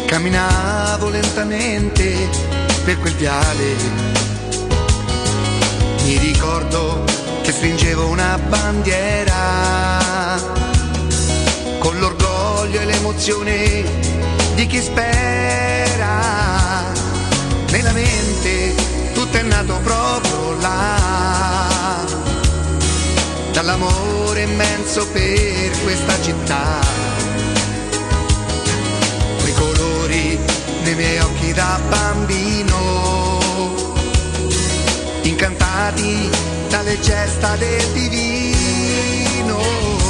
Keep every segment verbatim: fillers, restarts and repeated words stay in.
Camminavo lentamente per quel viale, mi ricordo che stringevo una bandiera, con l'orgoglio e l'emozione di chi spera. Nella mente tutto è nato proprio là, dall'amore immenso per questa città. Nei miei occhi da bambino, incantati dalle gesta del divino.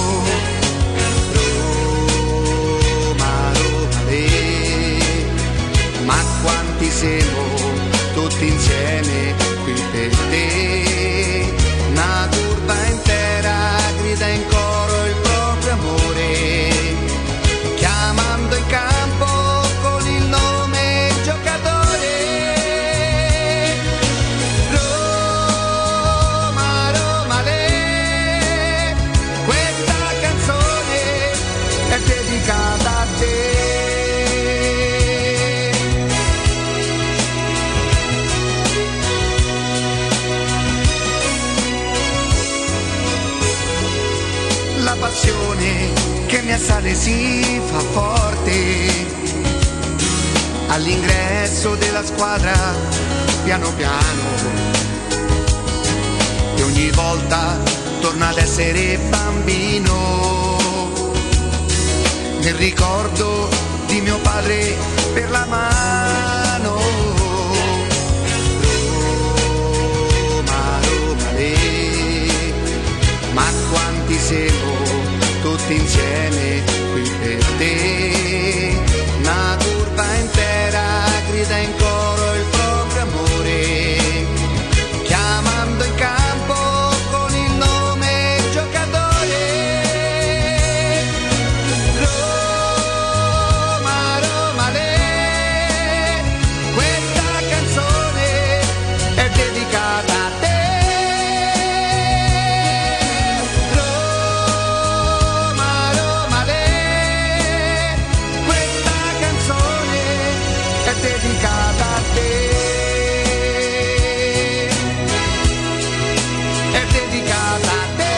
Roma, Roma, le, ma quanti siamo tutti insieme qui per te. Una curva intera grida in coro il proprio amore, chiamando in campo che mi assale si fa forte all'ingresso della squadra, piano piano, e ogni volta torna ad essere bambino nel ricordo di mio padre per la mano. Roma, Roma, le, ma quanti siamo tutti insieme qui per te. Una curva intera grida in coro il proprio amore, chiamando in campo con il nome giocatore. Roma, Roma, le, questa canzone è dedicata a te. Dedicata a te, è dedicata a te.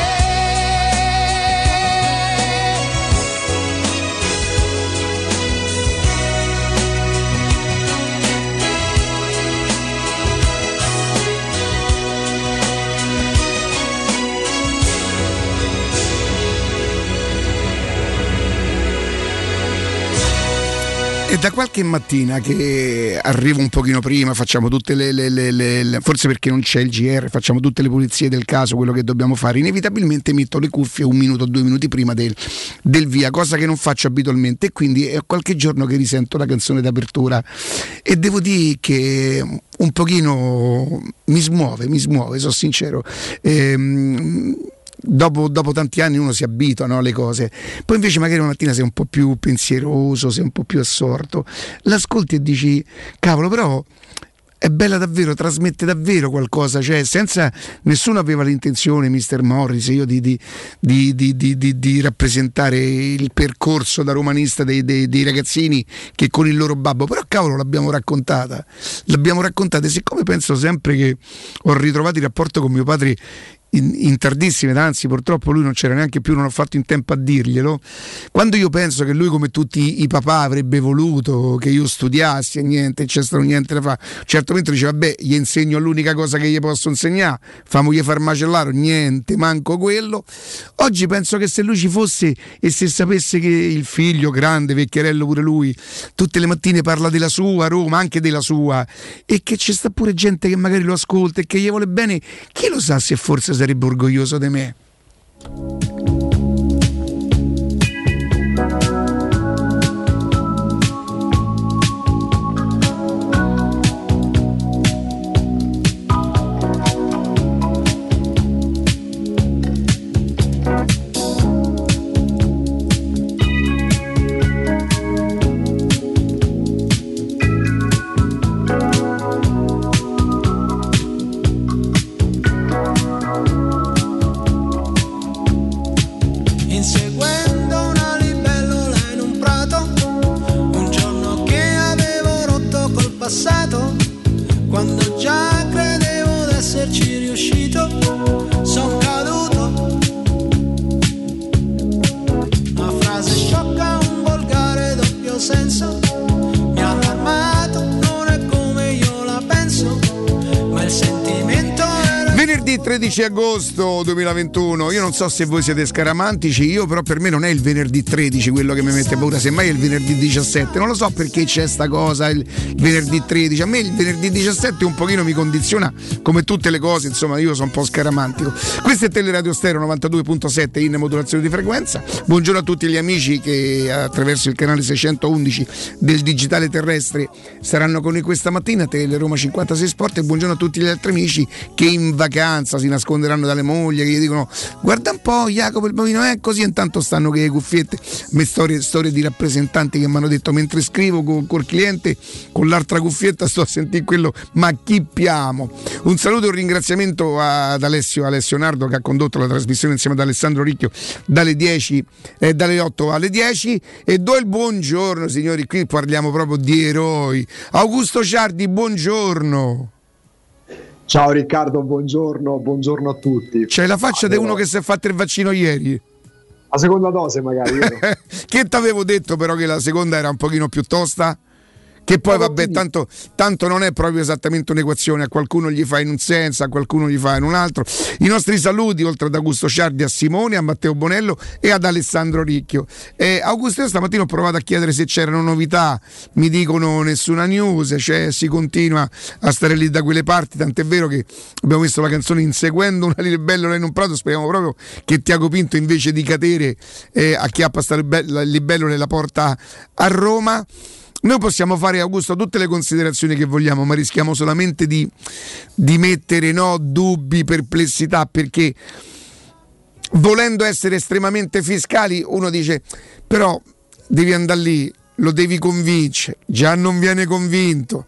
E da qualche mattina che arrivo un pochino prima, facciamo tutte le, le, le, le forse perché non c'è il G R, facciamo tutte le pulizie del caso, quello che dobbiamo fare, inevitabilmente metto le cuffie un minuto o due minuti prima del, del via, cosa che non faccio abitualmente, e quindi è qualche giorno che risento la canzone d'apertura e devo dire che un pochino mi smuove, mi smuove, sono sincero. Ehm, Dopo, dopo tanti anni uno si abitua, no, alle cose, poi invece magari una mattina sei un po' più pensieroso, sei un po' più assorto, l'ascolti e dici cavolo, però è bella davvero, trasmette davvero qualcosa, cioè senza, nessuno aveva l'intenzione, mister Morris, io di, di, di, di, di, di, di rappresentare il percorso da romanista dei, dei, dei ragazzini che con il loro babbo, però cavolo l'abbiamo raccontata, l'abbiamo raccontata, e siccome penso sempre che ho ritrovato il rapporto con mio padre In, in tardissime, anzi purtroppo lui non c'era neanche più, non ho fatto in tempo a dirglielo, quando io penso che lui come tutti i papà avrebbe voluto che io studiassi e niente, c'è stato niente da fare, certo mentre diceva vabbè gli insegno l'unica cosa che gli posso insegnare, famogli far macellaro, niente, manco quello. Oggi penso che se lui ci fosse e se sapesse che il figlio grande, vecchierello pure lui, tutte le mattine parla della sua Roma, anche della sua, e che c'è sta pure gente che magari lo ascolta e che gli vuole bene, chi lo sa se forse sarebbe orgoglioso di me. passato, quando già credevo d'esserci riuscito, son caduto. Una frase sciocca, un volgare doppio senso, mi hanno armato, non è come io la penso, ma il sentimento era... Venerdì tredici agosto duemilaventuno, io non so se voi siete scaramantici, io però per me non è il venerdì tredici quello che mi mette paura, semmai è il venerdì diciassette, non lo so perché c'è sta cosa, il venerdì tredici, a me il venerdì diciassette un pochino mi condiziona come tutte le cose, insomma io sono un po' scaramantico. Questo è Teleradio Stereo novantadue virgola sette in modulazione di frequenza, buongiorno a tutti gli amici che attraverso il canale seicentoundici del digitale terrestre saranno con noi questa mattina, Teleroma cinquantasei Sport, e buongiorno a tutti gli altri amici che in vacanza si nasconderanno dalle mogli, che gli dicono guarda un po' Jacopo il bambino è così, intanto stanno che le cuffiette. Me storie, storie di rappresentanti che mi hanno detto mentre scrivo con, col cliente con l'altra cuffietta sto a sentire quello, ma chi piamo. Un saluto e un ringraziamento ad Alessio Alessio Nardo che ha condotto la trasmissione insieme ad Alessandro Ricchio dalle dieci eh, dalle otto alle dieci, e do il buongiorno signori, qui parliamo proprio di eroi. Augusto Ciardi, buongiorno. Ciao Riccardo, buongiorno, buongiorno a tutti. C'hai la faccia di uno che si è fatto il vaccino ieri. La seconda dose magari. Che t'avevo detto però che la seconda era un pochino più tosta? Che poi no, vabbè, tanto, tanto non è proprio esattamente un'equazione, a qualcuno gli fa in un senso, a qualcuno gli fa in un altro. I nostri saluti, oltre ad Augusto Ciardi, a Simone, a Matteo Bonello e ad Alessandro Ricchio. Eh, Augusto, io stamattina ho provato a chiedere se c'erano novità, mi dicono nessuna news, cioè si continua a stare lì da quelle parti, tant'è vero che abbiamo visto la canzone Inseguendo una libellula in un prato, speriamo proprio che Tiago Pinto invece di cadere eh, acchiappa sta libellula e la porta a Roma. Noi possiamo fare, Augusto, tutte le considerazioni che vogliamo, ma rischiamo solamente di, di mettere no, dubbi, perplessità, perché volendo essere estremamente fiscali uno dice però devi andare lì, lo devi convincere, già non viene convinto,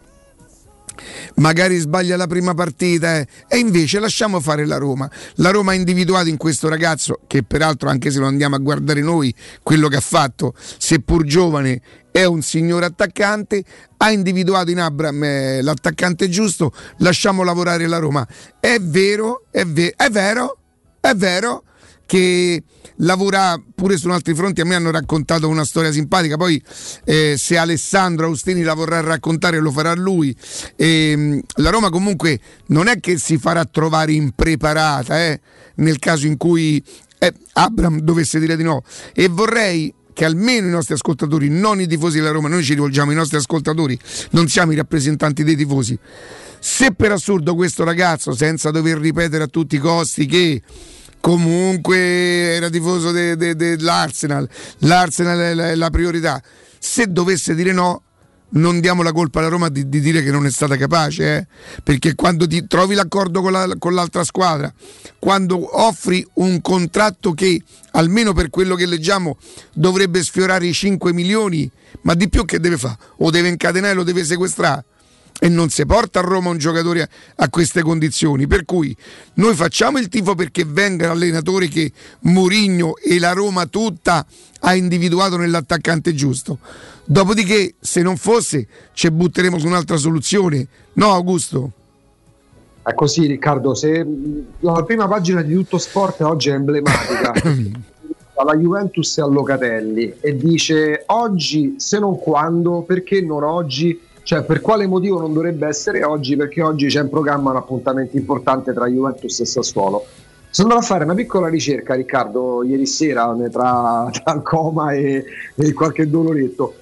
magari sbaglia la prima partita eh. E invece lasciamo fare la Roma. La Roma ha individuato in questo ragazzo, che peraltro anche se lo andiamo a guardare noi quello che ha fatto, seppur giovane è un signor attaccante, ha individuato in Abram eh, l'attaccante giusto, lasciamo lavorare la Roma. È vero, è, ve- è vero, è vero che lavora pure su altri fronti. A me hanno raccontato una storia simpatica, poi eh, se Alessandro Austini la vorrà raccontare lo farà lui. E, la Roma comunque non è che si farà trovare impreparata eh, nel caso in cui eh, Abram dovesse dire di no, e vorrei che almeno i nostri ascoltatori, non i tifosi della Roma, noi ci rivolgiamo ai nostri ascoltatori, non siamo i rappresentanti dei tifosi, se per assurdo questo ragazzo, senza dover ripetere a tutti i costi che comunque era tifoso dell'Arsenal, de, de, l'Arsenal è la, è la priorità, se dovesse dire no, non diamo la colpa alla Roma di, di dire che non è stata capace, eh? Perché quando ti trovi l'accordo con, la, con l'altra squadra, quando offri un contratto che almeno per quello che leggiamo dovrebbe sfiorare i cinque milioni, ma di più che deve fare? O deve incatenare, lo deve sequestrare? E non si porta a Roma un giocatore a, a queste condizioni, per cui noi facciamo il tifo perché venga l'allenatore che Mourinho e la Roma tutta ha individuato nell'attaccante giusto. Dopodiché, se non fosse, ci butteremo su un'altra soluzione, no Augusto? È così Riccardo, se la prima pagina di Tutto Sport oggi è emblematica alla Juventus e a Locatelli e dice oggi se non quando, perché non oggi, cioè per quale motivo non dovrebbe essere oggi, perché oggi c'è in programma un appuntamento importante tra Juventus e Sassuolo. Sono andato a fare una piccola ricerca Riccardo ieri sera tra, tra il coma e, e qualche doloretto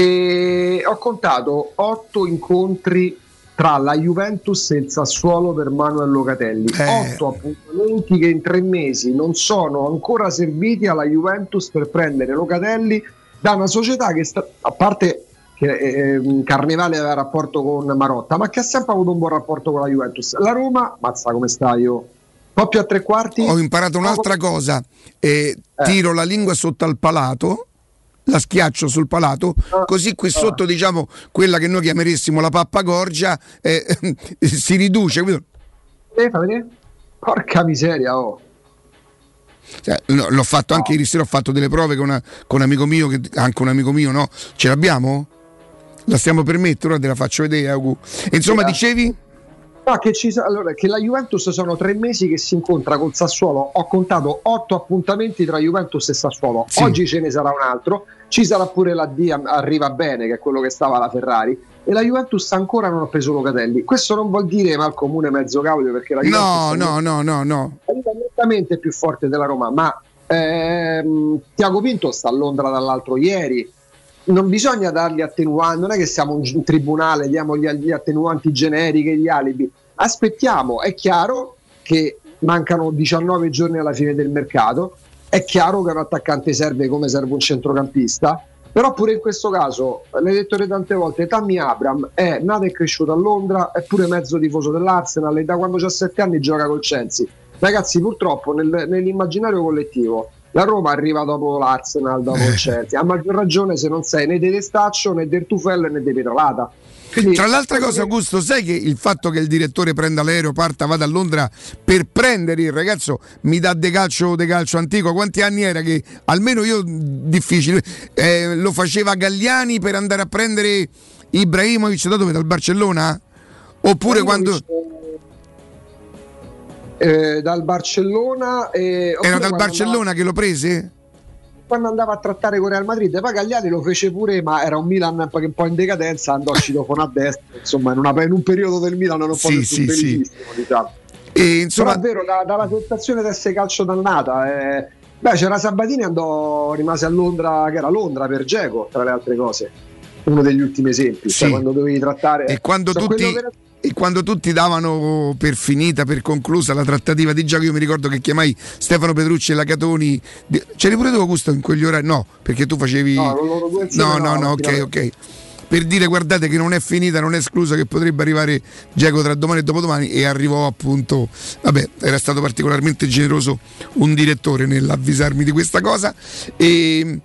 e ho contato otto incontri tra la Juventus e il Sassuolo per Manuel Locatelli, eh. otto appuntamenti che in tre mesi non sono ancora serviti alla Juventus per prendere Locatelli da una società che sta, a parte che eh, Carnevale aveva rapporto con Marotta, ma che ha sempre avuto un buon rapporto con la Juventus. La Roma, mazza come stai io? Un po' più a tre quarti. Ho imparato un'altra cosa, eh, eh. tiro la lingua sotto al palato, la schiaccio sul palato, ah, così qui sotto ah. diciamo quella che noi chiameressimo la pappagorgia eh, si riduce. Eh, fa vedere? Porca miseria, oh. Cioè, no, l'ho fatto anche no. ieri sera, ho fatto delle prove con, una, con un amico mio, che, anche un amico mio, no? Ce l'abbiamo? la stiamo per mettere, ora te la faccio vedere, Augu. E insomma, sì, dicevi? No, che, ci, allora, che la Juventus sono tre mesi che si incontra col Sassuolo. Ho contato otto appuntamenti tra Juventus e Sassuolo. Sì. Oggi ce ne sarà un altro. Ci sarà pure la D, arriva bene, che è quello che stava la Ferrari. E la Juventus ancora non ha preso Locatelli. Questo non vuol dire, ma al comune mezzo caudio, perché la Juventus no, no, no, no, no. è nettamente più forte della Roma. Ma ehm, Tiago Pinto sta a Londra dall'altro ieri. Non bisogna dargli attenuanti, non è che siamo un tribunale, diamo gli, gli attenuanti generiche, gli alibi. Aspettiamo, è chiaro che mancano diciannove giorni alla fine del mercato, è chiaro che un attaccante serve come serve un centrocampista, però pure in questo caso, l'hai detto tante volte, Tammy Abraham è nato e cresciuto a Londra, è pure mezzo tifoso dell'Arsenal e da quando ha sette anni gioca col Chelsea. Ragazzi, purtroppo nel, nell'immaginario collettivo la Roma arriva dopo l'Arsenal, dopo il Chelsea, a maggior ragione se non sei né di Testaccio né del Tufello né di Pietralata. Quindi, tra l'altra cosa, Augusto, sai che il fatto che il direttore prenda l'aereo, parta, vada a Londra per prendere il ragazzo, mi dà de calcio, de calcio antico, quanti anni era che almeno io difficile eh, lo faceva Galliani per andare a prendere Ibrahimovic da dove? Dal Barcellona? Oppure quando eh, dal Barcellona eh, era dal Barcellona andava... che lo prese? Quando andava a trattare con Real Madrid, poi Gagliani lo fece pure, ma era un Milan un po' in decadenza, andò a citofono a destra, insomma in, una, in un periodo del Milan non sì, po' sì, bellissimo, sì. diciamo. E, insomma... Però è vero, da, dalla sensazione di essere calcio dannata eh, beh, c'era Sabatini, andò, rimase a Londra, che era Londra per Dzeko, tra le altre cose, uno degli ultimi esempi, sì. Cioè quando dovevi trattare e quando tutti E quando tutti davano per finita, per conclusa la trattativa di gioco, io mi ricordo che chiamai Stefano Petrucci e la Catoni. C'eri pure tu, Augusto, in quegli orari? No, perché tu facevi. No, loro due insieme, no, no, no, no, ok, ok. Per dire, guardate che non è finita, non è escluso che potrebbe arrivare Dzeko tra domani e dopodomani, e arrivò appunto. Vabbè, era stato particolarmente generoso un direttore nell'avvisarmi di questa cosa. E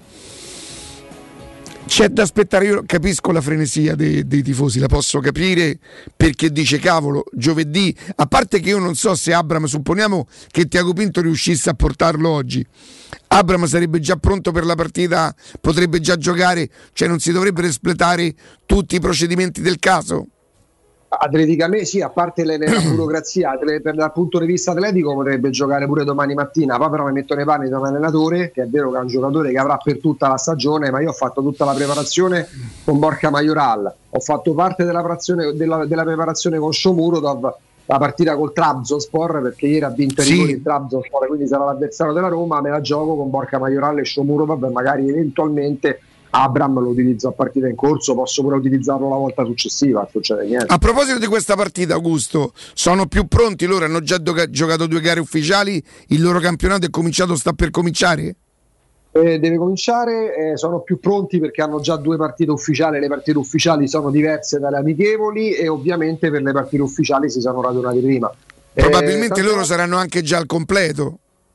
c'è da aspettare, io capisco la frenesia dei, dei tifosi, la posso capire, perché dice cavolo, giovedì, a parte che io non so se Abraham, supponiamo che Tiago Pinto riuscisse a portarlo oggi, Abraham sarebbe già pronto per la partita, potrebbe già giocare, cioè non si dovrebbero espletare tutti i procedimenti del caso? Atleticamente sì, a parte le, la burocrazia, per, dal punto di vista atletico potrebbe giocare pure domani mattina, poi però mi metto nei panni di un allenatore, che è vero che è un giocatore che avrà per tutta la stagione, ma io ho fatto tutta la preparazione con Borja Majoral, ho fatto parte della, della, della preparazione con Shomurodov, la partita col Trabzonspor, perché ieri ha vinto sì. il Trabzonspor, quindi sarà l'avversario della Roma, me la gioco con Borja Majoral e Shomurodov, magari eventualmente Abraham lo utilizzo a partita in corso, posso pure utilizzarlo la volta successiva, non succede niente. A proposito di questa partita, Augusto, sono più pronti loro? Hanno già do- giocato due gare ufficiali, il loro campionato è cominciato, sta per cominciare? Eh, deve cominciare, eh, sono più pronti perché hanno già due partite ufficiali, le partite ufficiali sono diverse dalle amichevoli e ovviamente per le partite ufficiali si sono radunati prima. Probabilmente eh, loro saranno anche già al completo.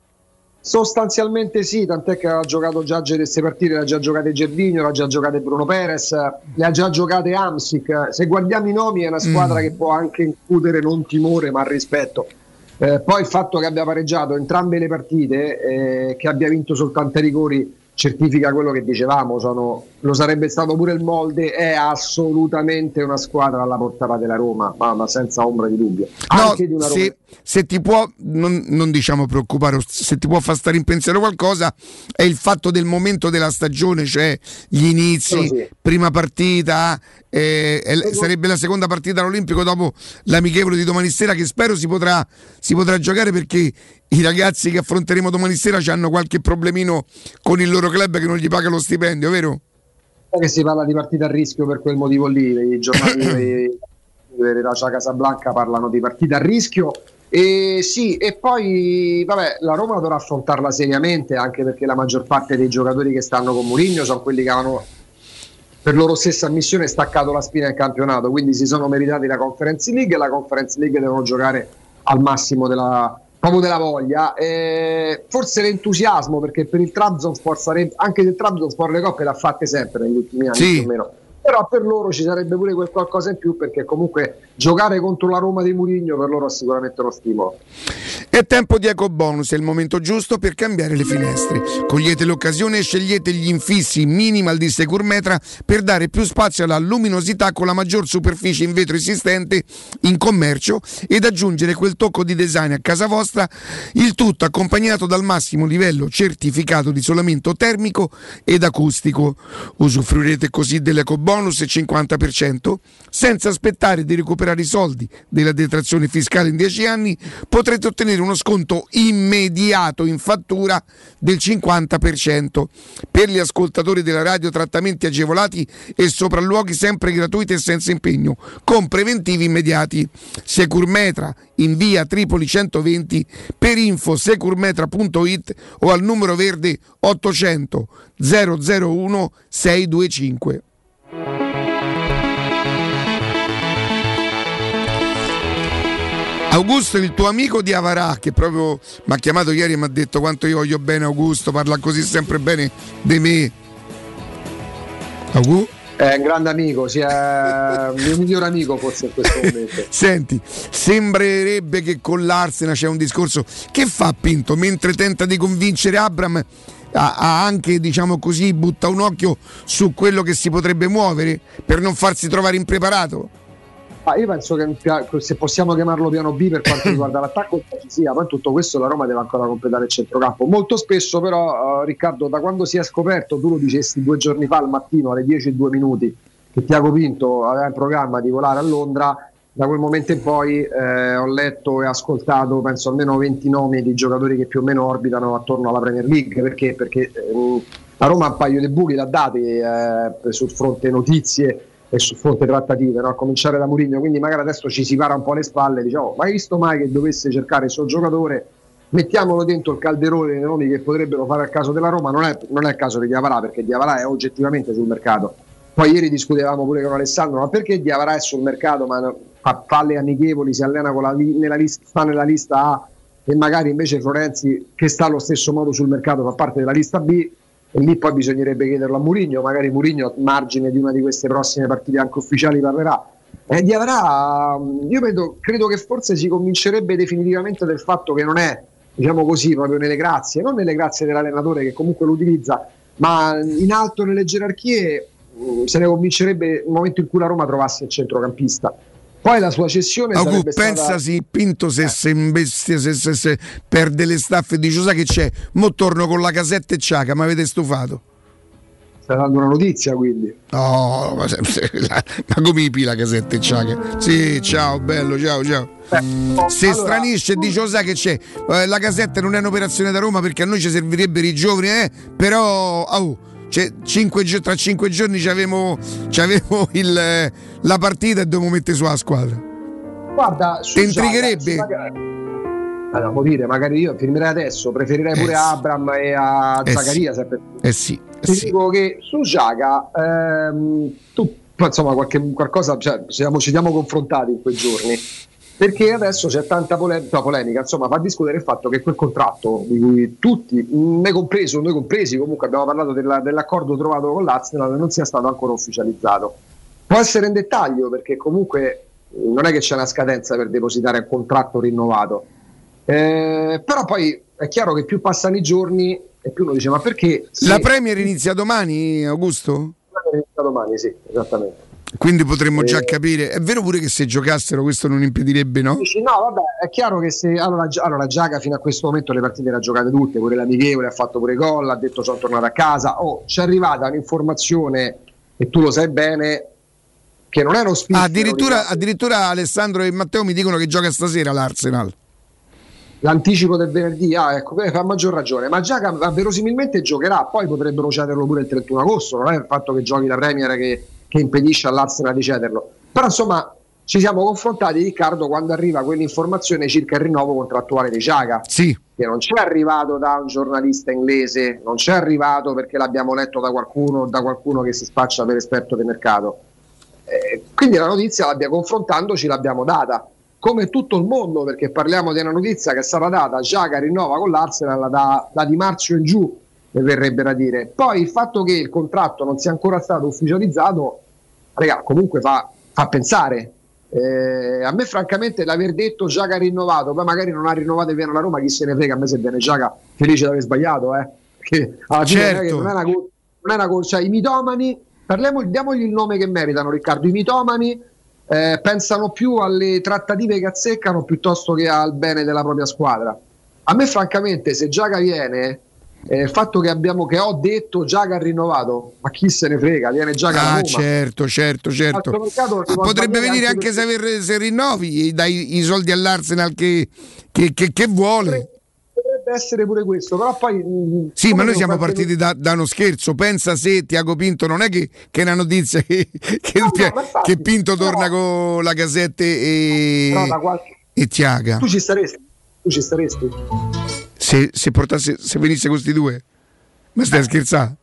Sostanzialmente sì, tant'è che ha giocato già queste partite, le ha già giocate Gervinho, le ha già giocate Bruno Perez, le ha già giocate Hamsik. Se guardiamo i nomi è una squadra mm. che può anche incutere non timore ma rispetto. Eh, poi il fatto che abbia pareggiato entrambe le partite, eh, che abbia vinto soltanto ai rigori, certifica quello che dicevamo, sono, lo sarebbe stato pure il Molde, è assolutamente una squadra alla portata della Roma, ma, ma senza ombra di dubbio. No, anche di una se, Roma... se ti può, non, non diciamo preoccupare, se ti può far stare in pensiero qualcosa, è il fatto del momento della stagione, cioè gli inizi, sì. Prima partita, eh, eh, sarebbe la seconda partita all'Olimpico dopo l'amichevole di domani sera, che spero si potrà, si potrà giocare, perché i ragazzi che affronteremo domani sera hanno qualche problemino con il loro club che non gli paga lo stipendio, vero? Che si parla di partita a rischio per quel motivo lì, i giornali della Casablanca parlano di partita a rischio, e sì, e poi vabbè, la Roma dovrà affrontarla seriamente, anche perché la maggior parte dei giocatori che stanno con Mourinho sono quelli che avevano per loro stessa ammissione staccato la spina del campionato, quindi si sono meritati la Conference League, e la Conference League devono giocare al massimo della proprio della voglia, eh, forse l'entusiasmo, perché per il Trabzonspor sarebbe, anche se il Trabzonspor le coppe l'ha fatte sempre negli ultimi anni, sì. Più o meno, però per loro ci sarebbe pure quel qualcosa in più, perché comunque giocare contro la Roma di Mourinho per loro è sicuramente uno stimolo. È tempo di EcoBonus, è il momento giusto per cambiare le finestre. Cogliete l'occasione e scegliete gli infissi minimal di Securmetra per dare più spazio alla luminosità con la maggior superficie in vetro esistente in commercio ed aggiungere quel tocco di design a casa vostra, il tutto accompagnato dal massimo livello certificato di isolamento termico ed acustico. Usufruirete così dell'EcoBonus cinquanta per cento senza aspettare di recuperare i soldi della detrazione fiscale in dieci anni. Potrete ottenere uno sconto immediato in fattura del cinquanta per cento. Per gli ascoltatori della radio, trattamenti agevolati e sopralluoghi sempre gratuiti e senza impegno, con preventivi immediati. Securmetra in via Tripoli centoventi, per info securmetra punto it o al numero verde ottocento zero zero uno sei due cinque. Augusto, il tuo amico di Avarà, che proprio mi ha chiamato ieri e mi ha detto quanto io voglio bene Augusto, parla così sempre bene di me. Augusto? È un grande amico, sia il mio miglior amico forse in questo momento. Senti, sembrerebbe che con l'Arsenal c'è un discorso. Che fa Pinto? Mentre tenta di convincere Abram, ha, ha anche, diciamo così, butta un occhio su quello che si potrebbe muovere per non farsi trovare impreparato. Ah, io penso che se possiamo chiamarlo piano B per quanto riguarda l'attacco ci sia, ma in tutto questo la Roma deve ancora completare il centrocampo. Molto spesso però, uh, Riccardo, da quando si è scoperto, tu lo dicesti due giorni fa al mattino alle dieci e due minuti, che Tiago Pinto aveva in programma di volare a Londra, da quel momento in poi eh, ho letto e ascoltato penso almeno venti nomi di giocatori che più o meno orbitano attorno alla Premier League. Perché? Perché eh, la Roma ha un paio di buchi l'ha dati eh, sul fronte notizie e sul fronte trattative, no? A cominciare da Mourinho, quindi magari adesso ci si para un po' le spalle, diciamo, ma hai visto mai che dovesse cercare il suo giocatore, mettiamolo dentro il calderone dei nomi che potrebbero fare al caso della Roma. Non è, non è il caso di Diawara, perché Diawara è oggettivamente sul mercato. Poi ieri discutevamo pure con Alessandro, ma perché Diawara è sul mercato ma fa, fa le amichevoli, si allena con la, nella lista, sta nella lista A, e magari invece Florenzi, che sta allo stesso modo sul mercato, fa parte della lista B. E lì poi bisognerebbe chiederlo a Mourinho, magari Mourinho a margine di una di queste prossime partite anche ufficiali parlerà. E Diawara, io credo, credo che forse si convincerebbe definitivamente del fatto che non è, diciamo così, proprio nelle grazie, non nelle grazie dell'allenatore che comunque lo utilizza, ma in alto nelle gerarchie se ne convincerebbe nel momento in cui la Roma trovasse il centrocampista. Poi la sua cessione Augu, sarebbe pensa stata... sì, Pinto se, eh. se imbestia, se, se, se perde le staffe e dice: sai che c'è? Mo torno con la casetta e Ciaca, mi avete stufato. Sta dando una notizia, quindi. No, ma, se, se, la, ma come i la casetta e Ciaca? Sì, ciao, bello, ciao, ciao. Eh, Se allora, stranisce e dice: oh, sai che c'è? Eh, la casetta non è un'operazione da Roma perché a noi ci servirebbero i giovani, eh? Però, oh, C'è cinque, tra cinque giorni c'avevo, c'avevo il, la partita e dovevo mettere su la squadra. Guarda, ti intrigherebbe? Allora, può dire, magari io firmerei adesso, preferirei pure eh a sì. Abram e a eh Zaccaria. sì. Per... eh sì, eh ti sì. dico che su Xhaka ehm, tu insomma qualche, qualcosa, cioè, siamo, ci siamo confrontati in quei giorni, perché adesso c'è tanta pole- no, polemica, insomma, fa discutere il fatto che quel contratto di cui tutti, noi compreso, noi compresi, comunque abbiamo parlato della, dell'accordo trovato con l'Arsenal, non sia stato ancora ufficializzato. Può essere in dettaglio, perché comunque non è che c'è una scadenza per depositare un contratto rinnovato, eh, però poi è chiaro che più passano i giorni e più uno dice: ma perché? Se... La Premier inizia domani, Augusto? La Premier inizia domani, sì, esattamente. Quindi potremmo già eh, capire. È vero pure che se giocassero questo non impedirebbe, no? Dici, no, vabbè, è chiaro che se allora, allora Xhaka fino a questo momento le partite le ha giocate tutte, pure l'amichevole, ha fatto pure gol, ha detto sono tornato a casa. Oh, c'è arrivata un'informazione, e tu lo sai bene, che non è uno spin. Ah, addirittura, addirittura Alessandro e Matteo mi dicono che gioca stasera l'Arsenal. L'anticipo del venerdì, ah, ecco, fa maggior ragione. Ma Xhaka verosimilmente giocherà, poi potrebbero cederlo pure il trentuno agosto, non è il fatto che giochi la Premier che che impedisce all'Arsenal di cederlo. Però insomma ci siamo confrontati, Riccardo, quando arriva quell'informazione circa il rinnovo contrattuale di Xhaka, sì, che non c'è arrivato da un giornalista inglese, non c'è arrivato perché l'abbiamo letto da qualcuno, da qualcuno che si spaccia per esperto di mercato, eh, quindi la notizia l'abbia, confrontandoci l'abbiamo data come tutto il mondo, perché parliamo di una notizia che sarà data: Xhaka rinnova con l'Arsenal da, da Di Marzio in giù, ne verrebbe da dire. Poi il fatto che il contratto non sia ancora stato ufficializzato, raga, comunque fa, fa pensare, Eh, a me francamente l'aver detto Giaga ha rinnovato, poi magari non ha rinnovato e viene alla Roma, chi se ne frega, a me se viene Giaga felice di aver sbagliato, eh? Perché alla fine certo. non è, che, non è una non è una cosa, cioè i mitomani, parliamo, diamogli il nome che meritano, Riccardo, i mitomani eh, pensano più alle trattative che azzeccano piuttosto che al bene della propria squadra. A me francamente se Giaga viene, eh, il fatto che abbiamo che ho detto Giaga ha rinnovato, ma chi se ne frega, viene Giaga ah, a Roma. certo, certo, certo. Mercato, ah, potrebbe venire anche, anche se, per, se rinnovi, dai i soldi all'Arsenal che, che, che, che vuole. Potrebbe essere pure questo, però poi sì, ma noi siamo partiti da, da uno scherzo. Pensa se Tiago Pinto non è che, che è una notizia che, che, no, no, infatti, che Pinto no. torna con la Casette e, no, qualche... e Tiaga. Tu ci staresti? Tu ci staresti? Se, se, portasse, se venisse questi due, ma stai eh. scherzando?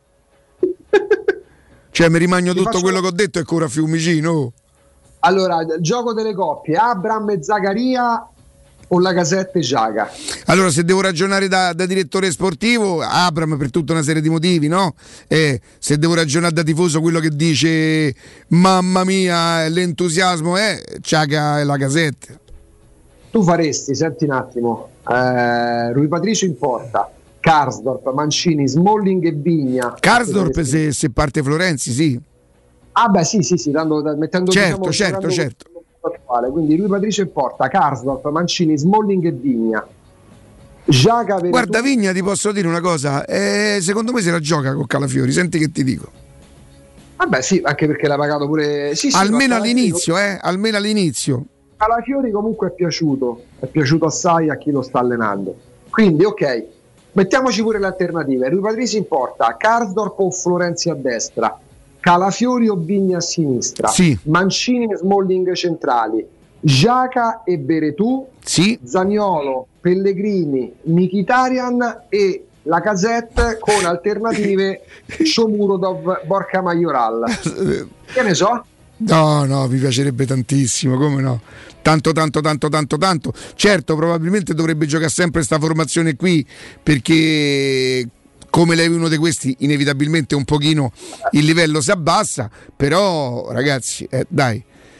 Cioè mi rimagno tutto faccio... quello che ho detto e ancora Fiumicino. Allora, il gioco delle coppie, Abram e Zaccaria o la Casette e Giaga? Allora, se devo ragionare da, da direttore sportivo, Abram per tutta una serie di motivi, no? E se devo ragionare da tifoso, quello che dice mamma mia, l'entusiasmo è Giaga e la Casette. Tu faresti, senti un attimo, eh, Rui Patricio in porta, Karsdorp, Mancini, Smalling e Vigna. Karsdorp se, se parte Florenzi, sì. Ah beh sì, sì, sì, dando, mettendo certo, diciamo, certo, certo. Attuale. Quindi Rui Patricio in porta, Karsdorp, Mancini, Smalling e Vigna. Giaga, guarda tu... Vigna ti posso dire una cosa, eh, secondo me se la gioca con Calafiori, senti che ti dico. Vabbè sì, anche perché l'ha pagato pure sì, sì, almeno all'inizio, eh, almeno all'inizio. Calafiori comunque è piaciuto, è piaciuto assai a chi lo sta allenando. Quindi ok, mettiamoci pure le alternative. Rui Patricio in porta, Karsdorp o Florenzi a destra, Calafiori o Vigna a sinistra, sì. Mancini e Smalling centrali, Giaca e Beretù, sì. Zaniolo, Pellegrini, Mkhitaryan e la Casette con alternative Shomurodov, Borca Majoral. Che ne so? No, no, mi piacerebbe tantissimo, come no? Tanto, tanto, tanto, tanto, tanto. Certo, probabilmente dovrebbe giocare sempre questa formazione qui, perché come lei è uno di questi, inevitabilmente un pochino il livello si abbassa, però ragazzi, eh, dai.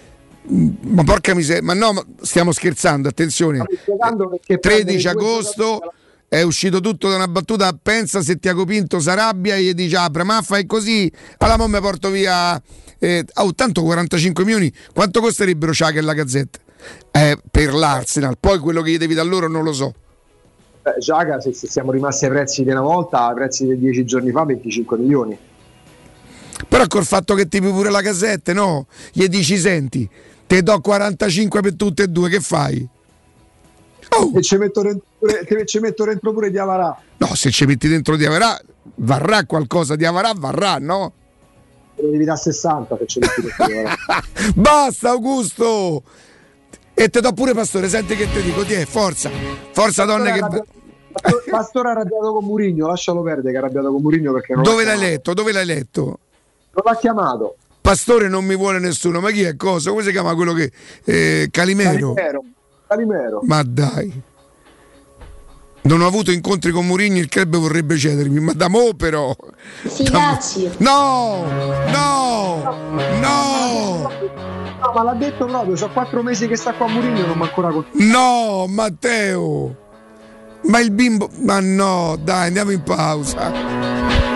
Ma porca miseria, ma no, ma stiamo scherzando, attenzione. tredici agosto è uscito tutto da una battuta, pensa se Tiago Pinto s'arrabbia e gli dice ah, ma fai così, allora mo me porto via eh, oh, tanto quarantacinque milioni, quanto costerebbero Giaga e la Gazzetta? Eh, per l'Arsenal, poi quello che gli devi da loro non lo so. Beh, Giaga, se, se siamo rimasti ai prezzi di una volta, ai prezzi di dieci giorni fa, venticinque milioni. Però col fatto che tipi pure la Casette, no? Gli dici senti, te do quarantacinque per tutte e due, che fai? Oh. E ci metto dentro pure, ci metto dentro pure Diavarà. No, se ci metti dentro Diavarà, varrà qualcosa, Diavarà varrà, no? Lo devi da sessanta se ci metti dentro Diavarà. Basta Augusto! E te do pure Pastore, senti che te dico, tiè, forza, forza donne che... Arrabbiato, Pastore ha arrabbiato con Mourinho, lascialo perdere che è arrabbiato con Mourinho perché non Dove l'hai letto? Dove l'hai letto? Non l'ha chiamato. Pastore non mi vuole nessuno, ma chi è cosa? Come si chiama quello che... Eh, Calimero? Calimero. Calimero. Ma dai. Non ho avuto incontri con Mourinho, il club vorrebbe cedermi, ma da mo' però. Silazio. No! No! No! No, ma l'ha detto proprio, sono quattro mesi che sta qua a Mourinho, non mi ha ancora contato. No, Matteo! Ma il bimbo... Ma no, dai, andiamo in pausa.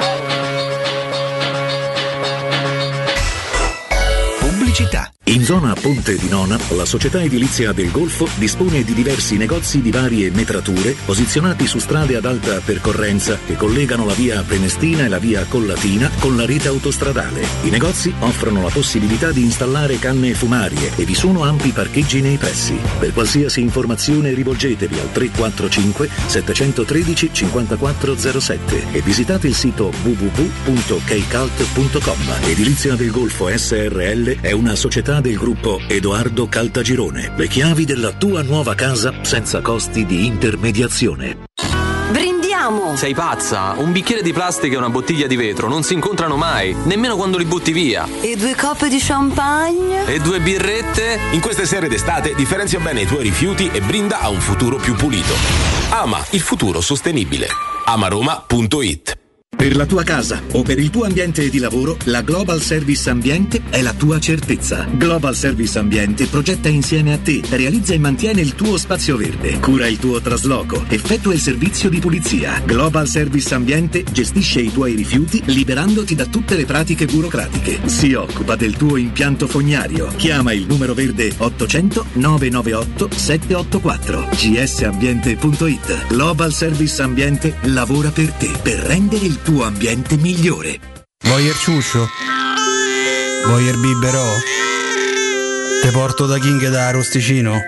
Pubblicità. In zona Ponte di Nona, la società edilizia del Golfo dispone di diversi negozi di varie metrature posizionati su strade ad alta percorrenza che collegano la via Prenestina e la via Collatina con la rete autostradale. I negozi offrono la possibilità di installare canne fumarie e vi sono ampi parcheggi nei pressi. Per qualsiasi informazione rivolgetevi al tre quattro cinque sette uno tre cinque zero sette e visitate il sito w w w punto keicalt punto com. Edilizia del Golfo S R L è una società del gruppo Edoardo Caltagirone. Le chiavi della tua nuova casa senza costi di intermediazione. Brindiamo! Sei pazza? Un bicchiere di plastica e una bottiglia di vetro non si incontrano mai, nemmeno quando li butti via. E due coppe di champagne? E due birrette? In queste sere d'estate differenzia bene i tuoi rifiuti e brinda a un futuro più pulito. Ama il futuro sostenibile. amaroma punto it. Per la tua casa o per il tuo ambiente di lavoro, la Global Service Ambiente è la tua certezza. Global Service Ambiente progetta insieme a te, realizza e mantiene il tuo spazio verde, cura il tuo trasloco, effettua il servizio di pulizia. Global Service Ambiente gestisce i tuoi rifiuti liberandoti da tutte le pratiche burocratiche. Si occupa del tuo impianto fognario. Chiama il numero verde ottocento nove nove otto sette otto quattro g s ambiente punto i t. Global Service Ambiente lavora per te, per rendere il tuo ambiente migliore. Voyer ciuscio? Voyer biberò? Te porto da King da Arosticino?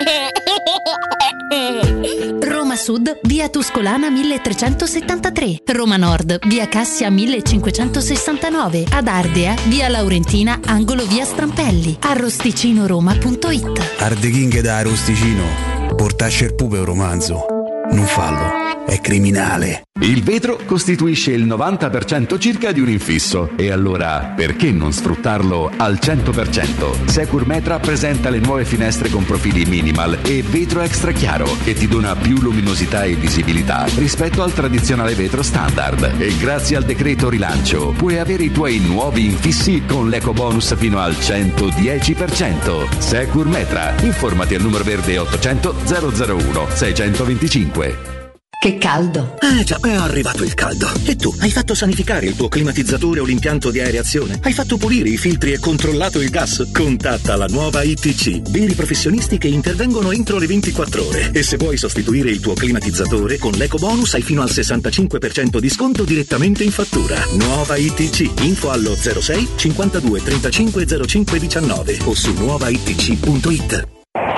Roma Sud, via Tuscolana milletrecentosettantatré. Roma Nord, via Cassia millecinquecentosessantanove. Ad Ardea, via Laurentina, angolo via Strampelli. Arrosticinoroma punto i t. Arde King da Arosticino. Portasce il pupe un romanzo. Non fallo, è criminale. Il vetro costituisce il novanta per cento circa di un infisso e allora perché non sfruttarlo al cento per cento? Securmetra presenta le nuove finestre con profili minimal e vetro extra chiaro che ti dona più luminosità e visibilità rispetto al tradizionale vetro standard, e grazie al decreto rilancio puoi avere i tuoi nuovi infissi con l'eco bonus fino al centodieci per cento. Securmetra, informati al numero verde ottocento zero zero uno seicentoventicinque. Che caldo. Eh già, è arrivato il caldo. E tu, hai fatto sanificare il tuo climatizzatore o l'impianto di areazione? Hai fatto pulire i filtri e controllato il gas? Contatta la nuova I T C, veri professionisti che intervengono entro le ventiquattro ore. E se vuoi sostituire il tuo climatizzatore, con l'eco bonus hai fino al sessantacinque per cento di sconto direttamente in fattura. Nuova I T C, info allo zero sei cinquantadue trentacinque zero cinque diciannove o su nuova i t c punto i t.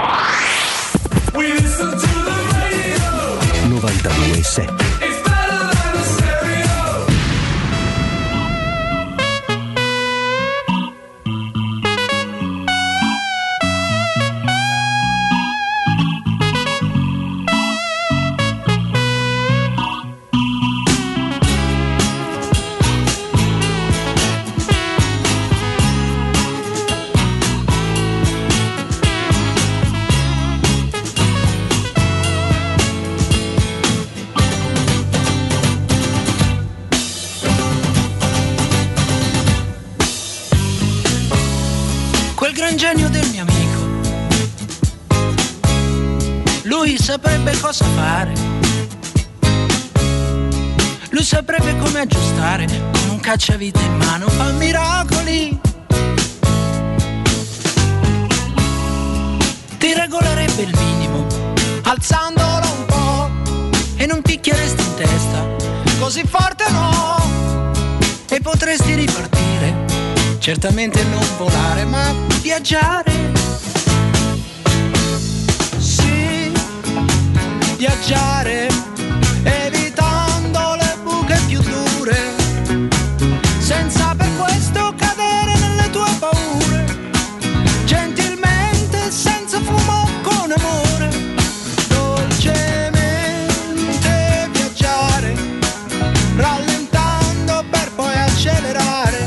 novantadue e sette. Genio del mio amico, lui saprebbe cosa fare, lui saprebbe come aggiustare, con un cacciavite in mano fa miracoli, ti regolerebbe il minimo alzandolo un po' e non picchieresti in testa così forte no, e potresti ripartire, certamente non volare ma viaggiare, sì, viaggiare, evitando le buche più dure, senza per questo cadere nelle tue paure, gentilmente, senza fumo, con amore, dolcemente viaggiare, rallentando per poi accelerare.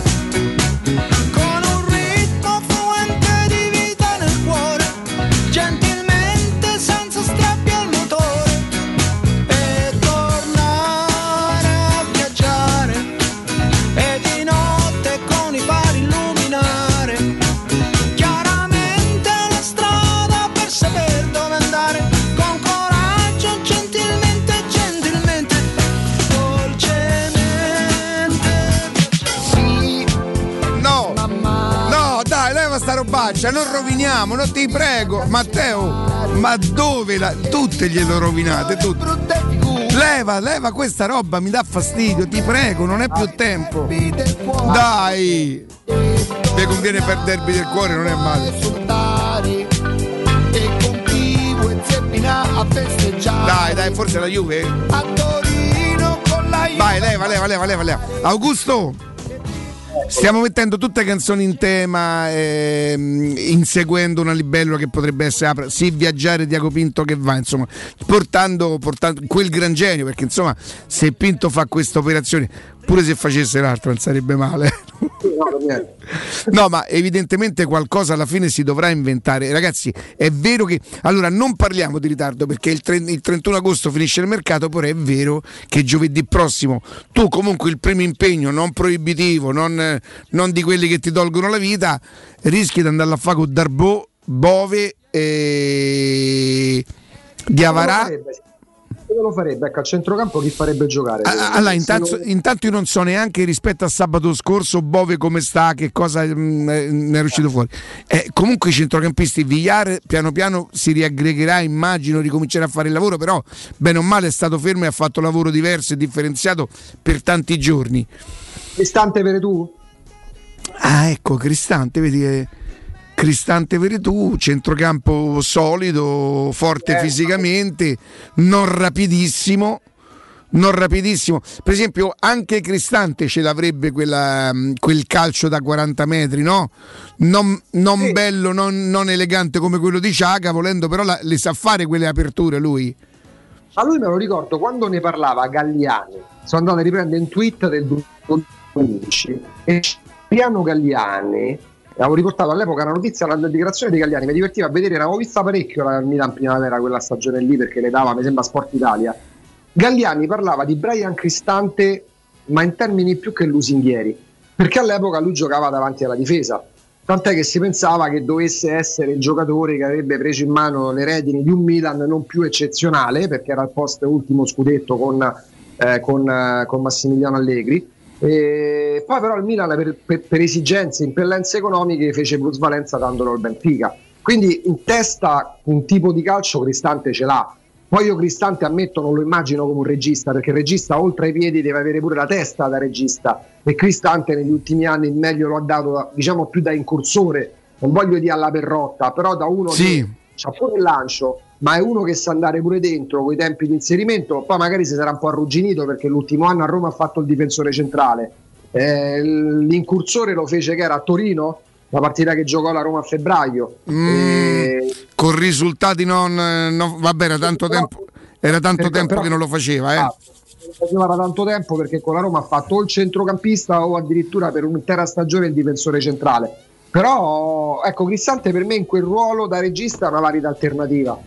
Non roviniamo, non ti prego, Matteo, ma dove la... tutte glielo rovinate, tutte. Leva, leva questa roba, mi dà fastidio, ti prego, non è più tempo. Dai, mi conviene per derby del cuore, non è male. Dai, dai, forse la Juve. Vai, leva, leva, leva, leva, leva. Augusto. Stiamo mettendo tutte canzoni in tema, ehm, inseguendo una libellula che potrebbe essere Apra, sì, viaggiare Diaco Pinto che va, insomma, portando, portando quel gran genio, perché insomma se Pinto fa questa operazione, pure se facesse l'altro non sarebbe male. No, ma evidentemente qualcosa alla fine si dovrà inventare. Ragazzi, è vero che allora non parliamo di ritardo perché il, tre, il trentuno agosto finisce il mercato, però è vero che giovedì prossimo tu comunque il primo impegno non proibitivo, non, non di quelli che ti tolgono la vita, rischi di andare a fare con Darboe, Bove e Diavarà. Come lo farebbe? Ecco, a centrocampo chi farebbe giocare? Allora, intanto, intanto io non so neanche rispetto a sabato scorso Bove come sta, che cosa mh, ne è uscito fuori. Eh, comunque i centrocampisti, Villar piano piano si riaggregherà, immagino, ricomincerà a fare il lavoro, però bene o male è stato fermo e ha fatto lavoro diverso e differenziato per tanti giorni. Cristante Veretù? Ah, ecco, Cristante, vedi che Cristante Veretù, centrocampo solido, forte eh, fisicamente, non rapidissimo, non rapidissimo. Per esempio anche Cristante ce l'avrebbe quella, quel calcio da quaranta metri, no? Non, non sì. bello, non, non elegante come quello di Sciaga, volendo però la, le sa fare quelle aperture lui. Ma lui me lo ricordo quando ne parlava Galliani, sono andato a riprendere un tweet del duemilaundici e Piano Galliani, avevo riportato all'epoca una notizia, una dichiarazione di Galliani, mi divertiva a vedere, l'avevo vista parecchio la Milan Primavera quella stagione lì perché le dava, mi sembra, Sport Italia. Galliani parlava di Brian Cristante ma in termini più che lusinghieri, perché all'epoca lui giocava davanti alla difesa, tant'è che si pensava che dovesse essere il giocatore che avrebbe preso in mano le redini di un Milan non più eccezionale, perché era il post ultimo scudetto con, eh, con, eh, con Massimiliano Allegri. E poi però il Milan per, per, per esigenze, impellenze economiche fece plusvalenza dandolo al Benfica, quindi in testa un tipo di calcio Cristante ce l'ha. Poi io Cristante, ammetto, non lo immagino come un regista, perché il regista oltre ai piedi deve avere pure la testa da regista, e Cristante negli ultimi anni il meglio lo ha dato, diciamo, più da incursore, non voglio dire alla Perrotta, però da uno sì. che c'ha pure il lancio, ma è uno che sa andare pure dentro con i tempi di inserimento. Poi magari si sarà un po' arrugginito perché l'ultimo anno a Roma ha fatto il difensore centrale, eh, l'incursore lo fece che era a Torino, la partita che giocò la Roma a febbraio, mm, e... con risultati non, non vabbè, era tanto però, tempo era tanto perché, tempo però, che non lo faceva eh. ah, lo faceva da tanto tempo, perché con la Roma ha fatto o il centrocampista o addirittura per un'intera stagione il difensore centrale. Però ecco, Cristante per me in quel ruolo da regista è una valida alternativa,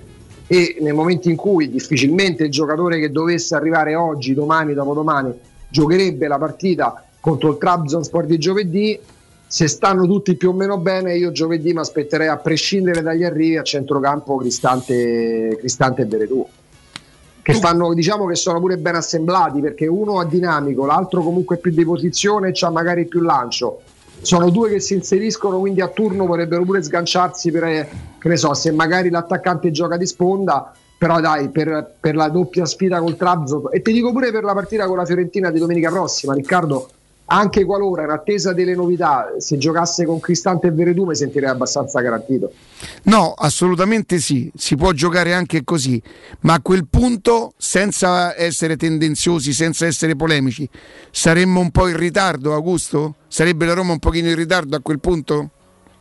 e nel momento in cui difficilmente il giocatore che dovesse arrivare oggi, domani, dopodomani giocherebbe la partita contro il Trabzonspor di giovedì, se stanno tutti più o meno bene, io giovedì mi aspetterei, a prescindere dagli arrivi, a centrocampo Cristante, Cristante e Veretù, che fanno, diciamo che sono pure ben assemblati, perché uno è dinamico, l'altro comunque più di posizione e c'ha magari più lancio. Sono due che si inseriscono, quindi a turno vorrebbero pure sganciarsi per, che ne so, se magari l'attaccante gioca di sponda, però dai, per, per la doppia sfida col Trabzon, e ti dico pure per la partita con la Fiorentina di domenica prossima, Riccardo, anche qualora in attesa delle novità se giocasse con Cristante e Veretù mi sentirei abbastanza garantito. No, assolutamente sì, si può giocare anche così, ma a quel punto, senza essere tendenziosi, senza essere polemici, saremmo un po' in ritardo, Augusto? Sarebbe la Roma un pochino in ritardo a quel punto?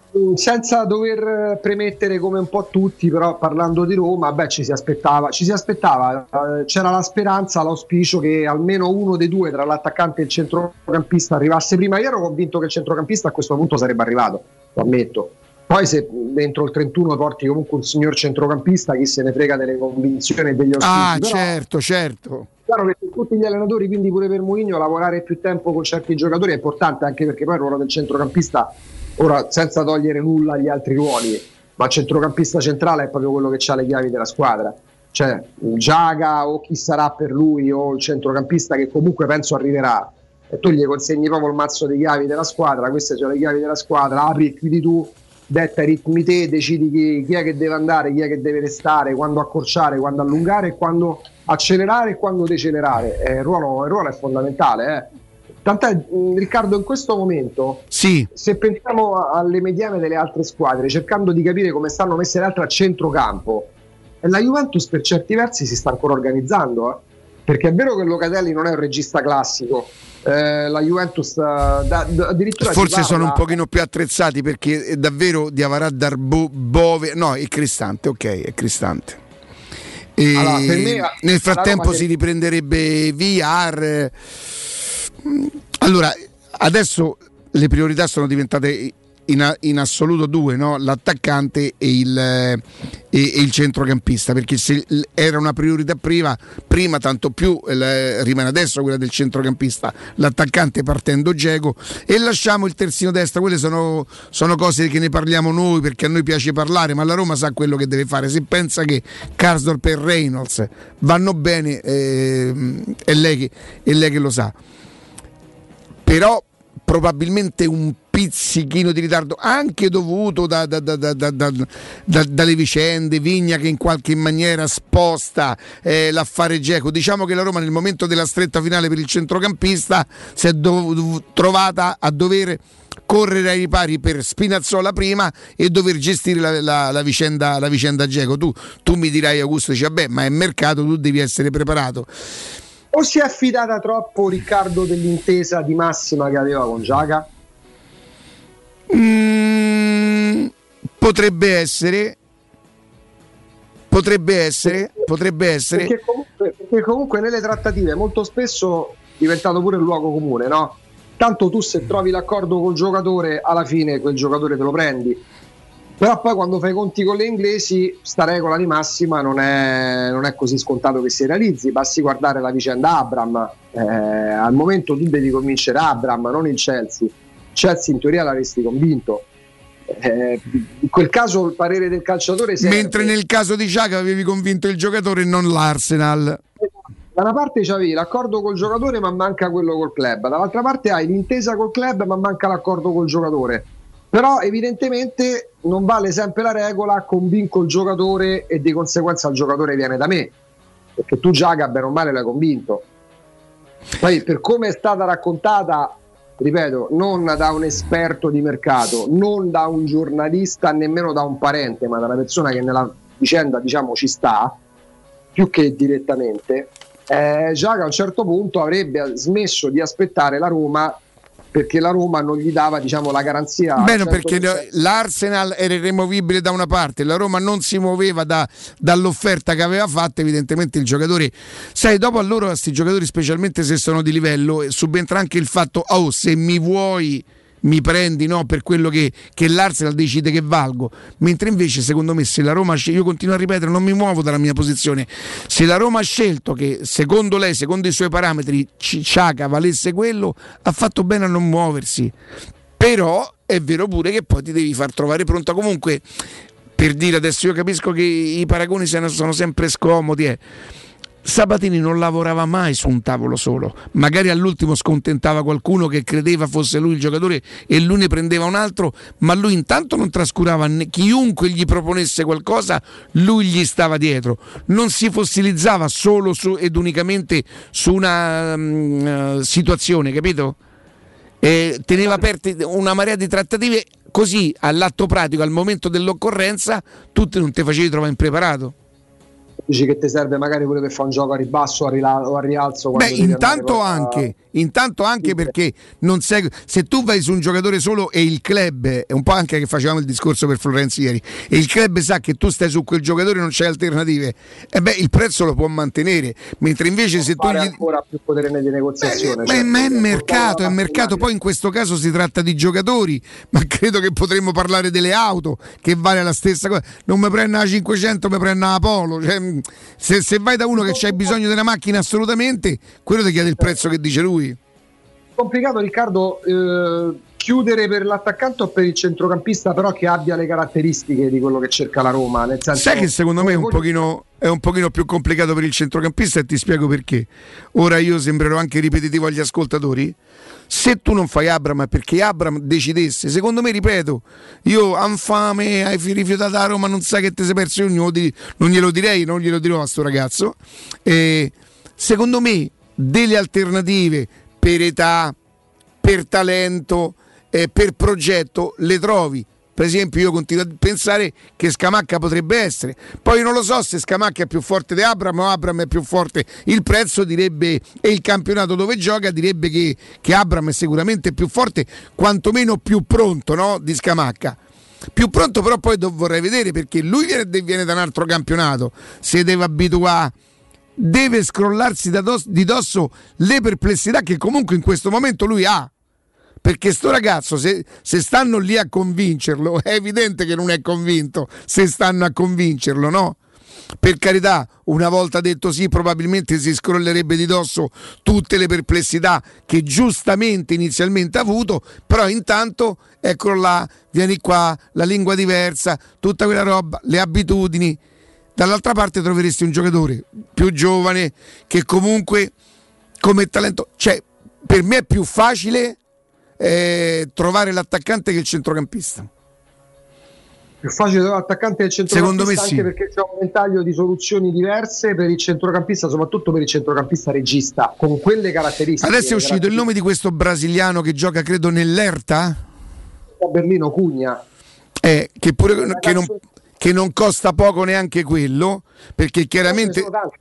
Senza dover premettere come un po' tutti, però parlando di Roma, beh, ci si aspettava, ci si aspettava, eh, c'era la speranza, l'auspicio che almeno uno dei due, tra l'attaccante e il centrocampista, arrivasse prima. Io ero convinto che il centrocampista a questo punto sarebbe arrivato, lo ammetto. Poi se dentro il trentuno porti comunque un signor centrocampista, chi se ne frega delle convinzioni e degli auspici. Ah, però, certo, certo. Chiaro che per tutti gli allenatori, quindi pure per Mourinho, lavorare più tempo con certi giocatori è importante, anche perché poi il ruolo del centrocampista, ora senza togliere nulla agli altri ruoli, ma il centrocampista centrale è proprio quello che ha le chiavi della squadra, cioè Giaga o chi sarà per lui, o il centrocampista che comunque penso arriverà, e tu gli consegni proprio il mazzo di chiavi della squadra, queste sono le chiavi della squadra, apri e chiudi tu, detta i ritmi te, decidi chi, chi è che deve andare, chi è che deve restare, quando accorciare, quando allungare, quando accelerare e quando decelerare. Eh, il, ruolo, il ruolo è fondamentale, eh. Tant'è, Riccardo, in questo momento, sì, se pensiamo alle mediane delle altre squadre, cercando di capire come stanno messe le altre a centrocampo, la Juventus per certi versi si sta ancora organizzando, eh? Perché è vero che Locatelli non è un regista classico, eh, la Juventus uh, da, da, addirittura forse sono un pochino più attrezzati, perché è davvero Diavarà, Darboe, Bove, no, è Cristante, ok, è Cristante. E allora, per me, nel frattempo si riprenderebbe Villar. allora adesso le priorità sono diventate in, in assoluto due, no? L'attaccante e il, e, e il centrocampista, perché se era una priorità prima, prima tanto più eh, rimane adesso quella del centrocampista, l'attaccante partendo Dzeko, e lasciamo il terzino destra. Quelle sono, sono cose che ne parliamo noi perché a noi piace parlare, ma la Roma sa quello che deve fare. Se pensa che Karsdorp e Reynolds vanno bene, eh, è, lei che, è lei che lo sa, però probabilmente un pizzichino di ritardo anche dovuto da, da, da, da, da, da, da, dalle vicende, Vigna che in qualche maniera sposta eh, l'affare Dzeko. Diciamo che la Roma nel momento della stretta finale per il centrocampista si è dov- trovata a dover correre ai ripari per Spinazzola prima e dover gestire la, la, la vicenda la vicenda Dzeko. Tu, tu mi dirai, Augusto, dici vabbè, ma è mercato, tu devi essere preparato. O si è affidata troppo Riccardo dell'intesa di massima che aveva con Giaga? Mm, potrebbe essere, potrebbe essere, potrebbe essere. Perché comunque, perché comunque nelle trattative molto spesso è diventato pure il luogo comune, no? Tanto tu se trovi l'accordo col giocatore, alla fine quel giocatore te lo prendi. Però poi quando fai i conti con le inglesi, sta regola di massima non è, non è così scontato che si realizzi. Basti guardare la vicenda Abraham, eh, al momento tu devi convincere Abraham, non il Chelsea. Chelsea in teoria l'avresti convinto, eh, in quel caso il parere del calciatore serve. Mentre nel caso di Xhaka avevi convinto il giocatore e non l'Arsenal. Da una parte c'avevi l'accordo col giocatore ma manca quello col club, dall'altra parte hai l'intesa col club ma manca l'accordo col giocatore. Però evidentemente non vale sempre la regola convinco il giocatore e di conseguenza il giocatore viene da me, perché tu Xhaka bene o male l'hai convinto. Poi per come è stata raccontata, ripeto, non da un esperto di mercato, non da un giornalista, nemmeno da un parente, ma da una persona che nella vicenda, diciamo, ci sta più che direttamente, eh, Xhaka a un certo punto avrebbe smesso di aspettare la Roma perché la Roma non gli dava, diciamo, la garanzia. Bene, perché l'Arsenal era irremovibile da una parte, la Roma non si muoveva da, dall'offerta che aveva fatto. Evidentemente il giocatore, sai, dopo allora questi giocatori, specialmente se sono di livello, subentra anche il fatto, oh, se mi vuoi mi prendi, no, per quello che, che l'Arsenal decide che valgo. Mentre invece secondo me se la Roma, io continuo a ripetere, non mi muovo dalla mia posizione, se la Roma ha scelto che secondo lei, secondo i suoi parametri, Xhaka valesse quello, ha fatto bene a non muoversi. Però è vero pure che poi ti devi far trovare pronta. Comunque, per dire, adesso io capisco che i paragoni sono sempre scomodi, eh. Sabatini non lavorava mai su un tavolo solo, magari all'ultimo scontentava qualcuno che credeva fosse lui il giocatore e lui ne prendeva un altro, ma lui intanto non trascurava né, chiunque gli proponesse qualcosa, lui gli stava dietro, non si fossilizzava solo su, ed unicamente su una um, situazione, capito? E teneva aperte una marea di trattative, così all'atto pratico, al momento dell'occorrenza, tu non ti facevi trovare impreparato. Dici che ti serve magari pure per fare un gioco a ribasso o a, rila- o a rialzo? Beh, intanto anche, intanto anche perché non sei, se tu vai su un giocatore solo e il club, è un po' anche che facevamo il discorso per Florenzi ieri, e il club sa che tu stai su quel giocatore e non c'è alternative, e beh, il prezzo lo può mantenere, mentre invece se tu gli... ancora più potere di negoziazione. Beh, certo, ma è mercato, è mercato, poi in questo caso si tratta di giocatori, ma credo che potremmo parlare delle auto, che vale la stessa cosa, non mi prenda la cinquecento, mi prenda la Polo, cioè, Se, se vai da uno che c'hai bisogno della macchina assolutamente, quello ti chiede il prezzo che dice lui. Complicato, Riccardo, eh, chiudere per l'attaccante o per il centrocampista però che abbia le caratteristiche di quello che cerca la Roma, nel senso, sai che secondo me è un pochino, è un pochino più complicato per il centrocampista, e ti spiego perché. Ora io sembrerò anche ripetitivo agli ascoltatori. Se tu non fai Abraham è perché Abraham decidesse, secondo me, ripeto, io anfame, hai rifiutato la Roma, non sai che ti sei perso, io non glielo direi, non glielo dirò a sto ragazzo. E secondo me delle alternative per età, per talento, eh, per progetto le trovi. Per esempio io continuo a pensare che Scamacca potrebbe essere, poi non lo so se Scamacca è più forte di Abraham o Abraham è più forte, il prezzo direbbe, e il campionato dove gioca direbbe che, che Abraham è sicuramente più forte, quantomeno più pronto, no, di Scamacca. Più pronto però poi vorrei vedere, perché lui viene, viene da un altro campionato, si deve abituare deve scrollarsi da dos- di dosso le perplessità che comunque in questo momento lui ha. Perché sto ragazzo, se, se stanno lì a convincerlo, è evidente che non è convinto se stanno a convincerlo, no? Per carità, una volta detto sì, probabilmente si scrollerebbe di dosso tutte le perplessità che giustamente inizialmente ha avuto, però intanto, eccolo là, vieni qua, la lingua diversa, tutta quella roba, le abitudini. Dall'altra parte troveresti un giocatore più giovane che comunque come talento, cioè per me è più facile eh, trovare l'attaccante che il centrocampista. Più facile trovare l'attaccante del centrocampista, secondo me anche sì, perché c'è un ventaglio di soluzioni diverse per il centrocampista, soprattutto per il centrocampista regista, con quelle caratteristiche. Adesso è uscito il nome di questo brasiliano che gioca credo nell'Erta a Berlino, Cugna, eh, che pure che non, che non costa poco neanche quello, perché chiaramente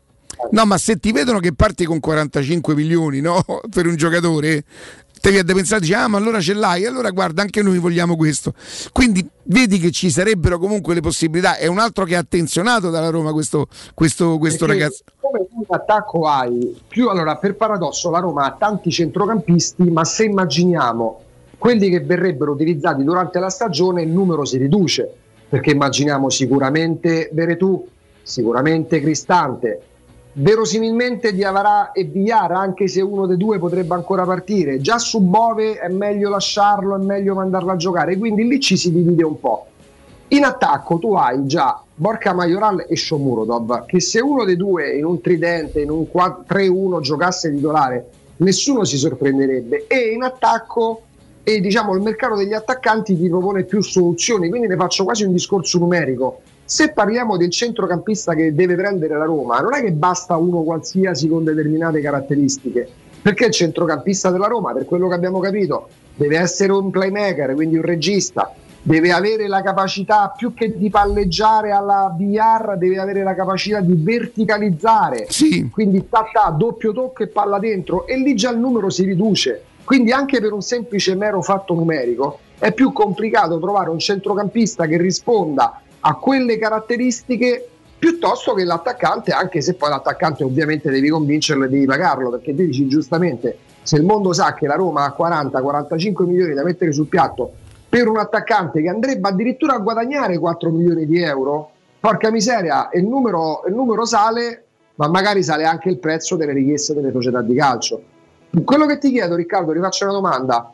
no, ma se ti vedono che parti con quarantacinque milioni, no, per un giocatore, te vi pensare, dici, ah ma allora ce l'hai, allora guarda anche noi vogliamo questo, quindi vedi che ci sarebbero comunque le possibilità. È un altro che è attenzionato dalla Roma questo, questo, questo ragazzo. Come un attacco hai più, allora per paradosso la Roma ha tanti centrocampisti, ma se immaginiamo quelli che verrebbero utilizzati durante la stagione il numero si riduce, perché immaginiamo sicuramente Veretù, sicuramente Cristante, verosimilmente Diawara e Villar, anche se uno dei due potrebbe ancora partire. Già su Bove è meglio lasciarlo, è meglio mandarlo a giocare, quindi lì ci si divide un po'. In attacco tu hai già Borja Mayoral e Shomurodov, che se uno dei due in un tridente, in un tre uno giocasse titolare, nessuno si sorprenderebbe. E in attacco, e diciamo il mercato degli attaccanti ti propone più soluzioni, quindi ne faccio quasi un discorso numerico. Se parliamo del centrocampista che deve prendere la Roma, non è che basta uno qualsiasi con determinate caratteristiche, perché il centrocampista della Roma, per quello che abbiamo capito, deve essere un playmaker, quindi un regista, deve avere la capacità più che di palleggiare alla V R, deve avere la capacità di verticalizzare, sì. Quindi tatta, doppio tocco e palla dentro, e lì già il numero si riduce, quindi anche per un semplice mero fatto numerico è più complicato trovare un centrocampista che risponda a quelle caratteristiche piuttosto che l'attaccante, anche se poi l'attaccante ovviamente devi convincerlo e devi pagarlo, perché ti dici giustamente, se il mondo sa che la Roma ha quaranta quarantacinque milioni da mettere sul piatto per un attaccante che andrebbe addirittura a guadagnare quattro milioni di euro, porca miseria, il numero, il numero sale, ma magari sale anche il prezzo delle richieste delle società di calcio. Quello che ti chiedo, Riccardo, ti faccio una domanda.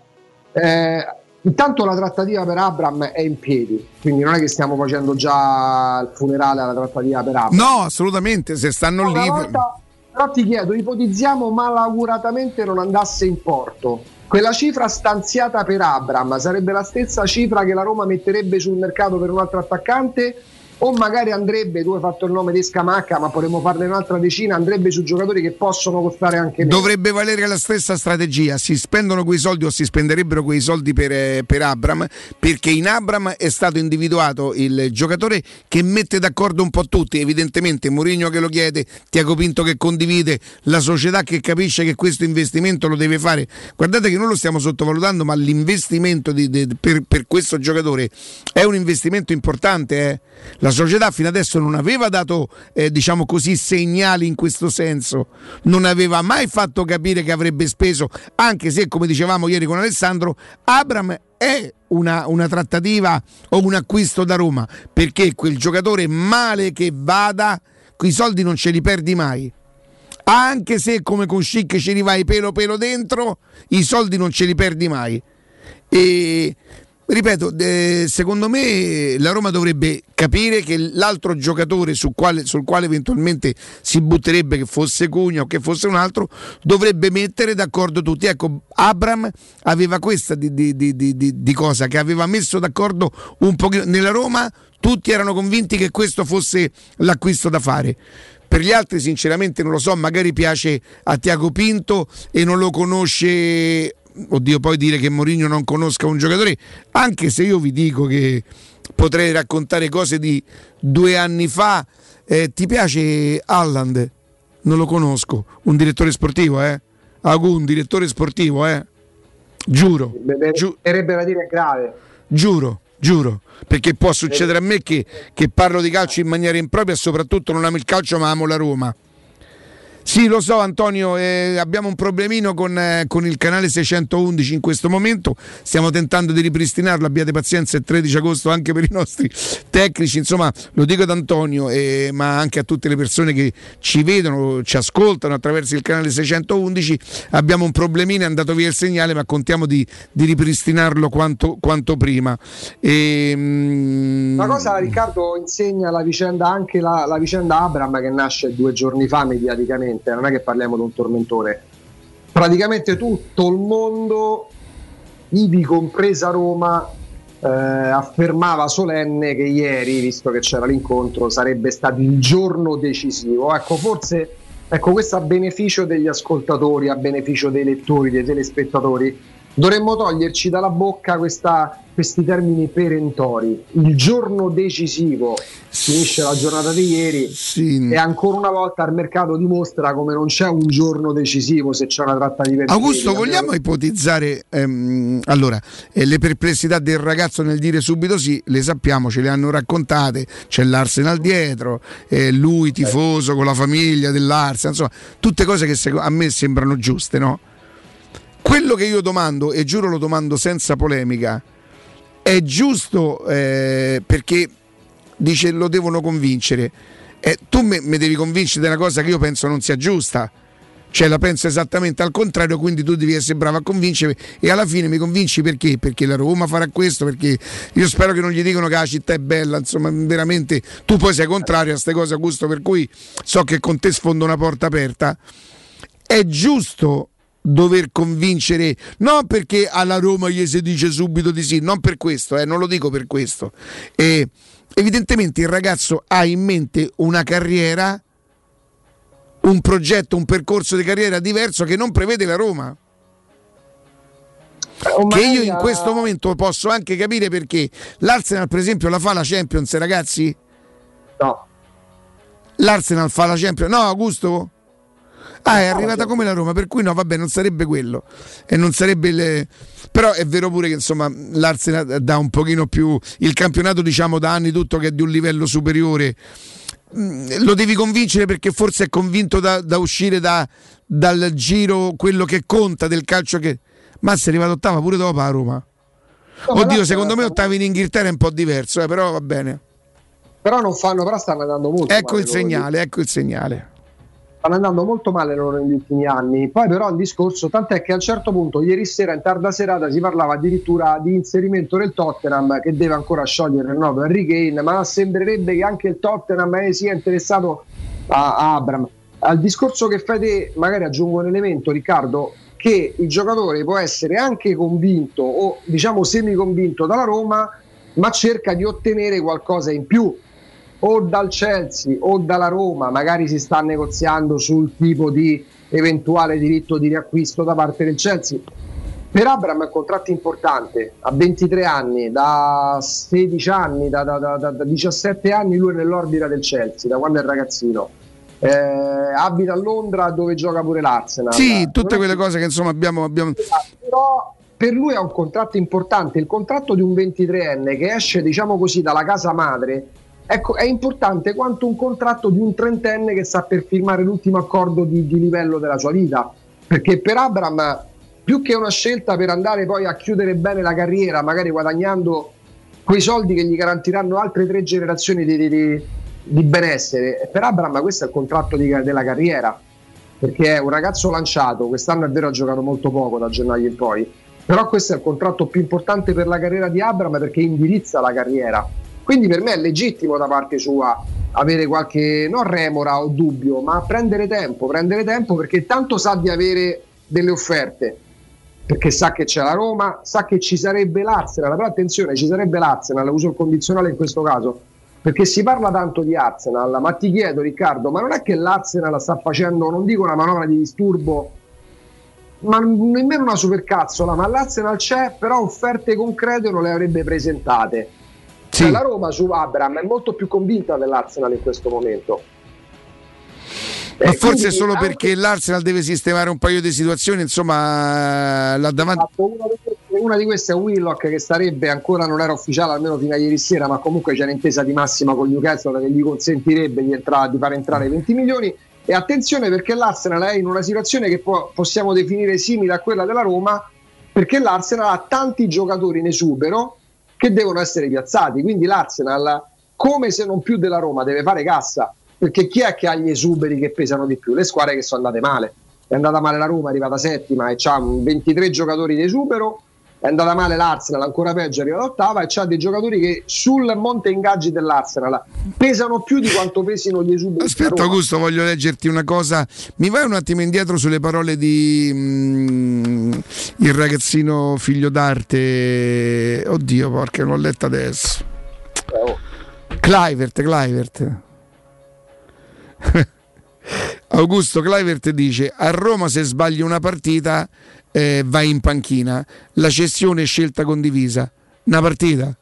Eh, Intanto la trattativa per Abraham è in piedi, quindi non è che stiamo facendo già il funerale alla trattativa per Abraham. No, assolutamente, se stanno una lì. Volta, però ti chiedo, ipotizziamo malauguratamente non andasse in porto. Quella cifra stanziata per Abraham sarebbe la stessa cifra che la Roma metterebbe sul mercato per un altro attaccante? O magari andrebbe, tu hai fatto il nome di Scamacca, ma potremmo farne un'altra decina, andrebbe su giocatori che possono costare anche meno. Dovrebbe valere la stessa strategia, si spendono quei soldi o si spenderebbero quei soldi per, per Abraham, perché in Abraham è stato individuato il giocatore che mette d'accordo un po' tutti, evidentemente Mourinho che lo chiede, Tiago Pinto che condivide, la società che capisce che questo investimento lo deve fare. Guardate che non lo stiamo sottovalutando, ma l'investimento di, di, per, per questo giocatore è un investimento importante, eh. La società fino adesso non aveva dato eh, diciamo così segnali in questo senso, non aveva mai fatto capire che avrebbe speso, anche se come dicevamo ieri con Alessandro, Abraham è una, una trattativa o un acquisto da Roma, perché quel giocatore male che vada quei soldi non ce li perdi mai, anche se come con Schick ci rivai pelo pelo dentro, i soldi non ce li perdi mai. E ripeto, eh, secondo me la Roma dovrebbe capire che l'altro giocatore sul quale, sul quale eventualmente si butterebbe, che fosse Cugna o che fosse un altro, dovrebbe mettere d'accordo tutti. Ecco, Abraham aveva questa di, di, di, di, di cosa, che aveva messo d'accordo un pochino. Nella Roma tutti erano convinti che questo fosse l'acquisto da fare. Per gli altri sinceramente non lo so, magari piace a Tiago Pinto e non lo conosce. Oddio, poi dire che Mourinho non conosca un giocatore, anche se io vi dico che potrei raccontare cose di due anni fa. Eh, ti piace Haaland? Non lo conosco, un direttore sportivo, eh? Agu, un direttore sportivo, eh? Giuro, giu- sarebbe da dire grave. Giuro, giuro, perché può succedere a me che, che parlo di calcio in maniera impropria e soprattutto non amo il calcio ma amo la Roma. Sì, lo so Antonio, eh, abbiamo un problemino con, eh, con il canale seicentoundici in questo momento, stiamo tentando di ripristinarlo, abbiate pazienza, il tredici agosto anche per i nostri tecnici, insomma lo dico ad Antonio, eh, ma anche a tutte le persone che ci vedono, ci ascoltano attraverso il canale seicentoundici, abbiamo un problemino, è andato via il segnale, ma contiamo di, di ripristinarlo quanto, quanto prima. E, mm... Una cosa, Riccardo, insegna la vicenda, anche la, la vicenda Abram, che nasce due giorni fa mediaticamente, non è che parliamo di un tormentore, praticamente tutto il mondo, ivi compresa Roma, eh, affermava solenne che ieri, visto che c'era l'incontro, sarebbe stato il giorno decisivo. Ecco, forse ecco, questo a beneficio degli ascoltatori, a beneficio dei lettori, dei telespettatori, dovremmo toglierci dalla bocca questa, questi termini perentori. Il giorno decisivo, finisce la giornata di ieri, sì. E ancora una volta il mercato dimostra come non c'è un giorno decisivo se c'è una trattativa. Augusto, vogliamo abbiamo... ipotizzare ehm, allora eh, le perplessità del ragazzo nel dire subito sì, le sappiamo, ce le hanno raccontate, c'è l'Arsenal dietro, eh, lui tifoso con la famiglia dell'Arsenal, insomma tutte cose che a me sembrano giuste, no? Quello che io domando, e giuro lo domando senza polemica, è giusto eh, perché dice lo devono convincere, eh, tu mi devi convincere di una cosa che io penso non sia giusta, cioè la penso esattamente al contrario, quindi tu devi essere bravo a convincere e alla fine mi convinci perché? Perché la Roma farà questo, perché io spero che non gli dicono che la città è bella, insomma veramente tu poi sei contrario a queste cose, Augusto, per cui so che con te sfondo una porta aperta. È giusto dover convincere, non perché alla Roma gli si dice subito di sì, non per questo, eh, non lo dico per questo, eh, evidentemente il ragazzo ha in mente una carriera, un progetto, un percorso di carriera diverso che non prevede la Roma, oh, che io in questo momento posso anche capire, perché l'Arsenal per esempio la fa la Champions, ragazzi? No. L'Arsenal fa la Champions? No, Augusto? Ah, è arrivata come la Roma, per cui no, vabbè, non sarebbe quello e non sarebbe il... però è vero pure che insomma l'Arsenal dà un pochino più il campionato, diciamo da anni tutto che è di un livello superiore, lo devi convincere perché forse è convinto da, da uscire da, dal giro quello che conta del calcio, che ma sei arrivato ottava pure dopo a Roma. Oddio, secondo me ottavi in Inghilterra è un po' diverso, eh, però va bene, però non fanno, però stanno andando molto ecco male, il segnale, ecco il segnale stanno andando molto male loro negli ultimi anni. Poi però il discorso, tant'è che a un certo punto ieri sera in tarda serata si parlava addirittura di inserimento del Tottenham, che deve ancora sciogliere il nodo Harry Kane, ma sembrerebbe che anche il Tottenham sia interessato a, a Abram. Al discorso che fai te magari aggiungo un elemento, Riccardo, che il giocatore può essere anche convinto o diciamo semiconvinto dalla Roma, ma cerca di ottenere qualcosa in più o dal Chelsea o dalla Roma, magari si sta negoziando sul tipo di eventuale diritto di riacquisto da parte del Chelsea. Per Abram è un contratto importante, a ventitré anni, da sedici anni, da, da, da, da diciassette anni lui è nell'orbita del Chelsea, da quando è ragazzino. Eh, abita a Londra dove gioca pure l'Arsenal. Sì, tutte quelle cose che insomma abbiamo... abbiamo... Però per lui è un contratto importante, il contratto di un ventitreenne che esce, diciamo così, dalla casa madre. Ecco, è importante quanto un contratto di un trentenne che sta per firmare l'ultimo accordo di, di livello della sua vita, perché per Abram, più che una scelta per andare poi a chiudere bene la carriera, magari guadagnando quei soldi che gli garantiranno altre tre generazioni di, di, di benessere, per Abram questo è il contratto di, della carriera, perché è un ragazzo lanciato, quest'anno è vero ha giocato molto poco da gennaio in poi, però questo è il contratto più importante per la carriera di Abram, perché indirizza la carriera. Quindi per me è legittimo da parte sua avere qualche, non remora o dubbio, ma prendere tempo, prendere tempo perché tanto sa di avere delle offerte, perché sa che c'è la Roma, sa che ci sarebbe l'Arsenal, però attenzione, ci sarebbe l'Arsenal, uso il condizionale in questo caso, perché si parla tanto di Arsenal, ma ti chiedo Riccardo, ma non è che l'Arsenal sta facendo, non dico una manovra di disturbo, ma nemmeno una supercazzola, ma l'Arsenal c'è, però offerte concrete non le avrebbe presentate. Sì. La Roma su Abram è molto più convinta dell'Arsenal in questo momento, ma e forse è solo anche... perché l'Arsenal deve sistemare un paio di situazioni, insomma là davanti. Una di, queste, una di queste è Willock, che starebbe, ancora non era ufficiale almeno fino a ieri sera, ma comunque c'è l'intesa di massima con Newcastle che gli consentirebbe di, entrare, di far entrare venti milioni, E attenzione, perché l'Arsenal è in una situazione che po- possiamo definire simile a quella della Roma, perché l'Arsenal ha tanti giocatori in esubero che devono essere piazzati, quindi l'Arsenal, come se non più della Roma, deve fare cassa, perché chi è che ha gli esuberi che pesano di più? Le squadre che sono andate male. È andata male la Roma, è arrivata settima e ha ventitré giocatori di esubero. È andata male l'Arsenal, ancora peggio, è arrivata ottava e c'ha dei giocatori che sul monte ingaggi dell'Arsenal pesano più di quanto pesino gli esuberi. Aspetta Augusto, voglio leggerti una cosa. Mi vai un attimo indietro sulle parole di mm, il ragazzino figlio d'arte. Oddio, porca, l'ho letta adesso. Eh, oh. Kluivert, Kluivert. Augusto Kluivert dice: a Roma se sbagli una partita eh, vai in panchina, la cessione è scelta condivisa. Una partita?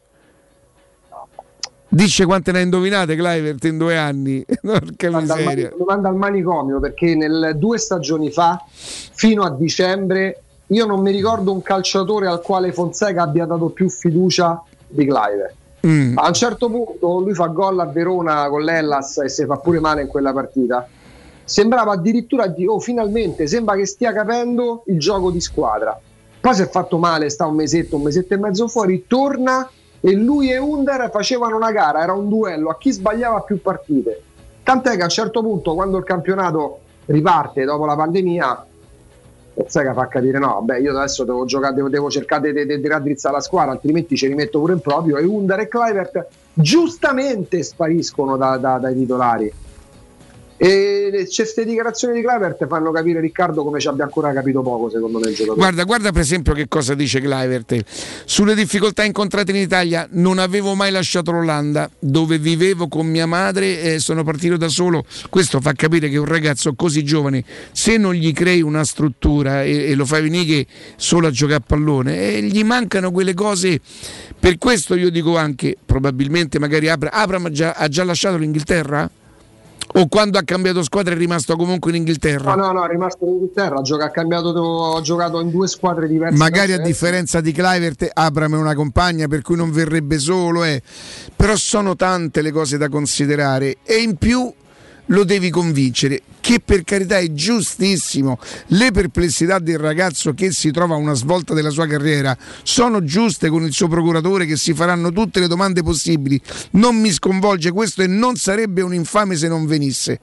Dice quante ne ha indovinate Kluivert in due anni? Porca miseria. Mi manda al manicomio, perché nel due stagioni fa fino a dicembre io non mi ricordo un calciatore al quale Fonseca abbia dato più fiducia di Kluivert. Mm. A un certo punto lui fa gol a Verona con l'Hellas e si fa pure male in quella partita. Sembrava addirittura di oh, finalmente sembra che stia capendo il gioco di squadra. Poi si è fatto male, sta un mesetto, un mesetto e mezzo fuori, torna e lui e Under facevano una gara, era un duello a chi sbagliava più partite. Tant'è che a un certo punto, quando il campionato riparte dopo la pandemia, Fonseca fa capire: no, beh, io adesso devo giocare, devo, devo cercare di, di, di raddrizzare la squadra, altrimenti ci rimetto pure in proprio. E Under e Kluivert giustamente spariscono da, da, dai titolari. E queste dichiarazioni di Kluivert fanno capire, Riccardo, come ci abbia ancora capito poco, secondo me, il giocatore. Guarda, guarda per esempio che cosa dice Kluivert: sulle difficoltà incontrate in Italia, non avevo mai lasciato l'Olanda, dove vivevo con mia madre e sono partito da solo. Questo fa capire che un ragazzo così giovane, se non gli crei una struttura e, e lo fai venire solo a giocare a pallone, e gli mancano quelle cose. Per questo io dico anche, probabilmente magari Abram, Abram ha, già, ha già lasciato l'Inghilterra? O quando ha cambiato squadra è rimasto comunque in Inghilterra? No, no, no, è rimasto in Inghilterra, ha giocato, ha cambiato, ha giocato in due squadre diverse. Magari a differenza di Kluivert, Abram è una compagna, per cui non verrebbe solo, eh. Però sono tante le cose da considerare e in più lo devi convincere, che per carità è giustissimo. Le perplessità del ragazzo che si trova a una svolta della sua carriera sono giuste con il suo procuratore, che si faranno tutte le domande possibili. Non mi sconvolge questo e non sarebbe un infame se non venisse.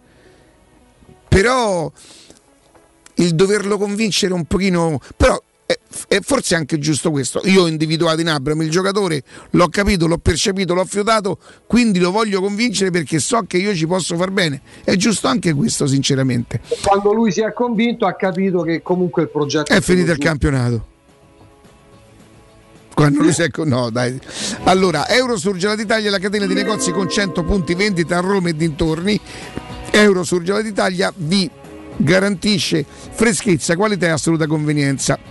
Però il doverlo convincere un pochino, però e forse è anche giusto questo. Io ho individuato in Abram il giocatore, l'ho capito, l'ho percepito, l'ho fiutato, quindi lo voglio convincere perché so che io ci posso far bene. È giusto anche questo, sinceramente. Quando lui si è convinto, ha capito che comunque il progetto è, è finito il campionato. Quando lui si è con... no, dai. Allora, Eurosurgelati Italia è la catena di negozi con cento punti vendita a Roma e dintorni. Eurosurgelati Italia vi garantisce freschezza, qualità e assoluta convenienza.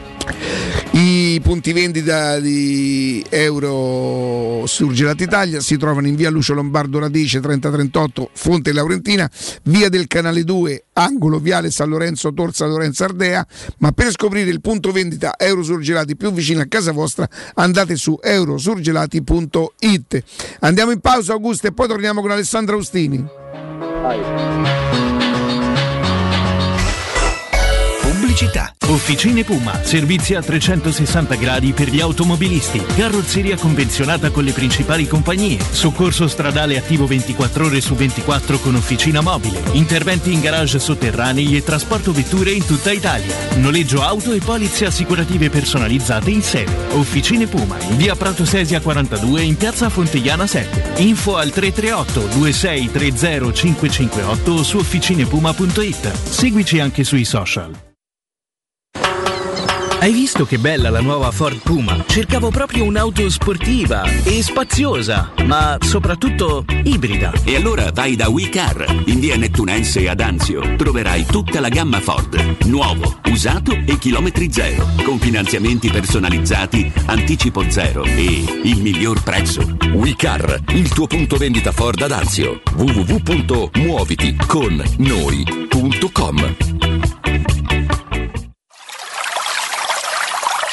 I punti vendita di Eurosurgelati Italia si trovano in via Lucio Lombardo Radice trenta trentotto Fonte Laurentina, via del Canale due angolo viale San Lorenzo Tor San Lorenzo Ardea. Ma per scoprire il punto vendita Eurosurgelati più vicino a casa vostra andate su eurosurgelati punto it. Andiamo in pausa, Augusto, e poi torniamo con Alessandro Austini. Vai. Pubblicità. Officine Puma, servizi a trecentosessanta gradi per gli automobilisti, carrozzeria convenzionata con le principali compagnie, soccorso stradale attivo ventiquattro ore su ventiquattro con officina mobile, interventi in garage sotterranei e trasporto vetture in tutta Italia, noleggio auto e polizze assicurative personalizzate in sede. Officine Puma, in via Prato Sesia quarantadue in piazza Fontegliana sette. Info al tre tre otto due sei tre zero cinque cinque otto o su officinepuma punto it. Seguici anche sui social. Hai visto che bella la nuova Ford Puma? Cercavo proprio un'auto sportiva e spaziosa, ma soprattutto ibrida. E allora vai da WeCar, in via Nettunense ad Anzio. Troverai tutta la gamma Ford, nuovo, usato e chilometri zero, con finanziamenti personalizzati, anticipo zero e il miglior prezzo. WeCar, il tuo punto vendita Ford ad Anzio. w w w punto muoviti con noi punto com.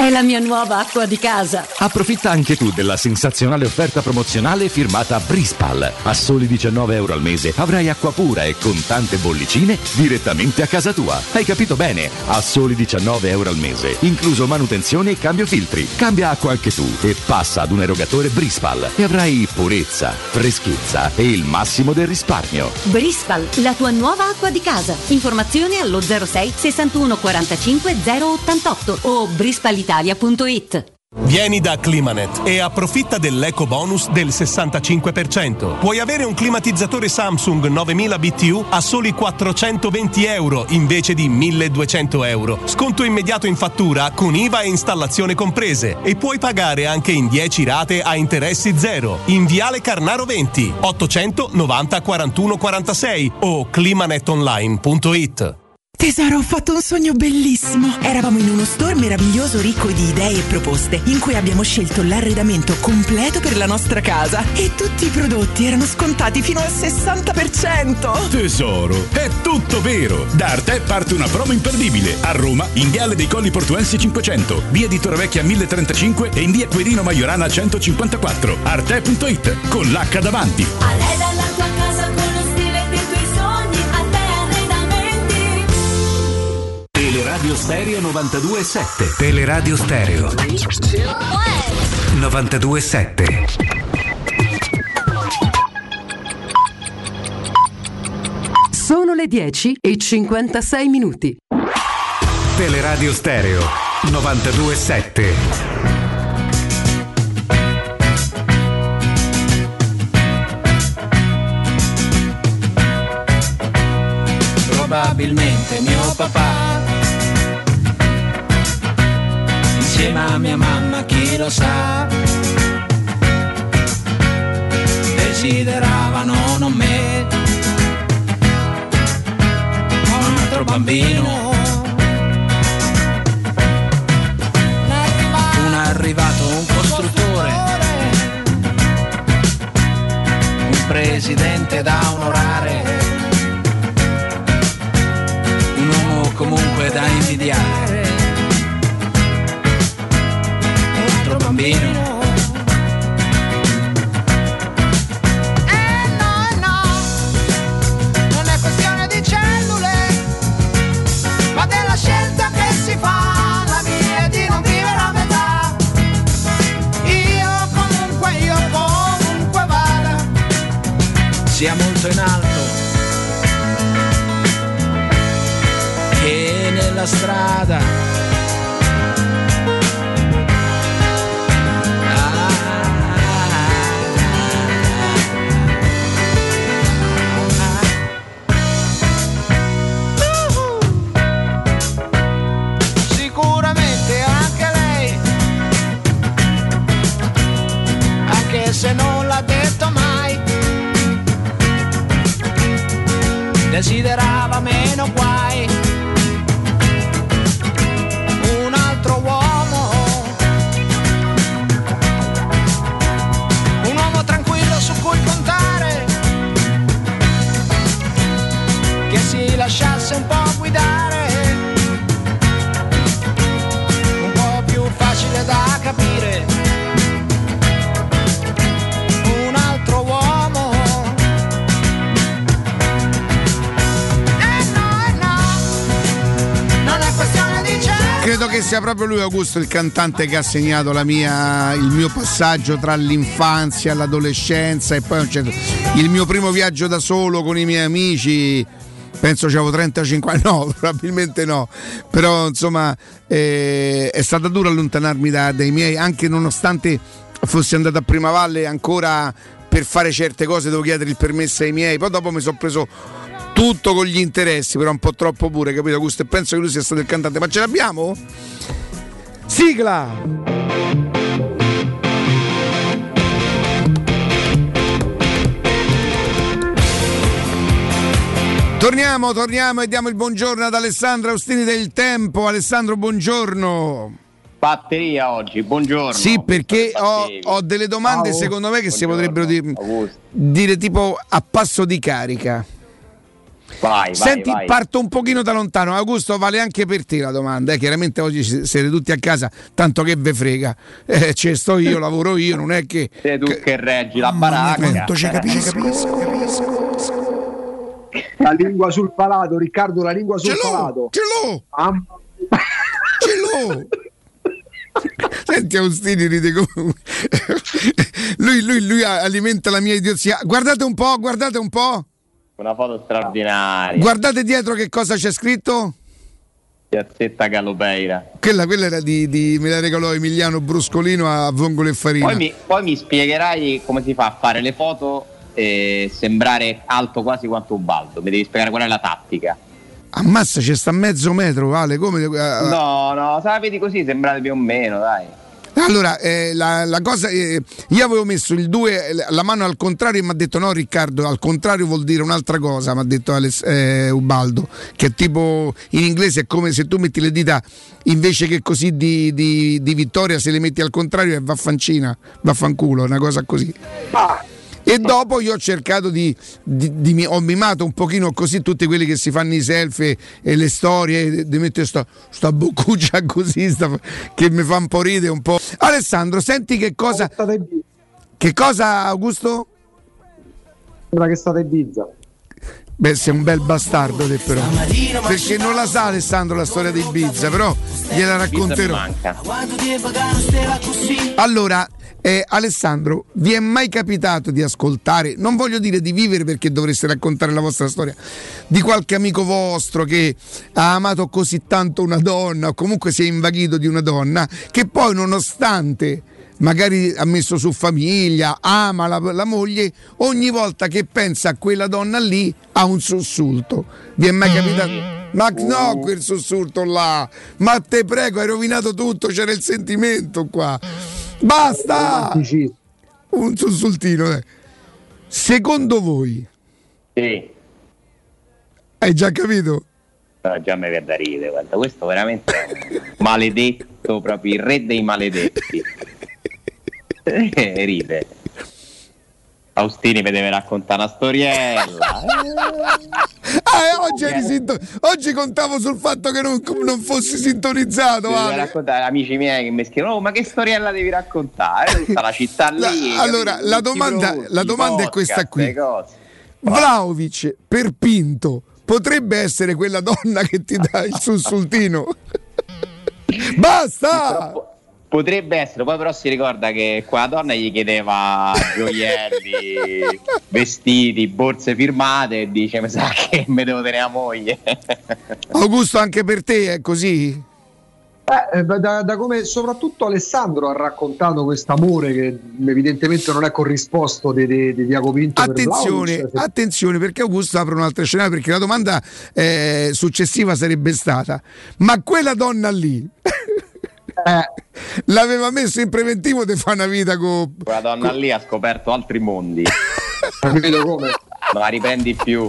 È la mia nuova acqua di casa. Approfitta anche tu della sensazionale offerta promozionale firmata Brispal. A soli diciannove euro al mese avrai acqua pura e con tante bollicine direttamente a casa tua. Hai capito bene? A soli diciannove euro al mese, incluso manutenzione e cambio filtri. Cambia acqua anche tu e passa ad un erogatore Brispal e avrai purezza, freschezza e il massimo del risparmio. Brispal, la tua nuova acqua di casa. Informazioni allo zero sei sessantuno quarantacinque zero ottantotto o brispalitalia punto it. Vieni da Climanet e approfitta dell'eco bonus del sessantacinque per cento. Puoi avere un climatizzatore Samsung novemila B T U a soli quattrocentoventi euro invece di milleduecento euro. Sconto immediato in fattura con I V A e installazione comprese. E puoi pagare anche in dieci rate a interessi zero. In Viale Carnaro venti, ottocentonovanta quarantuno quarantasei o climanetonline punto it. Tesoro, ho fatto un sogno bellissimo. Eravamo in uno store meraviglioso ricco di idee e proposte, in cui abbiamo scelto l'arredamento completo per la nostra casa e tutti i prodotti erano scontati fino al sessanta per cento. Tesoro, è tutto vero. Da Arte parte una promo imperdibile. A Roma, in Viale dei Colli Portuensi cinquecento, via di Torrevecchia mille trentacinque e in via Quirino Maiorana centocinquantaquattro. Arte punto it, con l'H davanti. Arreda la tua casa con lo stile dei tuoi sogni. Arte Arredamenti. Teleradio Stereo novantadue virgola sette. Teleradio Stereo novantadue virgola sette. Sono le dieci e cinquantasei minuti. Teleradio Stereo novantadue virgola sette. Probabilmente mio papà insieme a mia mamma, chi lo sa, desideravano non me ma un altro bambino. Un arrivato, un costruttore, un presidente da onorare, un uomo comunque da invidiare, un altro bambino. Eh no, no, non è questione di cellule, ma della scelta che si fa. La mia è di non vivere a metà. Io comunque, io comunque vada, Sia molto in alto che nella strada. sicuramente anche lei, anche se non l'ha detto mai, Desiderava meno guai, un altro uomo, un uomo tranquillo su cui contare, che si lasciasse un po' guidare, un po' più facile da capire, un altro uomo. Eh no, eh no, non è questione di genere. Credo che sia proprio lui, Augusto, il cantante che ha segnato la mia, il mio passaggio tra l'infanzia e l'adolescenza e poi un certo, il mio primo viaggio da solo con i miei amici. Penso c'avevo trentacinque anni, no, probabilmente no, però insomma eh, è stata dura allontanarmi da, dai miei, anche nonostante fossi andato a Primavalle, ancora per fare certe cose devo chiedere il permesso ai miei, poi dopo mi sono preso tutto con gli interessi, però un po' troppo pure, capito Augusto? E penso che lui sia stato il cantante, ma ce l'abbiamo? Sigla! Torniamo, torniamo e diamo il buongiorno ad Alessandro Austini del Tempo. Alessandro, buongiorno. Batteria oggi, buongiorno. Sì, perché ho, ho delle domande Ciao. secondo me che Buongiorno. si potrebbero dire, dire tipo a passo di carica. Vai, Senti, vai, vai. parto un pochino da lontano. Augusto, vale anche per te la domanda. Eh? Chiaramente oggi siete tutti a casa, tanto che ve frega. Eh, ci sto io, lavoro io, non è che. Sei tu che, che reggi la baracca. Quanto ci capisco, capisco, capisco. La lingua sul palato, Riccardo, la lingua sul Ce l'ho, palato. Ce l'ho! Ah. Ce l'ho! Senti, Austini ride come lui, lui, lui alimenta la mia idiozia. Guardate un po', guardate un po'. Una foto straordinaria. Guardate dietro che cosa c'è scritto. Piazzetta Galopeira. Quella, quella era di, di me la regalò Emiliano Bruscolino a Vongole e Farina. Poi mi, poi mi spiegherai come si fa a fare le foto e sembrare alto quasi quanto Ubaldo. Mi devi spiegare qual è la tattica. Ammazza, c'è sta mezzo metro, Vale, come? Uh, no, no, se la vedi così sembrate più o meno, dai. Allora, eh, la, la cosa, eh, io avevo messo il due, la mano al contrario e mi ha detto no Riccardo, al contrario vuol dire un'altra cosa, mi ha detto Alex, eh, Ubaldo, che tipo in inglese è come se tu metti le dita invece che così di, di, di vittoria, se le metti al contrario è vaffancina, vaffanculo, una cosa così. Ah. E dopo io ho cercato di, di, di, ho mimato un pochino così tutti quelli che si fanno i selfie e le storie, di mettere sta, sta boccuccia così sta, che mi fa un po' ridere un po'. Alessandro, senti che cosa che cosa Augusto? Sembra che state in Ibiza. Beh, sei un bel bastardo te però, perché non la sa Alessandro la storia di Ibiza, però gliela racconterò. Allora, eh, Alessandro, vi è mai capitato di ascoltare, non voglio dire di vivere perché dovreste raccontare la vostra storia, di qualche amico vostro che ha amato così tanto una donna o comunque si è invaghito di una donna che poi nonostante magari ha messo su famiglia, ama la, la moglie, ogni volta che pensa a quella donna lì ha un sussulto? Vi è mai capitato? Ma no, quel sussulto là, ma te prego, hai rovinato tutto, c'era il sentimento qua, basta, un sussultino. eh. Secondo voi sì, hai già capito? No, già mi viene da ridere, guarda, questo veramente è un maledetto, proprio il re dei maledetti. E ride. Faustini mi deve raccontare una storiella. Ah, oggi, eri sinto- oggi contavo sul fatto che non, non fossi sintonizzato. Devi raccontare amici miei che mi scrivono: oh, ma che storiella devi raccontare? Tutta la città lì. La, allora, la domanda, produci, la domanda podcast, è questa qui. Vlahovic per Pinto potrebbe essere quella donna che ti dà il sussultino? Basta! Potrebbe essere, poi però si ricorda che quella donna gli chiedeva gioielli, vestiti, borse firmate e dice: mi sa che mi devo tenere a moglie. Augusto, anche per te è così? Eh, da, da come soprattutto Alessandro ha raccontato questo amore che evidentemente non è corrisposto di, di, di Diaco Pinto. Attenzione, per attenzione, perché Augusto apre un'altra scena, perché la domanda eh, successiva sarebbe stata: ma quella donna lì eh. l'aveva messo in preventivo di fare una vita con quella donna co- lì ha scoperto altri mondi. Capito come? Non la riprendi più.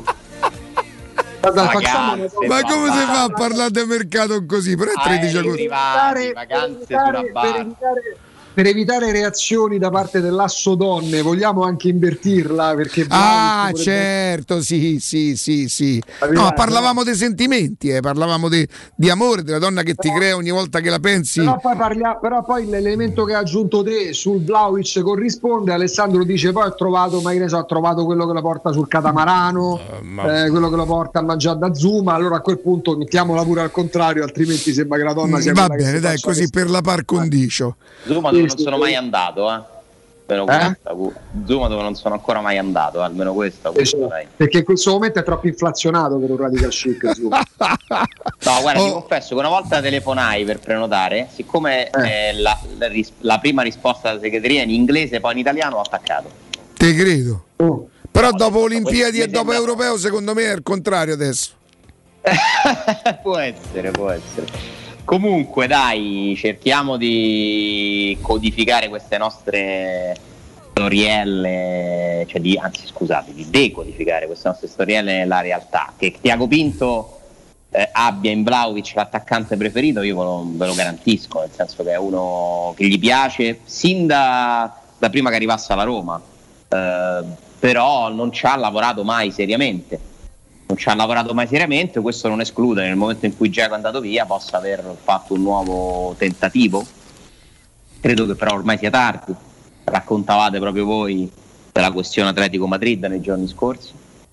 Vacanze, ma come si fa a parlare di mercato così? Però è tredici agosto. Privati, vacanze su una per barca. evitare, per evitare reazioni da parte dell'asso donne, vogliamo anche invertirla perché ah certo, sì sì sì sì no, parlavamo dei sentimenti, eh, parlavamo de, di amore, della donna che ti crea ogni volta che la pensi. Però poi, parlia, però poi l'elemento che ha aggiunto te sul Vlahovic corrisponde. Alessandro dice: poi ho trovato, ma che ne so, ho trovato quello che la porta sul catamarano, uh, ma... eh, quello che la porta a mangiare da Zuma. Allora a quel punto mettiamola pure al contrario, altrimenti sembra che la donna sia va quella bene, che dai, così che... per la par condicio. Zuma dove non sono mai andato, eh. Almeno Eh? questa, Zuma dove non sono ancora mai andato, almeno questo, questo perché in questo momento è troppo inflazionato per un radical chic. Zuma. No, guarda, oh. ti confesso che una volta telefonai per prenotare, siccome eh. Eh, la, la, la prima risposta della segreteria in inglese, poi in italiano ho attaccato. Te credo. Oh. Però no, dopo Olimpiadi e dopo sembra... Europeo, secondo me è il contrario adesso. Può essere, può essere. Comunque dai, cerchiamo di codificare queste nostre storielle, cioè di, anzi scusate, di decodificare queste nostre storielle nella realtà. Che Tiago Pinto eh, abbia in Vlahovic l'attaccante preferito, io ve lo, ve lo garantisco, nel senso che è uno che gli piace sin da, da prima che arrivasse alla Roma, eh, però non ci ha lavorato mai seriamente. non ci ha lavorato mai seriamente. Questo non esclude nel momento in cui Dzeko è andato via possa aver fatto un nuovo tentativo. Credo che però ormai sia tardi. Raccontavate proprio voi della questione Atletico Madrid nei giorni scorsi,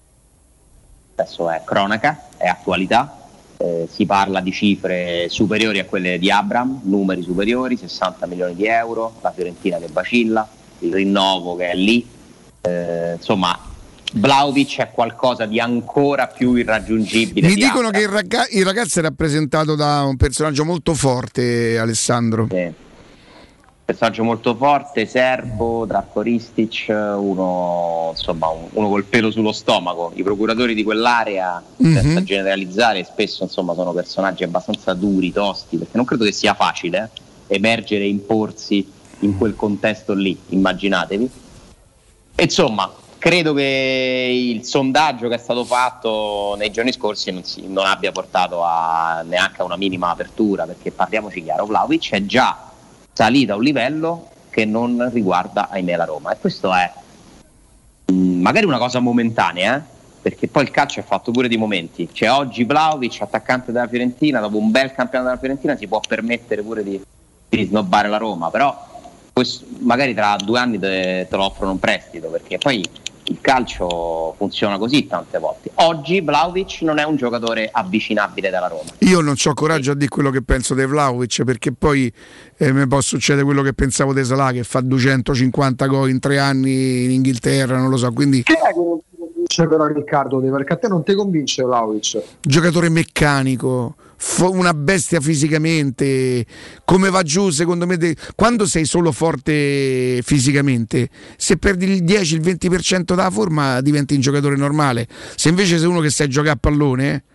adesso è cronaca, è attualità. Eh, si parla di cifre superiori a quelle di Abraham, numeri superiori, sessanta milioni di euro, la Fiorentina che vacilla, il rinnovo che è lì, eh, insomma Vlahovic è qualcosa di ancora più irraggiungibile. Mi di dicono Abraham. che il, ragaz- il ragazzo è rappresentato da un personaggio molto forte, Alessandro. Sì. Personaggio molto forte, serbo, Darko Ristic, uno insomma un, uno col pelo sullo stomaco. I procuratori di quell'area, mm-hmm. senza generalizzare, spesso insomma sono personaggi abbastanza duri, tosti, perché non credo che sia facile eh, emergere e imporsi in quel contesto lì, immaginatevi. E, insomma, credo che il sondaggio che è stato fatto nei giorni scorsi non, si, non abbia portato a neanche a una minima apertura, perché parliamoci chiaro, Vlahovic è già salita a un livello che non riguarda ahimè la Roma, e questo è mh, magari una cosa momentanea, eh? Perché poi il calcio è fatto pure di momenti. Cioè oggi Vlahovic, attaccante della Fiorentina, dopo un bel campionato della Fiorentina si può permettere pure di, di snobbare la Roma, però questo, magari tra due anni te, te lo offrono un prestito, perché poi il calcio funziona così tante volte. Oggi Vlahovic non è un giocatore avvicinabile dalla Roma. Io non ho coraggio a dire quello che penso di Vlahovic, perché poi eh, mi può succedere quello che pensavo di Salah, che fa duecentocinquanta gol in tre anni in Inghilterra, non lo so, quindi che è che non ti convince però Riccardo, perché a te non ti convince Vlahovic? Giocatore meccanico, una bestia fisicamente, come va giù secondo me de- quando sei solo forte fisicamente, se perdi il dieci il venti per cento della forma diventi un giocatore normale. Se invece sei uno che sai giocare a pallone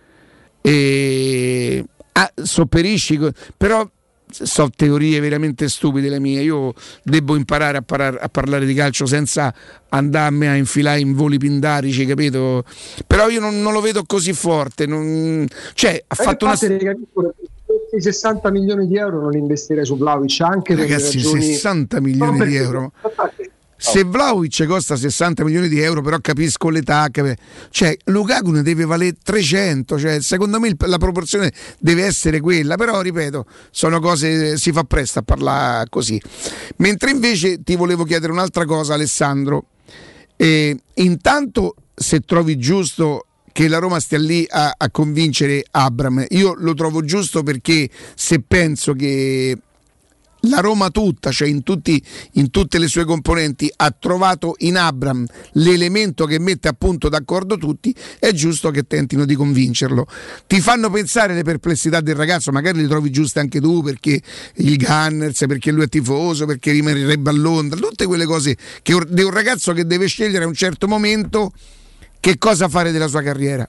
e ah, sopperisci, però so teorie veramente stupide le mie. Io devo imparare a, parar- a parlare di calcio senza andarmi a infilare in voli pindarici, capito? Però io non, non lo vedo così forte, non... cioè ha e fatto una questi sessanta milioni di euro non li investirei su Vlahovic, anche per ragazzi ragioni... sessanta milioni no, di euro. Se Vlahovic costa sessanta milioni di euro, però capisco l'età, cioè Lukaku ne deve valere trecento, cioè secondo me la proporzione deve essere quella, però ripeto, sono cose, si fa presto a parlare così. Mentre invece ti volevo chiedere un'altra cosa, Alessandro, eh, intanto se trovi giusto che la Roma stia lì a, a convincere Abraham, io lo trovo giusto, perché se penso che la Roma tutta, cioè in, tutti, in tutte le sue componenti, ha trovato in Abraham l'elemento che mette appunto d'accordo tutti, è giusto che tentino di convincerlo. Ti fanno pensare le perplessità del ragazzo, magari le trovi giuste anche tu, perché il Gunners, perché lui è tifoso, perché rimarrebbe a Londra, tutte quelle cose che di un ragazzo che deve scegliere a un certo momento che cosa fare della sua carriera.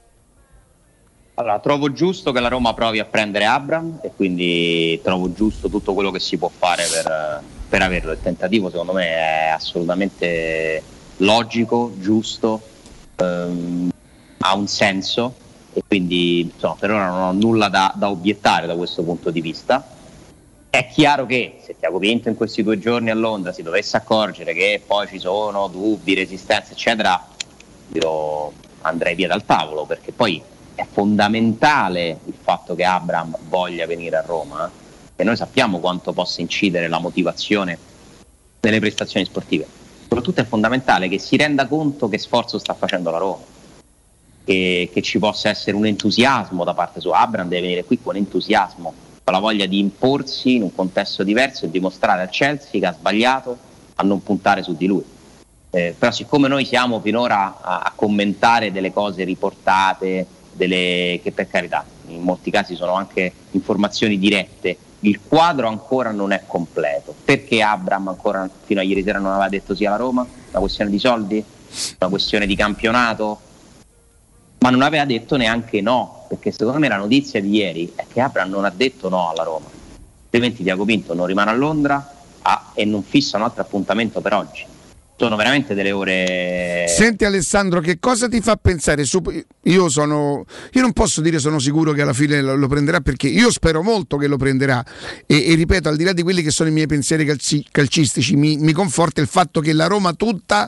Allora, trovo giusto che la Roma provi a prendere Abraham, e quindi trovo giusto tutto quello che si può fare per, per averlo. Il tentativo secondo me è assolutamente logico, giusto, ehm, ha un senso, e quindi insomma, per ora non ho nulla da, da obiettare da questo punto di vista. È chiaro che se Tiago Pinto in questi due giorni a Londra si dovesse accorgere che poi ci sono dubbi, resistenze eccetera, io andrei via dal tavolo, perché poi è fondamentale il fatto che Abraham voglia venire a Roma, eh? E noi sappiamo quanto possa incidere la motivazione nelle prestazioni sportive. Soprattutto è fondamentale che si renda conto che sforzo sta facendo la Roma, che, che ci possa essere un entusiasmo da parte sua. Abraham deve venire qui con entusiasmo, con la voglia di imporsi in un contesto diverso e dimostrare al Chelsea che ha sbagliato a non puntare su di lui. Eh, però siccome noi siamo finora a, a commentare delle cose riportate, delle, che per carità in molti casi sono anche informazioni dirette, il quadro ancora non è completo. Perché Abraham ancora fino a ieri sera non aveva detto sì alla Roma? Una questione di soldi? Una questione di campionato? Ma non aveva detto neanche no, perché secondo me la notizia di ieri è che Abraham non ha detto no alla Roma, altrimenti Tiago Pinto non rimane a Londra ah, e non fissa un altro appuntamento per oggi. Sono veramente delle ore. Senti Alessandro, che cosa ti fa pensare su... io sono io non posso dire sono sicuro che alla fine lo, lo prenderà, perché io spero molto che lo prenderà, e, e ripeto, al di là di quelli che sono i miei pensieri calci, calcistici mi, mi conforta il fatto che la Roma tutta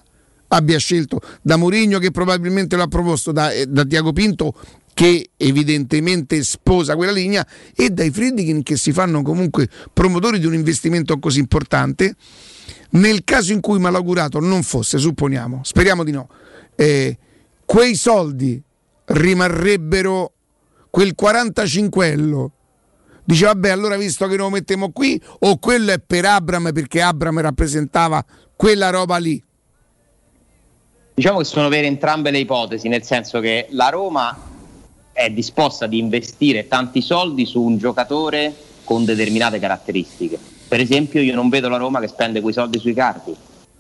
abbia scelto da Mourinho, che probabilmente l'ha proposto, da, da Tiago Pinto, che evidentemente sposa quella linea, e dai Friedkin, che si fanno comunque promotori di un investimento così importante. Nel caso in cui malaugurato non fosse, supponiamo, speriamo di no, eh, quei soldi rimarrebbero, quel quarantacinquello, dice vabbè, allora visto che lo mettiamo qui, o quello è per Abraham perché Abraham rappresentava quella roba lì? Diciamo che sono vere entrambe le ipotesi, nel senso che la Roma è disposta ad investire tanti soldi su un giocatore con determinate caratteristiche. Per esempio, io non vedo la Roma che spende quei soldi sui Cardi,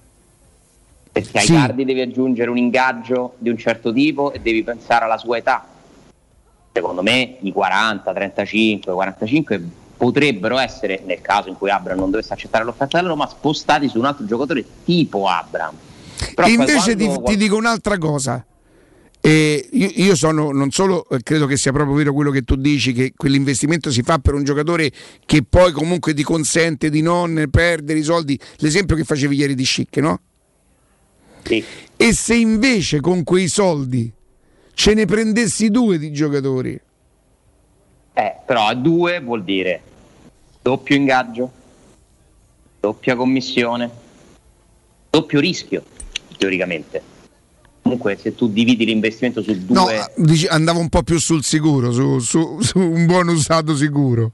perché ai sì. Cardi devi aggiungere un ingaggio di un certo tipo e devi pensare alla sua età. Secondo me i quaranta, trentacinque, quarantacinque potrebbero essere, nel caso in cui Abraham non dovesse accettare l'offerta della Roma, spostati su un altro giocatore tipo Abraham. Però e invece quando... ti, ti dico un'altra cosa. Eh, io, io sono, non solo eh, credo che sia proprio vero quello che tu dici, che quell'investimento si fa per un giocatore che poi comunque ti consente di non perdere i soldi, l'esempio che facevi ieri di Schick, no? Sì. E se invece con quei soldi ce ne prendessi due di giocatori, eh, però a due vuol dire doppio ingaggio, doppia commissione, doppio rischio teoricamente. Comunque se tu dividi l'investimento su due... No, dici, andavo un po' più sul sicuro, su, su, su un buon usato sicuro.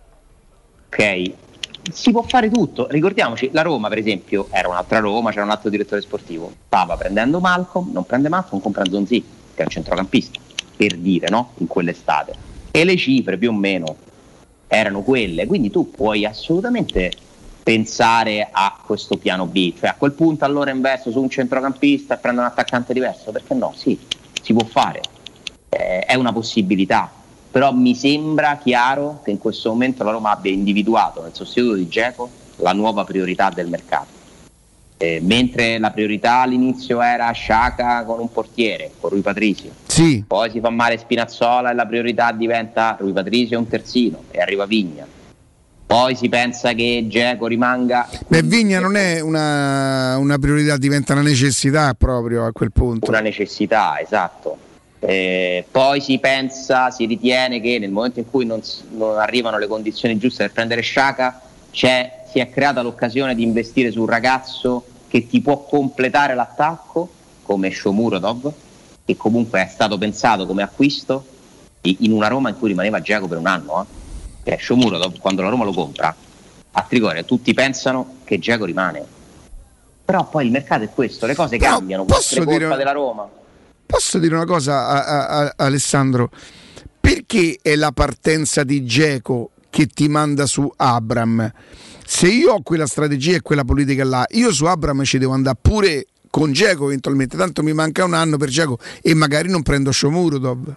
Ok, si può fare tutto. Ricordiamoci, la Roma per esempio era un'altra Roma, c'era un altro direttore sportivo, stava prendendo Malcolm, non prende Malcolm, compra Zonzi, che è un centrocampista, per dire, no? In quell'estate. E le cifre più o meno erano quelle, quindi tu puoi assolutamente pensare a questo piano B, cioè a quel punto allora investo su un centrocampista e prendo un attaccante diverso, perché no? Sì, si può fare, eh, è una possibilità, però mi sembra chiaro che in questo momento la Roma abbia individuato nel sostituto di Dzeko la nuova priorità del mercato, eh, mentre la priorità all'inizio era Xhaka con un portiere, con Rui Patricio, sì. Poi si fa male Spinazzola e la priorità diventa Rui Patricio e un terzino e arriva Vigna. Poi si pensa che Dzeko rimanga. Beh, Vigna non è una, una priorità, diventa una necessità proprio a quel punto. Una necessità, esatto. Eh, poi si pensa, si ritiene che nel momento in cui non, non arrivano le condizioni giuste per prendere Xhaka, c'è, si è creata l'occasione di investire su un ragazzo che ti può completare l'attacco, come Shomurodov, che comunque è stato pensato come acquisto in una Roma in cui rimaneva Dzeko per un anno, eh. Che Shomurodov, quando la Roma lo compra a Trigoria, tutti pensano che Dzeko rimane, però poi il mercato è questo, le cose Però cambiano, posso dire colpa della Roma. Posso dire una cosa a, a, a Alessandro, perché è la partenza di Dzeko che ti manda su Abraham? Se io ho quella strategia e quella politica là, io su Abraham ci devo andare pure con Dzeko eventualmente, tanto mi manca un anno per Dzeko e magari non prendo Shomurodov,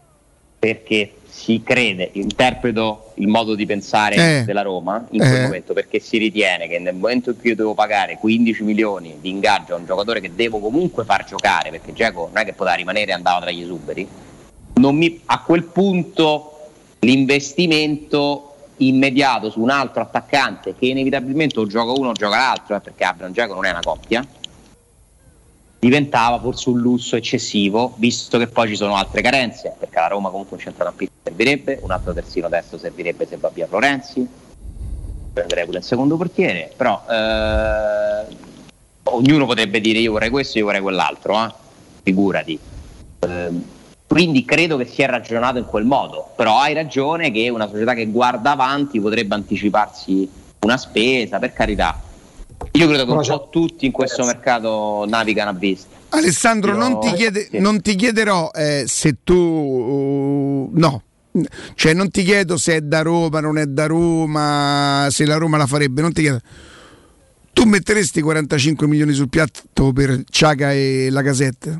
perché si crede, interpreto il modo di pensare eh, della Roma in quel eh. momento, perché si ritiene che nel momento in cui io devo pagare quindici milioni di ingaggio a un giocatore che devo comunque far giocare, perché Dzeko non è che poteva rimanere e andava tra gli esuberi, non mi, a quel punto l'investimento immediato su un altro attaccante che inevitabilmente o gioca uno o gioca l'altro, eh, perché Abraham Dzeko non è una coppia, diventava forse un lusso eccessivo, visto che poi ci sono altre carenze, perché la Roma comunque un centrocampista servirebbe, un altro terzino destro servirebbe se va via Florenzi, prenderei pure il secondo portiere, però eh, ognuno potrebbe dire io vorrei questo, io vorrei quell'altro, eh? Figurati. Eh, quindi credo che sia ragionato in quel modo, però hai ragione che una società che guarda avanti potrebbe anticiparsi una spesa, per carità. Io credo che un po' tutti in questo mercato navigano a vista. Alessandro, Io... non, ti chiede, sì. non ti chiederò eh, se tu uh, no, cioè non ti chiedo se è da Roma, non è da Roma, se la Roma la farebbe, non ti chiedo. Tu metteresti quarantacinque milioni sul piatto per Xhaka e Lacazette?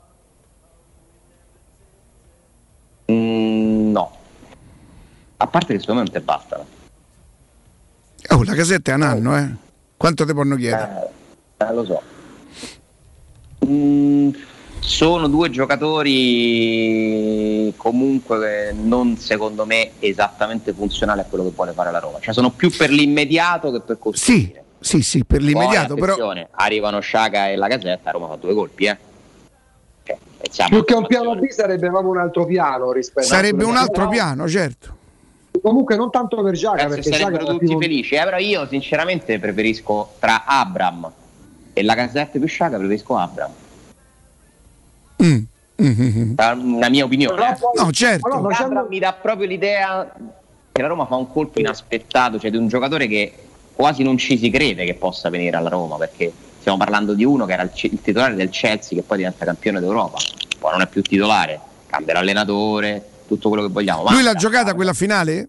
Mm, no, a parte che secondo me non te bastano. Oh, Lacazette è un anno, eh? Quanto te possono chiedere? Eh, eh, lo so. Mm, sono due giocatori comunque non, secondo me, esattamente funzionali a quello che vuole fare la Roma. Cioè sono più per l'immediato che per costruire. Sì, sì, sì, per l'immediato, Poi, però arrivano Sciaga e la Gazzetta, Roma fa due colpi, eh. Cioè, più che un piano B sarebbe proprio un altro piano rispetto sarebbe a un altro piano, certo. Comunque non tanto per Giaga, Penso perché sarebbero Giaga tutti più... felici, eh, però io sinceramente preferisco tra Abram e la Gazzetta più Sciaga, preferisco Abram. Mm. Mm-hmm. La mia opinione. No, certo. Allora, Abram mi dà proprio l'idea che la Roma fa un colpo inaspettato, cioè di un giocatore che quasi non ci si crede che possa venire alla Roma, perché stiamo parlando di uno che era il, c- il titolare del Chelsea, che poi diventa campione d'Europa, poi non è più titolare, cambia l'allenatore, tutto quello che vogliamo. Lui l'ha giocata quella finale?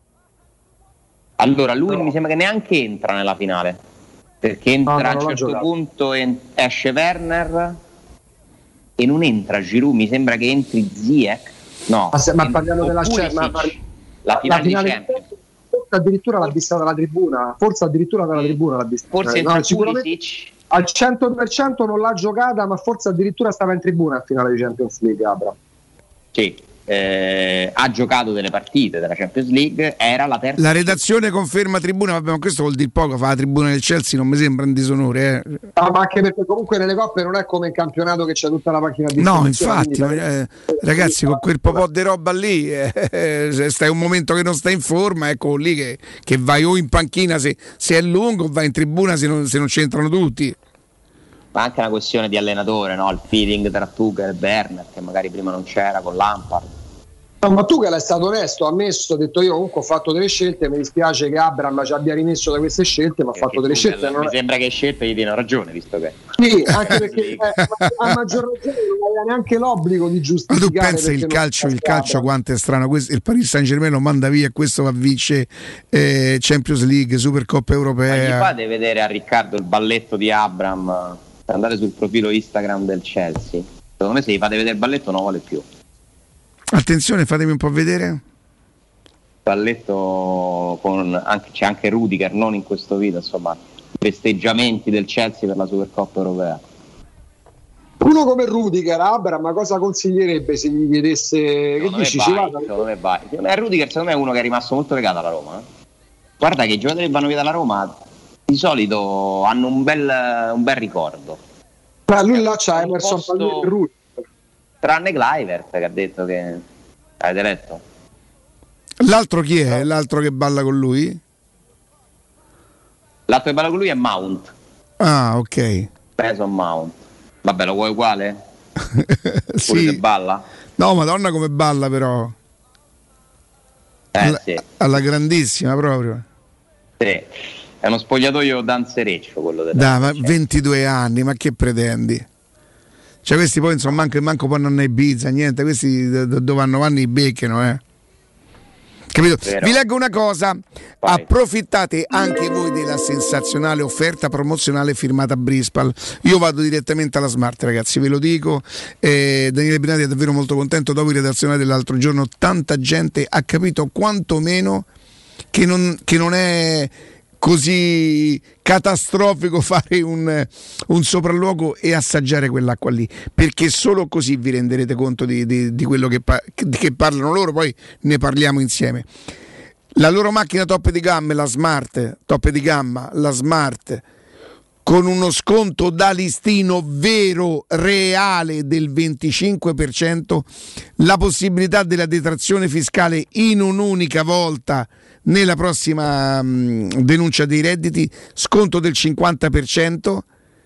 Allora, lui no. mi sembra che neanche entra nella finale, perché entra no, no, a un certo giocato. punto en- esce Werner e non entra Giroud, mi sembra che entri Ziyech. No, ma, se, ma parliamo della Champions, la finale, la finale di Champions. Forse addirittura l'ha vista dalla tribuna, forse addirittura dalla tribuna l'ha vista. Forse no, sicuramente al cento per cento non l'ha giocata, ma forse addirittura stava in tribuna al finale di Champions League, Abra. Sì. Eh, ha giocato delle partite della Champions League, era la terza. La redazione conferma tribuna, vabbè, ma questo vuol dire poco, fa la tribuna del Chelsea non mi sembra un disonore, eh. No, ma anche perché comunque nelle coppe non è come in campionato che c'è tutta la macchina di no, infatti, ma, eh, ragazzi, con quel po' di roba lì, eh, se stai un momento che non stai in forma, ecco lì che, che vai o in panchina se, se è lungo, o vai in tribuna se non, se non c'entrano tutti. Ma anche una questione di allenatore, no? Il feeling tra Tuchel e Werner, che magari prima non c'era con Lampard. No, ma Tuchel è stato onesto, ha ammesso, ha detto io comunque ho fatto delle scelte, mi dispiace che Abraham ci abbia rimesso da queste scelte, ma ha fatto delle Tuchel, scelte. Mi non sembra che scelte gli diano ragione, visto che... Sì, anche perché eh, a maggior ragione non aveva neanche l'obbligo di giustificare. Ma tu pensa il calcio, il calcio quanto è strano, questo, il Paris Saint-Germain lo manda via, questo va a vincere eh, Champions League, Supercoppa Europea. Ma gli fate vedere a Riccardo il balletto di Abraham, andate sul profilo Instagram del Chelsea, secondo me se gli fate vedere il balletto non vuole più. Attenzione, fatemi un po' vedere. Balletto con anche, c'è anche Rudiger, non in questo video, insomma, festeggiamenti del Chelsea per la Supercoppa Europea. Uno come Rudiger, Abra, ma cosa consiglierebbe se gli chiedesse che dici? Ci vada? Secondo me vai. Secondo me Rudiger secondo me è uno che è rimasto molto legato alla Roma. Eh? Guarda che i giocatori che vanno via dalla Roma di solito hanno un bel, un bel ricordo. Ma lui là c'ha Emerson Palmieri e Rudiger. Tranne Kluivert che ha detto che avete letto. L'altro chi è? L'altro che balla con lui? L'altro che balla con lui è Mount. Ah, ok. Mason Mount. Vabbè, lo vuoi uguale? Sì. Se balla? No, Madonna come balla però. Eh, alla, sì. alla grandissima proprio. Sì. È uno spogliatoio danzereccio quello del Dai, ma ventidue anni, ma che pretendi? Cioè questi poi insomma manco, manco poi non è Ibiza, niente, questi dove vanno vanno i becchino, eh. Capito? Vero. Vi leggo una cosa, Vai. Approfittate anche voi della sensazionale offerta promozionale firmata Brispal. Io vado direttamente alla Smart, ragazzi, ve lo dico. eh, Daniele Binati è davvero molto contento. Dopo il redazionale dell'altro giorno tanta gente ha capito quantomeno che non, che non è così catastrofico fare un, un sopralluogo e assaggiare quell'acqua lì, perché solo così vi renderete conto di, di, di quello che, pa- che parlano loro, poi ne parliamo insieme. La loro macchina top di gamma, la Smart, top di gamma, la Smart, con uno sconto da listino vero, reale del venticinque per cento, la possibilità della detrazione fiscale in un'unica volta nella prossima mh, denuncia dei redditi, sconto del cinquanta per cento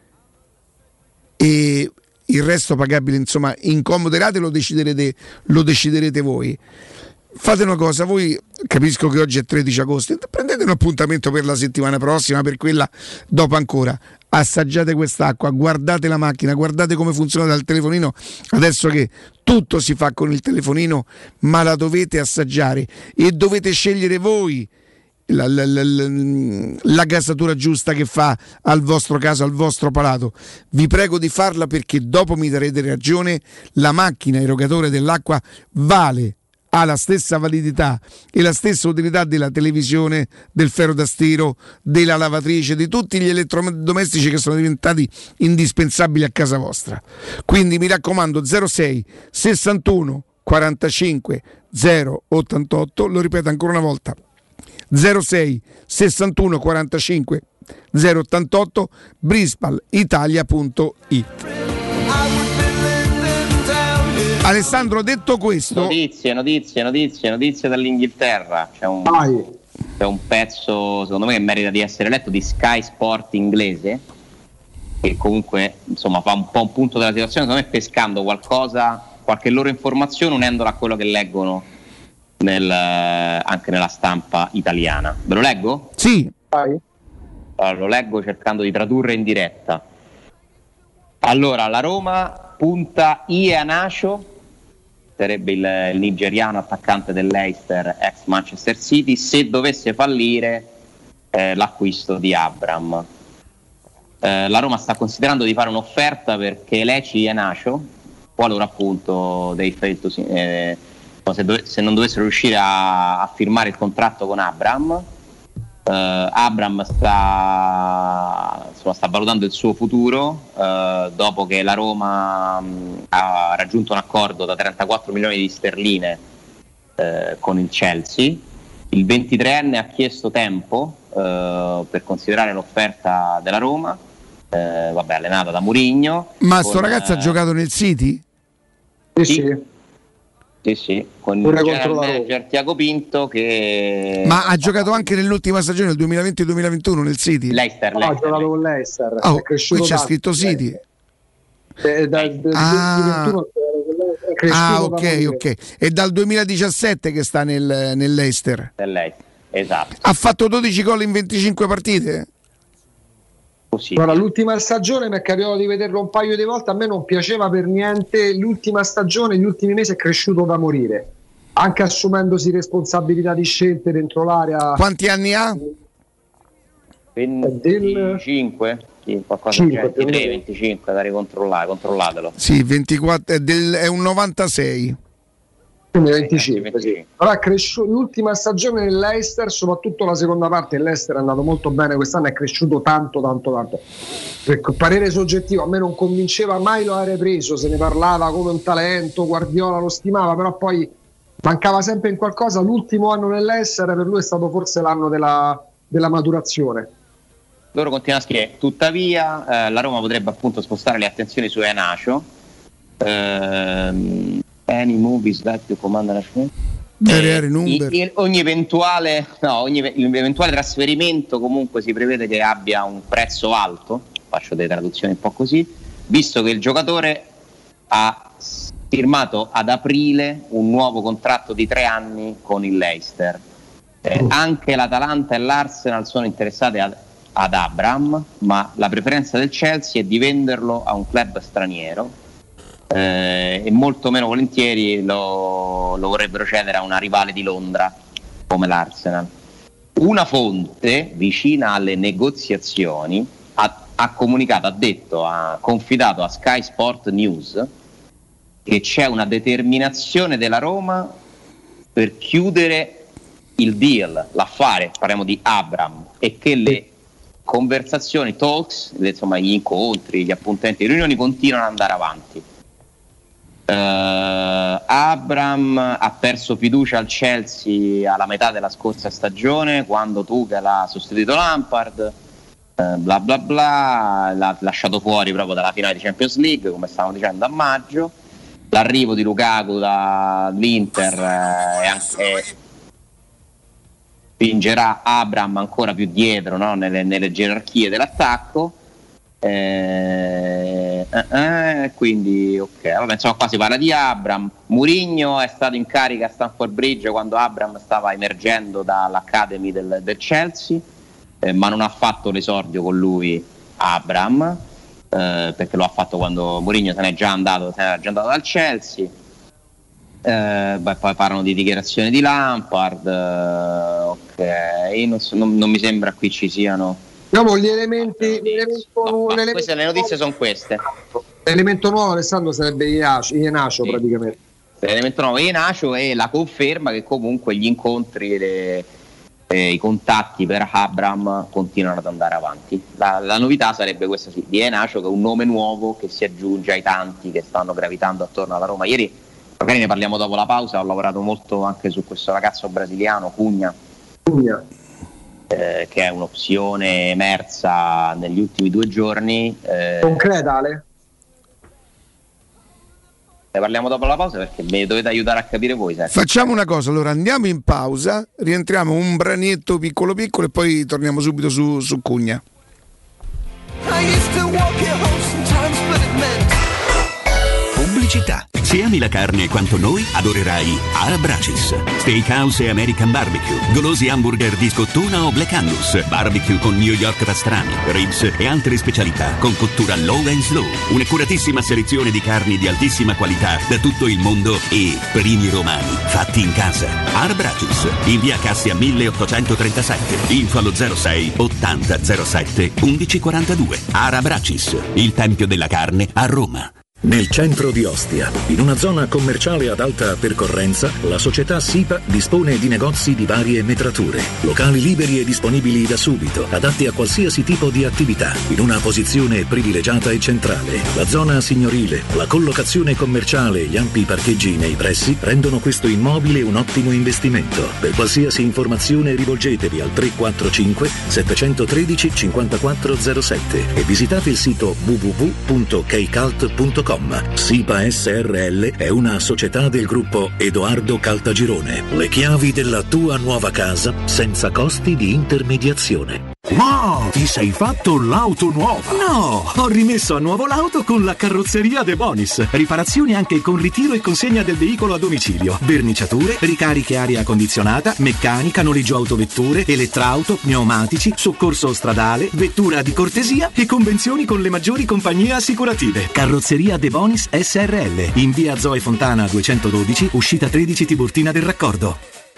e il resto pagabile, insomma, in comoderate lo deciderete, lo deciderete voi. Fate una cosa, voi capisco che oggi è tredici agosto, prendete un appuntamento per la settimana prossima, per quella dopo ancora, assaggiate quest'acqua, guardate la macchina, guardate come funziona dal telefonino, adesso che tutto si fa con il telefonino, ma la dovete assaggiare e dovete scegliere voi la, la, la, la, la gasatura giusta che fa al vostro caso, al vostro palato. Vi prego di farla, perché dopo mi darete ragione, la macchina erogatore dell'acqua vale, ha la stessa validità e la stessa utilità della televisione, del ferro da stiro, della lavatrice, di tutti gli elettrodomestici che sono diventati indispensabili a casa vostra. Quindi mi raccomando, zero sei sessantuno quarantacinque zero ottantotto, lo ripeto ancora una volta, zero sei sessantuno quarantacinque zero ottantotto brispalitalia punto it. Alessandro, detto questo, notizie, notizie, notizie, notizie dall'Inghilterra. C'è un, c'è un pezzo, secondo me, che merita di essere letto, di Sky Sport inglese, che comunque insomma fa un po' un punto della situazione, secondo me, pescando qualcosa, qualche loro informazione, unendola a quello che leggono nel, anche nella stampa italiana. Ve lo leggo? Sì. Allora, lo leggo cercando di tradurre in diretta. Allora, la Roma punta Iheanacho, sarebbe il, il nigeriano attaccante dell'Leicester, ex Manchester City, se dovesse fallire eh, l'acquisto di Abraham. Eh, la Roma sta considerando di fare un'offerta per Kelechi Iheanacho, qualora appunto dei fail to, eh, se, dove, se non dovessero riuscire a, a firmare il contratto con Abraham. Uh, Abraham sta, insomma, sta valutando il suo futuro uh, dopo che la Roma mh, ha raggiunto un accordo da trentaquattro milioni di sterline uh, con il Chelsea. Il ventitreenne ha chiesto tempo uh, per considerare l'offerta della Roma, uh, vabbè, allenata da Mourinho. Ma con, sto ragazzo uh, ha giocato nel City? Sì, sì. Sì, sì, con il general manager Tiago Pinto che... Ma ha giocato anche nell'ultima stagione, del duemilaventi duemilaventuno, nel City? Leicester, no, Leicester. ha giocato con Leicester. Oh, è cresciuto qui c'è tanto, scritto City. Eh, da, da, ah, è ah ok, ok. È dal duemiladiciassette che sta nel, nel Leicester. Nel Leicester, esatto. Ha fatto dodici gol in venticinque partite? Così. Guarda, l'ultima stagione mi è capitato di vederlo un paio di volte, a me non piaceva per niente. L'ultima stagione, gli ultimi mesi è cresciuto da morire, anche assumendosi responsabilità di scelte dentro l'area. Quanti anni ha? venticinque, sì, qualcosa del genere, ventitré, venticinque, da ricontrollare, controllatelo. Sì, ventiquattro, è, del, è un novantasei. Quindi venticinque, sì. Allora, è cresciuto l'ultima stagione nell'Leicester, soprattutto la seconda parte. Il Leicester è andato molto bene quest'anno, è cresciuto tanto, tanto, tanto. Per parere soggettivo, a me non convinceva mai, lo avrei preso, se ne parlava come un talento, Guardiola lo stimava, però poi mancava sempre in qualcosa. L'ultimo anno nell'Leicester per lui è stato forse l'anno della, della maturazione. Loro continuano a scrivere, tuttavia eh, la Roma potrebbe appunto spostare le attenzioni su Iheanacho. Ehm Any movies that you command la eh, ogni eventuale no, ogni eventuale trasferimento comunque si prevede che abbia un prezzo alto, faccio delle traduzioni un po' così, visto che il giocatore ha firmato ad aprile un nuovo contratto di tre anni con il Leicester. Eh, anche l'Atalanta e l'Arsenal sono interessate ad, ad Abraham, ma la preferenza del Chelsea è di venderlo a un club straniero. Eh, e molto meno volentieri lo, lo vorrebbero cedere a una rivale di Londra come l'Arsenal. Una fonte vicina alle negoziazioni ha, ha comunicato, ha detto, ha confidato a Sky Sport News che c'è una determinazione della Roma per chiudere il deal, l'affare, parliamo di Abraham, e che le conversazioni, talks, insomma gli incontri, gli appuntamenti, le riunioni continuano ad andare avanti. Uh, Abraham ha perso fiducia al Chelsea alla metà della scorsa stagione, quando Tuchel ha sostituito Lampard, uh, bla bla bla, l'ha lasciato fuori proprio dalla finale di Champions League, come stavamo dicendo a maggio. L'arrivo di Lukaku dall'Inter uh, è anche, spingerà Abraham ancora più dietro, no? nelle, nelle gerarchie dell'attacco. Eh, eh, eh, quindi ok, vabbè, insomma qua si parla di Abraham. Mourinho è stato in carica a Stamford Bridge quando Abraham stava emergendo dall'Academy del, del Chelsea, eh, ma non ha fatto l'esordio con lui Abraham, eh, perché lo ha fatto quando Mourinho se n'è già andato, se n'era già andato dal Chelsea. Eh, beh, poi parlano di dichiarazioni di Lampard, eh, ok, non, so, non, non mi sembra qui ci siano. Diciamo gli elementi, l'elemento, no, l'elemento queste le notizie sono queste. L'elemento nuovo, Alessandro, sarebbe Iheanacho, sì, praticamente. L'elemento nuovo è Iheanacho e la conferma che comunque gli incontri, le, eh, i contatti per Abraham continuano ad andare avanti. La, la novità sarebbe questa, sì, di Iheanacho, che è un nome nuovo che si aggiunge ai tanti che stanno gravitando attorno alla Roma. Ieri, magari ne parliamo dopo la pausa, ho lavorato molto anche su questo ragazzo brasiliano, Cunha. Cunha. eh, che è un'opzione emersa negli ultimi due giorni. Eh, Concreta, Ale? Ne parliamo dopo la pausa perché mi dovete aiutare a capire voi. Sai. Facciamo una cosa, allora andiamo in pausa, rientriamo un branietto piccolo piccolo e poi torniamo subito su, su Cugna. Pubblicità. Se ami la carne quanto noi, adorerai Arabracis. Steakhouse e American Barbecue. Golosi hamburger di scottuna o Black Angus. Barbecue con New York pastrami, ribs e altre specialità con cottura low and slow. Un'accuratissima selezione di carni di altissima qualità da tutto il mondo e primi romani fatti in casa. Arabracis. In via Cassia milleottocentotrentasette. Info allo zero sei ottanta zero sette undici quarantadue. Arabracis. Il tempio della carne a Roma. Nel centro di Ostia, in una zona commerciale ad alta percorrenza, la società SIPA dispone di negozi di varie metrature, locali liberi e disponibili da subito, adatti a qualsiasi tipo di attività, in una posizione privilegiata e centrale. La zona signorile, la collocazione commerciale e gli ampi parcheggi nei pressi rendono questo immobile un ottimo investimento. Per qualsiasi informazione rivolgetevi al tre quattro cinque sette uno tre cinque zero sette e visitate il sito w w w punto keycult punto com. SIPA S R L è una società del gruppo Edoardo Caltagirone. Le chiavi della tua nuova casa senza costi di intermediazione. Wow, ti sei fatto l'auto nuova? No, ho rimesso a nuovo l'auto con la carrozzeria De Bonis. Riparazioni anche con ritiro e consegna del veicolo a domicilio. Verniciature, ricariche aria condizionata, meccanica, noleggio autovetture, elettrauto, pneumatici, soccorso stradale, vettura di cortesia e convenzioni con le maggiori compagnie assicurative. Carrozzeria De Bonis S R L, in via Zoe Fontana duecentododici, uscita tredici Tiburtina del Raccordo.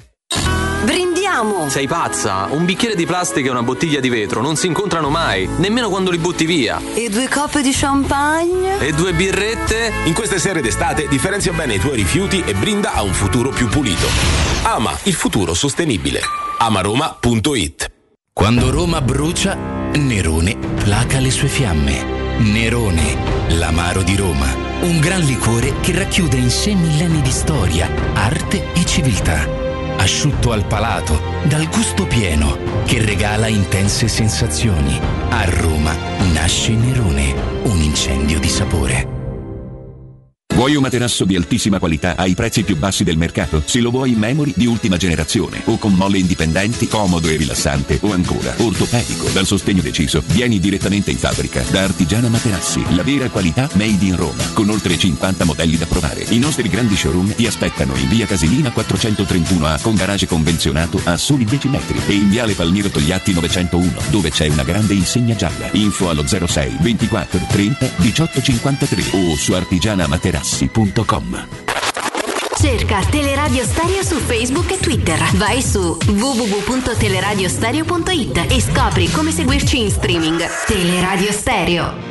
Brindiamo! Sei pazza? Un bicchiere di plastica e una bottiglia di vetro non si incontrano mai, nemmeno quando li butti via. E due coppe di champagne? E due birrette? In queste sere d'estate differenzia bene i tuoi rifiuti e brinda a un futuro più pulito. Ama il futuro sostenibile. amaroma punto it. Quando Roma brucia, Nerone placa le sue fiamme. Nerone, l'amaro di Roma. Un gran liquore che racchiude in sé millenni di storia, arte e civiltà. Asciutto al palato, dal gusto pieno, che regala intense sensazioni. A Roma nasce Nerone, un incendio di sapore. Vuoi un materasso di altissima qualità ai prezzi più bassi del mercato? Se lo vuoi in memory di ultima generazione o con molle indipendenti, comodo e rilassante o ancora ortopedico dal sostegno deciso, vieni direttamente in fabbrica da Artigiana Materassi, la vera qualità made in Roma, con oltre cinquanta modelli da provare. I nostri grandi showroom ti aspettano in via Casilina quattrocentotrentuno A con garage convenzionato a soli dieci metri e in viale Palmiro Togliatti novecentouno dove c'è una grande insegna gialla. Info allo zero sei ventiquattro trenta diciotto cinquantatré o su artigiana materassi punto com. Cerca Teleradio Stereo su Facebook e Twitter. Vai su w w w punto teleradiostereo punto it e scopri come seguirci in streaming. Teleradio Stereo.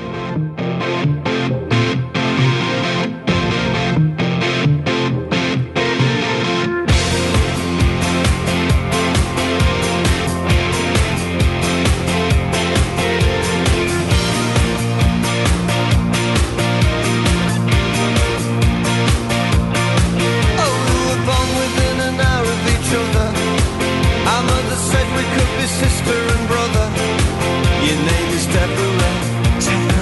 Sister and brother, your name is Deborah.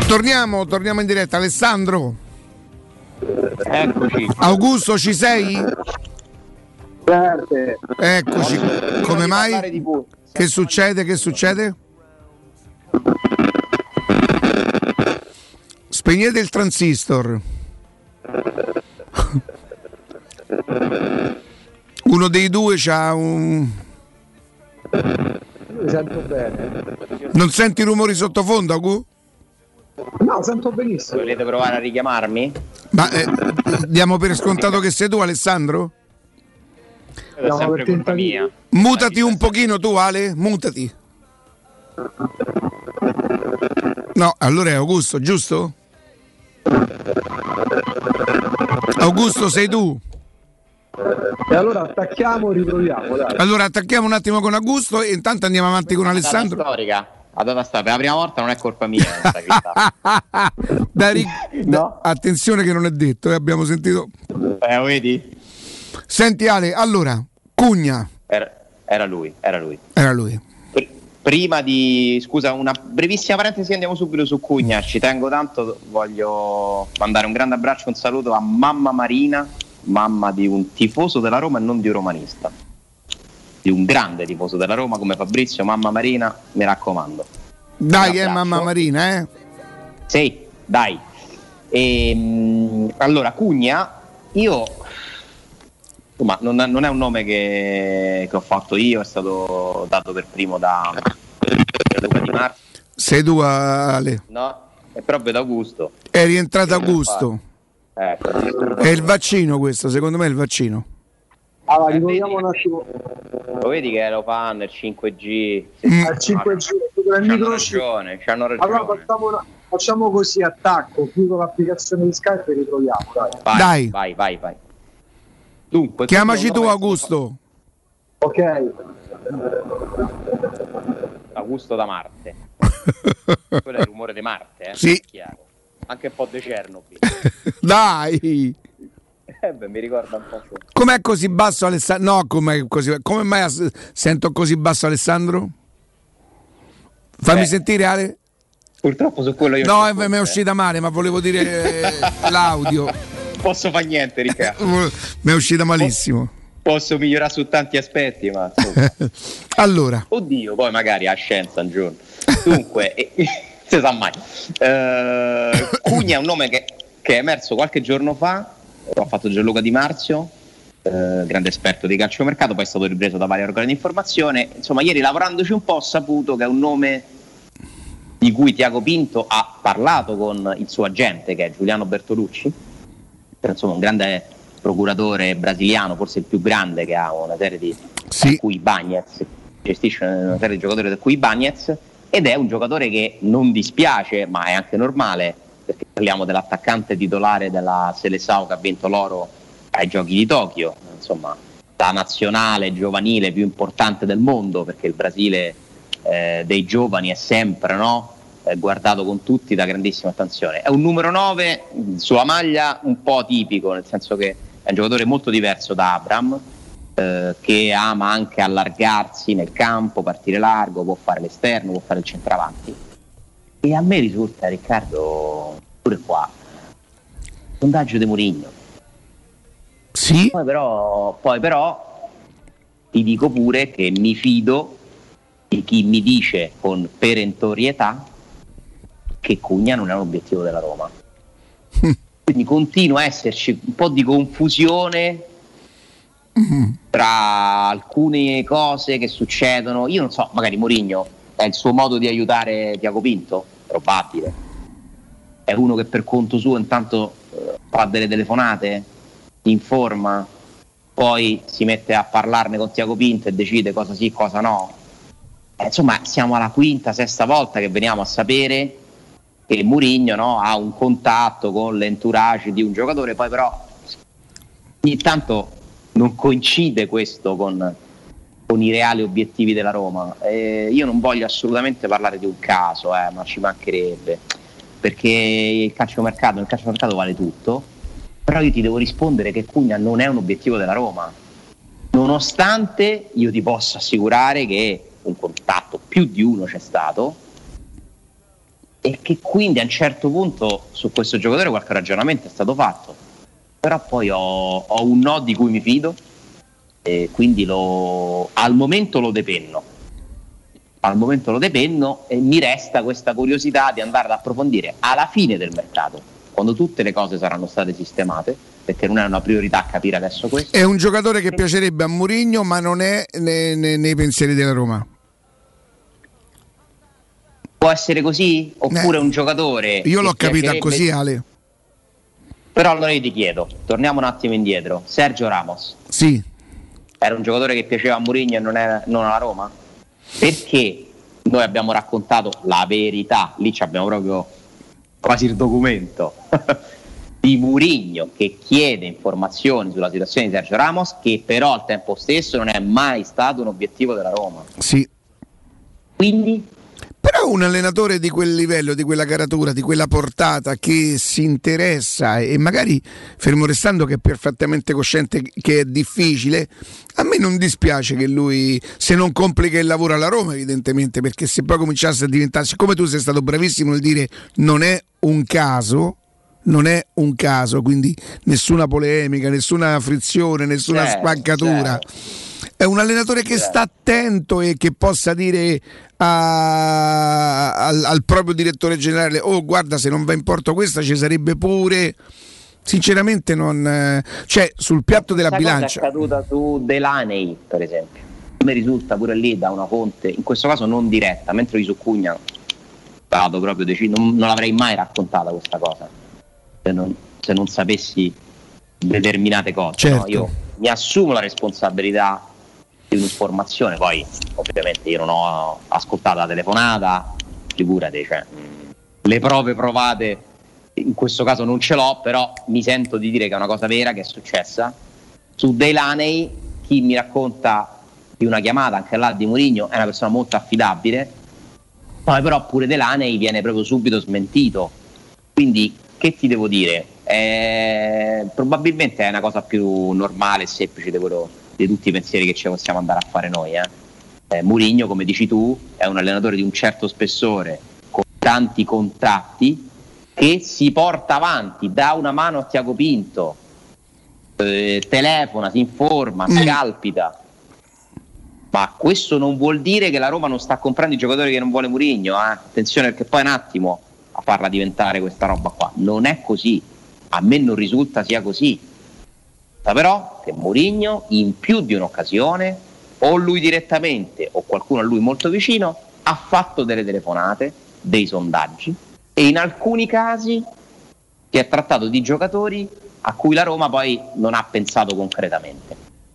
Torniamo, torniamo in diretta. Alessandro. Eccoci. Augusto, ci sei? Certo. Eccoci. Come mai? Che succede? Che succede? Spegnete il transistor. Uno dei due c'ha un... Mi sento bene. Non senti rumori sottofondo, Agu? No, sento benissimo. Volete provare a richiamarmi? Ma eh, diamo per scontato che sei tu, Alessandro? È sempre colpa mia. Mutati un pochino tu, Ale, mutati. No, allora è Augusto, giusto? Augusto, sei tu? E allora attacchiamo, riproviamo, dai. Allora attacchiamo un attimo con Augusto e intanto andiamo avanti con Alessandro. La storica, la data sta, per la prima volta non è colpa mia. da ri- da, attenzione che non è detto, eh, abbiamo sentito. Eh, vedi? Senti Ale, allora, Cugna. Era, era lui, era lui. Era lui. Prima di, scusa, una brevissima parentesi, andiamo subito su Cugna. Ci tengo tanto, voglio mandare un grande abbraccio, un saluto a mamma Marina, mamma di un tifoso della Roma e non di un romanista, di un grande tifoso della Roma come Fabrizio. Mamma Marina, mi raccomando. Dai, eh, mamma Marina, eh? Sì, dai. E, mh, allora, Cugna, io... Ma non, non è un nome che, che ho fatto io, è stato dato per primo da Luca Di Marzio. Sei tu, Ale? No, è proprio da Augusto. È rientrato Augusto. Ecco. È il vaccino questo, secondo me è il vaccino. Allora, riproviamo un attimo. Lo vedi che lo fanno il cinque G? Mm. Al cinque G, c'hanno ragione, c'hanno ragione. Allora facciamo, una, facciamo così, attacco, chiudo l'applicazione di Skype e riproviamo. Dai. Vai, dai. vai, vai, vai. Dunque, chiamaci tu, Augusto. Ok. Augusto da Marte. Quello è il rumore di Marte, eh? Sì. Chiaro. Anche un po' di Chernobyl. Dai. Eh beh, mi ricorda un po'. Com'è così basso Alessandro? No, com'è così... come mai as- sento così basso Alessandro? Fammi eh. sentire, Ale. Purtroppo su quello io no, eh, mi è uscita male, ma volevo dire eh, l'audio. Posso fare niente, Riccardo. Mi è uscita malissimo. Posso migliorare su tanti aspetti, ma allora. Oddio, poi magari a scienza un giorno. Dunque, eh, si sa mai. Eh, Cugna è un nome che, che è emerso qualche giorno fa. L'ha fatto Gianluca Di Marzio, eh, grande esperto di calciomercato, poi è stato ripreso da vari organi di informazione. Insomma, ieri lavorandoci un po' ho saputo che è un nome di cui Tiago Pinto ha parlato con il suo agente, che è Giuliano Bertolucci. Insomma, un grande procuratore brasiliano, forse il più grande, che ha una serie di sì. cui Bagnez gestisce una serie di giocatori da cui Bagnez, ed è un giocatore che non dispiace, ma è anche normale, perché parliamo dell'attaccante titolare della Seleção che ha vinto l'oro ai Giochi di Tokyo, insomma la nazionale giovanile più importante del mondo, perché il Brasile eh, dei giovani è sempre, no? guardato con tutti da grandissima attenzione. È un numero nove, sulla maglia un po' atipico, nel senso che è un giocatore molto diverso da Abraham, eh, che ama anche allargarsi nel campo, partire largo, può fare l'esterno, può fare il centravanti. E a me risulta, Riccardo, pure qua sondaggio di Mourinho. Sì. Poi però, poi però ti dico pure che mi fido di chi mi dice con perentorietà che Cugna non è un obiettivo della Roma. Quindi continua a esserci un po' di confusione tra alcune cose che succedono. Io non so, magari Mourinho è il suo modo di aiutare Tiago Pinto, probabile. È uno che per conto suo intanto eh, fa delle telefonate, informa, poi si mette a parlarne con Tiago Pinto e decide cosa sì, cosa no. Eh, insomma, siamo alla quinta, sesta volta che veniamo a sapere che Mourinho, no, ha un contatto con l'entourage di un giocatore, poi però ogni tanto non coincide questo con, con i reali obiettivi della Roma. Eh, io non voglio assolutamente parlare di un caso, eh, ma ci mancherebbe, perché il calciomercato, il calciomercato vale tutto, però io ti devo rispondere che Cugna non è un obiettivo della Roma, nonostante io ti posso assicurare che un contatto più di uno c'è stato. e che quindi a un certo punto su questo giocatore qualche ragionamento è stato fatto, però poi ho, ho un no di cui mi fido e quindi lo, al momento lo depenno al momento lo depenno e mi resta questa curiosità di andare ad approfondire alla fine del mercato, quando tutte le cose saranno state sistemate, perché non è una priorità capire adesso questo. È un giocatore che piacerebbe a Mourinho, ma non è nei, nei, nei pensieri della Roma. Può essere così? Oppure eh, un giocatore io l'ho capita piacerebbe... così, Ale. Però allora io ti chiedo, torniamo un attimo indietro, Sergio Ramos sì, era un giocatore che piaceva a Mourinho e non, era, non alla Roma? Perché noi abbiamo raccontato la verità, lì abbiamo proprio quasi il documento di Mourinho che chiede informazioni sulla situazione di Sergio Ramos, che però al tempo stesso non è mai stato un obiettivo della Roma. Sì. Quindi? Però un allenatore di quel livello, di quella caratura, di quella portata, che si interessa e magari, fermo restando che è perfettamente cosciente che è difficile, a me non dispiace che lui, se non complica il lavoro alla Roma evidentemente, perché se poi cominciasse a diventare, siccome tu sei stato bravissimo nel dire non è un caso, non è un caso, quindi nessuna polemica, nessuna frizione, nessuna certo, spaccatura. Certo. È un allenatore che sta attento e che possa dire a, al, al proprio direttore generale: oh, guarda, se non va in porto questa ci sarebbe pure. Sinceramente non, cioè sul piatto della questa bilancia. Cosa è accaduta su Delaney, per esempio. A me risulta pure lì da una fonte, in questo caso non diretta, mentre su Cugna vado proprio deciso, non, non l'avrei mai raccontata questa cosa se non, se non sapessi determinate cose. Certo. No? Io mi assumo la responsabilità di un'informazione, poi ovviamente io non ho ascoltato la telefonata, figurati, cioè, mh, le prove provate in questo caso non ce l'ho, però mi sento di dire che è una cosa vera che è successa. Su Delaney, chi mi racconta di una chiamata anche là di Mourinho è una persona molto affidabile, poi però pure Delaney viene proprio subito smentito, quindi che ti devo dire? Eh, probabilmente è una cosa più normale e semplice di quello di tutti i pensieri che ci possiamo andare a fare noi. Eh. Eh, Mourinho, come dici tu, è un allenatore di un certo spessore, con tanti contatti, che si porta avanti, dà una mano a Tiago Pinto, eh, telefona, si informa, Mm. scalpita. Ma questo non vuol dire che la Roma non sta comprando i giocatori che non vuole Mourinho. Eh. Attenzione, perché poi un attimo a farla diventare questa roba qua. Non è così. A me non risulta sia così. Però che Mourinho in più di un'occasione, o lui direttamente o qualcuno a lui molto vicino, ha fatto delle telefonate, dei sondaggi, e in alcuni casi si è trattato di giocatori a cui la Roma poi non ha pensato concretamente.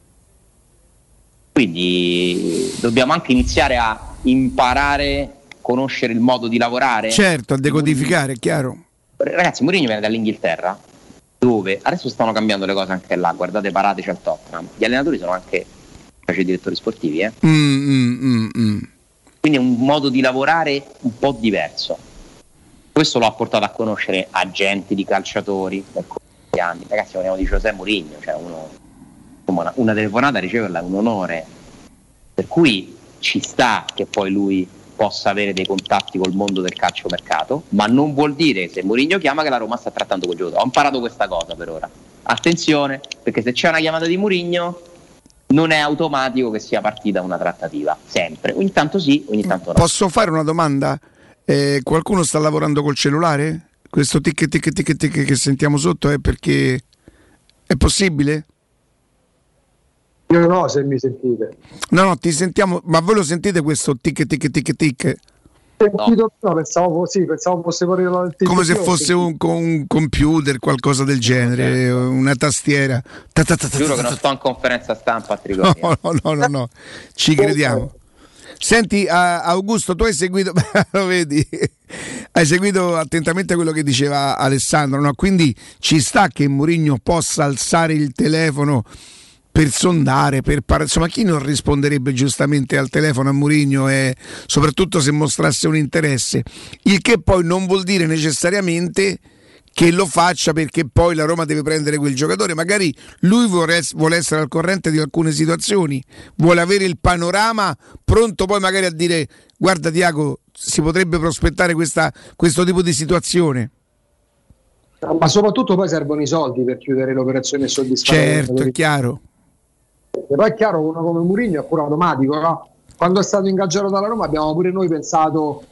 Quindi dobbiamo anche iniziare a imparare, conoscere il modo di lavorare. Certo, a decodificare, è chiaro. Ragazzi, Mourinho viene dall'Inghilterra, dove adesso stanno cambiando le cose anche là, guardate Paratici al Tottenham, gli allenatori sono anche i direttori sportivi, eh? mm, mm, mm, mm. Quindi è un modo di lavorare un po' diverso. Questo lo ha portato a conoscere agenti di calciatori nel corso degli anni. Ragazzi, parliamo di José Mourinho, cioè uno, una, una telefonata a riceverla è un onore, per cui ci sta che poi lui possa avere dei contatti col mondo del calciomercato, ma non vuol dire, se Mourinho chiama, che la Roma sta trattando quel giocatore. Ho imparato questa cosa per ora. Attenzione, perché se c'è una chiamata di Mourinho non è automatico che sia partita una trattativa, sempre. Ogni tanto sì, ogni tanto no. Posso fare una domanda? Eh, qualcuno sta lavorando col cellulare? Questo tic tic tic tic che sentiamo sotto è perché è possibile? Io non so se mi sentite. No, no, ti sentiamo, ma voi lo sentite questo tic tic tic tic? Sentito, no. No, pensavo, sì, pensavo fosse fuori dalla come se fosse un, un computer, qualcosa del genere, una tastiera. Ta ta ta ta ta Giuro ta ta. che non sto in conferenza stampa a Trigoria. No, no, no, no, no, ci crediamo. Senti, uh, Augusto, tu hai seguito, lo vedi, hai seguito attentamente quello che diceva Alessandro, no? Quindi ci sta che Mourinho possa alzare il telefono per sondare, per par- insomma, chi non risponderebbe giustamente al telefono a Mourinho, e soprattutto se mostrasse un interesse, il che poi non vuol dire necessariamente che lo faccia perché poi la Roma deve prendere quel giocatore. Magari lui vuole, vuole essere al corrente di alcune situazioni, vuole avere il panorama pronto poi magari a dire guarda Tiago, si potrebbe prospettare questa, questo tipo di situazione. Ma soprattutto poi servono i soldi per chiudere l'operazione e soddisfare. Certo, è chiaro. E poi è chiaro, uno come Mourinho è pure automatico, no? Quando è stato ingaggiato dalla Roma abbiamo pure noi pensato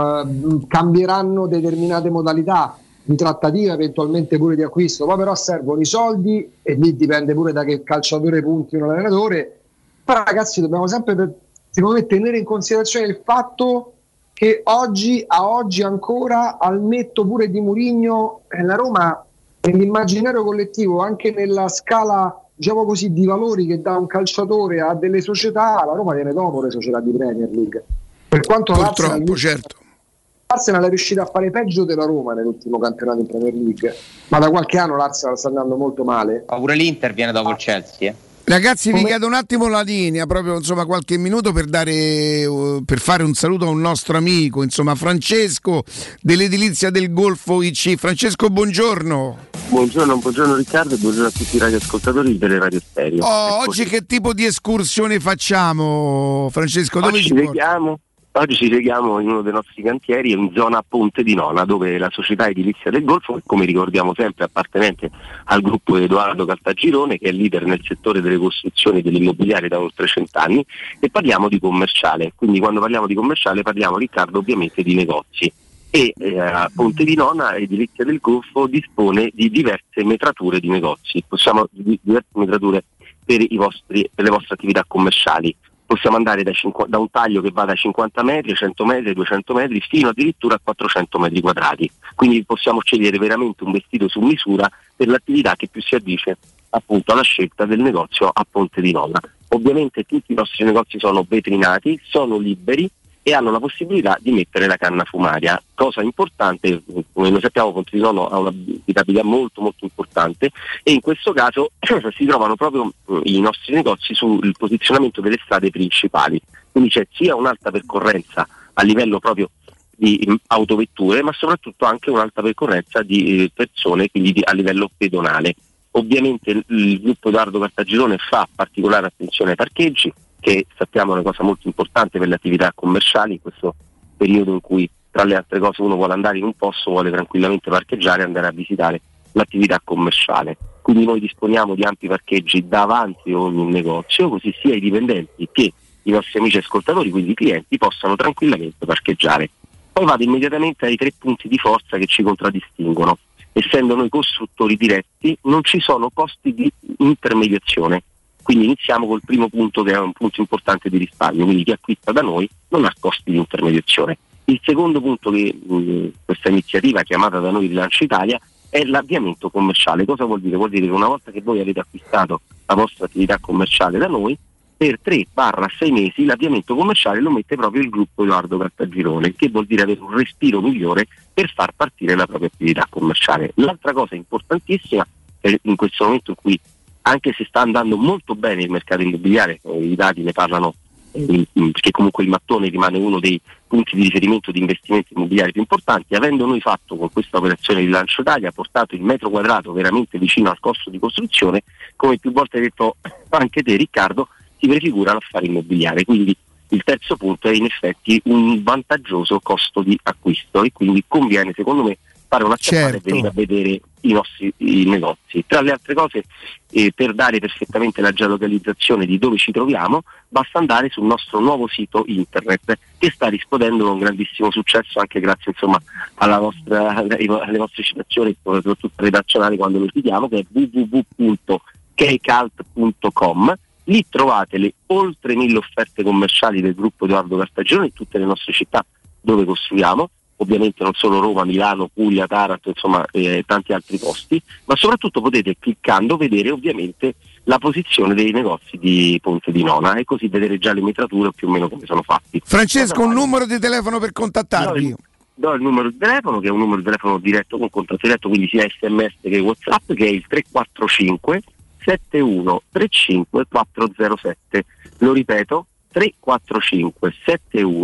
uh, cambieranno determinate modalità di trattativa, eventualmente pure di acquisto, poi però servono i soldi e lì dipende pure da che calciatore punti un allenatore. Però ragazzi dobbiamo sempre, per, secondo me, tenere in considerazione il fatto che oggi, a oggi ancora, al netto pure di Mourinho, eh, la Roma nell'immaginario collettivo, anche nella scala, diciamo così, di valori che dà un calciatore a delle società, la Roma viene dopo le società di Premier League. Per quanto purtroppo, l'Arsenal, certo. l'Arsenal è riuscito a fare peggio della Roma nell'ultimo campionato in Premier League, ma da qualche anno l'Arsenal sta andando molto male. Ma pure l'Inter viene dopo il Chelsea, eh. Ragazzi, vi chiedo un attimo la linea, proprio insomma qualche minuto per dare uh, per fare un saluto a un nostro amico, insomma Francesco dell'edilizia del Golfo I C. Francesco, buongiorno. Buongiorno, buongiorno Riccardo e buongiorno a tutti i radioascoltatori delle Radio Stereo. Oh, oggi che tipo di escursione facciamo, Francesco? Dove oggi ci ci vediamo? Oggi ci leghiamo in uno dei nostri cantieri, in zona Ponte di Nona, dove la società edilizia del Golfo, come ricordiamo sempre appartenente al gruppo Edoardo Caltagirone, che è leader nel settore delle costruzioni dell'immobiliare da oltre cent'anni, e parliamo di commerciale. Quindi quando parliamo di commerciale parliamo, Riccardo, ovviamente di negozi. E eh, a Ponte di Nona, Edilizia del Golfo dispone di diverse metrature di negozi, possiamo di diverse metrature per, i vostri, per le vostre attività commerciali. Possiamo andare da, cinqu- da un taglio che va da cinquanta metri, cento metri, duecento metri fino addirittura a quattrocento metri quadrati. Quindi possiamo scegliere veramente un vestito su misura per l'attività che più si addice appunto alla scelta del negozio a Ponte di Nona. Ovviamente tutti i nostri negozi sono vetrinati, sono liberi e hanno la possibilità di mettere la canna fumaria, cosa importante. Come noi sappiamo, Ponte di Nona ha una abitabilità molto molto importante e in questo caso si trovano proprio i nostri negozi sul posizionamento delle strade principali, quindi c'è sia un'alta percorrenza a livello proprio di autovetture, ma soprattutto anche un'alta percorrenza di persone, quindi di, a livello pedonale. Ovviamente il, il gruppo Edoardo Caltagirone fa particolare attenzione ai parcheggi, che sappiamo è una cosa molto importante per le attività commerciali in questo periodo in cui, tra le altre cose, uno vuole andare in un posto, vuole tranquillamente parcheggiare e andare a visitare l'attività commerciale. Quindi noi disponiamo di ampi parcheggi davanti a ogni negozio, così sia i dipendenti che i nostri amici ascoltatori, quindi i clienti, possano tranquillamente parcheggiare. Poi vado immediatamente ai tre punti di forza che ci contraddistinguono. Essendo noi costruttori diretti, non ci sono costi di intermediazione. Quindi iniziamo col primo punto, che è un punto importante di risparmio, quindi chi acquista da noi non ha costi di intermediazione. Il secondo punto che mh, questa iniziativa chiamata da noi Rilancio Italia è l'avviamento commerciale. Cosa vuol dire? Vuol dire che una volta che voi avete acquistato la vostra attività commerciale da noi, per tre sei mesi l'avviamento commerciale lo mette proprio il gruppo Edoardo Caltagirone, che vuol dire avere un respiro migliore per far partire la propria attività commerciale. L'altra cosa importantissima è in questo momento in cui, anche se sta andando molto bene il mercato immobiliare, i dati ne parlano, eh, perché comunque il mattone rimane uno dei punti di riferimento di investimenti immobiliari più importanti, avendo noi fatto con questa operazione di Rilancio Italia, portato il metro quadrato veramente vicino al costo di costruzione, come più volte hai detto anche te Riccardo, si prefigura l'affare immobiliare. Quindi il terzo punto è in effetti un vantaggioso costo di acquisto e quindi conviene, secondo me, fare una scappata certo. e venire a vedere i nostri i negozi. Tra le altre cose, eh, per dare perfettamente la geolocalizzazione di dove ci troviamo, basta andare sul nostro nuovo sito internet, che sta riscuotendo un grandissimo successo anche grazie insomma alla vostra, alle vostre citazioni, soprattutto redazionali quando lo citiamo, che è w w w punto kcalt punto com. Lì trovate le oltre mille offerte commerciali del gruppo Edoardo Caltagirone in tutte le nostre città dove costruiamo, ovviamente non solo Roma, Milano, Puglia, Taranto, insomma eh, tanti altri posti, ma soprattutto potete cliccando vedere ovviamente la posizione dei negozi di Ponte di Nona e così vedere già le metrature più o meno come sono fatti. Francesco, un numero di telefono per contattarvi? Do il, do il numero di telefono, che è un numero di telefono diretto con contatto diretto, quindi sia sms che WhatsApp, che è il tre quattro cinque sette uno tre cinque quattro zero sette. Lo ripeto, tre quattro cinque sette uno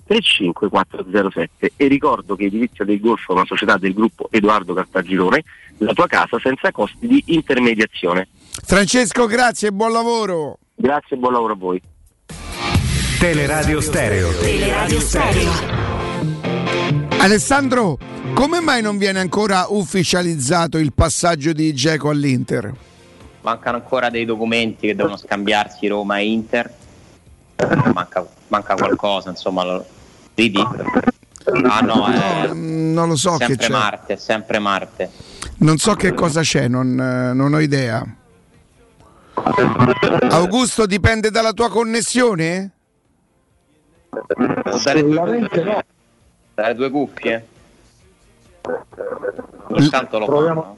tre cinque quattro zero sette. E ricordo che Edilizia del Golfo è una società del gruppo Edoardo Caltagirone, la tua casa senza costi di intermediazione. Francesco, grazie e buon lavoro. Grazie e buon lavoro a voi. Teleradio Stereo. Teleradio Stereo. Alessandro, come mai non viene ancora ufficializzato il passaggio di Dzeko all'Inter? Mancano ancora dei documenti che devono scambiarsi Roma e Inter. Manca, manca qualcosa, insomma. Lo... Ridi? Ah no, è... no, non lo so sempre che c'è. Marte, è sempre Marte. Non so che cosa c'è, non, non ho idea. Augusto, dipende dalla tua connessione? Assolutamente no. Dalle due cuffie? Intanto lo proviamo.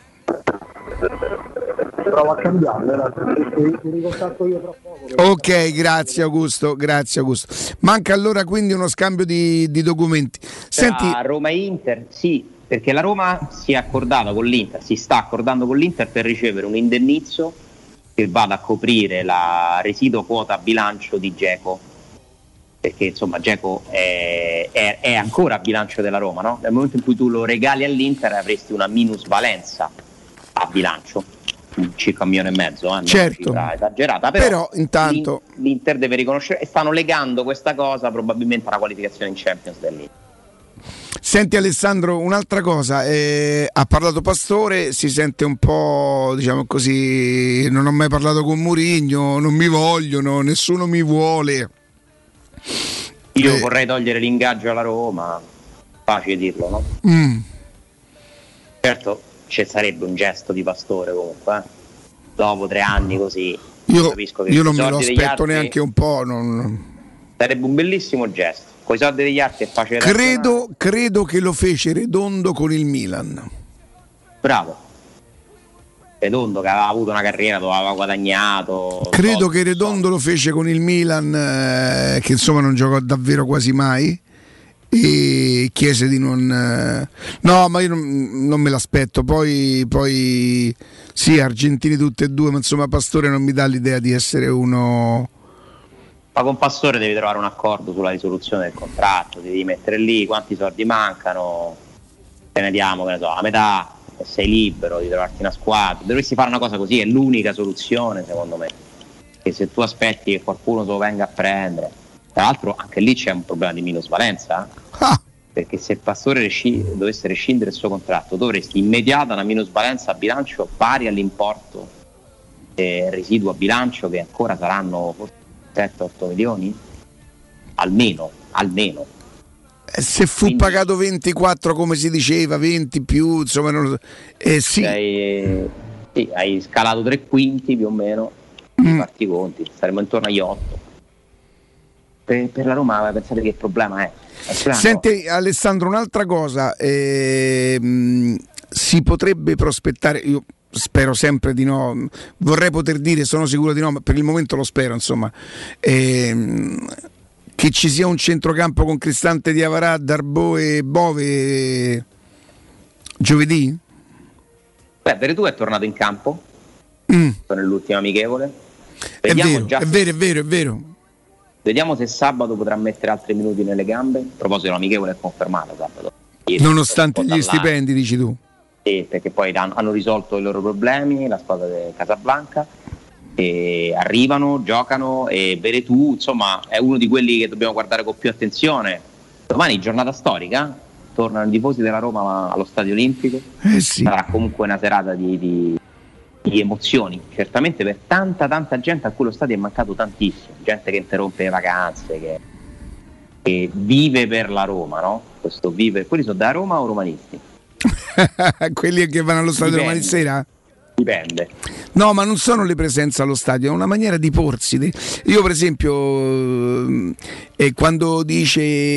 Provo a cambiarle, ti ricontatto io tra poco. Ok, grazie Augusto, grazie Augusto. Manca allora quindi uno scambio di, di documenti. Senti, Tra Roma e Inter, sì, perché la Roma si è accordata con l'Inter, si sta accordando con l'Inter per ricevere un indennizzo che vada a coprire la residuo quota bilancio di Dzeko, perché insomma Dzeko è, è, è ancora a bilancio della Roma, no? Nel momento in cui tu lo regali all'Inter avresti una minusvalenza a bilancio, circa un milione e mezzo, eh? Certo. Una cifra esagerata, però, però intanto l'Inter deve riconoscere e stanno legando questa cosa probabilmente alla qualificazione in Champions dell'Inter. Senti Alessandro, un'altra cosa, eh, ha parlato Pastore, si sente un po', diciamo così, non ho mai parlato con Mourinho, non mi vogliono, nessuno mi vuole. Io eh. vorrei togliere l'ingaggio alla Roma, facile dirlo, no? Mm. Certo, ci sarebbe un gesto di Pastore comunque, eh? Dopo tre anni così. Io, capisco che io non i me lo soldi degli aspetto altri neanche un po'. Non... Sarebbe un bellissimo gesto. Con i soldi degli altri è facile. Credo, credo che lo fece Redondo con il Milan. Bravo. Redondo che aveva avuto una carriera dove aveva guadagnato. Credo soldi, che Redondo soldi. lo fece con il Milan, eh, che insomma non giocò davvero quasi mai. E chiese di non. Eh... No, ma io non, non me l'aspetto. Poi, poi sì, argentini tutti e due, ma insomma Pastore non mi dà l'idea di essere uno. Ma con Pastore devi trovare un accordo sulla risoluzione del contratto, devi mettere lì quanti soldi mancano, te ne diamo, che ne so, a metà, e sei libero di trovarti una squadra. Dovresti fare una cosa così, è l'unica soluzione secondo me, che se tu aspetti che qualcuno te lo venga a prendere, tra l'altro anche lì c'è un problema di minusvalenza, ah. perché se Pastore resci- dovesse rescindere il suo contratto, dovresti immediata una minusvalenza a bilancio pari all'importo eh, residuo a bilancio, che ancora saranno forse sette otto milioni almeno, almeno. Se fu Quindi, pagato ventiquattro come si diceva, venti più, insomma, non lo so. Eh, sì. Sei, sì, hai scalato tre quinti più o meno, mm. fatti i conti, saremo intorno agli otto. Per, per la Roma pensate che il problema è? Il problema Senti no. Alessandro, un'altra cosa, eh, mh, si potrebbe prospettare, io spero sempre di no, vorrei poter dire sono sicuro di no, ma per il momento lo spero, insomma, ehm, che ci sia un centrocampo con Cristante, Diawara, Darboe e Bove giovedì? Beh, Veretù è tornato in campo mm. nell'ultima amichevole. È Vediamo vero, già è vero, è vero, è vero. Vediamo se sabato potrà mettere altri minuti nelle gambe. A proposito, l'amichevole è confermata sabato. Ieri, nonostante gli stipendi, dici tu? Sì, perché poi hanno risolto i loro problemi, la squadra di Casablanca, e arrivano, giocano, e Veretù insomma è uno di quelli che dobbiamo guardare con più attenzione. Domani giornata storica, tornano i tifosi della Roma allo Stadio Olimpico, eh sì. Sarà comunque una serata di, di, di emozioni, certamente per tanta tanta gente a cui lo stadio è mancato tantissimo, gente che interrompe le vacanze, che, che vive per la Roma, no? Questo vive, quelli sono da Roma o romanisti? Quelli che vanno allo stadio Dipende. domani sera? Dipende. No, ma non sono le presenze allo stadio, è una maniera di porsi. Io per esempio eh, quando dice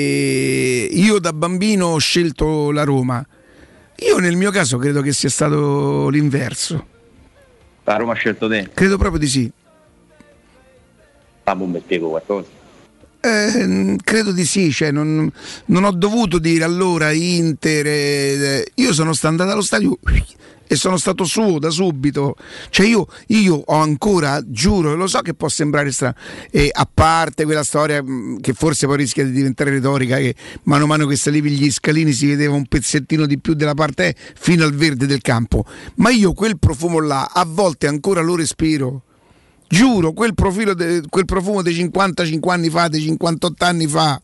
io da bambino ho scelto la Roma, io nel mio caso credo che sia stato l'inverso. La Roma ha scelto te? Credo proprio di sì. Ah, boh, mi spiego qualcosa. Eh, credo di sì, cioè non, non ho dovuto dire allora Inter, eh, io sono stato andato allo stadio e sono stato suo da subito, cioè io, io ho ancora, giuro, lo so che può sembrare strano, e a parte quella storia mh, che forse poi rischia di diventare retorica, che mano a mano che salivi gli scalini si vedeva un pezzettino di più della parte fino al verde del campo, ma io quel profumo là a volte ancora lo respiro. Giuro, quel, profilo de, quel profumo dei cinquantacinque anni fa, dei cinquantotto anni fa,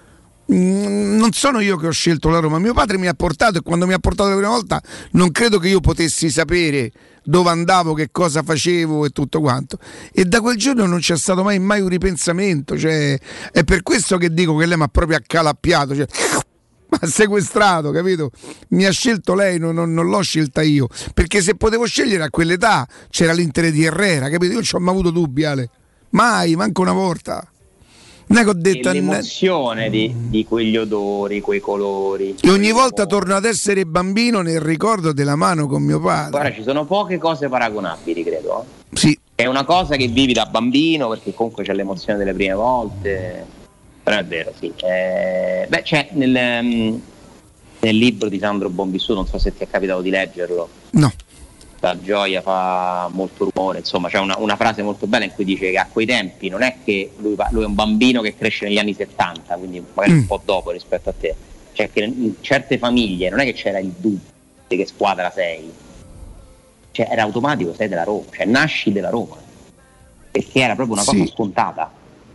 mm, non sono io che ho scelto la Roma, mio padre mi ha portato, e quando mi ha portato la prima volta non credo che io potessi sapere dove andavo, che cosa facevo e tutto quanto, e da quel giorno non c'è stato mai, mai un ripensamento, cioè, è per questo che dico che lei mi ha proprio accalappiato, cioè, ma sequestrato, capito? Mi ha scelto lei, non, non, non l'ho scelta io, perché se potevo scegliere a quell'età c'era l'Inter di Herrera, capito? Io non ci ho mai avuto dubbi, Ale, mai, manco una volta. Non è che ho detto, e l'emozione di, di quegli odori, quei colori, e ogni volta torno ad essere bambino nel ricordo della mano con mio padre. Guarda, ci sono poche cose paragonabili, credo. Sì. È una cosa che vivi da bambino, perché comunque c'è l'emozione delle prime volte. Però è vero, sì. Eh, beh, c'è nel, um, nel libro di Sandro Bonvissuto, non so se ti è capitato di leggerlo. No. La gioia fa molto rumore, insomma, c'è una, una frase molto bella in cui dice che a quei tempi non è che lui, lui è un bambino che cresce negli anni settanta, quindi magari mm. un po' dopo rispetto a te. Cioè che in certe famiglie non è che c'era il dubbio di che squadra sei. Cioè era automatico, sei della Roma, cioè nasci della Roma. Perché era proprio una cosa sì. scontata.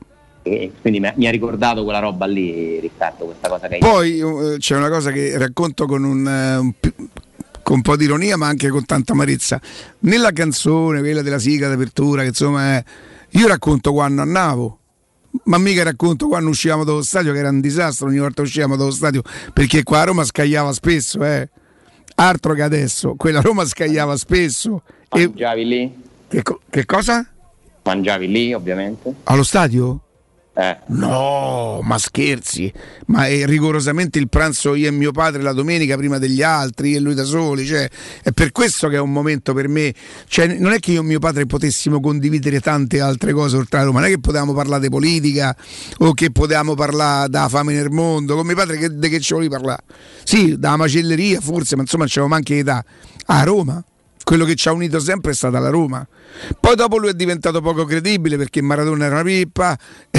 E quindi mi ha ricordato quella roba lì, Riccardo, questa cosa che hai poi uh, c'è una cosa che racconto con un, uh, un con un po' di ironia ma anche con tanta amarezza nella canzone, quella della sigla d'apertura, che insomma è, io racconto quando andavo, ma mica racconto quando uscivamo dallo stadio, che era un disastro ogni volta uscivamo dallo stadio, perché qua a Roma scagliava spesso, eh altro che adesso, quella Roma scagliava spesso. Mangiavi e... lì? Che, co- che cosa? Mangiavi lì ovviamente? Allo stadio? Eh. No, ma scherzi, ma è rigorosamente il pranzo io e mio padre la domenica prima degli altri, io e lui da soli, cioè è per questo che è un momento per me, cioè non è che io e mio padre potessimo condividere tante altre cose oltre a Roma, non è che potevamo parlare di politica o che potevamo parlare della fame nel mondo, con mio padre che, di che ci volevi parlare? Sì, dalla macelleria forse, ma insomma non c'avevamo anche età. A Roma quello che ci ha unito sempre è stata la Roma. Poi dopo lui è diventato poco credibile perché Maradona era una pippa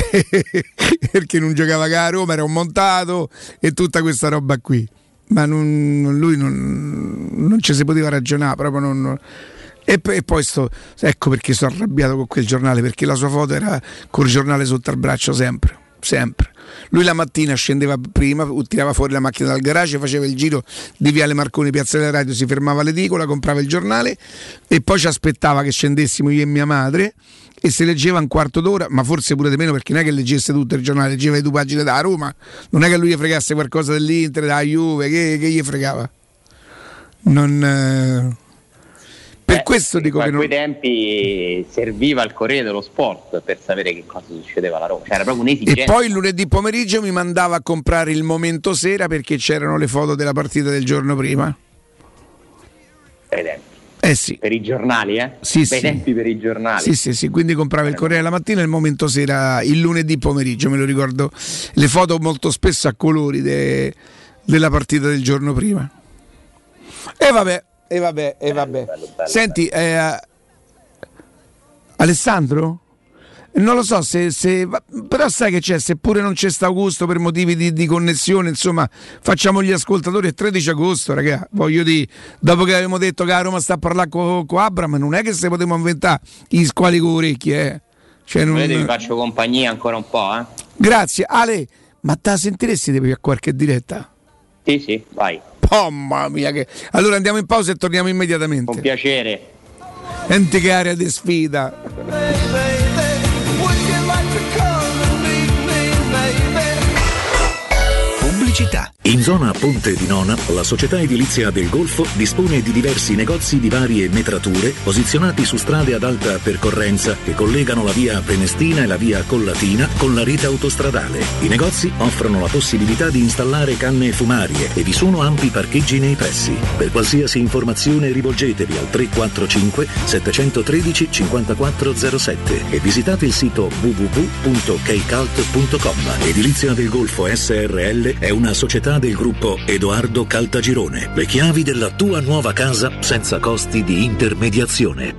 perché non giocava a Roma, era un montato e tutta questa roba qui, ma non, lui non, non ci si poteva ragionare proprio non, e, e poi sto, ecco perché sono arrabbiato con quel giornale, perché la sua foto era col giornale sotto al braccio sempre sempre. Lui la mattina scendeva prima, tirava fuori la macchina dal garage, faceva il giro di Viale Marconi, Piazza della Radio, si fermava all'edicola, comprava il giornale e poi ci aspettava che scendessimo io e mia madre e si leggeva un quarto d'ora, ma forse pure di meno, perché non è che leggesse tutto il giornale, leggeva le due pagine da Roma, non è che lui gli fregasse qualcosa dell'Inter, da Juve, che, che gli fregava. Non... Eh... Per eh, questo dico che a non... quei tempi serviva il Corriere dello Sport per sapere che cosa succedeva alla Roma, cioè era proprio un'esigenza. E poi il lunedì pomeriggio mi mandava a comprare il Momento Sera perché c'erano le foto della partita del giorno prima. Per tempi. Eh sì. Per i giornali, eh? Sì, per sì. i tempi per i giornali. Sì, sì, sì, quindi comprava il Corriere la mattina e il Momento Sera il lunedì pomeriggio, me lo ricordo. Le foto molto spesso a colori de... della partita del giorno prima. E vabbè. E vabbè, e vabbè. Bello, bello, Senti, eh, Alessandro? Non lo so se, se però sai che c'è, seppure non c'è sta Augusto per motivi di, di connessione, insomma, facciamo gli ascoltatori il tredici agosto, raga. Voglio dire, dopo che avevamo detto che la Roma sta a parlare con, con Abram, non è che se potremmo inventare gli squali con orecchie, eh. Cioè, non... Vedete, vi faccio compagnia ancora un po', eh. Grazie, Ale, ma te la sentiresti di a qualche diretta? Sì, sì, vai. Oh mamma mia che... Allora andiamo in pausa e torniamo immediatamente. Con piacere. Senti che area di sfida. Pubblicità. In zona Ponte di Nona, la società edilizia del Golfo dispone di diversi negozi di varie metrature posizionati su strade ad alta percorrenza che collegano la via Prenestina e la via Collatina con la rete autostradale. I negozi offrono la possibilità di installare canne fumarie e vi sono ampi parcheggi nei pressi. Per qualsiasi informazione rivolgetevi al tre quattro cinque sette uno tre cinque zero zero sette e visitate il sito w w w punto keicalt punto com. Edilizia del Golfo S R L è una società del gruppo Edoardo Caltagirone. Le chiavi della tua nuova casa senza costi di intermediazione.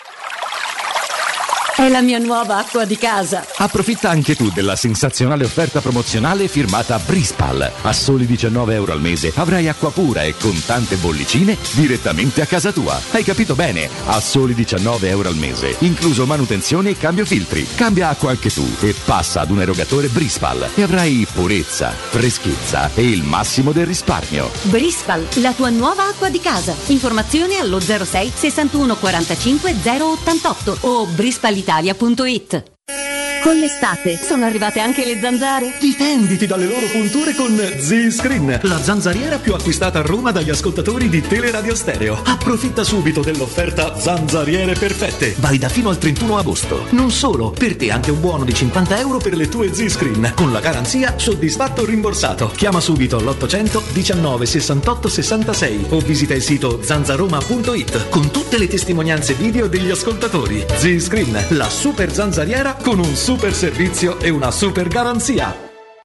È la mia nuova acqua di casa. Approfitta anche tu della sensazionale offerta promozionale firmata Brispal. A soli diciannove euro al mese avrai acqua pura e con tante bollicine direttamente a casa tua. Hai capito bene? A soli diciannove euro al mese, incluso manutenzione e cambio filtri. Cambia acqua anche tu e passa ad un erogatore Brispal e avrai purezza, freschezza e il massimo del risparmio. Brispal, la tua nuova acqua di casa. Informazioni allo zero sei sessantuno quarantacinque zero ottantotto o brispalitalia punto it. Con l'estate sono arrivate anche le zanzare. Difenditi dalle loro punture con Z-Screen, la zanzariera più acquistata a Roma dagli ascoltatori di Teleradio Stereo. Approfitta subito dell'offerta Zanzariere Perfette, valida fino al trentuno agosto. Non solo, per te anche un buono di cinquanta euro per le tue Z-Screen, con la garanzia soddisfatto o rimborsato. Chiama subito all'ottocento diciannove sessantotto sessantasei o visita il sito zanzaroma punto it con tutte le testimonianze video degli ascoltatori. Z-Screen, la super zanzariera con un super servizio e una super garanzia.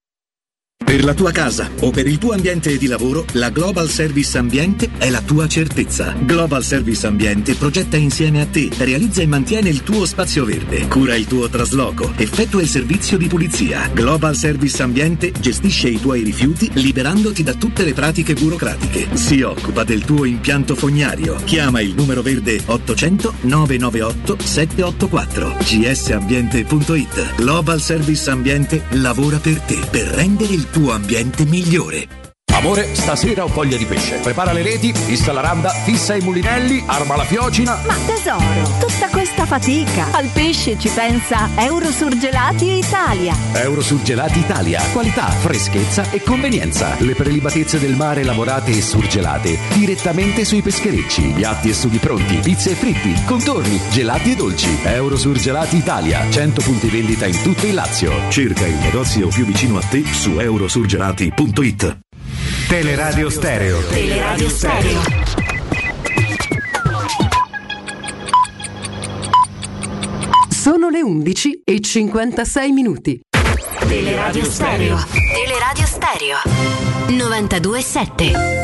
Per la tua casa o per il tuo ambiente di lavoro, la Global Service Ambiente è la tua certezza. Global Service Ambiente progetta insieme a te, realizza e mantiene il tuo spazio verde, cura il tuo trasloco, effettua il servizio di pulizia. Global Service Ambiente gestisce i tuoi rifiuti liberandoti da tutte le pratiche burocratiche. Si occupa del tuo impianto fognario. Chiama il numero verde ottocento nove nove otto sette otto quattro g s ambiente punto it. Global Service Ambiente lavora per te, per rendere il tuo ambiente migliore. Amore, stasera ho voglia di pesce. Prepara le reti, fissa la randa, fissa i mulinelli, arma la fiocina. Ma tesoro, tutta questa fatica. Al pesce ci pensa Eurosurgelati Italia. Eurosurgelati Italia. Qualità, freschezza e convenienza. Le prelibatezze del mare lavorate e surgelate direttamente sui pescherecci. Piatti e sughi pronti, pizze e fritti, contorni, gelati e dolci. Eurosurgelati Italia. cento punti vendita in tutto il Lazio. Cerca il negozio più vicino a te su eurosurgelati punto it. Teleradio Stereo. Teleradio Stereo. Sono le undici e cinquantasei minuti. Teleradio Stereo. Teleradio Stereo. novantadue sette.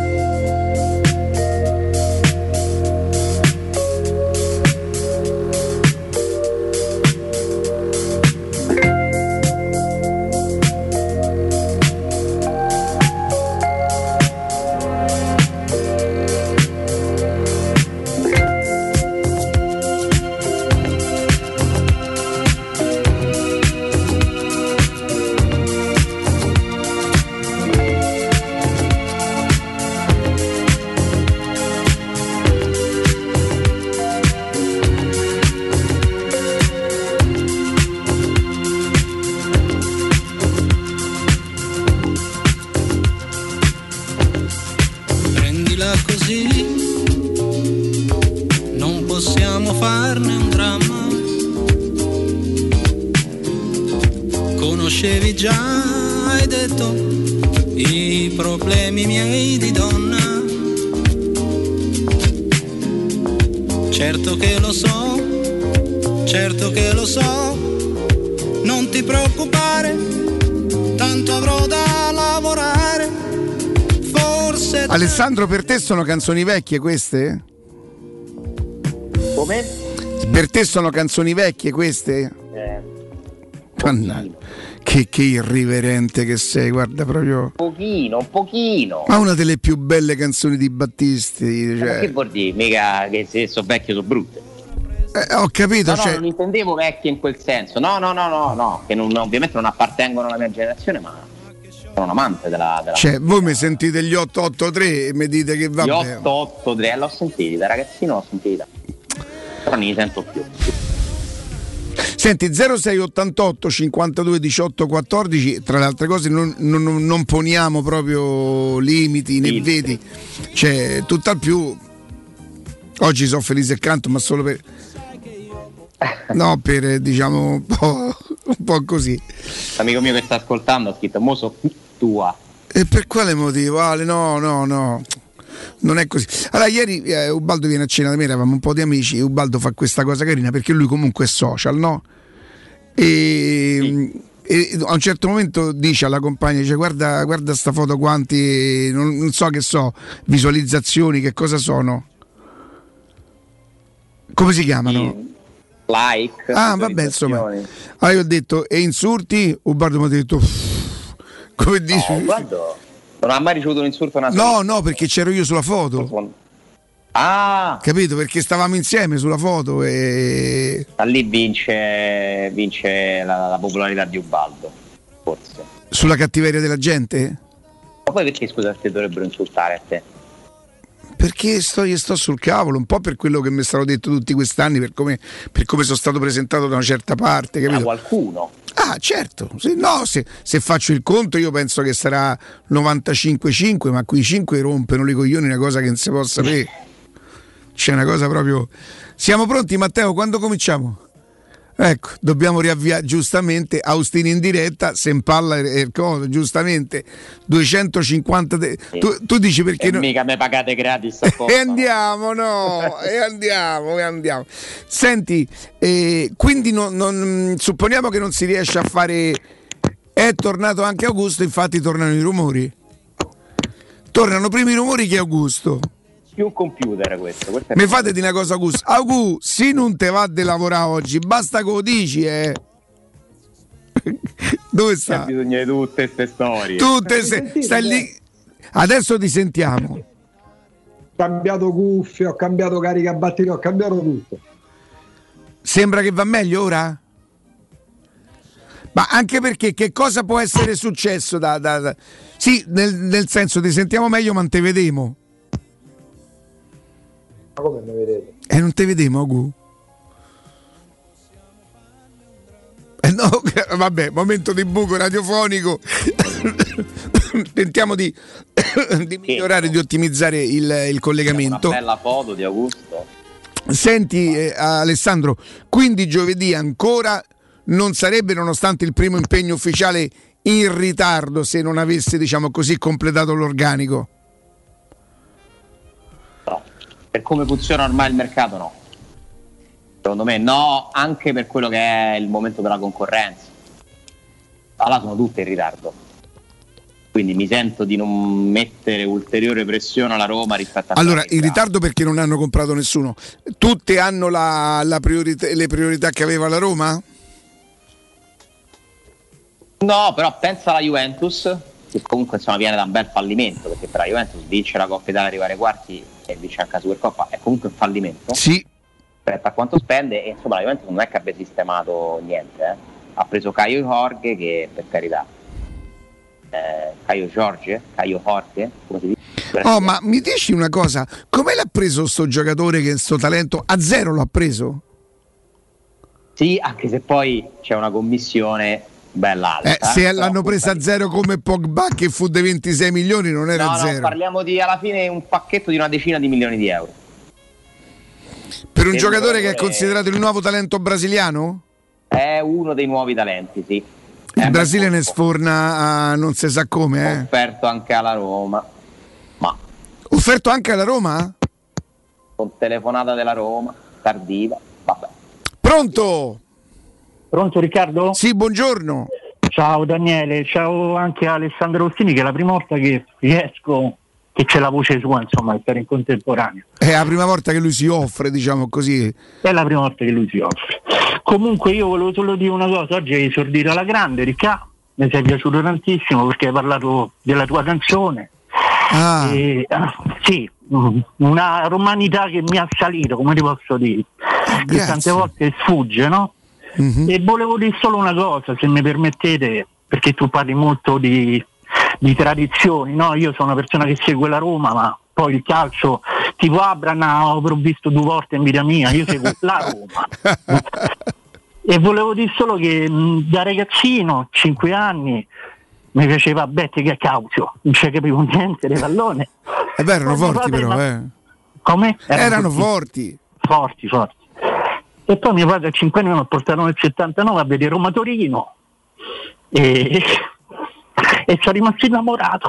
Conoscevi già, hai detto, i problemi miei di donna. Certo che lo so, certo che lo so, non ti preoccupare, tanto avrò da lavorare. Forse. Alessandro, per te sono canzoni vecchie queste? Come? Per te sono canzoni vecchie queste? Eh. Che, che irriverente che sei, guarda proprio. Un pochino, un pochino. Ma una delle più belle canzoni di Battisti. Cioè... Ma che vuol dire? Mica che se sono vecchie sono brutte. Eh, ho capito. No, cioè... no, non intendevo vecchie in quel senso. No, no, no, no, no. Che non, ovviamente non appartengono alla mia generazione, ma sono un amante della. della... Cioè, voi mi sentite gli otto otto tre e mi dite che va bene. Gli otto otto tre, l'ho sentita, da ragazzino l'ho sentita. Però non li sento più. Senti, zero sei ottantotto cinquantadue diciotto quattordici, tra le altre cose non, non, non poniamo proprio limiti né veti, cioè tutt'al più oggi sono felice e canto, ma solo per no, per diciamo un po', un po' così. Amico mio che sta ascoltando ha scritto mo so tua. E per quale motivo? Ale, no, no, no. Non è così. Allora, ieri eh, Ubaldo viene a cena da me, eravamo un po' di amici. Ubaldo fa questa cosa carina perché lui comunque è social, no? E, sì. e a un certo momento dice alla compagna: dice, guarda, guarda sta foto, quanti non, non so che so, visualizzazioni, che cosa sono? Come si chiamano? Sì. Like. Ah, vabbè, insomma. Allora io ho detto: e insulti? Ubaldo mi ha detto: come dici? No, Ubaldo non ha mai ricevuto un insulto una No, no, perché c'ero io sulla foto. Ah, capito? Perché stavamo insieme sulla foto e da lì vince vince la, la popolarità di Ubaldo, forse. Sulla cattiveria della gente? Ma poi perché, scusa, ti dovrebbero insultare a te? Perché sto, io sto sul cavolo, un po' per quello che mi è stato detto tutti quest'anni, per come, per come sono stato presentato da una certa parte, capito? Da qualcuno? Ah, certo, se, no, se, se faccio il conto io penso che sarà novantacinque cinque, ma qui cinque rompono i coglioni, una cosa che non si può sapere. C'è una cosa proprio. Siamo pronti, Matteo? Quando cominciamo? Ecco, dobbiamo riavviare giustamente Austini in diretta, se impalla il coso, giustamente duecentocinquanta de... sì. tu, tu dici perché e no... mica me pagate gratis a posto, e andiamo no e andiamo e andiamo senti, eh, quindi non, non, supponiamo che non si riesce a fare. È tornato anche Augusto, infatti tornano i rumori, tornano prima i rumori che Augusto. Più computer questo, questo mi fate di una cosa, Augusto. Augusto, se non te va di lavorare oggi, basta che lo dici, eh. Dove sta? C'è bisogno di tutte queste storie. Tutte se... stai lì. Adesso ti sentiamo. Ho cambiato cuffie, ho cambiato caricabatteria, ho cambiato tutto. Sembra che va meglio ora? Ma anche perché che cosa può essere successo da, da, da... Sì, nel, nel senso ti sentiamo meglio, ma non te vedemo. Ma come mi vedete? E eh, non te vedemo, Agu? Eh no, vabbè, momento di buco radiofonico. Tentiamo di, di migliorare, di ottimizzare il, il collegamento. Una bella foto di Augusto. Senti, eh, Alessandro, quindi giovedì ancora non sarebbe, nonostante il primo impegno ufficiale, in ritardo se non avesse, diciamo così, completato l'organico? Per come funziona ormai il mercato, no. Secondo me no, anche per quello che è il momento della concorrenza. Allora sono tutte in ritardo. Quindi mi sento di non mettere ulteriore pressione alla Roma rispetto a... Allora, in ritardo perché non hanno comprato nessuno. Tutte hanno la, la priorità, le priorità che aveva la Roma? No, però pensa alla Juventus, che comunque insomma viene da un bel fallimento, perché per la Juventus vince la Coppa Italia, arrivare ai quarti e vince anche la Supercoppa è comunque un fallimento. Sì. Rispetto a quanto spende, e insomma la Juventus non è che abbia sistemato niente, eh. Ha preso Caio Jorge, che per carità eh, Caio Jorge Caio Jorge come si dice? Oh, ma mi dici una cosa, come l'ha preso sto giocatore, che sto talento a zero l'ha preso? Sì, anche se poi c'è una commissione bella alta. Eh, se l'hanno presa a zero come Pogba, che fu dei ventisei milioni, non era no, zero. No, parliamo di alla fine un pacchetto di una decina di milioni di euro. Per un e giocatore che è considerato il nuovo talento brasiliano? È uno dei nuovi talenti, sì. Il è Brasile ne sforna a non si sa come, eh. Offerto anche alla Roma. Ma offerto anche alla Roma? Con telefonata della Roma, tardiva, vabbè. Pronto? Pronto Riccardo? Sì, buongiorno. Ciao Daniele, ciao anche a Alessandro Austini, che è la prima volta che riesco, che c'è la voce sua, insomma, a stare in contemporanea. È la prima volta che lui si offre, diciamo così. È la prima volta che lui si offre. Comunque io volevo solo dire una cosa, oggi hai esordito alla grande, Riccardo, mi sei piaciuto tantissimo perché hai parlato della tua canzone. Ah. E, sì, una romanità che mi ha salito, come ti posso dire, che tante volte sfugge, no? Mm-hmm. E volevo dire solo una cosa, se mi permettete, perché tu parli molto di, di tradizioni, no? Io sono una persona che segue la Roma, ma poi il calcio, tipo Abran, ho visto due volte in vita mia, io seguo la Roma. E volevo dire solo che mh, da ragazzino, cinque anni, mi piaceva Betti che Causio, non ci capivo niente del pallone. Eh beh, erano Poi forti però, ma... eh. Come? Erano, erano forti. Forti, forti. E poi mio padre a cinque anni mi ha portato nel settantanove a vedere Roma Torino e, e sono rimasto innamorato.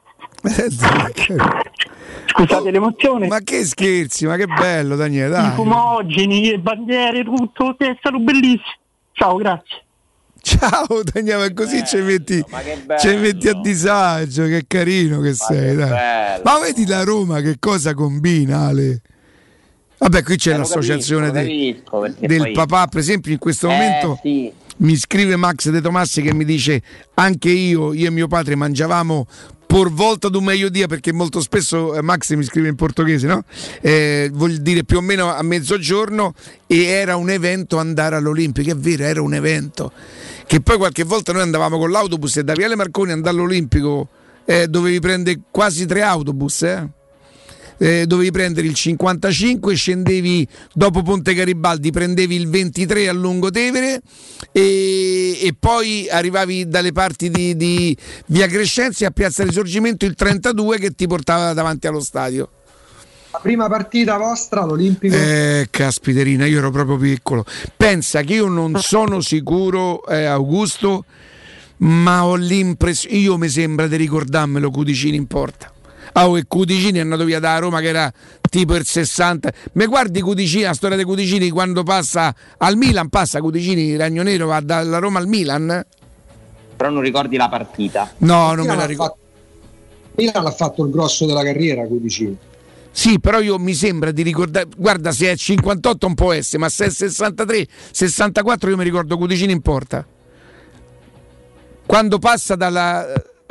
Scusate oh, l'emozione. Ma che scherzi, ma che bello Daniele, dai. I fumogeni, le bandiere, tutto, è stato bellissimo. Ciao, grazie. Ciao Daniele, così bello, ci metti, ci metti a disagio, che carino che ma sei. Che dai. Ma vedi la Roma che cosa combina, Ale? Vabbè, qui c'è eh, l'associazione capisco, de, capisco, del poi... papà, per esempio in questo eh, momento sì. Mi scrive Max De Tomassi che mi dice anche io, io e mio padre mangiavamo por volta d'un meglio-dia, perché molto spesso eh, Max mi scrive in portoghese, no? Eh, vuol dire più o meno a mezzogiorno, e era un evento andare all'Olimpico, è vero, era un evento, che poi qualche volta noi andavamo con l'autobus e da Viale Marconi andare all'Olimpico eh, dovevi prendere quasi tre autobus, eh? Eh, dovevi prendere il cinquantacinque, scendevi dopo Ponte Garibaldi, prendevi il ventitré a Lungotevere e, e poi arrivavi dalle parti di, di Via Crescenzi a Piazza Risorgimento il trentadue che ti portava davanti allo stadio. La prima partita vostra all'Olimpico? Eh, caspiterina, io ero proprio piccolo. Pensa che io non sono sicuro, eh, Augusto, ma ho l'impressione, io mi sembra di ricordarmelo Cudicini in porta. Ah, oh, e Cudicini è andato via da Roma che era tipo il sessanta. Me guardi Cudicini, la storia dei Cudicini quando passa al Milan, passa Cudicini, Ragno Nero va dalla Roma al Milan. Però non ricordi la partita? No, non me la ricordo. Milan ha fatto il grosso della carriera Cudicini. Sì, però io mi sembra di ricordare, guarda, se è cinquantotto non può essere, ma se è sessantatré sessantaquattro io mi ricordo Cudicini in porta. Quando passa dalla...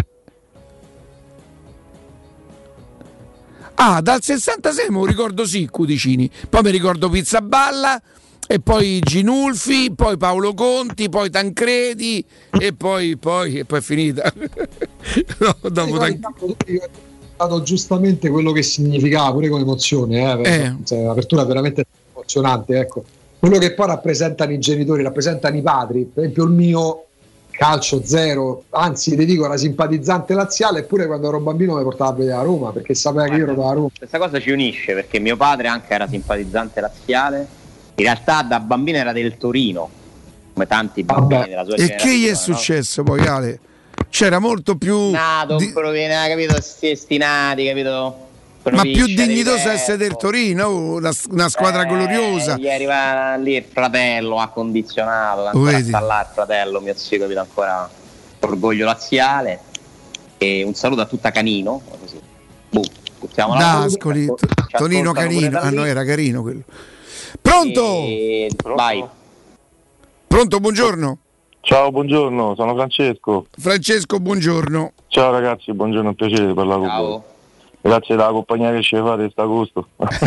Ah, dal sessantasei me lo ricordo sì, Cudicini. Poi mi ricordo Pizzaballa, e poi Ginulfi, poi Paolo Conti, poi Tancredi, e poi, poi, e poi è finita. No, dopo Tancredi... giustamente quello che significava pure con emozione, eh, eh. Cioè, l'apertura è veramente emozionante, ecco. Quello che poi rappresentano i genitori, rappresentano i padri, per esempio il mio calcio zero, anzi ti dico, era simpatizzante laziale, eppure quando ero bambino mi portava a vedere a Roma perché sapeva che io ero da Roma. Questa cosa ci unisce perché mio padre anche era simpatizzante laziale, in realtà da bambino era del Torino, come tanti bambini Vabbè. della sua e che gli è successo, no? Poi Ale? C'era molto più nato, di... provena, capito, destinati, capito? Ma più dignitosa essere del Torino, una, una squadra eh, gloriosa. Gli arriva lì il fratello accondizionato, ancora sta là il fratello, mio zio, capito, ancora orgoglio laziale. E un saluto a tutta Canino, così. Boh, D'Ascoli, to- Tonino Canino, ah no, era Carino quello. Pronto? E... Vai. Pronto, buongiorno. Ciao, buongiorno, sono Francesco. Francesco, buongiorno. Ciao ragazzi, buongiorno, è un piacere di parlare con voi. Grazie della compagnia che ci fate quest'agosto.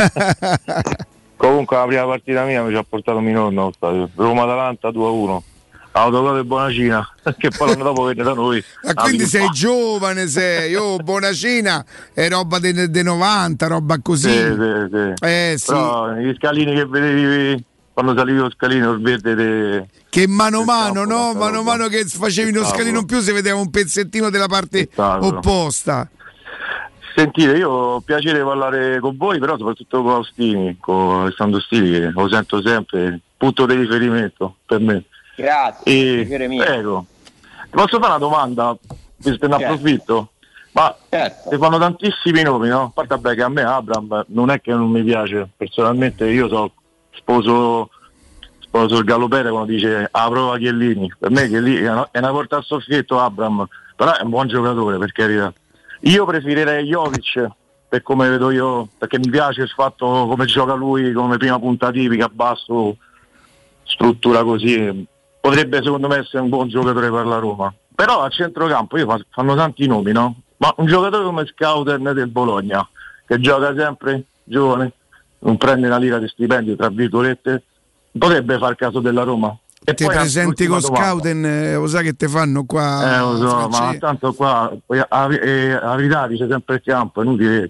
Comunque la prima partita mia mi ci ha portato mio nonno allo stadio. Roma-Atalanta due a uno. Autogol e Bonacina, che poi l'anno dopo venne da noi. Ma ah, quindi sei giovane, sei, oh, Bonacina è roba dei de novanta, roba così. Sì, sì, sì. Eh, sì. Però gli scalini che vedevi quando salivi lo scalino, il verde de... che mano a mano, no? Mano a mano che facevi uno scalino in più si vedeva un pezzettino della parte opposta. Sentite, io ho piacere di parlare con voi, però soprattutto con Austini, con Alessandro Stili, che lo sento sempre, punto di riferimento per me. Grazie, e, prego. Ti posso fare una domanda, visto che ne approfitto? Ma certo. Si fanno tantissimi nomi, no? A parte beh, che a me Abram non è che non mi piace, personalmente io so sposo sposo il Gallopere quando dice a prova Chiellini, per me Chiellini è una, è una porta al soffietto Abram, però è un buon giocatore, per carità. Io preferirei Jovic per come vedo io, perché mi piace il fatto come gioca lui, come prima punta tipica, basso, struttura così. Potrebbe secondo me essere un buon giocatore per la Roma. Però a centrocampo io fa, fanno tanti nomi, no? Ma un giocatore come Scouten del Bologna, che gioca sempre giovane, non prende una lira di stipendio, tra virgolette, potrebbe far caso della Roma. E ti presenti con Scouten, eh, lo sai che te fanno qua? Eh, lo so, ma tanto qua la verità dice sempre il campo, è inutile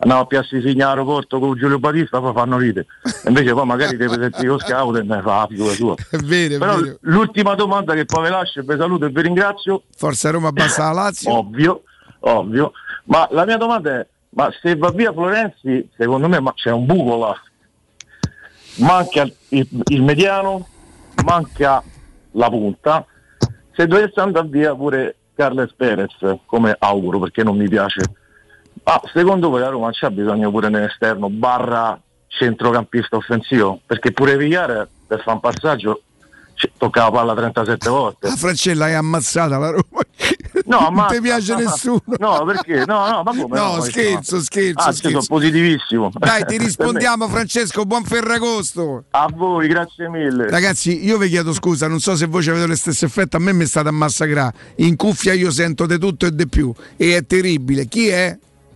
andiamo a Piazza di Signa all'aeroporto con Giulio Battista, poi fanno ride. Invece poi magari ti presenti con scout e ne fa la figura sua. È vero, è Però vero. l'ultima domanda che poi vi lascio e vi saluto e vi ringrazio. Forza Roma, basta la Lazio. Ovvio, ovvio. Ma la mia domanda è, ma se va via Florenzi, secondo me ma c'è un buco là. Manca il, il mediano, manca la punta. Se dovesse andare via pure Carles Perez, come auguro, perché non mi piace. Ah, secondo voi la Roma c'ha bisogno pure nell'esterno barra centrocampista offensivo? Perché pure Villar per fare un passaggio tocca la palla trentasette volte. La Francella è ammazzata la Roma. No, non ti piace nessuno. No, perché? No, no, ma come? No, no scherzo, no. scherzo, Ah, scherzo. sono positivissimo. Dai, ti rispondiamo Francesco, buon Ferragosto. A voi, grazie mille. Ragazzi, io vi chiedo scusa, non so se voi avete lo stesso effetto, a me mi state a massacrare. In cuffia io sento di tutto e di più e è terribile. Chi è?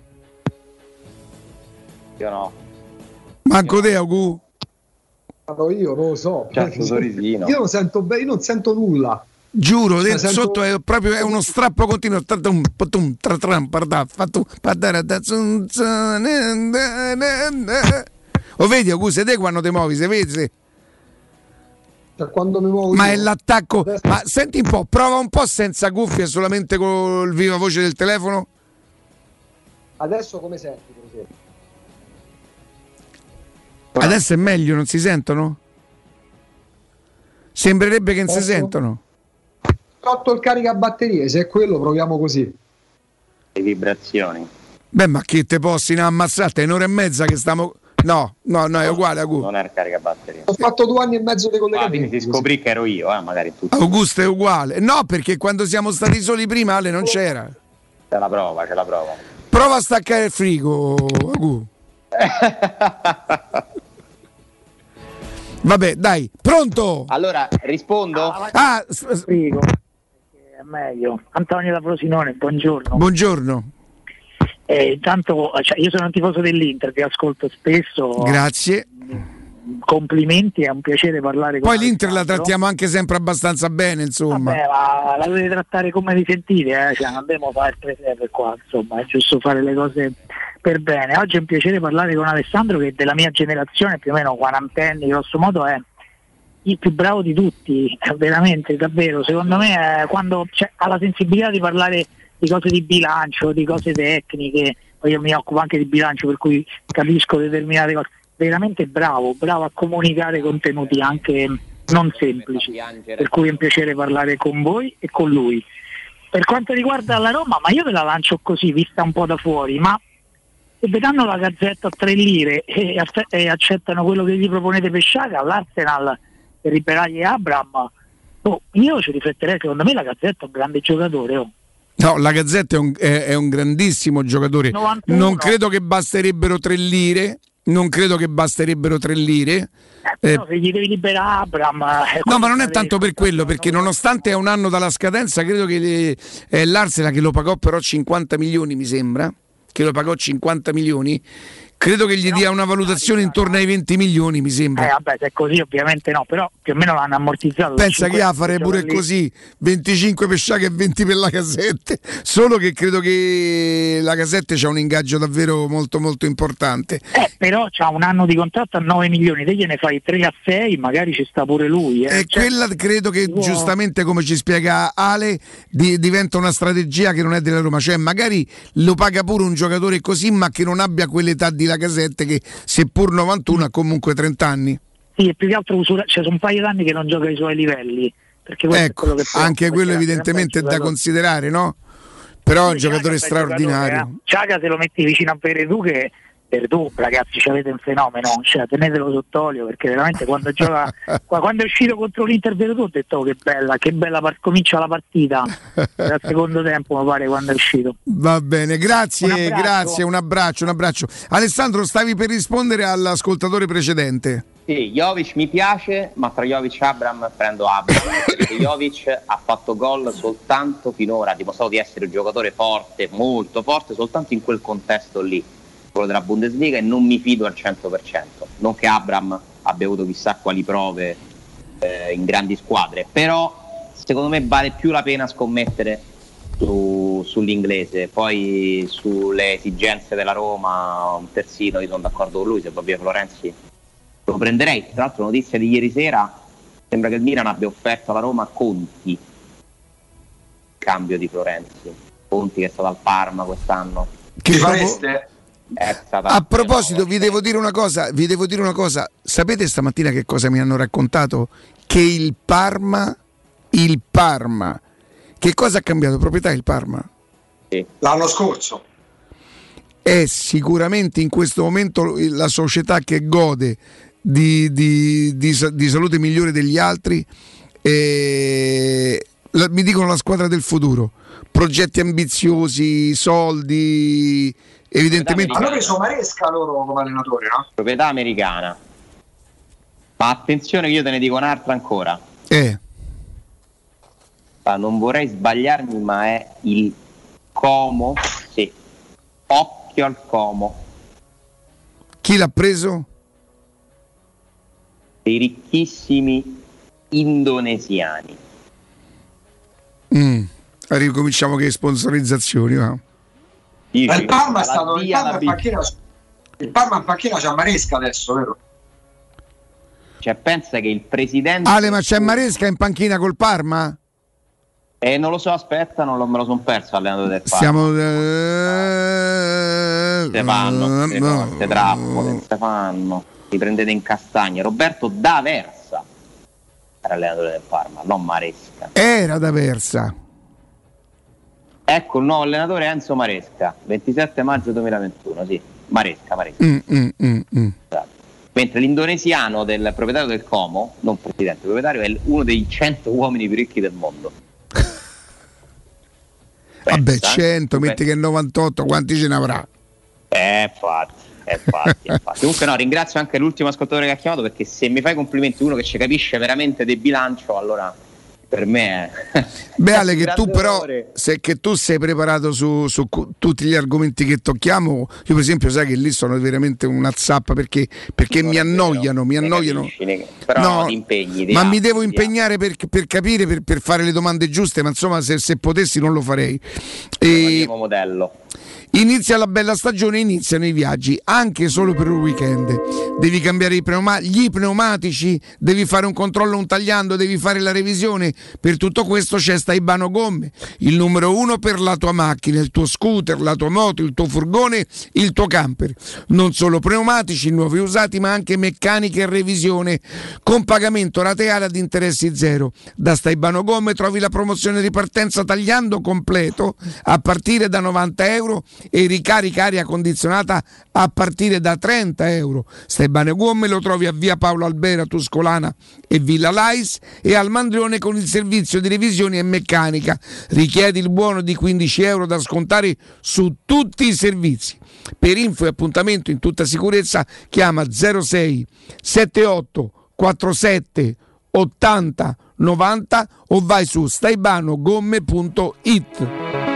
Io no. Manco te, Agu? No, io non lo so. Certo, sorrisino. Io non sento bene, io non sento nulla. Giuro, Cioè, sento... sotto è proprio è uno strappo continuo. O vedi, Agu, se te quando ti muovi, se vedi se... Cioè, quando mi muovo ma io, è l'attacco. adesso... Ma senti un po', prova un po' senza cuffie, solamente con il viva voce del telefono. Adesso come senti, per esempio? Adesso è meglio, non si sentono? Sembrerebbe che non si sentono. Tolto il caricabatterie, se è quello proviamo così. Le vibrazioni. Beh, ma che te posso ammazzate? È un'ora e mezza che stiamo... No, no, no, è uguale, Agu. Non è il caricabatterie. Ho fatto due anni e mezzo di Ah, collegamento. quindi si scoprì che ero io, eh, magari tu. Augusto è uguale. No, perché quando siamo stati soli prima Ale non c'era. C'è la prova, c'è la prova. Prova a staccare il frigo, Agu. Vabbè, dai, pronto? Allora, rispondo? Ah, Frigo. È meglio. Antonio da Frosinone, buongiorno. Buongiorno. Eh, intanto, cioè, io sono un tifoso dell'Inter, vi ascolto spesso. Grazie. Complimenti, è un piacere parlare con Poi l'Inter la Alessandro. trattiamo anche sempre abbastanza bene, insomma. Vabbè, ma la dovete trattare come vi sentite, eh? Cioè, non dobbiamo fare il presepe qua, insomma, è giusto fare le cose per bene. Oggi è un piacere parlare con Alessandro, che è della mia generazione, più o meno quarantenni, grosso modo è il più bravo di tutti, veramente, davvero. Secondo me è quando cioè, ha la sensibilità di parlare di cose di bilancio, di cose tecniche, poi io mi occupo anche di bilancio, per cui capisco determinate cose. Veramente bravo, bravo a comunicare contenuti anche non semplici, per cui è un piacere parlare con voi e con lui. Per quanto riguarda la Roma, ma io ve la lancio così, vista un po' da fuori, ma se vedranno la Gazzetta a tre lire e, e accettano quello che gli proponete per Sciaga, all'Arsenal per Riberai e Abraham, oh, io ci rifletterei. Secondo me la Gazzetta è un grande giocatore, oh. No, la Gazzetta è un, è, è un grandissimo giocatore. novantuno Non credo che basterebbero tre lire. Non credo che basterebbero tre lire. Eh, no, se gli devi liberare Abraham. Eh, no, ma non è tanto per quello, perché nonostante è un anno dalla scadenza, credo che le, è l'Arsenal che lo pagò però cinquanta milioni, mi sembra. Che lo pagò cinquanta milioni. Credo che gli dia una valutazione intorno ai venti milioni, mi sembra. Eh vabbè, se è così ovviamente no, però più o meno l'hanno ammortizzato. Pensa che a fare pure lì. Così, venticinque per Sciaga e venti per la Casette. Solo che credo che la Casette c'ha un ingaggio davvero molto molto importante. Eh, però c'ha un anno di contratto a nove milioni, te gliene fai tre a sei, magari ci sta pure lui. Eh. E cioè, quella credo che può... giustamente, come ci spiega Ale, di, diventa una strategia che non è della Roma. Cioè magari lo paga pure un giocatore così, ma che non abbia quell'età di la Casette che seppur novantuno ha comunque trenta anni. Sì, e più che altro usura, cioè, sono un paio d'anni che non gioca ai suoi livelli, perché questo ecco, è quello che anche quello evidentemente è da considerare, no? Però è un giocatore straordinario. Giocatore, eh? Ciaga se lo metti vicino a Veredù, che Veredù, ragazzi, ci avete un fenomeno, cioè tenetelo sott'olio, perché veramente quando gioca quando è uscito contro l'Inter Veredù ho detto oh, che bella, che bella par- comincia la partita dal secondo tempo, mi pare, quando è uscito. Va bene, grazie, Un grazie, un abbraccio, un abbraccio. Alessandro, stavi per rispondere all'ascoltatore precedente. Sì, Jovic mi piace, ma tra Jovic e Abraham prendo Abraham, perché Jovic ha fatto gol soltanto finora, ha dimostrato di essere un giocatore forte, molto forte, soltanto in quel contesto lì, quello della Bundesliga, e non mi fido al cento per cento. Non che Abraham abbia avuto chissà quali prove eh, in grandi squadre, però secondo me vale più la pena scommettere su su, sull'inglese, poi sulle esigenze della Roma, un terzino, io sono d'accordo con lui, se va via Florenzi lo prenderei. Tra l'altro notizia di ieri sera, sembra che il Milan abbia offerto alla Roma Conti, cambio di Florenzi, Conti che è stato al Parma quest'anno. Che fareste? A proposito, vi devo dire una cosa, vi devo dire una cosa. Sapete stamattina che cosa mi hanno raccontato? Che il Parma, il Parma, che cosa ha cambiato proprietà il Parma? Sì. L'anno scorso. È sicuramente in questo momento la società che gode di, di, di, di salute migliore degli altri. E la, mi dicono la squadra del futuro. Progetti ambiziosi, soldi, evidentemente. Hanno preso Maresca loro come allenatore, no? Proprietà americana. Ma attenzione che io te ne dico un'altra ancora. Eh. Ma non vorrei sbagliarmi, ma è il Como. Sì. Occhio al Como. Chi l'ha preso? Dei ricchissimi indonesiani. Mm. Ricominciamo che sponsorizzazioni, va. Ma il Parma è stato il Parma, in panchina, il Parma in panchina c'ha Maresca adesso, vero? Cioè pensa che il presidente Ale, ma c'è Maresca in panchina col Parma? Eh, non lo so, aspetta, non lo, me lo son perso allenatore del Parma. Siamo eh... Stefano, Stefano, ste trappole, Stefano, li prendete in castagne. Roberto D'Aversa era allenatore del Parma, non Maresca. Era D'Aversa. Ecco il nuovo allenatore Enzo Maresca, ventisette maggio duemilaventuno, sì, Maresca, Maresca. Mm, mm, mm, mm. Mentre l'indonesiano del proprietario del Como, non presidente, proprietario, è uno dei cento uomini più ricchi del mondo. Pensa, Vabbè, cento, metti che novantotto, quanti ce ne avrà? Eh, infatti, eh, infatti, infatti. Comunque no, ringrazio anche l'ultimo ascoltatore che ha chiamato, perché se mi fai complimenti uno che ci capisce veramente del bilancio, allora per me è... Beh Ale, che tu però se che tu sei preparato su, su tutti gli argomenti che tocchiamo. Io per esempio sai che lì sono veramente una zappa, perché, perché mi annoiano, mi annoiano capisci, ne... però no, ti impegni, ti ma apri, mi devo impegnare per, per capire, per, per fare le domande giuste, ma insomma se, se potessi non lo farei. E... modello. Inizia la bella stagione, iniziano i viaggi anche solo per un weekend. Devi cambiare i pneuma- gli pneumatici, devi fare un controllo, un tagliando, devi fare la revisione. Per tutto questo c'è Staibano Gomme, il numero uno per la tua macchina, il tuo scooter, la tua moto, il tuo furgone, il tuo camper. Non solo pneumatici, nuovi e usati, ma anche meccanica e revisione con pagamento rateale ad interessi zero. Da Staibano Gomme trovi la promozione di partenza tagliando completo a partire da novanta euro e ricarica aria condizionata a partire da trenta euro. Staibano Gomme lo trovi a via Paolo Albera, Tuscolana e Villa Lais, e al Mandrione con il servizio di revisione e meccanica. Richiedi il buono di quindici euro da scontare su tutti i servizi. Per info e appuntamento in tutta sicurezza chiama zero sei settantotto quarantasette ottanta novanta o vai su staibanogomme punto it.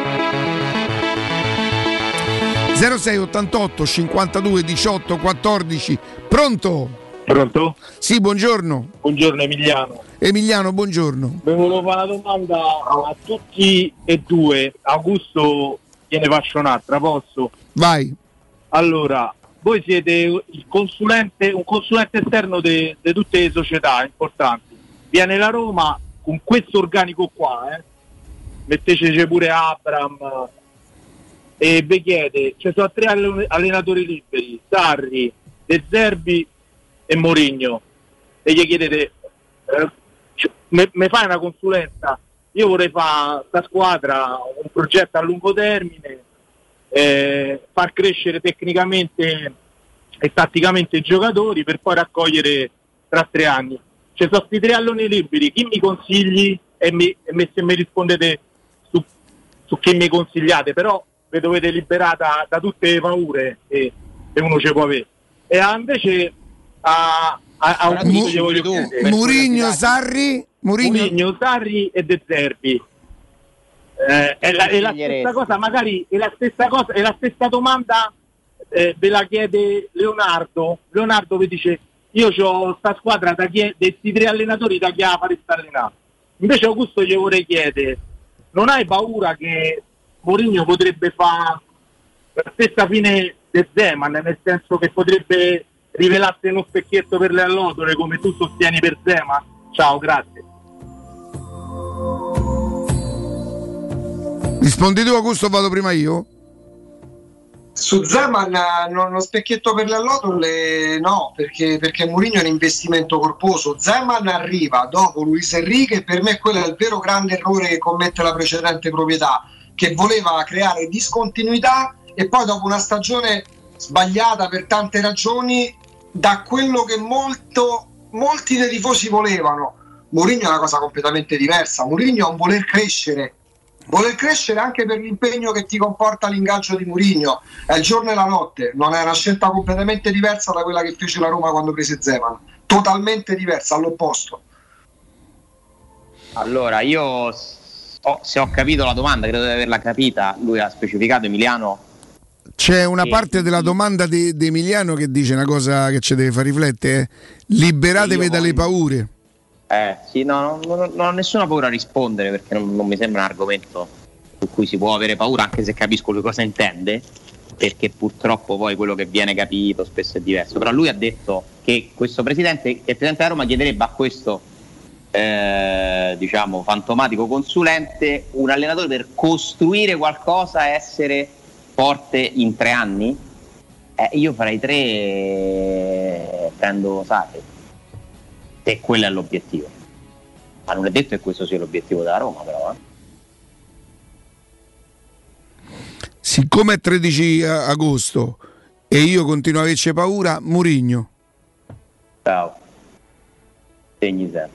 zero sei ottantotto cinquantadue diciotto quattordici. Pronto? Pronto? Sì, buongiorno. Buongiorno Emiliano. Emiliano, buongiorno. Vi volevo fare una domanda a tutti e due. Augusto, gliene faccio un'altra, posso? Vai. Allora, voi siete il consulente, un consulente esterno di tutte le società importanti. Viene la Roma con questo organico qua, eh? Mettececi pure Abram, e vi chiede, ci sono tre allenatori liberi, Sarri, De Zerbi e Mourinho, e gli chiedete eh, mi fai una consulenza, io vorrei fare sta squadra un progetto a lungo termine, eh, far crescere tecnicamente e tatticamente i giocatori per poi raccogliere tra tre anni. Ci sono questi tre alloni liberi, chi mi consigli? E, mi, e mi, se mi rispondete su, su chi mi consigliate, però vi dovete liberare da, da tutte le paure che, che uno ci può avere. E ah, invece a, a, a un Mu- Mourinho, Sarri, Mourinho, Sarri e De Zerbi. Eh, è, la, è la stessa cosa, magari è la stessa cosa, è la stessa domanda, eh, ve la chiede Leonardo. Leonardo vi dice: io ho sta squadra da chied- questi tre allenatori da chi la faresti allenare. Invece Augusto gli vorrei chiedere: non hai paura che Mourinho potrebbe fare la stessa fine di Zeman, nel senso che potrebbe rivelarsi uno specchietto per le allodole come tu sostieni per Zeman? Ciao, grazie. Rispondi tu, Augusto, o vado prima io? Su Zeman no, uno specchietto per le allodole no, perché, perché Mourinho è un investimento corposo. Zeman arriva dopo Luis Enrique, per me quello è il vero grande errore che commette la precedente proprietà, che voleva creare discontinuità e poi dopo una stagione sbagliata per tante ragioni, da quello che molto, molti dei tifosi volevano. Mourinho è una cosa completamente diversa. Mourinho è un voler crescere, voler crescere anche per l'impegno che ti comporta l'ingaggio di Mourinho. È il giorno e la notte, non è una scelta completamente diversa da quella che fece la Roma quando prese Zeman, totalmente diversa, all'opposto. Allora, io ho, se ho capito la domanda, credo di averla capita, lui ha specificato, Emiliano. C'è una che, parte della domanda di, di Emiliano che dice una cosa che ci deve far riflettere, eh? Liberatevi dalle paure. Eh sì, no, non, non, non ho nessuna paura a rispondere, perché non, non mi sembra un argomento su cui si può avere paura, anche se capisco lui cosa intende, perché purtroppo poi quello che viene capito spesso è diverso. Però lui ha detto che questo presidente, che il presidente della Roma chiederebbe a questo eh, diciamo fantomatico consulente un allenatore per costruire qualcosa, essere forte in tre anni. Eh, io farei tre e prendo Sarri, e quello è l'obiettivo, ma non è detto che questo sia l'obiettivo della Roma, però eh. Siccome è tredici agosto e io continuo a averci paura, Mourinho. Ciao, segni sempre.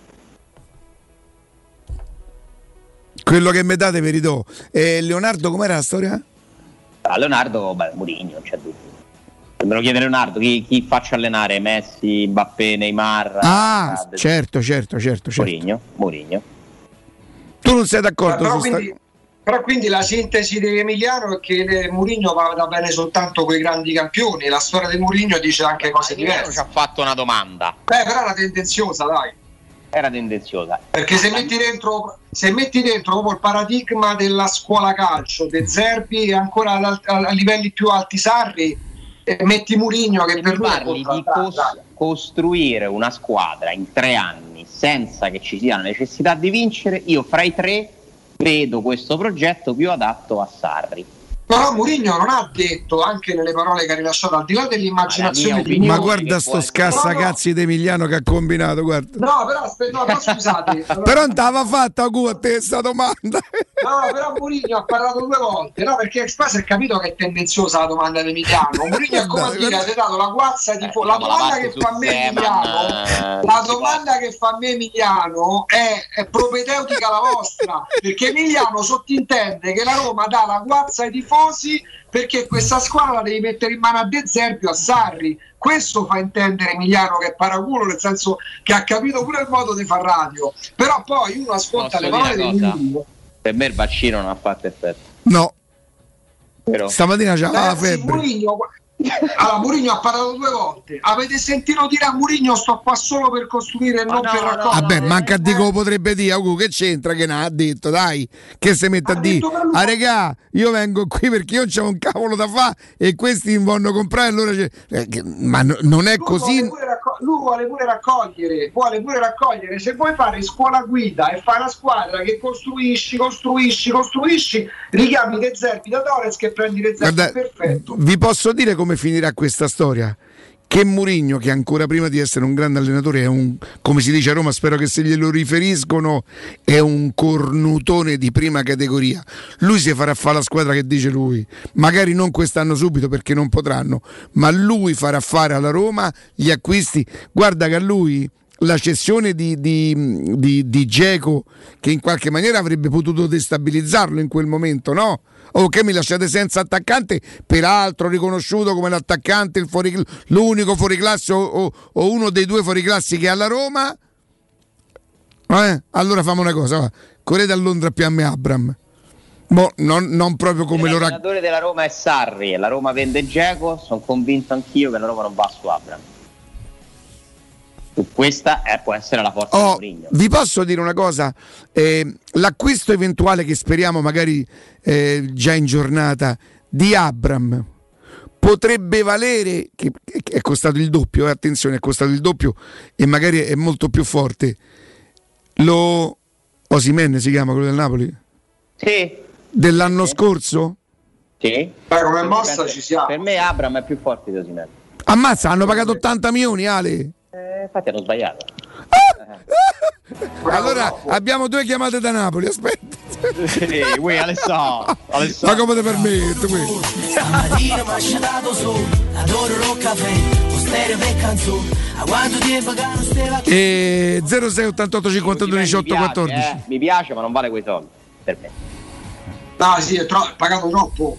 Quello che mi date vi ridò. E Leonardo, com'era la storia? Ah, Leonardo, beh, Mourinho, non c'è dubbio. Me lo chiede Leonardo, chi, chi faccio allenare? Messi, Mbappé, Neymar? Ah, Cade. certo, certo, certo, certo. Mourinho, Mourinho. Tu non sei d'accordo? Però su quindi, sta... però quindi la sintesi di Emiliano è che Mourinho va bene soltanto con i grandi campioni, la storia di Mourinho dice anche cose diverse. Ci ha fatto una domanda. Beh, però era tendenziosa, dai. Era tendenziosa. Perché se metti dentro, se metti dentro proprio il paradigma della scuola calcio, De Zerbi e ancora a, a, a livelli più alti Sarri, e metti Mourinho che per lui parli di cos- costruire una squadra in tre anni senza che ci sia la necessità di vincere, io fra i tre vedo questo progetto più adatto a Sarri. Però Mourinho non ha detto, anche nelle parole che ha rilasciato, al di là dell'immaginazione di ma guarda sto scassacazzi no, no. di Emiliano che ha combinato, guarda. No, però aspetta, no, però scusate. Però non t'aveva fatta a te questa domanda. No, però Mourinho ha parlato due volte, no, perché poi si è capito che è tendenziosa la domanda di Emiliano. Mourinho è come a dire, ha dato la guazza di fo- la domanda che fa a me Emiliano, la domanda che fa a me Emiliano è, è propedeutica alla vostra, perché Emiliano sottintende che la Roma dà la guazza ai tifosi perché questa squadra la devi mettere in mano a De Zerbi o a Sarri. Questo fa intendere Emiliano, che è paraculo, nel senso che ha capito pure il modo di far radio. Però poi uno ascolta Posso le parole di Mourinho. Per me il vaccino non ha fatto effetto. No. Però. Stamattina c'aveva la febbre. Mourinho, allora Mourinho ha parlato due volte. Avete sentito dire a Mourinho sto qua solo per costruire e non no, per no, raccogliere? Vabbè, no, manca a dire lo potrebbe dire, Augu, che c'entra che ne ha detto, dai, che si mette a dire, ah regà, io vengo qui perché io c'ho un cavolo da fare e questi mi vogliono comprare, allora c'è... Eh, ma no, non è lui così. Vuole pure racco- lui vuole pure raccogliere, vuole pure raccogliere. Se vuoi fare scuola guida e fare una squadra che costruisci, costruisci, costruisci, richiami De Zerbi da Torres che prendi De Zerbi, guarda, perfetto. Vi posso dire come finirà questa storia? Che Mourinho, che ancora prima di essere un grande allenatore è un, come si dice a Roma, spero che se glielo riferiscono, è un cornutone di prima categoria. Lui si farà fare la squadra che dice lui, magari non quest'anno subito perché non potranno, ma lui farà fare alla Roma gli acquisti. Guarda che a lui la cessione di di, di, di Dzeko, che in qualche maniera avrebbe potuto destabilizzarlo in quel momento, no? Oh, che mi lasciate senza attaccante, peraltro riconosciuto come l'attaccante, il fuori, l'unico fuoriclasse o, o, o uno dei due fuoriclassi che ha la Roma. Eh? Allora facciamo una cosa, va. Correte a Londra più a me Abram. Mo, non, non proprio come lo racconto. L'allenatore della Roma è Sarri e la Roma vende Dzeko, sono convinto anch'io che la Roma non va su Abram. Questa è, può essere la forza oh, di Mourinho. Vi posso dire una cosa? Eh, l'acquisto eventuale che speriamo magari eh, già in giornata di Abraham potrebbe valere, che, che è costato il doppio, eh, attenzione, è costato il doppio e magari è molto più forte. Lo Osimhen si chiama quello del Napoli? Sì. Dell'anno sì. scorso? Sì. Beh, come mossa ci siamo. Per me Abraham è più forte di Osimhen. Ammazza, hanno pagato ottanta milioni, Ale. Eh, infatti hanno sbagliato. Allora abbiamo due chiamate da Napoli, aspetta. Sì, uè, Alessandro, Alessandro. Ma come ti permetto questo? Stamattina mi ha scedato su, adoro lo caffè, lo stereo per canzone, a quanto tempo che non stava. E zero sei ottantotto cinquantadue diciotto quattordici. Eh, mi piace, ma non vale quei soldi per me. No, sì, è tro- pagato troppo.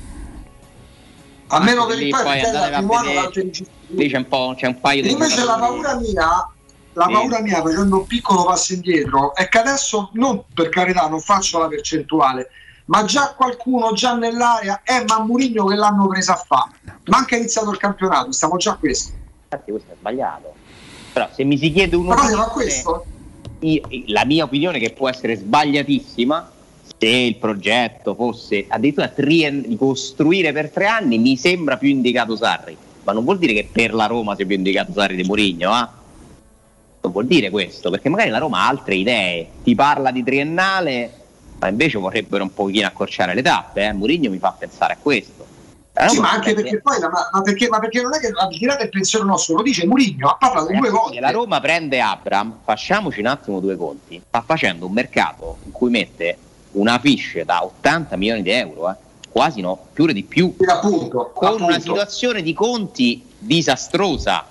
A meno che lì poi, poi andate a vedere, lì c'è un po', c'è un paio di invece la paura mia la sì. paura mia facendo un piccolo passo indietro è che adesso, non per carità, non faccio la percentuale, ma già qualcuno già nell'area è ma Mourinho che l'hanno presa a fa, ma anche iniziato il campionato, stiamo già a questo. Infatti questo è sbagliato, però se mi si chiede uno ma questo io, la mia opinione, che può essere sbagliatissima, se il progetto fosse addirittura trien- di costruire per tre anni, mi sembra più indicato Sarri, ma non vuol dire che per la Roma sia più indicato Sarri di Mourinho, eh? Non vuol dire questo, perché magari la Roma ha altre idee, ti parla di triennale, ma invece vorrebbero un pochino accorciare le tappe, eh? Mourinho mi fa pensare a questo. Sì, ma anche perché poi ma, ma, perché, ma perché non è che al di là del pensiero nostro, lo dice Mourinho, ha parlato Ragazzi, due volte. La Roma prende Abraham, facciamoci un attimo due conti, sta facendo un mercato in cui mette una fiche da ottanta milioni di euro, eh? quasi no, più di più, appunto, con appunto. una situazione di conti disastrosa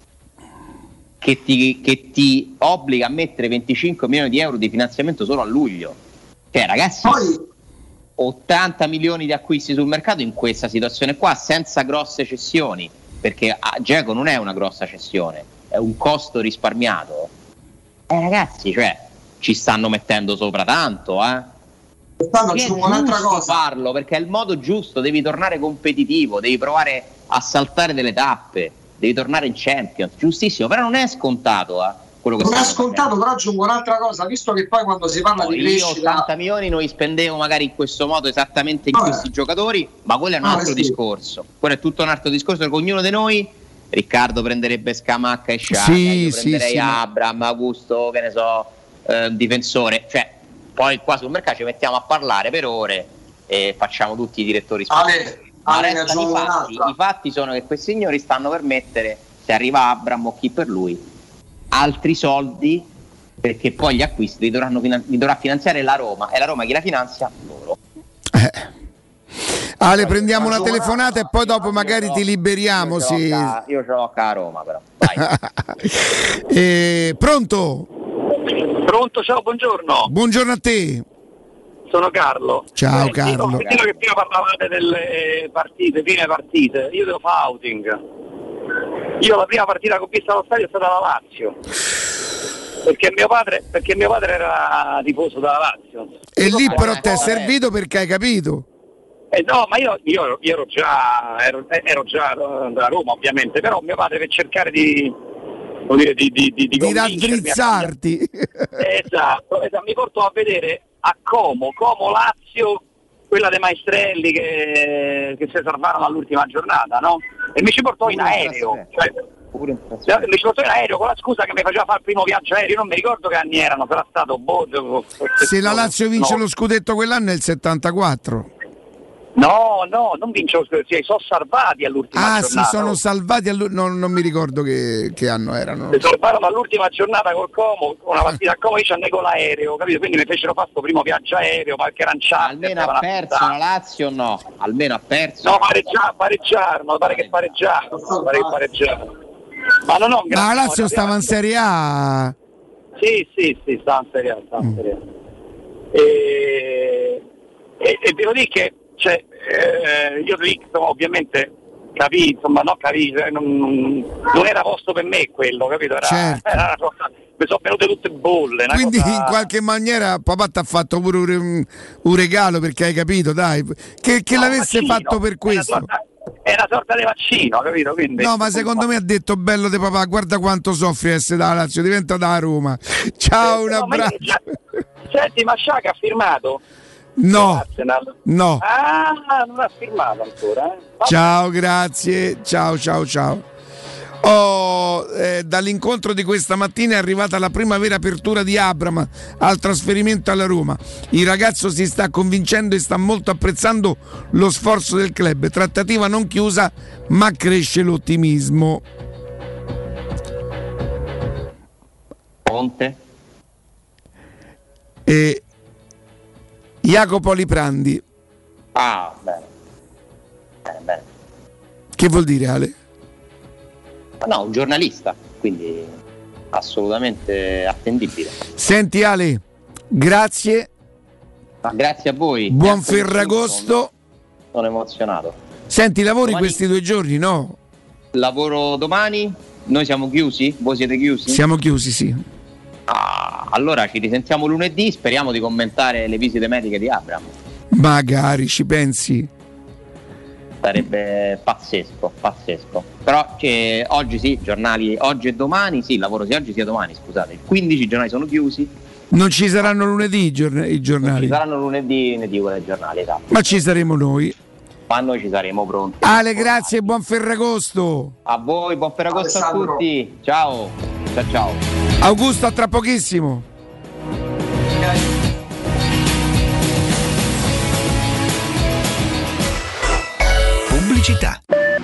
che ti, che ti obbliga a mettere venticinque milioni di euro di finanziamento solo a luglio. Cioè ragazzi, poi ottanta milioni di acquisti sul mercato in questa situazione qua, senza grosse cessioni, perché Dzeko non è una grossa cessione, è un costo risparmiato. Eh ragazzi, cioè ci stanno mettendo sopra tanto, eh. È un'altra giusto cosa. farlo, perché è il modo giusto, devi tornare competitivo, devi provare a saltare delle tappe, devi tornare in Champions, giustissimo, però non è scontato, eh, quello che non è stanno scontato, facendo. però aggiungo un'altra cosa, visto che poi quando si parla No, di io crescita ottanta milioni non li spendevo magari in questo modo esattamente in Vabbè. questi giocatori, ma quello è un Ah, altro sì. discorso, quello è tutto un altro discorso, che ognuno di noi, Riccardo prenderebbe Scamacca e Sciacca, Sì, io sì, prenderei sì, ma- Abraham, Augusto, che ne so, eh, difensore, cioè poi qua sul mercato ci mettiamo a parlare per ore e facciamo tutti i direttori sportivi. Ma Ale, ne restano i aggiungo fatti. un'altra. I fatti sono che questi signori stanno per mettere, se arriva Abraham o chi per lui, altri soldi, perché poi gli acquisti li, dovranno finan- li dovrà finanziare la Roma, e la Roma chi la finanzia? Loro. Eh. Ale, prendiamo una telefonata e poi dopo magari ti liberiamo. Io ce l'ho Sì. ca- io ce l'ho a Roma, però. Eh, pronto? Pronto, ciao, buongiorno. Buongiorno a te. Sono Carlo. Ciao Eh, Carlo. Ho sentito che prima parlavate delle partite, prime partite. Io devo fare outing. Io la prima partita che ho visto allo stadio è stata la Lazio. Perché mio padre, perché mio padre era tifoso della Lazio. E lì però Eh, ti è eh, servito perché hai capito. Eh no, ma io, io, io ero già ero, ero già da Roma ovviamente, però mio padre, per cercare di come dire, di, di, di, di, Di convincermi a- raddrizzarti. Esatto, esatto, mi portò a vedere a Como, Como Lazio, quella dei Maestrelli che, che si salvarono all'ultima giornata, no? E mi ci portò in aereo, cioè, mi ci portò in aereo con la scusa che mi faceva fare il primo viaggio aereo, io non mi ricordo che anni erano, sarà stato boh, Se la Lazio vince no. lo scudetto quell'anno è il settantaquattro. No, no, non vince lo scudetto, si sono salvati all'ultima Ah, giornata. si sono salvati, allu- non, non mi ricordo che, che anno erano. Si salvarono all'ultima giornata col Como, una partita a Como, io ci andai con l'aereo, capito? Quindi mi fecero fare questo primo viaggio aereo, qualche aranciata. Almeno ha perso la Lazio o no? Almeno ha perso. No, pareggia- pareggiarono, pare che pareggiarono, pare che pareggiarono. Ma non ho un Ma la gran- Lazio stava in Serie A. Sì, sì, sì, stava in Serie A, stava in Serie A. E, e, e devo dire che cioè, eh, io lì insomma, ovviamente capì, insomma, no, capì, cioè, non, non era posto per me quello, capito? Era, Certo. era una cosa, mi sono venute tutte bolle. Una Quindi cosa... in qualche maniera papà ti ha fatto pure un, un regalo, perché hai capito, dai, che, che No, l'avesse Mancino, fatto per è questo. natura- è una sorta di vaccino, capito? Quindi, no, ma secondo me ha detto bello di papà, guarda quanto soffri essere da Lazio, diventa da Roma. Ciao, un abbraccio. No, senti, ma Sciacca ha firmato? No, no. Ah, non ha firmato ancora. Eh? Ciao, grazie. Ciao, ciao, ciao. Oh, eh, dall'incontro di questa mattina è arrivata la prima vera apertura di Abram al trasferimento alla Roma. Il ragazzo si sta convincendo e sta molto apprezzando lo sforzo del club. Trattativa non chiusa, ma cresce l'ottimismo. Ponte. E Jacopo Liprandi. Ah, bene. Bene, bene. Che vuol dire, Ale? No, un giornalista, quindi assolutamente attendibile. Senti Ale, grazie. Ma grazie a voi. Buon Ferragosto. Sono emozionato. Senti, lavori domani, questi due giorni, no? Lavoro domani, noi siamo chiusi? Voi siete chiusi? Siamo chiusi, sì. Ah, allora ci risentiamo lunedì, speriamo di commentare le visite mediche di Abram. Magari, ci pensi? Sarebbe pazzesco, pazzesco. Però cioè, oggi sì, giornali, oggi e domani, sì, lavoro sia oggi sia domani, scusate. Il quindici giornali sono chiusi. Non ci saranno lunedì i, giorn- i giornali? Non ci saranno lunedì, lunedì i giornali, esatto. Ma ci saremo noi. Ma noi ci saremo pronti. Ale, grazie e buon Ferragosto. A voi, buon Ferragosto a tutti. Ciao, ciao, ciao. Augusto, a tra pochissimo. Pubblicità.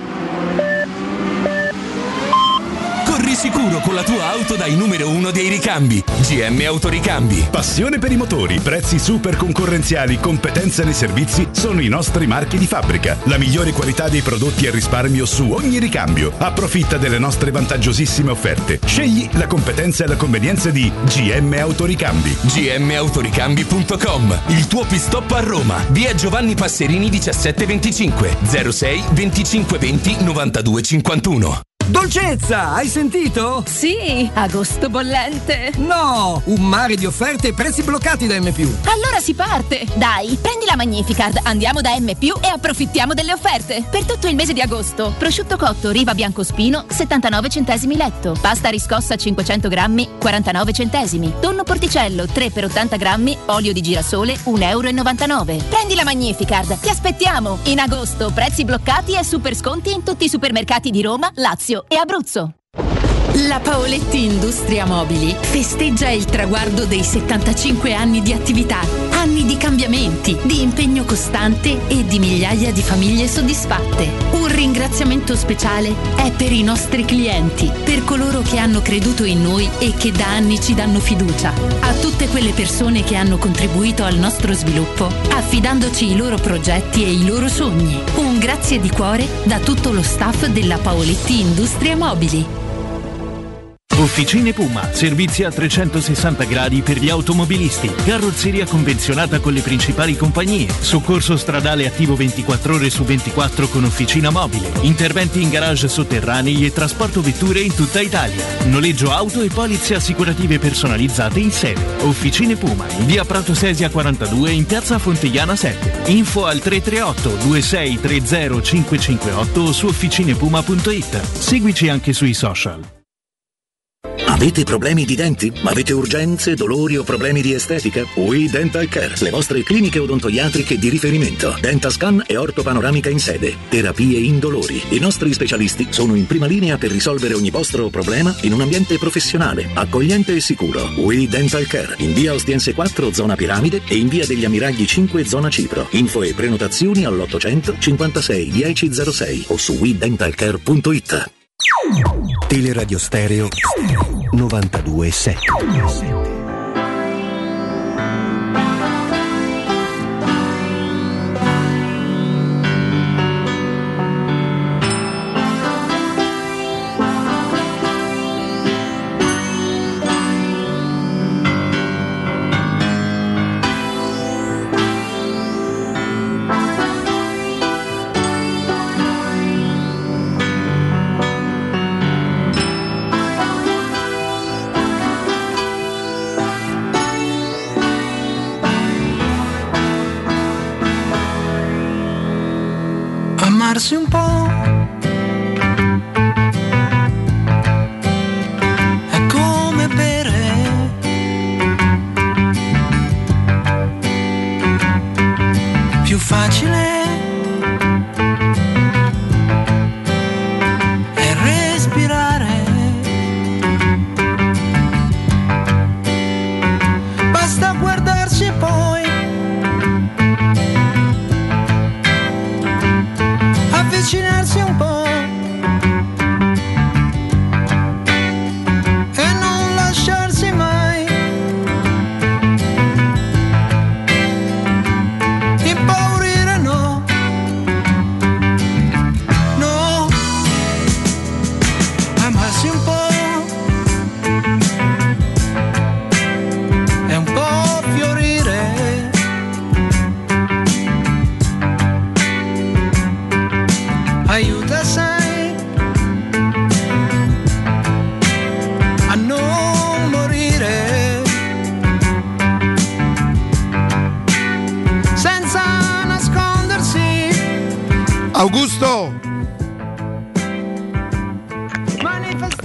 Corri sicuro con la tua auto dai numero uno dei ricambi. G M Autoricambi. Passione per i motori, prezzi super concorrenziali, competenza nei servizi sono i nostri marchi di fabbrica. La migliore qualità dei prodotti e risparmio su ogni ricambio. Approfitta delle nostre vantaggiosissime offerte. Scegli la competenza e la convenienza di G M Autoricambi. G M Autoricambi punto com. Il tuo pit-stop a Roma. Via Giovanni Passerini diciassette venticinque zero sei venticinque venti novantadue cinquantuno. Dolcezza, hai sentito? Sì, agosto bollente. No, un mare di offerte e prezzi bloccati da M+. Allora si parte. Dai, prendi la Magnificard, andiamo da M+ e approfittiamo delle offerte. Per tutto il mese di agosto, prosciutto cotto Riva Biancospino settantanove centesimi letto, pasta riscossa cinquecento grammi quarantanove centesimi, tonno porticello tre per ottanta grammi, olio di girasole un euro e novantanove. Prendi la Magnificard, ti aspettiamo. In agosto prezzi bloccati e super sconti in tutti i supermercati di Roma, Lazio e Abruzzo. La Paoletti Industria Mobili festeggia il traguardo dei settantacinque anni di attività, anni di cambiamenti, di impegno costante e di migliaia di famiglie soddisfatte. Un ringraziamento speciale è per i nostri clienti, per coloro che hanno creduto in noi e che da anni ci danno fiducia, a tutte quelle persone che hanno contribuito al nostro sviluppo, affidandoci i loro progetti e i loro sogni. Un grazie di cuore da tutto lo staff della Paoletti Industria Mobili. Officine Puma, servizi a trecentosessanta gradi per gli automobilisti, carrozzeria convenzionata con le principali compagnie, soccorso stradale attivo ventiquattro ore su ventiquattro con officina mobile, interventi in garage sotterranei e trasporto vetture in tutta Italia, noleggio auto e polizze assicurative personalizzate in sede. Officine Puma, in via Prato Sesia quarantadue in piazza Fontegliana sette. Info al tre tre otto due sei tre zero cinque cinque otto o su officinepuma punto it. Seguici anche sui social. Avete problemi di denti? Avete urgenze, dolori o problemi di estetica? We Dental Care, le vostre cliniche odontoiatriche di riferimento. Dentascan e ortopanoramica in sede. Terapie indolori. I nostri specialisti sono in prima linea per risolvere ogni vostro problema in un ambiente professionale, accogliente e sicuro. We Dental Care, in via Ostiense quattro, zona Piramide, e in via degli Ammiragli cinque, zona Cipro. Info e prenotazioni all'ottocento cinquantasei dieci zero sei o su we dental care punto it. Teleradio Stereo novantadue sette. Amarsi un po',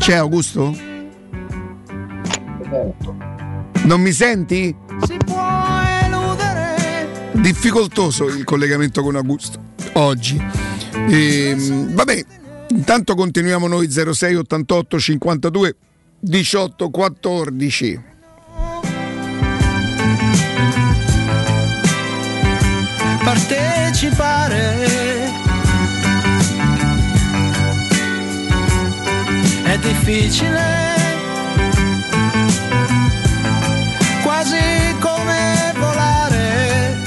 C'è Augusto? Non mi senti? Si può eludere. Difficoltoso il collegamento con Augusto oggi. E, vabbè, intanto continuiamo noi. Zero sei ottantotto cinquantadue diciotto quattordici. Partecipare è difficile, quasi come volare.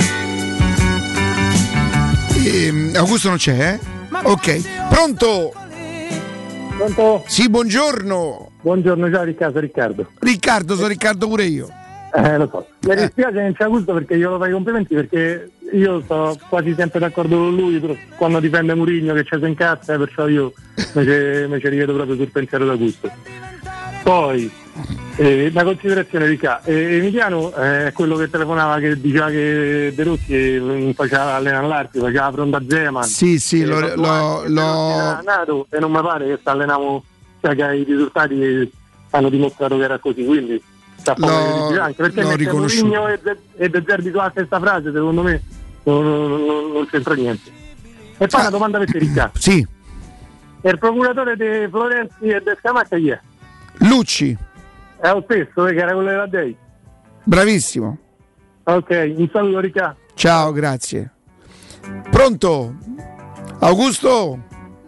E, Augusto non c'è, eh? Ok, pronto? Pronto? Sì, buongiorno. Buongiorno, ciao Riccardo, Riccardo. Riccardo, sono Riccardo pure io. Eh, lo so. Mi dispiace che non c'è Augusto perché io lo fai i complimenti, perché io sto quasi sempre d'accordo con lui però quando difende Mourinho che c'è in cazzo, eh, perciò io mi ci rivedo proprio sul pensiero d'Augusto. Poi eh, una considerazione di qua, eh, Emiliano è eh, quello che telefonava, che diceva che De Rossi eh, faceva allenare all'Arti, faceva la fronda a Zeman. Sì, sì, lo, lo, lo, lo... nato, e non mi pare che sta allenando, cioè che i risultati hanno dimostrato che era così, quindi L'ho, anche perché mettere Mourinho e De, e De Zerbi sulla stessa frase, secondo me non, non, non c'entra niente. E poi ah, una domanda per te, Riccardo. Sì. E il procuratore di Florenzi e De Scamacca chi è? Lucci. È lo stesso, eh, che era quello della Dei. Bravissimo. Ok, un saluto, Riccardo. Ciao, grazie. Pronto? Augusto?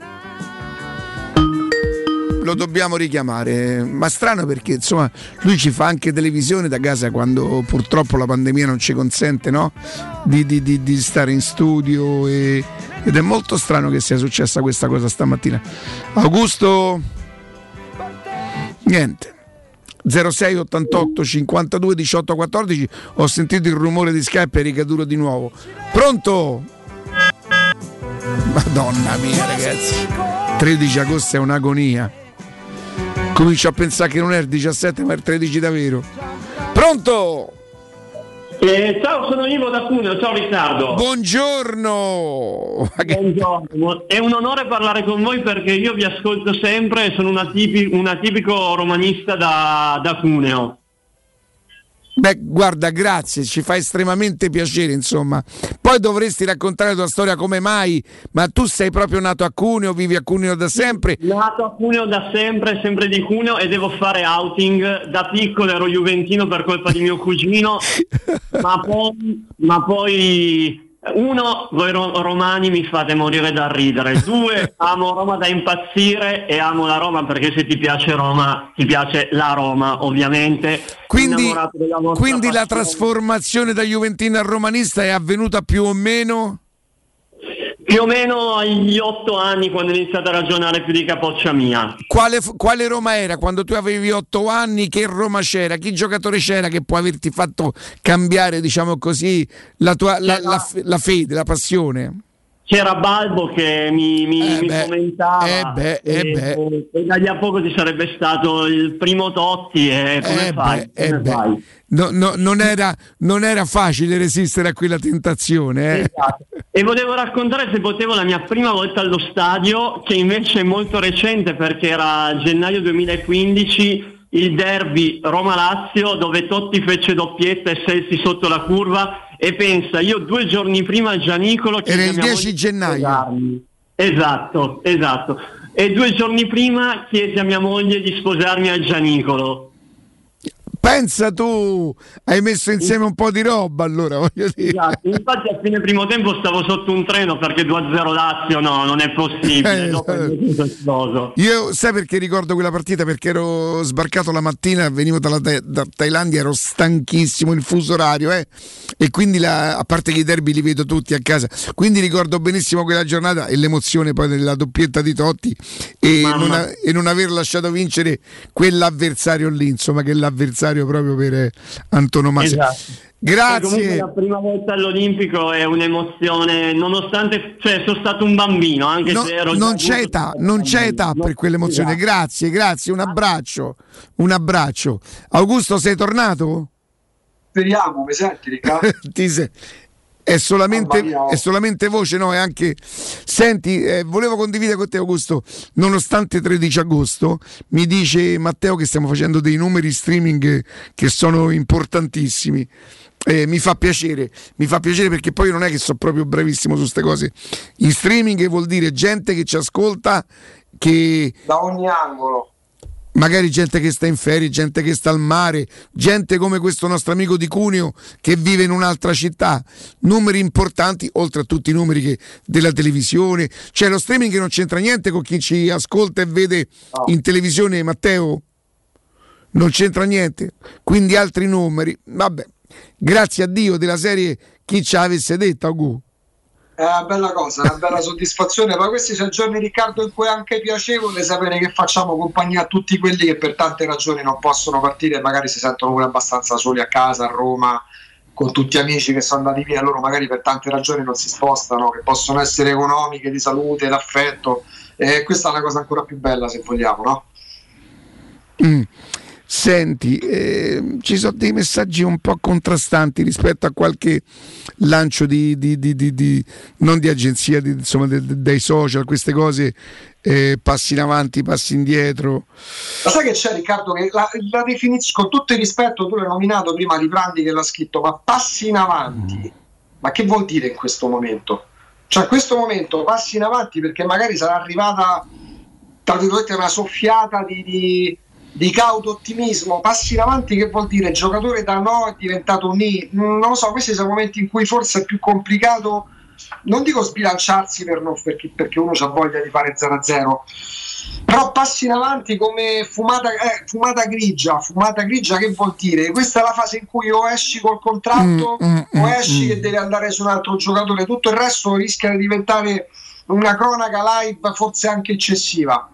Lo dobbiamo richiamare, ma strano perché insomma lui ci fa anche televisione da casa quando purtroppo la pandemia non ci consente, no? di, di, di, di stare in studio e, ed è molto strano che sia successa questa cosa stamattina. Augusto? Niente. zero sei ottantotto cinquantadue diciotto quattordici. Ho sentito il rumore di Skype e è ricaduto di nuovo. Pronto? Madonna mia, ragazzi, tredici agosto è un'agonia. Comincio a pensare che non è il diciassette ma è il tredici davvero. Pronto? Eh, ciao, sono Ivo da Cuneo, ciao Riccardo. Buongiorno. Buongiorno. È un onore parlare con voi perché io vi ascolto sempre e sono una tipi, un atipico romanista da, da Cuneo. Beh, guarda, grazie, ci fa estremamente piacere, insomma. Poi dovresti raccontare la tua storia, come mai, ma tu sei proprio nato a Cuneo, vivi a Cuneo da sempre? Nato a Cuneo da sempre, sempre di Cuneo, e devo fare outing. Da piccolo ero juventino per colpa di mio cugino, ma poi, ma poi uno, voi romani mi fate morire da ridere. Due, amo Roma da impazzire e amo la Roma perché se ti piace Roma, ti piace la Roma, ovviamente. Quindi, quindi la trasformazione da juventino a romanista è avvenuta più o meno? Più o meno agli otto anni, quando ho iniziato a ragionare più di capoccia mia. Quale, quale Roma era? Quando tu avevi otto anni, che Roma c'era? Chi giocatore c'era che può averti fatto cambiare, diciamo così, la tua la, la, la fede, la passione? C'era Balbo che mi, mi, eh mi beh, commentava eh beh, eh e, beh. e da lì a poco ci sarebbe stato il primo Totti e come eh fai? Beh, come eh fai? No, no, non, era, non era facile resistere a quella tentazione. Eh? Esatto. E volevo raccontare, se potevo, la mia prima volta allo stadio, che invece è molto recente perché era gennaio duemilaquindici, il derby Roma-Lazio, dove Totti fece doppietta e Selsi sotto la curva. E pensa, io due giorni prima al Gianicolo... Era il dieci gennaio. Esatto, esatto. E due giorni prima chiesi a mia moglie di sposarmi al Gianicolo. Pensa tu, hai messo insieme un po' di roba, allora, voglio dire. Esatto. Infatti a fine primo tempo stavo sotto un treno perché due a zero Lazio, no, non è possibile. Eh, Dopo io sai perché ricordo quella partita? Perché ero sbarcato la mattina, venivo dalla da Thailandia, ero stanchissimo, il fuso orario, eh? E quindi la, a parte che i derby li vedo tutti a casa, quindi ricordo benissimo quella giornata e l'emozione poi della doppietta di Totti e non, a, e non aver lasciato vincere quell'avversario lì, insomma, che è l'avversario proprio per antonomasia. Esatto. Grazie. Comunque la prima volta all'Olimpico è un'emozione, nonostante, cioè sono stato un bambino, anche no, se ero non c'è età, non c'è età per quell'emozione. Esatto. Grazie, grazie, un abbraccio, un abbraccio. Augusto, sei tornato? Speriamo, mi senti, Riccardo? Ti sei... è solamente, è solamente voce, no? È anche. Senti, eh, volevo condividere con te, Augusto. Nonostante tredici agosto, mi dice Matteo che stiamo facendo dei numeri streaming che sono importantissimi. Eh, mi fa piacere, mi fa piacere perché poi non è che sono proprio bravissimo su queste cose. In streaming vuol dire gente che ci ascolta, che da ogni angolo. Magari gente che sta in ferie, gente che sta al mare, gente come questo nostro amico di Cuneo che vive in un'altra città. Numeri importanti, oltre a tutti i numeri che della televisione. Cioè lo streaming non c'entra niente con chi ci ascolta e vede no. in televisione, Matteo? Non c'entra niente. Quindi altri numeri. Vabbè, grazie a Dio della serie chi ci avesse detto, Augu. È una bella cosa, una bella soddisfazione, ma questi sono giorni, Riccardo, in cui è anche piacevole sapere che facciamo compagnia a tutti quelli che per tante ragioni non possono partire e magari si sentono pure abbastanza soli a casa, a Roma, con tutti amici che sono andati via, loro magari per tante ragioni non si spostano, che possono essere economiche, di salute, d'affetto, e questa è una cosa ancora più bella, se vogliamo, no? Mm. Senti, eh, ci sono dei messaggi un po' contrastanti rispetto a qualche lancio di, di, di, di, di non di agenzia, di, insomma, de, de, dei social, queste cose, eh, passi in avanti, passi indietro. Ma sai che c'è, Riccardo, che la, la definizione, con tutto il rispetto, tu l'hai nominato prima di Prandi che l'ha scritto, ma passi in avanti, mm. ma che vuol dire in questo momento? Cioè in questo momento passi in avanti perché magari sarà arrivata, tra virgolette, una soffiata di... di di cauto ottimismo, passi in avanti che vuol dire giocatore da no è diventato un I, non lo so, questi sono momenti in cui forse è più complicato, non dico sbilanciarsi per non, perché, perché uno ha voglia di fare zero a zero, però passi in avanti come fumata, eh, fumata grigia, fumata grigia che vuol dire? Questa è la fase in cui o esci col contratto mm, mm, o esci mm, che devi andare su un altro giocatore, tutto il resto rischia di diventare una cronaca live forse anche eccessiva.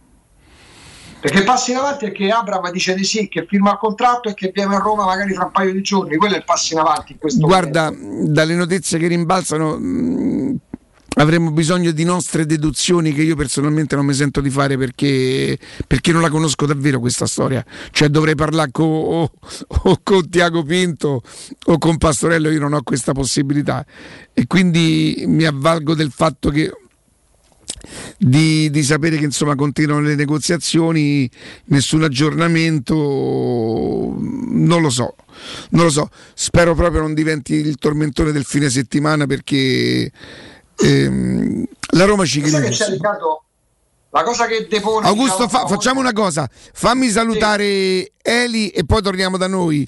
Perché passi in avanti è che Abram dice di sì, che firma il contratto e che viene a Roma magari fra un paio di giorni, quello è il passi in avanti in questo Guarda, momento. Dalle notizie che rimbalzano mh, avremo bisogno di nostre deduzioni che io personalmente non mi sento di fare perché, perché non la conosco davvero questa storia, cioè dovrei parlare con, o, o con Tiago Pinto o con Pastorello, io non ho questa possibilità e quindi mi avvalgo del fatto che Di, di sapere che insomma continuano le negoziazioni, nessun aggiornamento, non lo so, non lo so, spero proprio non diventi il tormentone del fine settimana perché ehm, la Roma ci crede. La cosa che depone, Augusto, diciamo, fa, facciamo una cosa, fammi salutare sì. Eli e poi torniamo da noi.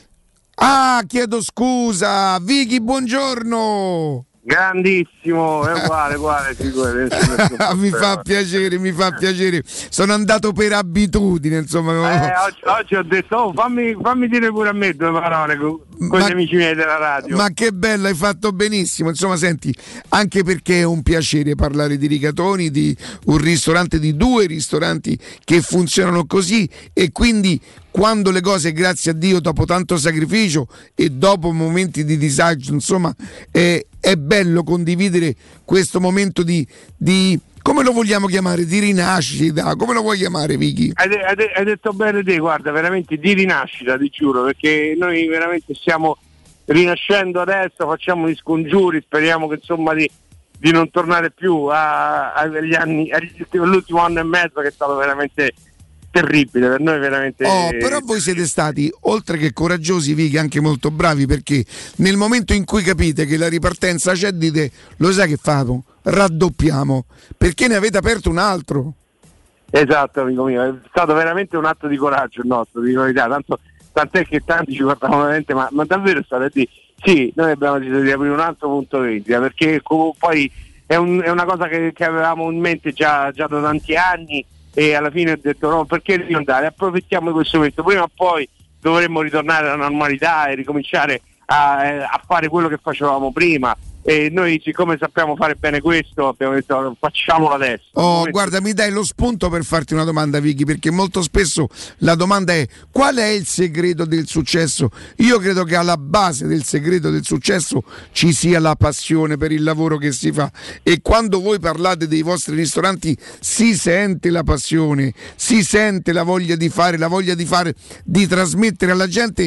Ah, chiedo scusa, Vicky, buongiorno. Grandissimo, è uguale, uguale, uguale. Mi fa piacere, mi fa piacere. Sono andato per abitudine, insomma. Eh, oggi, oggi ho detto, oh, fammi, fammi dire pure a me due parole con, con ma, gli amici miei della radio. Ma che bello, hai fatto benissimo. Insomma, senti, anche perché è un piacere parlare di Rigatoni, di un ristorante, di due ristoranti che funzionano così e quindi quando le cose, grazie a Dio, dopo tanto sacrificio e dopo momenti di disagio, insomma, è, è bello condividere questo momento di, di, come lo vogliamo chiamare, di rinascita, come lo vuoi chiamare, Vicky? Hai, hai, hai detto bene te, guarda, veramente di rinascita, ti giuro, perché noi veramente stiamo rinascendo adesso, facciamo gli scongiuri, speriamo che insomma di, di non tornare più a, agli anni, all'ultimo anno e mezzo che è stato veramente terribile per noi, veramente. Oh, però voi siete stati, oltre che coraggiosi, Vicky, anche molto bravi, perché nel momento in cui capite che la ripartenza c'è, dite, lo sai che fate? Raddoppiamo, perché ne avete aperto un altro. Esatto, amico mio, è stato veramente un atto di coraggio il nostro, di verità, tanto, tant'è che tanti ci guardavano veramente, ma, ma davvero state lì? Sì, noi abbiamo deciso di aprire un altro punto vendita, perché poi è, un, è una cosa che, che avevamo in mente già, già da tanti anni, e alla fine ho detto no, perché devi andare, approfittiamo di questo momento, prima o poi dovremmo ritornare alla normalità e ricominciare a, a fare quello che facevamo prima, e noi siccome sappiamo fare bene questo abbiamo detto facciamolo adesso. Oh, guarda, mi dai lo spunto per farti una domanda, Vicky, perché molto spesso la domanda è: qual è il segreto del successo? Io credo che alla base del segreto del successo ci sia la passione per il lavoro che si fa, e quando voi parlate dei vostri ristoranti si sente la passione, si sente la voglia di fare, la voglia di fare, di trasmettere alla gente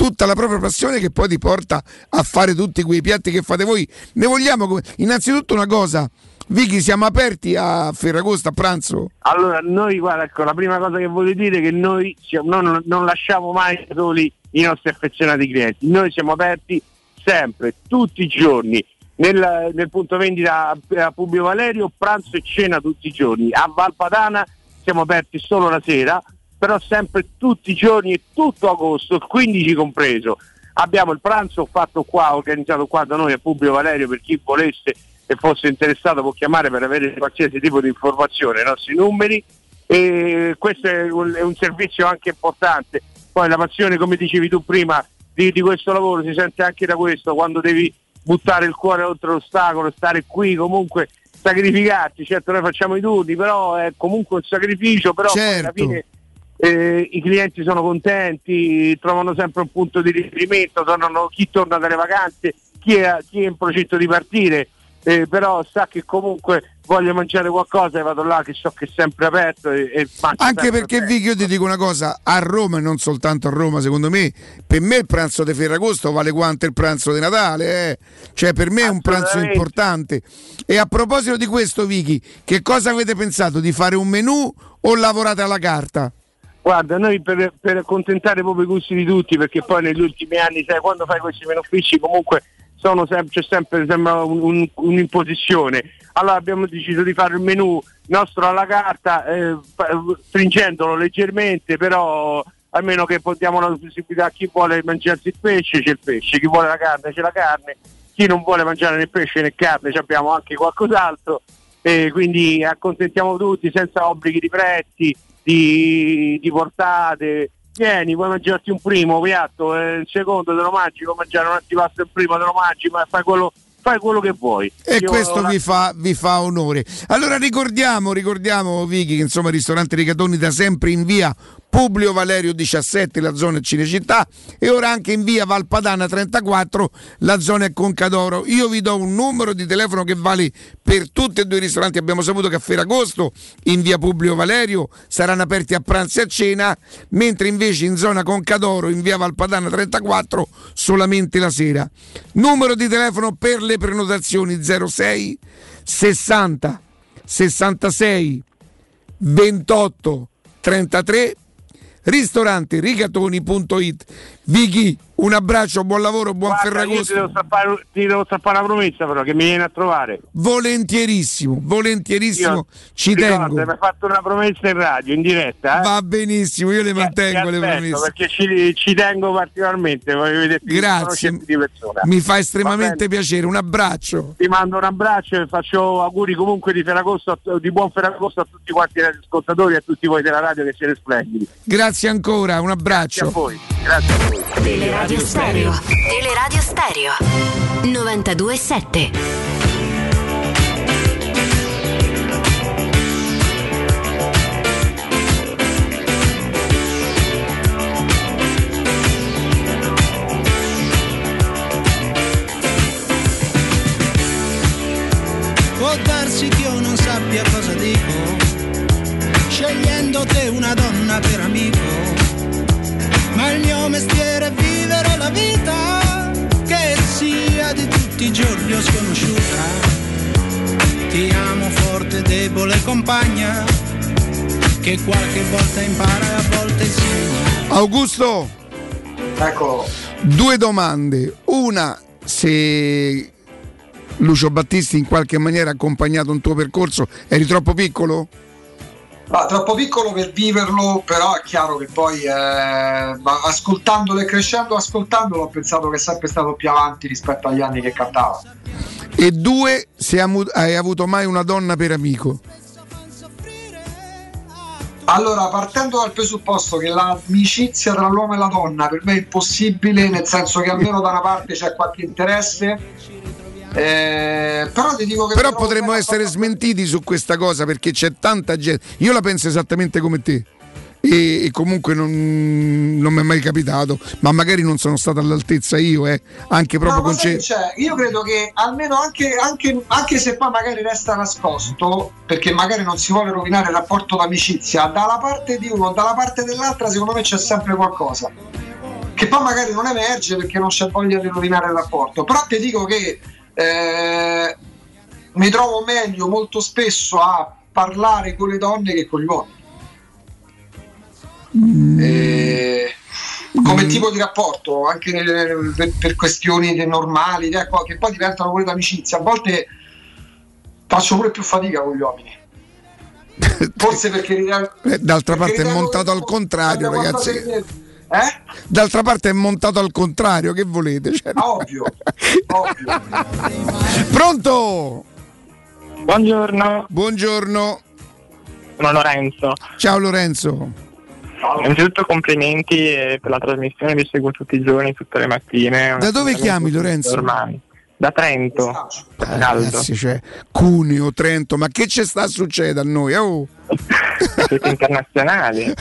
tutta la propria passione che poi ti porta a fare tutti quei piatti che fate voi. Ne vogliamo innanzitutto una cosa, Vicky, siamo aperti a Ferragosto a pranzo? Allora, noi, guarda, ecco, la prima cosa che voglio dire è che noi siamo, non, non lasciamo mai soli i nostri affezionati clienti. Noi siamo aperti sempre, tutti i giorni, nel, nel punto vendita a, a Publio Valerio, pranzo e cena tutti i giorni. A Valpadana siamo aperti solo la sera, però sempre tutti i giorni e tutto agosto, il quindici compreso. Abbiamo il pranzo fatto qua, organizzato qua da noi a Publio Valerio, per chi volesse e fosse interessato può chiamare per avere qualsiasi tipo di informazione, i nostri numeri, e questo è un, è un servizio anche importante. Poi la passione, come dicevi tu prima, di, di questo lavoro si sente anche da questo, quando devi buttare il cuore oltre l'ostacolo, stare qui, comunque sacrificarti. Certo, noi facciamo i turni, però è comunque un sacrificio, però certo. Poi alla fine eh, i clienti sono contenti, trovano sempre un punto di riferimento, tornano, chi torna dalle vacanze, chi è, chi è in progetto di partire. Eh, però sa che comunque voglio mangiare qualcosa e vado là che so che è sempre aperto e, e anche perché Vicky, io ti dico una cosa, a Roma e non soltanto a Roma, secondo me, per me il pranzo di Ferragosto vale quanto il pranzo di Natale, eh? Cioè per me è un pranzo importante. E a proposito di questo, Vicky, che cosa avete pensato, di fare un menù o lavorate alla carta? Guarda, noi per, per accontentare proprio i gusti di tutti, perché poi negli ultimi anni, sai, quando fai questi menù fissi comunque sono sempre, c'è sempre sembra un, un, un'imposizione. Allora abbiamo deciso di fare il menù nostro alla carta, eh, stringendolo leggermente, però almeno che diamo la possibilità a chi vuole mangiarsi il pesce c'è il pesce, chi vuole la carne c'è la carne, chi non vuole mangiare né pesce né carne abbiamo anche qualcos'altro, e quindi accontentiamo tutti senza obblighi di prezzi, di, di portate. Vieni, vuoi mangiarti un primo piatto, eh, il secondo te lo mangi, vuoi mangiare un antipasto il primo te lo mangi, ma fai quello, fai quello che vuoi. E Io questo la... vi fa vi fa onore. Allora ricordiamo, ricordiamo Vicky, che insomma il ristorante Rigatoni da sempre in via Publio Valerio diciassette, la zona è Cinecittà, e ora anche in via Valpadana trentaquattro, la zona è Concadoro. Io vi do un numero di telefono che vale per tutti e due i ristoranti. Abbiamo saputo che a Ferragosto in via Publio Valerio saranno aperti a pranzo e a cena, mentre invece in zona Concadoro in via Valpadana trentaquattro solamente la sera. Numero di telefono per le prenotazioni zero sei sessanta sessantasei ventotto trentatré, ristorante rigatoni punto it. Vicky, un abbraccio, buon lavoro, buon Guarda, Ferragosto. Io ti devo strappare, ti devo strappare una promessa, però, che mi viene a trovare. Volentierissimo, volentierissimo, Io, ci ricorda, tengo. mi hai fatto una promessa in radio, in diretta. Eh? Va benissimo, io le mantengo ti le aspetto, promesse. perché ci, ci tengo particolarmente, voglio vederti, Grazie, di persona. mi fa estremamente piacere, un abbraccio. Ti mando un abbraccio e faccio auguri comunque di Ferragosto, di buon Ferragosto a tutti quanti gli ascoltatori e a tutti voi della radio, che siete splendidi. Grazie ancora, un abbraccio. Grazie a voi. Grazie a voi. Teleradio Stereo. Teleradio Stereo novantadue sette. Può darsi che io non sappia cosa dico, scegliendo te una donna per amico, ma il mio mestiere è vivere la vita, che sia di tutti i giorni o sconosciuta. Ti amo forte, debole compagna, che qualche volta impara e a volte insegna. Augusto, eccolo. Due domande. Una, se Lucio Battisti in qualche maniera ha accompagnato un tuo percorso, eri troppo piccolo? Ma troppo piccolo per viverlo, però è chiaro che poi eh, ascoltandolo e crescendo ascoltandolo ho pensato che è sempre stato più avanti rispetto agli anni che cantava. E due, se hai avuto mai una donna per amico? Allora, partendo dal presupposto che l'amicizia tra l'uomo e la donna per me è impossibile, nel senso che almeno da una parte c'è qualche interesse. Eh, però ti dico che però potremmo essere smentiti su questa cosa, perché c'è tanta gente, io la penso esattamente come te e, e comunque non, non mi è mai capitato, ma magari non sono stato all'altezza io, eh, anche proprio no, con c'è... Cioè, io credo che almeno anche, anche, anche se poi magari resta nascosto, perché magari non si vuole rovinare il rapporto d'amicizia, dalla parte di uno o dalla parte dell'altra secondo me c'è sempre qualcosa che poi magari non emerge perché non c'è voglia di rovinare il rapporto. Però ti dico che eh, mi trovo meglio molto spesso a parlare con le donne che con gli uomini. Mm. Eh, come mm. tipo di rapporto, anche nelle, per, per questioni normali, ecco, che poi diventano pure d'amicizia. A volte faccio pure più fatica con gli uomini. Forse perché eh, d'altra parte è montato al contrario, ragazzi. Eh? D'altra parte è montato al contrario, che volete? Cioè, ah, ovvio, ovvio. Pronto? Buongiorno. Buongiorno. Sono Lorenzo. Ciao Lorenzo. Innanzitutto complimenti per la trasmissione, vi seguo tutti i giorni, tutte le mattine. Da dove chiami Lorenzo? Ormai. Da Trento. Eh, ragazzi, cioè, Cuneo, Trento, ma che ci sta a succedere a noi? Oh. Siete internazionali.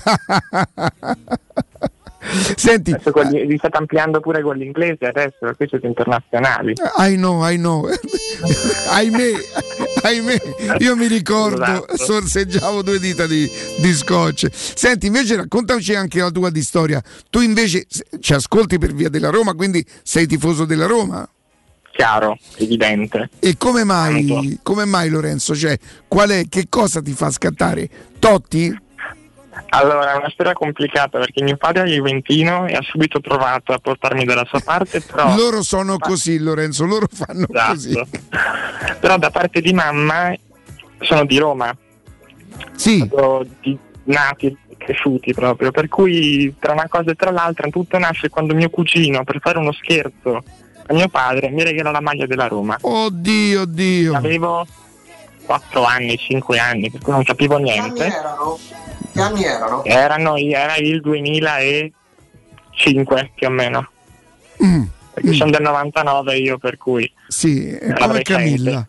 Senti, quelli, vi state ampliando pure con l'inglese adesso, perché siete internazionali. I know, I know. ahimè, ahimè, io mi ricordo, esatto. Sorseggiavo due dita di, di scotch. Senti, invece raccontaci anche la tua di storia. Tu invece ci ascolti per via della Roma, quindi sei tifoso della Roma? Chiaro, evidente. E come mai, come mai Lorenzo? Cioè, qual è, che cosa ti fa scattare? Totti? Allora, è una storia complicata perché mio padre è juventino e ha subito provato a portarmi dalla sua parte, però... Loro sono così, Lorenzo, loro fanno esatto. così. Però da parte di mamma sono di Roma. Sì. Sono di, nati, cresciuti proprio, per cui tra una cosa e tra l'altra tutto nasce quando mio cugino, per fare uno scherzo a mio padre, mi regala la maglia della Roma. Oddio, oddio. Avevo quattro anni, cinque anni, per cui non capivo niente. Che anni erano? Che anni erano? Erano, era il duemilacinque più o meno. Mm. Perché mm. sono del novantanove io, per cui... Sì, è come Camilla.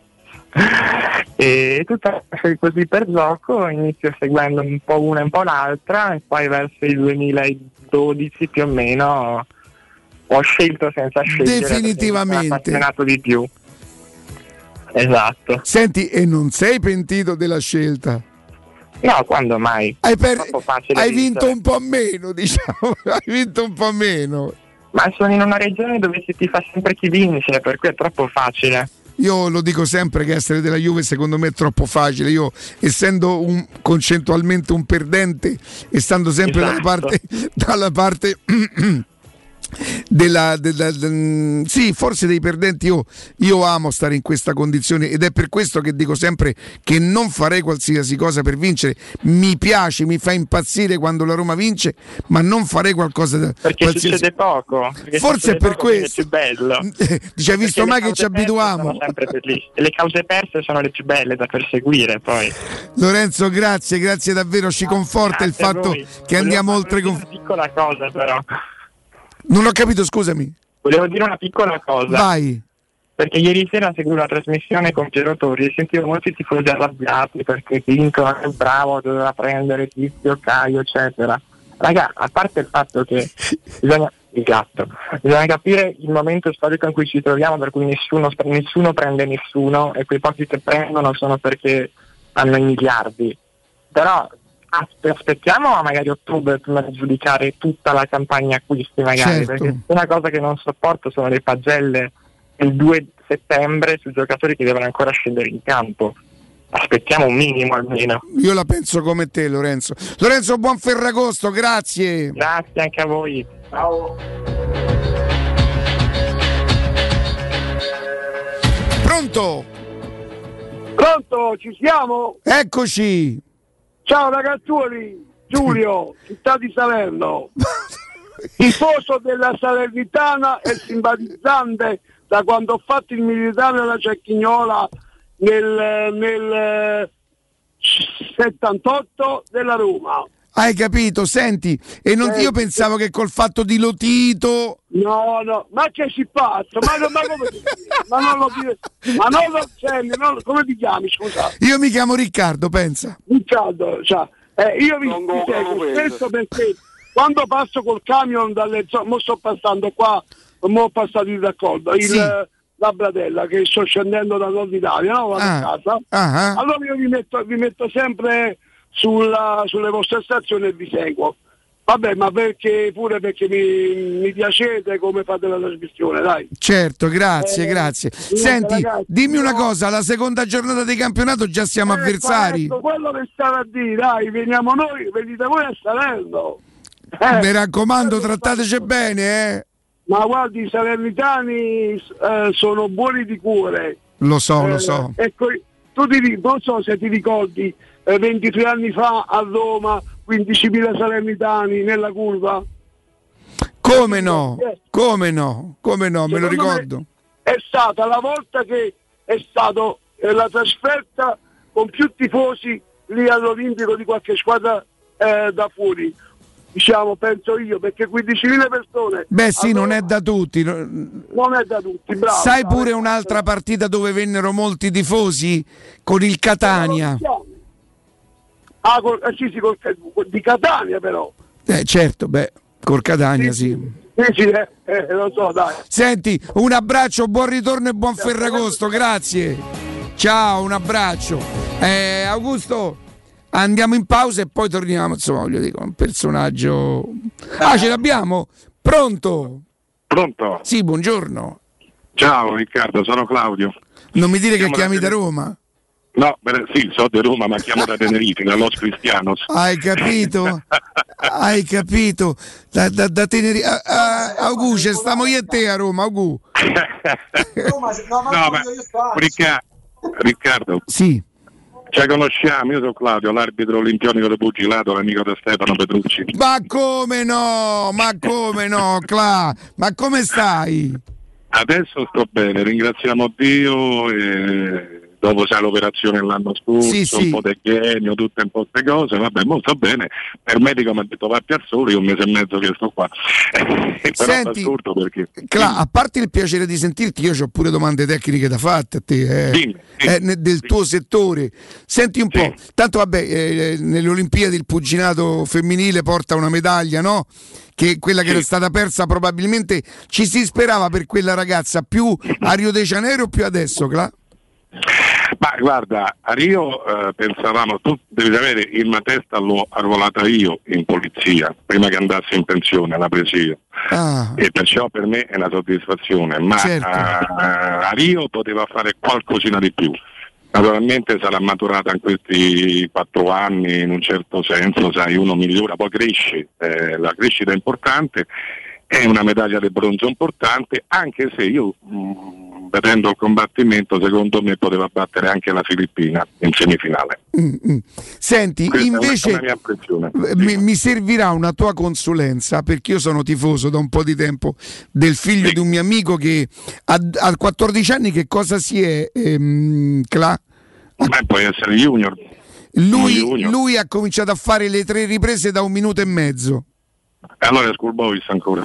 E tutto così per gioco, inizio seguendo un po' una e un po' l'altra, e poi verso il duemiladodici più o meno ho scelto senza scegliere. Definitivamente. Mi sono appassionato di più. Esatto. Senti, e non sei pentito della scelta? No, quando mai? Hai, per... Hai vinto un po' meno, diciamo. Hai vinto un po' meno. Ma sono in una regione dove si tifa sempre chi vince, per cui è troppo facile. Io lo dico sempre che essere della Juve secondo me è troppo facile. Io, essendo un, concettualmente un perdente e stando sempre esatto. dalla parte dalla parte della, della, della sì, forse dei perdenti, io, io amo stare in questa condizione ed è per questo che dico sempre che non farei qualsiasi cosa per vincere. Mi piace, mi fa impazzire quando la Roma vince, ma non farei qualcosa da, perché qualsiasi... succede poco, perché forse è per questo è più bello. Dice, hai visto mai che ci abituiamo? E le cause perse sono le più belle da perseguire. Poi Lorenzo, grazie, grazie davvero, ci conforta grazie il fatto che Volevo andiamo oltre con... una piccola cosa però. Non ho capito, scusami. Volevo dire una piccola cosa. Vai. Perché ieri sera seguivo la trasmissione con Piero Torri e sentivo molti tifosi arrabbiati perché Pinto è bravo, doveva prendere Tizio, Caio, eccetera. Raga, a parte il fatto che bisogna, il gatto, bisogna capire il momento storico in cui ci troviamo, per cui nessuno, nessuno prende nessuno e quei pochi che prendono sono perché hanno i miliardi. Però aspettiamo a magari ottobre prima di giudicare tutta la campagna acquisti magari, certo. Perché una cosa che non sopporto sono le pagelle il due settembre sui giocatori che devono ancora scendere in campo. Aspettiamo un minimo almeno. Io la penso come te, Lorenzo. Lorenzo, buon Ferragosto, grazie. Grazie anche a voi. Ciao. Pronto? Pronto, ci siamo? Eccoci. Ciao ragazzuoli, Giulio, città di Salerno, tifoso della Salernitana e simpatizzante da quando ho fatto il militare alla Cecchignola nel, nel settantotto della Roma. Hai capito? Senti, e non, io pensavo che col fatto di Lotito... No, no, ma che si pazzo? Ma, ma come ti ma non lo dire, ma non lo senti, non, come ti chiami, scusa? Io mi chiamo Riccardo, pensa. Riccardo, cioè, eh, io vi, vi seguo spesso perché quando passo col camion dalle zone, mo sto passando qua, mo ho passato il raccordo, il, sì. la Bratella, che sto scendendo da Nord Italia, no? Vado ah. a casa. Ah. Allora io vi metto, vi metto sempre sulla, sulle vostre stazioni e vi seguo. Vabbè, ma perché pure perché mi, mi piacete come fate la trasmissione, dai. Certo, grazie, Eh, grazie. niente, Senti, ragazzi, dimmi una no. cosa, la seconda giornata di campionato già siamo Eh, avversari. ecco, quello che stava a dire, dai, veniamo noi, venite voi a Salerno. Eh, Mi raccomando, trattateci bene, eh. Ma guardi, i salernitani eh, sono buoni di cuore. Lo so, Eh, lo so. Ecco, tu ti, non so se ti ricordi, eh, ventitré anni fa a Roma, quindicimila salernitani nella curva. Come no? Come no? Come no? Me lo Secondo me ricordo. È stata la volta che è stato eh, la trasferta con più tifosi lì all'Olimpico di qualche squadra eh, da fuori. Diciamo, penso io, perché quindicimila persone. Beh sì, allora, non è da tutti. no- non è da tutti, bravo. Sai bravo. pure un'altra partita dove vennero molti tifosi? Con il Catania. Ah, col, eh, sì, sì, col, di Catania però. Eh certo, beh, col Catania sì. Sì, sì, eh, eh, lo so, dai. Senti, un abbraccio, buon ritorno e buon Ferragosto, grazie. Ciao, un abbraccio. Eh, Augusto, andiamo in pausa e poi torniamo, insomma, voglio dire, un personaggio... Ah, ce l'abbiamo? Pronto? Pronto? Sì, buongiorno. Ciao Riccardo, sono Claudio. Non mi dire che Chiamo da chiami da Tenerife. Roma. No, beh, sì, so di Roma, ma chiamo da Tenerife, da Los Cristianos. Hai capito? Hai capito? Da, da, da Tenerife. Ah, ah, Augu, ci stiamo io e te a Roma, Augu. No, ma, no, ma No, ma io sto- Ricca- Riccardo, Sì. ci conosciamo, io sono Claudio, l'arbitro olimpionico del pugilato, l'amico di Stefano Petrucci. Ma come no? Ma come no, Cla? Ma come stai? Adesso sto bene, ringraziamo Dio e dopo sai l'operazione l'anno scorso, Sì, sì. un po' del genio, tutte un po' queste cose, vabbè, molto bene. Per medico mi ha detto vatti al sole, io un mese e mezzo che sto qua. Però Senti, è assurdo perché... Cla, a parte il piacere di sentirti, io ho pure domande tecniche da fatte a te, eh, Dimmi, dimmi. eh, ne- del tuo settore. Senti un po', tanto vabbè, eh, nelle Olimpiadi il pugilato femminile porta una medaglia, no? Che quella che Sì. era stata persa probabilmente ci si sperava per quella ragazza più a Rio de Janeiro o più adesso, Cla? Ma guarda, a Rio eh, pensavamo, tu devi sapere, il mia testa l'ho arruolata io in polizia, prima che andassi in pensione, la presi io. Ah, E perciò per me è una soddisfazione, ma Certo. eh, a Rio poteva fare qualcosina di più. Naturalmente sarà maturata in questi quattro anni, in un certo senso, sai, uno migliora, poi cresce, eh, la crescita è importante, è una medaglia di bronzo importante, anche se io, mh, vedendo il combattimento, secondo me poteva battere anche la Filippina in semifinale. mm, mm. Senti, Questa è una- invece una mia impressione. mi, mi servirà una tua consulenza perché io sono tifoso da un po' di tempo del figlio di un mio amico che ha, ha quattordici anni. Che cosa si è, ehm, Cla? Beh, può essere junior. Lui, Junior. lui ha cominciato a fare le tre riprese da un minuto e mezzo Allora è School Boys ancora.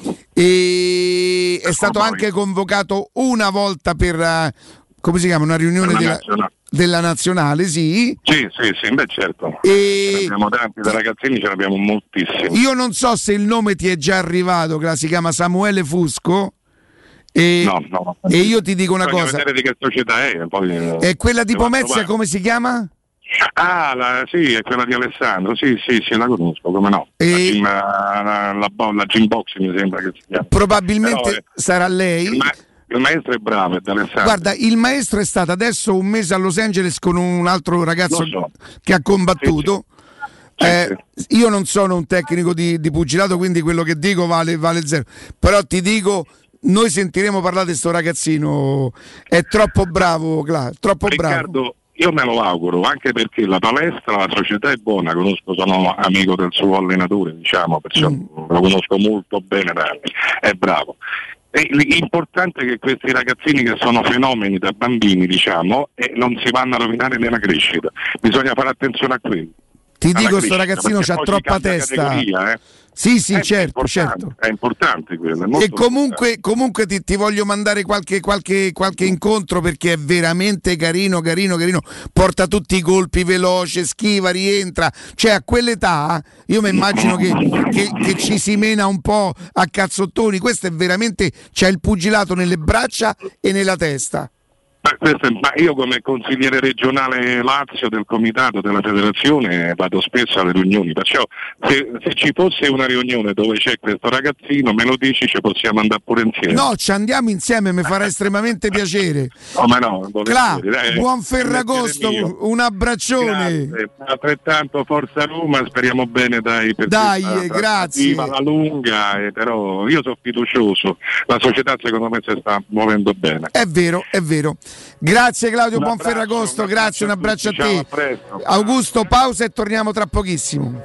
e è stato anche convocato una volta per eh, come si chiama? Una riunione Per la della, nazionale. della nazionale, sì. Sì, sì, sì, beh certo. E- Ce ne abbiamo tanti, da ragazzini ce ne abbiamo moltissimi. Io non so se il nome ti è già arrivato, Cla, si chiama Samuele Fusco. E, No, no. e io ti dico una Voglio cosa, vedere di che società è. Poi, eh, è quella di devo Pomezia, trovare. come si chiama? Ah, la, sì, è quella di Alessandro, sì, sì, sì, la conosco, come no. E- La, gym, la, la, bo- la gym box mi sembra che si chiama. Probabilmente Però, eh, sarà lei. Il, ma- il maestro è bravo, è di Alessandro. Guarda, il maestro è stato adesso un mese a Los Angeles con un altro ragazzo Lo so. che ha combattuto. Sì, Eh, io non sono un tecnico di, di pugilato, quindi quello che dico vale, vale zero. Però ti dico, noi sentiremo parlare di sto ragazzino, è troppo bravo, Cla, troppo bravo. Riccardo, io me lo auguro, anche perché la palestra, la società è buona, conosco, sono amico del suo allenatore, diciamo, perciò Mm. lo conosco molto bene da anni, è bravo. E l'importante è che questi ragazzini che sono fenomeni da bambini, diciamo, e non si vanno a rovinare nella crescita, bisogna fare attenzione a quello. Ti alla dico, sto crescita, ragazzino perché c'ha poi si troppa cambia testa. categoria, eh. Sì, sì, Eh, certo, è certo. importante, È importante quello. È molto E comunque, comunque ti, ti voglio mandare qualche, qualche, qualche incontro perché è veramente carino, carino, carino. Porta tutti i colpi, veloce, schiva, rientra. Cioè a quell'età io mi immagino che, che, che ci si mena un po' a cazzottoni. Questo è veramente, c'è il pugilato nelle braccia e nella testa. Ma, questo è, ma io come consigliere regionale Lazio del comitato della federazione vado spesso alle riunioni, perciò se, se ci fosse una riunione dove c'è questo ragazzino me lo dici, ci possiamo andare pure insieme. No, ci andiamo insieme, mi farà estremamente piacere. No, ma no, Cla, dai, buon Ferragosto, un abbraccione. Grazie. Altrettanto forza Roma, speriamo bene dai. Per dai, grazie. Viva la lunga, eh, però io sono fiducioso, la società secondo me si sta muovendo bene. È vero, è vero. Grazie Claudio, un buon Ferragosto, grazie, un abbraccio a, a te. Ciao, a Augusto, pausa e torniamo tra pochissimo.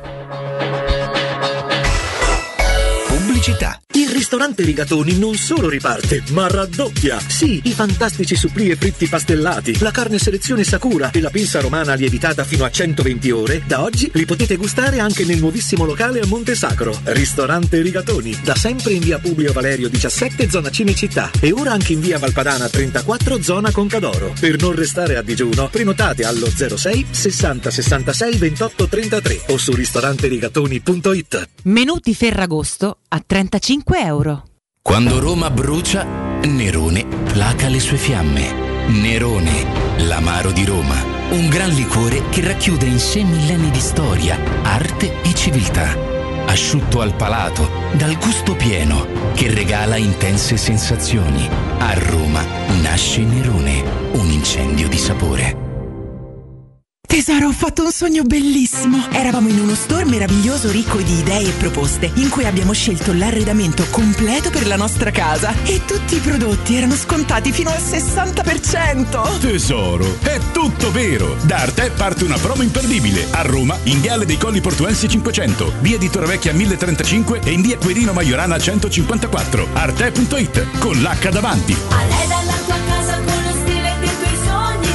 Pubblicità. Il ristorante Rigatoni non solo riparte, ma raddoppia. Sì, i fantastici supplì e fritti pastellati, la carne selezione Sakura e la pinza romana lievitata fino a centoventi ore, da oggi li potete gustare anche nel nuovissimo locale a Monte Sacro. Ristorante Rigatoni, da sempre in via Publio Valerio diciassette, zona Cinecittà, e ora anche in via Valpadana trentaquattro, zona Concadoro. Per non restare a digiuno, prenotate allo zero sei sessanta sessantasei ventotto trentatré o su ristoranterigatoni punto it. Menù di Ferragosto a trentacinque euro. Quando Roma brucia, Nerone placa le sue fiamme. Nerone, l'amaro di Roma. Un gran liquore che racchiude in sé millenni di storia, arte e civiltà. Asciutto al palato, dal gusto pieno, che regala intense sensazioni. A Roma nasce Nerone, un incendio di sapore. Tesoro, ho fatto un sogno bellissimo. Eravamo in uno store meraviglioso ricco di idee e proposte, in cui abbiamo scelto l'arredamento completo per la nostra casa e tutti i prodotti erano scontati fino al sessanta per cento. Tesoro, è tutto vero. Da Arte parte una promo imperdibile. A Roma, in Viale dei Colli Portuensi cinquecento, via di Torrevecchia mille trentacinque e in via Quirino Maiorana centocinquantaquattro. Arte punto it, con l'H davanti. Arreda la tua casa con lo stile dei tuoi sogni.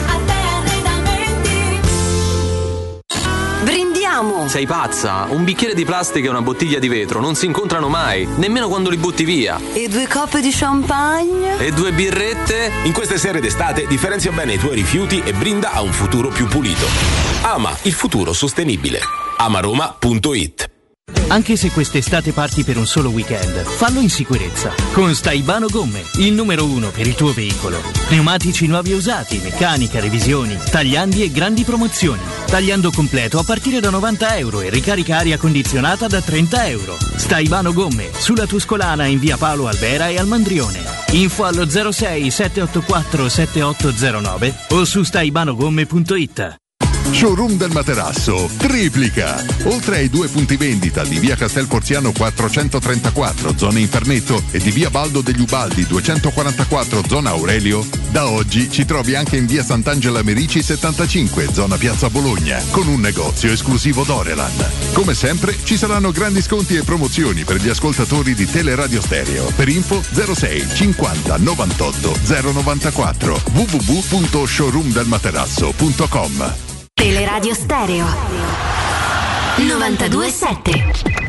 Brindiamo! Sei pazza? Un bicchiere di plastica e una bottiglia di vetro non si incontrano mai, nemmeno quando li butti via. E due coppe di champagne? E due birrette? In queste sere d'estate differenzia bene i tuoi rifiuti e brinda a un futuro più pulito. Ama il futuro sostenibile. amaroma punto it. Anche se quest'estate parti per un solo weekend, fallo in sicurezza. Con Staibano Gomme, il numero uno per il tuo veicolo. Pneumatici nuovi e usati, meccanica, revisioni, tagliandi e grandi promozioni. Tagliando completo a partire da novanta euro e ricarica aria condizionata da trenta euro. Staibano Gomme, sulla Tuscolana in via Paolo Albera e al Mandrione. Info allo zero sei sette otto quattro sette otto zero nove o su staibanogomme punto it. Showroom del Materasso triplica. Oltre ai due punti vendita di via Castel Porziano quattrocentotrentaquattro, zona Infernetto, e di via Baldo degli Ubaldi duecentoquarantaquattro, zona Aurelio, da oggi ci trovi anche in via Sant'Angela Merici settantacinque, zona Piazza Bologna, con un negozio esclusivo Dorelan. Come sempre ci saranno grandi sconti e promozioni per gli ascoltatori di Teleradio Stereo. Per info zero sei cinquanta novantotto zero novantaquattro w w w punto showroom del materasso punto com. Teleradio Stereo novantadue sette.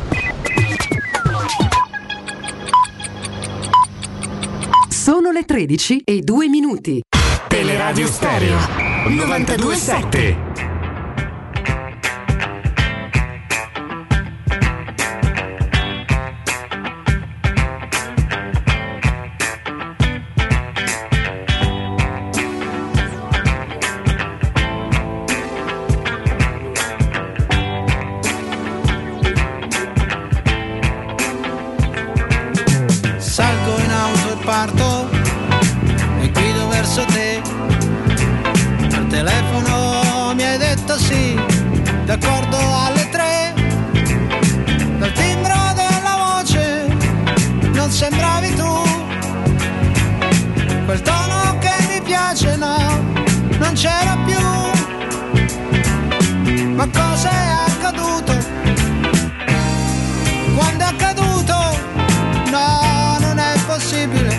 Sono le tredici e due minuti. Teleradio Stereo novantadue sette. Salgo in auto e parto e guido verso te. Al telefono mi hai detto sì, d'accordo alle tre. Dal timbro della voce non sembravi tu. Quel tono che mi piace no, non c'era più. Ma cosa è accaduto? Quando è accaduto? No, non è possibile,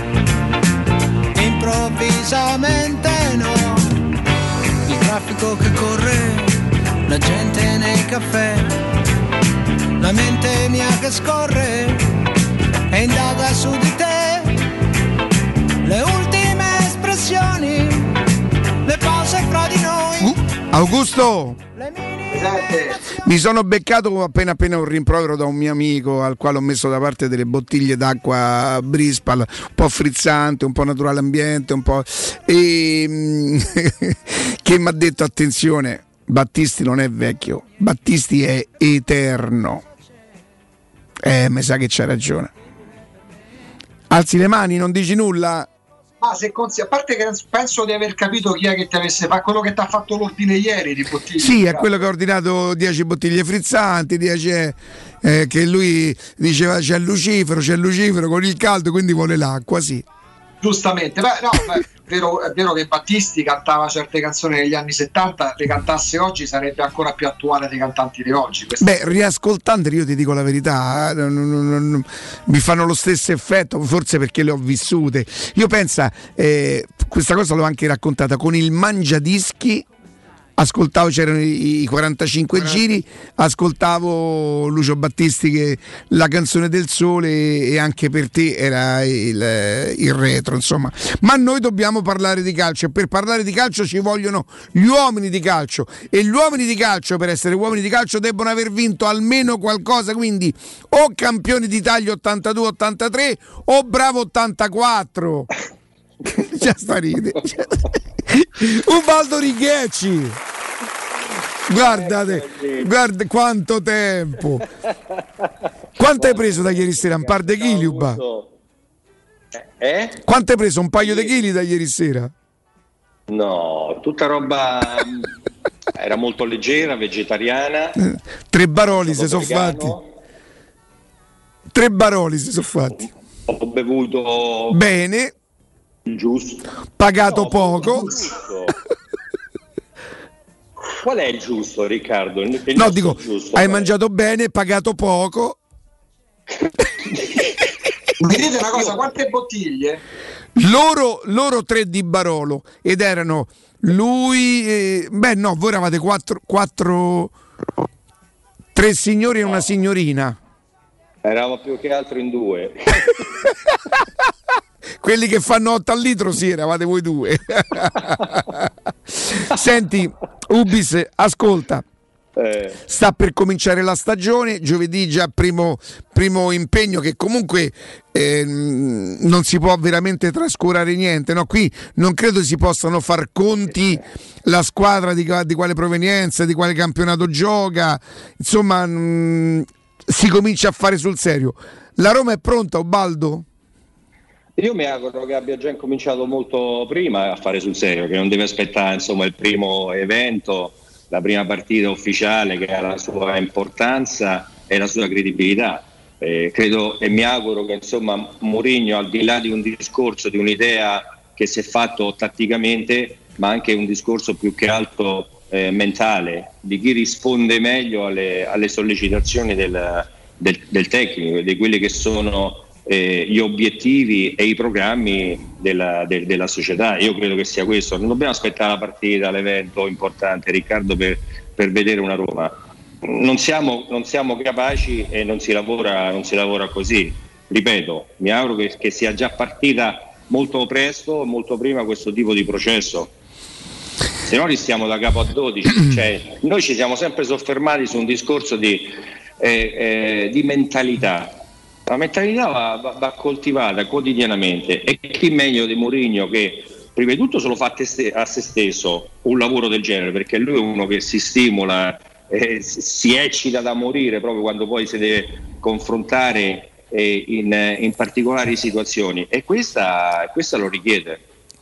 improvvisamente no. Il traffico che corre, la gente nei caffè, la mente mia che scorre e indaga su di te. Le ultime espressioni, le pause fra di noi. Uh, Augusto! Presidente. Mi sono beccato appena appena un rimprovero da un mio amico al quale ho messo da parte delle bottiglie d'acqua Brispal, un po' frizzante, un po' naturale ambiente, un po' e che mi ha detto: attenzione, Battisti non è vecchio, Battisti è eterno. Eh, mi sa che c'ha ragione. Alzi le mani, non dici nulla? Ma se consi- a parte che penso di aver capito chi è che ti avesse fatto quello che ti ha fatto l'ordine ieri di bottiglie. Sì, è quello che ha ordinato dieci bottiglie frizzanti, dieci eh, che lui diceva c'è Lucifero, c'è Lucifero con il caldo, quindi vuole l'acqua, sì. Giustamente, beh, no, beh, è, vero, è vero che Battisti cantava certe canzoni negli anni settanta, le cantasse oggi sarebbe ancora più attuale dei cantanti di oggi. Questa Beh, riascoltandoli, io ti dico la verità, eh, non, non, non, mi fanno lo stesso effetto, forse perché le ho vissute. Io penso, eh, questa cosa l'ho anche raccontata con il Mangiadischi. Ascoltavo, c'erano i, i quarantacinque giri, ascoltavo Lucio Battisti che La canzone del sole e Anche per te era il, il retro, insomma. Ma noi dobbiamo parlare di calcio e per parlare di calcio ci vogliono gli uomini di calcio e gli uomini di calcio, per essere uomini di calcio, debbono aver vinto almeno qualcosa, quindi o campioni d'Italia ottantadue ottantatré o Bravo ottantaquattro. Già sta ride. Ubaldo Righecci, guardate, guarda quanto tempo. Quanto hai preso da ieri sera? Un par di chili, Uba? Eh? Quanto hai preso? Un paio di chili da ieri sera? No, tutta roba era molto leggera, vegetariana. Tre baroli si sono fatti. Tre baroli si sono fatti. Ho bevuto bene. Giusto. Pagato no, poco. Giusto. Qual è il giusto, Riccardo? Il no, dico, giusto, hai mangiato bene, pagato poco. Mi dite una cosa, quante bottiglie? Loro, loro tre di Barolo ed erano lui, eh, beh no, voi eravate quattro, quattro tre signori e una signorina. Eravamo più che altro in due. Quelli che fanno otto al litro, sì, eravate voi due. Senti, Ubis, ascolta. Eh. Sta per cominciare la stagione, giovedì già primo, primo impegno che comunque eh, non si può veramente trascurare niente, no? Qui non credo si possano far conti la squadra di, di quale provenienza, di quale campionato gioca, insomma mh, si comincia a fare sul serio. La Roma è pronta, Ubaldo? Io mi auguro che abbia già incominciato molto prima a fare sul serio, che non deve aspettare insomma il primo evento, la prima partita ufficiale che ha la sua importanza e la sua credibilità. Eh, credo e mi auguro che insomma Mourinho, al di là di un discorso, di un'idea che si è fatto tatticamente, ma anche un discorso più che altro eh, mentale, di chi risponde meglio alle, alle sollecitazioni del, del, del tecnico, di quelli che sono Eh, gli obiettivi e i programmi della, de, della società. Io credo che sia questo. Non dobbiamo aspettare la partita, l'evento importante, Riccardo, per, per vedere una Roma. Non siamo, non siamo capaci e non si lavora, non si lavora così. Ripeto, mi auguro che, che sia già partita molto presto, molto prima questo tipo di processo. Se no rischiamo da capo a dodici. Cioè, noi ci siamo sempre soffermati su un discorso di, eh, eh, di mentalità. La mentalità va, va, va coltivata quotidianamente e chi meglio di Mourinho, che prima di tutto se lo fa a se stesso un lavoro del genere, perché lui è uno che si stimola, eh, si eccita da morire proprio quando poi si deve confrontare eh, in, in particolari situazioni, e questa, questa lo richiede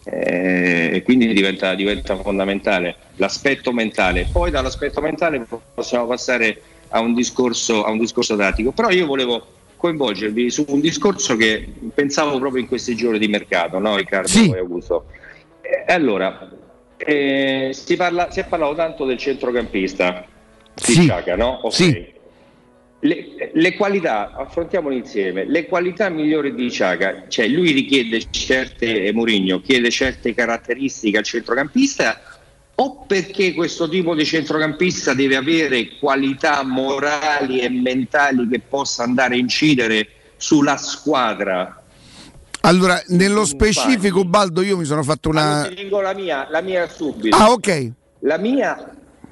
eh, e quindi diventa, diventa fondamentale l'aspetto mentale. Poi dall'aspetto mentale possiamo passare a un discorso, a un discorso tattico, però io volevo coinvolgervi su un discorso che pensavo proprio in questi giorni di mercato, no Riccardo sì. e Augusto? E allora, eh, si, parla, si è parlato tanto del centrocampista di sì. Xhaka, no? Okay. Sì. Le, le qualità, affrontiamole insieme, le qualità migliori di Xhaka, cioè lui richiede certe, Mourinho chiede certe caratteristiche al centrocampista, o perché questo tipo di centrocampista deve avere qualità morali e mentali che possa andare a incidere sulla squadra? Allora, nello specifico, Baldo, io mi sono fatto una... Allora, ti dico la mia, la mia subito. Ah, ok. La mia,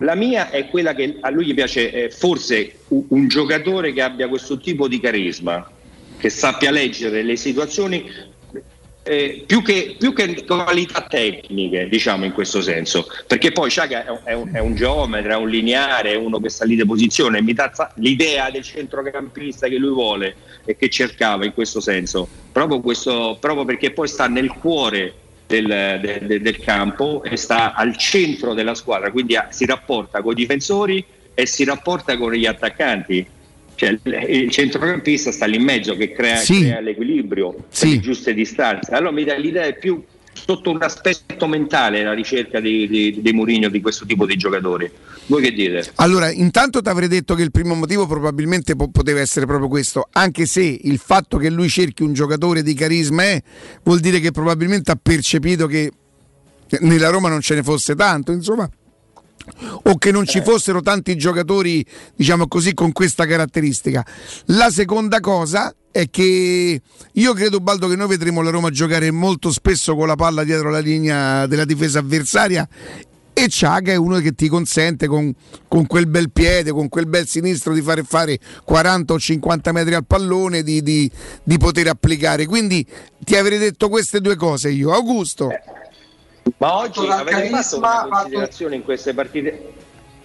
La mia è quella che a lui gli piace, eh, forse un, un giocatore che abbia questo tipo di carisma, che sappia leggere le situazioni, eh, più, che, più che qualità tecniche, diciamo, in questo senso, perché poi Xhaka è un, è un, è un geometra, è un lineare, è uno che sta lì di posizione, mi dà l'idea del centrocampista che lui vuole e che cercava in questo senso, proprio, questo, proprio perché poi sta nel cuore Del, del, del campo e sta al centro della squadra, quindi si rapporta con i difensori e si rapporta con gli attaccanti, cioè il, il centrocampista sta lì in mezzo che crea, sì. crea l'equilibrio, sì. le giuste distanze. Allora mi dà l'idea è più sotto un aspetto mentale la ricerca di, di, di Mourinho di questo tipo di giocatori. Voi che dite? Allora, intanto ti avrei detto che il primo motivo probabilmente po- poteva essere proprio questo, anche se il fatto che lui cerchi un giocatore di carisma è, vuol dire che probabilmente ha percepito che nella Roma non ce ne fosse tanto, insomma, o che non ci fossero tanti giocatori, diciamo così, con questa caratteristica. La seconda cosa è che io credo, Baldo, che noi vedremo la Roma giocare molto spesso con la palla dietro la linea della difesa avversaria, e Xhaka è uno che ti consente con, con quel bel piede, con quel bel sinistro, di fare fare quaranta o cinquanta metri al pallone, di, di, di poter applicare. Quindi ti avrei detto queste due cose io. Augusto, eh. ma oggi avete fatto una considerazione in queste partite?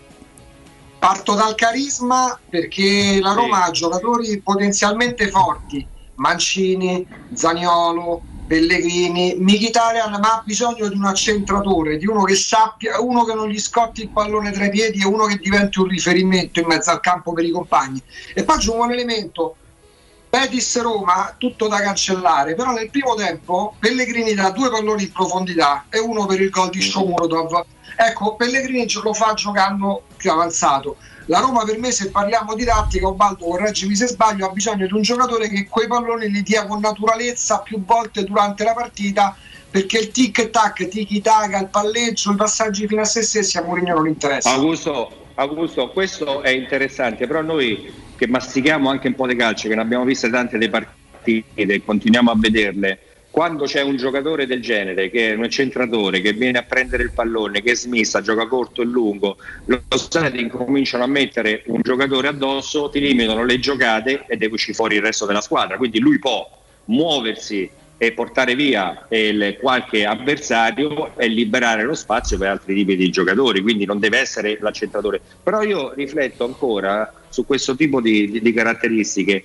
Parto dal carisma, perché la Roma sì. ha giocatori potenzialmente forti, Mancini, Zaniolo, Pellegrini, Mkhitaryan, ma ha bisogno di un accentratore, di uno che sappia, uno che non gli scotti il pallone tra i piedi, e uno che diventi un riferimento in mezzo al campo per i compagni. E poi aggiungo un elemento: Betis Roma, tutto da cancellare, però nel primo tempo Pellegrini dà due palloni in profondità e uno per il gol di Shomurodov. Ecco, Pellegrini ce lo fa giocando più avanzato. La Roma, per me, se parliamo di tattica, Ubaldo, correggimi se sbaglio, ha bisogno di un giocatore che quei palloni li dia con naturalezza più volte durante la partita, perché il tic tac, tiki taka, il palleggio, i passaggi fino a se stessi a Mourinho non interessa. Augusto, Augusto, questo è interessante, però noi che mastichiamo anche un po' di calcio, che ne abbiamo viste tante delle partite e continuiamo a vederle, quando c'è un giocatore del genere, che è un centratore, che viene a prendere il pallone, che smissa, gioca corto e lungo, lo stati incominciano a mettere un giocatore addosso, ti limitano le giocate e devi uscire fuori il resto della squadra. Quindi lui può muoversi e portare via il, qualche avversario e liberare lo spazio per altri tipi di giocatori, quindi non deve essere l'accentratore. Però io rifletto ancora su questo tipo di, di, di caratteristiche.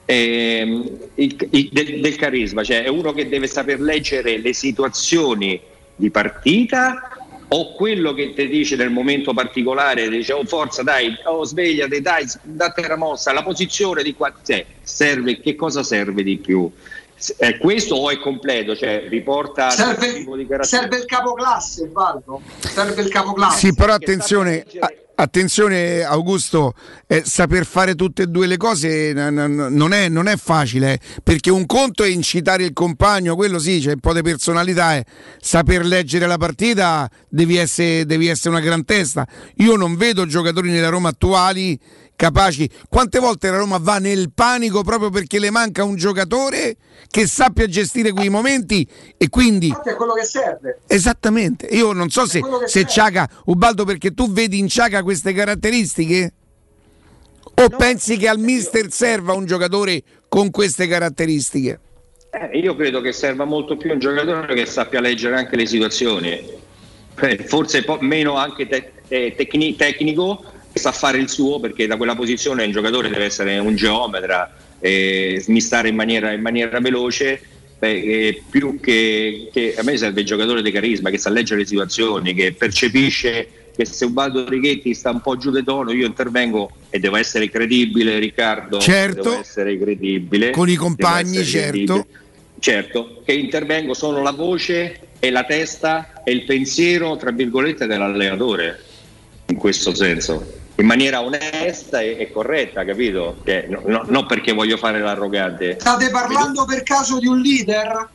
Eh, il, il, del, del carisma, cioè è uno che deve saper leggere le situazioni di partita, o quello che ti dice nel momento particolare, dice oh forza dai, oh svegliati, dai, date la mossa, la posizione di qua, cioè, serve, che cosa serve di più? È questo o è completo? Cioè riporta serve, tipo di serve il capoclasse, Valdo. Serve il capoclasse. Sì, però attenzione, attenzione Augusto, eh, saper fare tutte e due le cose n- n- non, è, non è facile, eh, perché un conto è incitare il compagno, quello sì, c'è un po' di personalità, eh. Saper leggere la partita devi essere, devi essere una gran testa. Io non vedo giocatori nella Roma attuali capaci. Quante volte la Roma va nel panico proprio perché le manca un giocatore che sappia gestire quei momenti, e quindi è quello che serve. Esattamente. Io non so se, se Xhaka, Ubaldo, perché tu vedi in Xhaka queste caratteristiche, o no, pensi che al mister serva un giocatore con queste caratteristiche? Eh, io credo che serva molto più un giocatore che sappia leggere anche le situazioni, eh, forse po- meno anche te- eh, tecni- tecnico, sa fare il suo, perché da quella posizione un giocatore deve essere un geometra, eh, smistare in maniera, in maniera veloce, beh, più che, che a me serve il giocatore di carisma che sa leggere le situazioni, che percepisce che se Ubaldo Righetti sta un po' giù di tono io intervengo e devo essere credibile, Riccardo, certo, devo essere credibile con i compagni, certo, certo, che intervengo, sono la voce e la testa e il pensiero, tra virgolette, dell'allenatore, in questo senso, in maniera onesta e, e corretta, capito? Che, no, no, non perché voglio fare l'arrogante. State parlando per caso di un leader?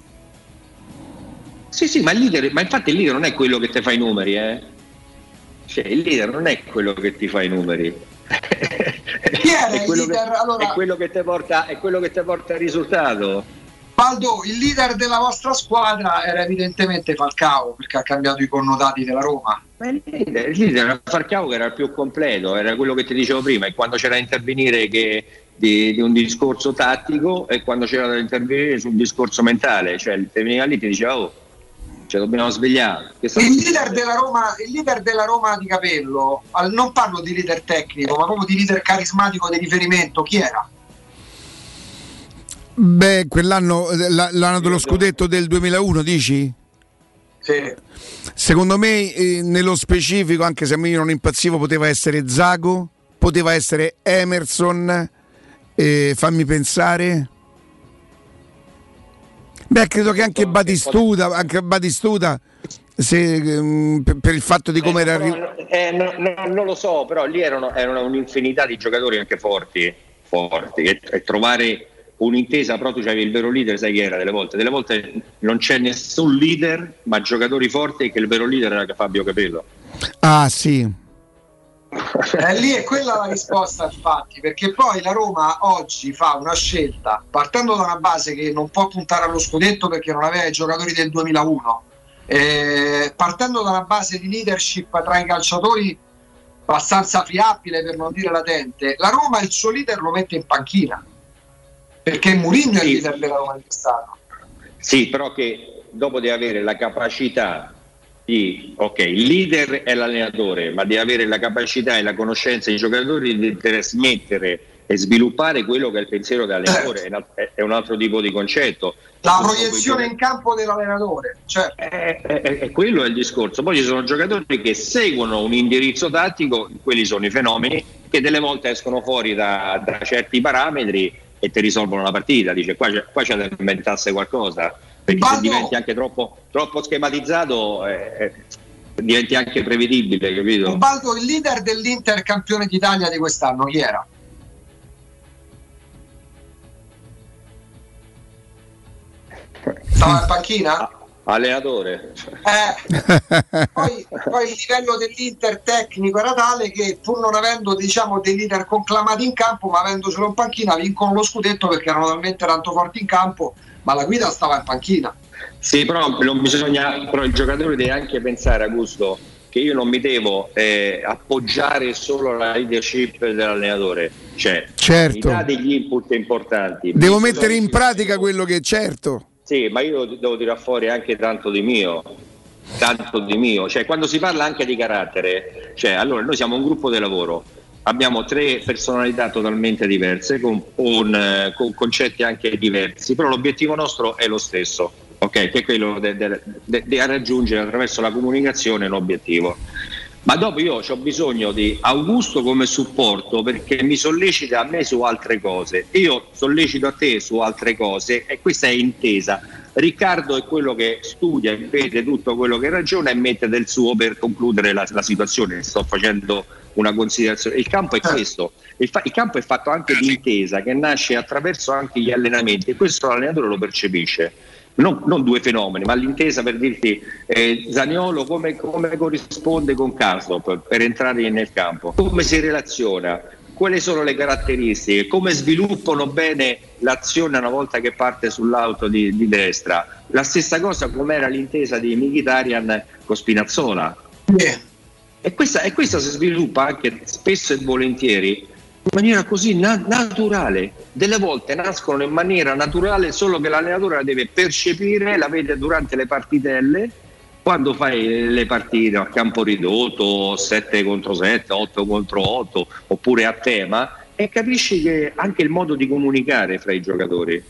Sì, sì, ma il leader, ma infatti il leader non è quello che ti fa i numeri, eh? Cioè, il leader non è quello che ti fa i numeri. Chi era è il leader? Che, allora... è quello che ti porta, è quello che ti porta il risultato. Baldo, il leader della vostra squadra era evidentemente Falcao, perché ha cambiato i connotati della Roma. Il leader, il leader era Falcao, che era il più completo, era quello che ti dicevo prima, e quando c'era da intervenire che di, di un discorso tattico e quando c'era da intervenire sul discorso mentale, cioè veniva lì e ti diceva oh, cioè dobbiamo svegliare. Che il leader della Roma, il leader della Roma di Capello, non parlo di leader tecnico, ma proprio di leader carismatico di riferimento, chi era? Beh, quell'anno, l'anno dello scudetto del duemilauno, dici? Sì. Secondo me, eh, nello specifico, anche se io non impazzivo, poteva essere Zago, poteva essere Emerson, eh, fammi pensare. Beh, credo che anche Batistuta, anche Batistuta se, um, per, per il fatto di come eh, era arrivato. Eh, no, no, non lo so, però lì erano, erano un'infinità di giocatori anche forti, forti e, e trovare un'intesa, però tu c'avevi il vero leader, sai chi era delle volte? Delle volte non c'è nessun leader, ma giocatori forti, che il vero leader era Fabio Capello. Ah sì. Eh, lì è quella la risposta, infatti, perché poi la Roma oggi fa una scelta partendo da una base che non può puntare allo scudetto perché non aveva i giocatori del duemilauno, eh, partendo da una base di leadership tra i calciatori abbastanza fiabile, per non dire latente. La Roma il suo leader lo mette in panchina perché Mourinho è il leader della Roma di quest'anno. Sì, però che dopo di avere la capacità di, ok, il leader è l'allenatore, ma di avere la capacità e la conoscenza dei giocatori di trasmettere e sviluppare quello che è il pensiero dell'allenatore, certo. È un altro tipo di concetto. La proiezione in campo dell'allenatore, certo. È, è, è, quello è il discorso. Poi ci sono giocatori che seguono un indirizzo tattico, quelli sono i fenomeni, che delle volte escono fuori da, da certi parametri e ti risolvono la partita. Dice qua c'è, qua c'è da inventarsi qualcosa, perché Baldo, se diventi anche troppo, troppo schematizzato eh, diventi anche prevedibile, capito? Baldo, il leader dell'Inter campione d'Italia di quest'anno chi era? Stava in panchina? Allenatore. Eh, poi, poi il livello dell'Inter tecnico era tale che pur non avendo, diciamo, dei leader conclamati in campo, ma avendocelo in panchina, vincono lo scudetto perché erano talmente tanto forti in campo, ma la guida stava in panchina. Sì, però non bisogna, però il giocatore deve anche pensare, Augusto, che io non mi devo eh, appoggiare solo alla leadership dell'allenatore, cioè certo. mi dà degli input importanti. Devo mettere in pratica quello che è certo. Sì, ma io devo tirare fuori anche tanto di mio, tanto di mio, cioè quando si parla anche di carattere, cioè allora noi siamo un gruppo di lavoro, abbiamo tre personalità totalmente diverse, con, con, con concetti anche diversi, però l'obiettivo nostro è lo stesso, ok? Che è quello di raggiungere attraverso la comunicazione l'obiettivo. Ma dopo io ho bisogno di Augusto come supporto perché mi sollecita a me su altre cose, io sollecito a te su altre cose e questa è intesa. Riccardo è quello che studia, vede tutto quello che ragiona e mette del suo per concludere la, la situazione. Sto facendo una considerazione. Il campo è questo, il, fa- il campo è fatto anche di intesa che nasce attraverso anche gli allenamenti e questo l'allenatore lo percepisce. Non, non due fenomeni, ma l'intesa per dirti eh, Zaniolo come, come corrisponde con Karsdorp per entrare nel campo, come si relaziona, quali sono le caratteristiche, come sviluppano bene l'azione una volta che parte sull'auto di, di destra. La stessa cosa come era l'intesa di Mkhitaryan con Spinazzola. Yeah. E questa, e questa si sviluppa anche spesso e volentieri in maniera così na- naturale. Delle volte nascono in maniera naturale, solo che l'allenatore la deve percepire, la vede durante le partitelle, quando fai le partite a campo ridotto, sette contro sette, otto contro otto, oppure a tema, e capisci che anche il modo di comunicare fra i giocatori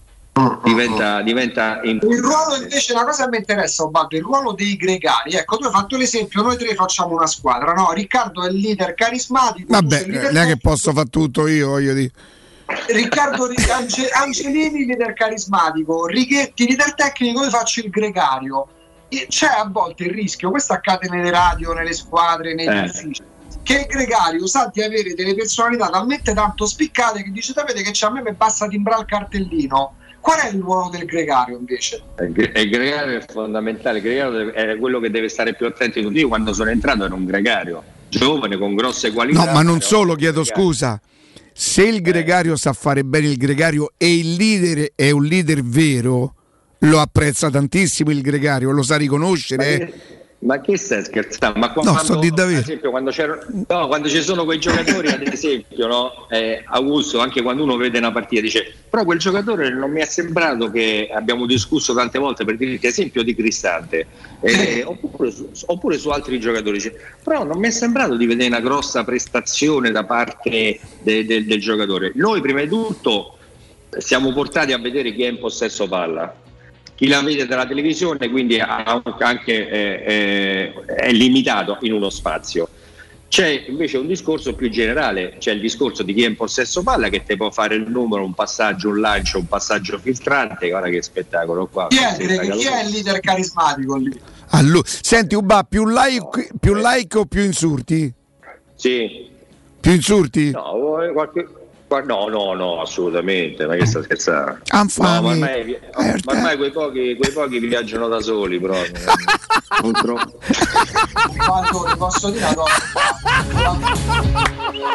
diventa, diventa importante. Il ruolo invece, una cosa che mi interessa, Obaldo, il ruolo dei gregari. Ecco, tu hai fatto l'esempio, noi tre facciamo una squadra, no? Riccardo è il leader carismatico. Vabbè, non è che posso fare tutto io, voglio dire. Riccardo Ange- Angelini leader carismatico, Righetti leader tecnico, io faccio il gregario. E c'è a volte il rischio, questo accade nelle radio, nelle squadre, negli Eh. uffici, che il gregario sa di avere delle personalità talmente tanto spiccate che dice: sapete che c'è, a me mi basta timbrare il cartellino. Qual è il ruolo del gregario invece? Il gregario è fondamentale, il gregario è quello che deve stare più attento di tutti. Io quando sono entrato ero un gregario giovane con grosse qualità. No, ma non solo, chiedo scusa. se il gregario sa fare bene il gregario e il leader è un leader vero, lo apprezza tantissimo il gregario, lo sa riconoscere. Ma che, ma che stai scherzando? Ma quando, no, sto di davvero. Per esempio, quando, no, quando ci sono quei giocatori, ad esempio, no? eh, Augusto, anche quando uno vede una partita dice però quel giocatore non mi è sembrato, che abbiamo discusso tante volte per dirti esempio di Cristante, eh, oppure, su, oppure su altri giocatori, dice, però non mi è sembrato di vedere una grossa prestazione da parte de, de, del giocatore. Noi prima di tutto siamo portati a vedere chi è in possesso palla, chi la vede dalla televisione, quindi anche eh, eh, è limitato in uno spazio. C'è invece un discorso più generale, c'è il discorso di chi è in possesso palla, che te può fare il numero, un passaggio, un lancio, un passaggio filtrante. Guarda che spettacolo qua. Chi è, chi è il leader carismatico lì? Allora, senti Uba, più like, più like o più insulti? Sì. Più insulti? No, qualche... No, no, no, assolutamente, ma che sta scherzando? No, ma ormai, ormai quei pochi, quei pochi viaggiano da soli, proprio. Purtroppo. Quando posso dire una cosa?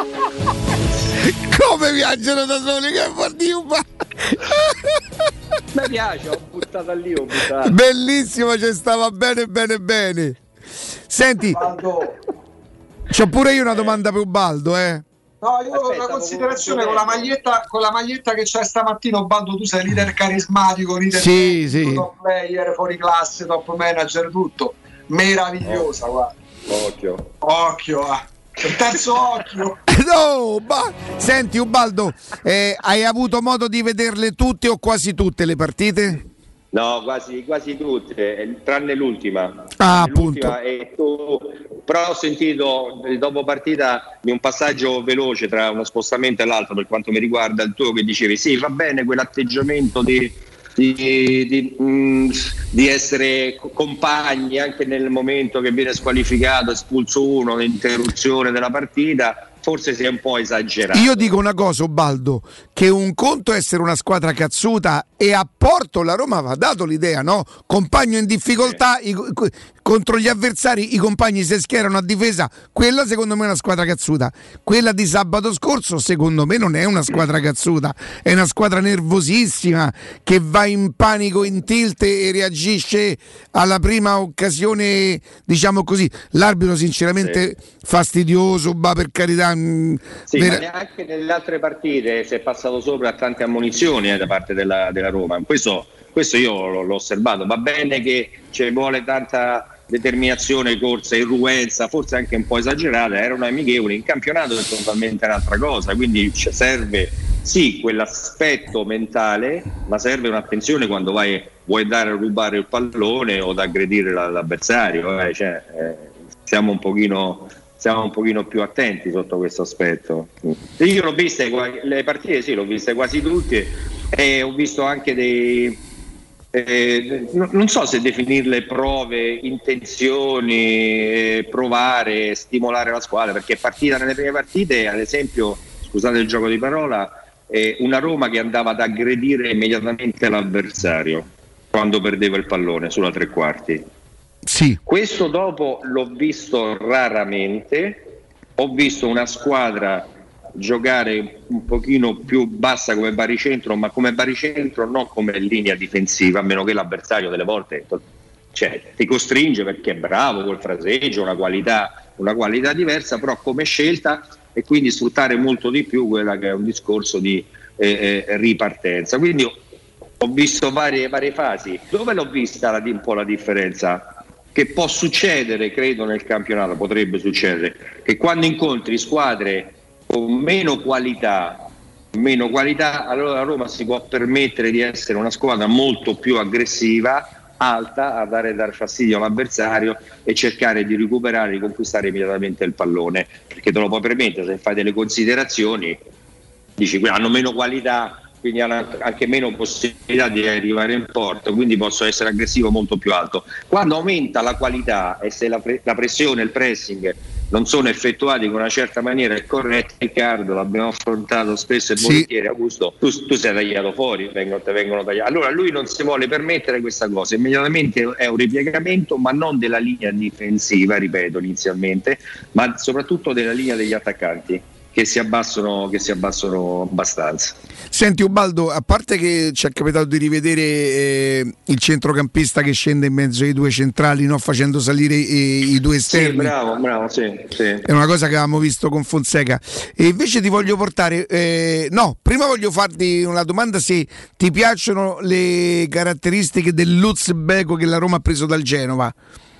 Come viaggiano da soli? Che vuol dire? Mi piace, ho buttato lì, ho buttato. Bellissimo, ci stava bene, bene, bene. Senti, c'ho pure io una domanda per Ubaldo, eh. No, io ho una considerazione con la maglietta, con la maglietta che c'è stamattina. Ubaldo, tu sei leader carismatico, leader sì, sì. top player, fuori classe, top manager, tutto meravigliosa, guarda. Occhio, occhio, ah. Il terzo occhio. No, ma senti Ubaldo, eh, hai avuto modo di vederle tutte o quasi tutte le partite? No, quasi, quasi tutte, tranne l'ultima. Ah, l'ultima appunto. E tu, però ho sentito dopo partita di un passaggio veloce tra uno spostamento e l'altro, per quanto mi riguarda, il tuo, che dicevi sì, va bene quell'atteggiamento di, di, di, mh, di essere compagni anche nel momento che viene squalificato, espulso uno, l'interruzione della partita. Forse si è un po' esagerato. Io dico una cosa, Ubaldo, che un conto è essere una squadra cazzuta, e a Porto la Roma aveva dato l'idea, no? Compagno in difficoltà, i, contro gli avversari i compagni si schierano a difesa. Quella secondo me è una squadra cazzuta. Quella di sabato scorso secondo me non è una squadra cazzuta, è una squadra nervosissima che va in panico, in tilt e reagisce alla prima occasione, diciamo così. L'arbitro sinceramente sì. fastidioso, va, per carità. Sì, vera... ma neanche nelle altre partite si è passato sopra a tante ammonizioni eh, da parte della, della Roma. Questo, questo io l'ho, l'ho osservato. Va bene che ci vuole tanta determinazione, corsa, irruenza, forse anche un po' esagerata. Erano amichevoli, in campionato è totalmente un'altra cosa, quindi serve sì quell'aspetto mentale, ma serve un'attenzione quando vai, vuoi andare a rubare il pallone o ad aggredire l'avversario. Eh, cioè, eh, siamo un pochino... siamo un pochino più attenti sotto questo aspetto. Io l'ho viste, le partite sì, l'ho viste quasi tutte, e ho visto anche dei eh, non so se definirle prove, intenzioni, eh, provare, stimolare la squadra, perché è partita nelle prime partite, ad esempio, scusate il gioco di parola, eh, una Roma che andava ad aggredire immediatamente l'avversario quando perdeva il pallone sulla tre quarti. Sì. Questo dopo l'ho visto raramente, ho visto una squadra giocare un pochino più bassa come baricentro, ma come baricentro non come linea difensiva, a meno che l'avversario delle volte cioè, ti costringe perché è bravo col fraseggio, una qualità, una qualità diversa, però come scelta, e quindi sfruttare molto di più quella che è un discorso di eh, eh, ripartenza. Quindi ho, ho visto varie, varie fasi. Dove l'ho vista la, un po' la differenza? Che può succedere, credo, nel campionato, potrebbe succedere, che quando incontri squadre con meno qualità, meno qualità, allora la Roma si può permettere di essere una squadra molto più aggressiva, alta, a dare, dare fastidio all'avversario e cercare di recuperare, di conquistare immediatamente il pallone, perché te lo puoi permettere. Se fai delle considerazioni, dici hanno meno qualità, quindi hanno anche meno possibilità di arrivare in porto, quindi posso essere aggressivo molto più alto. Quando aumenta la qualità e se la, pre- la pressione, il pressing non sono effettuati con una certa maniera e corretta, Riccardo, l'abbiamo affrontato spesso e sì. volentieri, Augusto, tu, tu sei tagliato fuori, vengono, te vengono tagliati. Allora lui non si vuole permettere questa cosa, immediatamente è un ripiegamento, ma non della linea difensiva, ripeto inizialmente, ma soprattutto della linea degli attaccanti. che si abbassano, che si abbassano abbastanza. Senti Ubaldo, a parte che ci è capitato di rivedere eh, il centrocampista che scende in mezzo ai due centrali, no? Facendo salire i, i due esterni. Sì, bravo, bravo, sì, sì. È una cosa che avevamo visto con Fonseca. E invece ti voglio portare, eh, no, prima voglio farti una domanda se ti piacciono le caratteristiche dell'Uzbeko che la Roma ha preso dal Genova.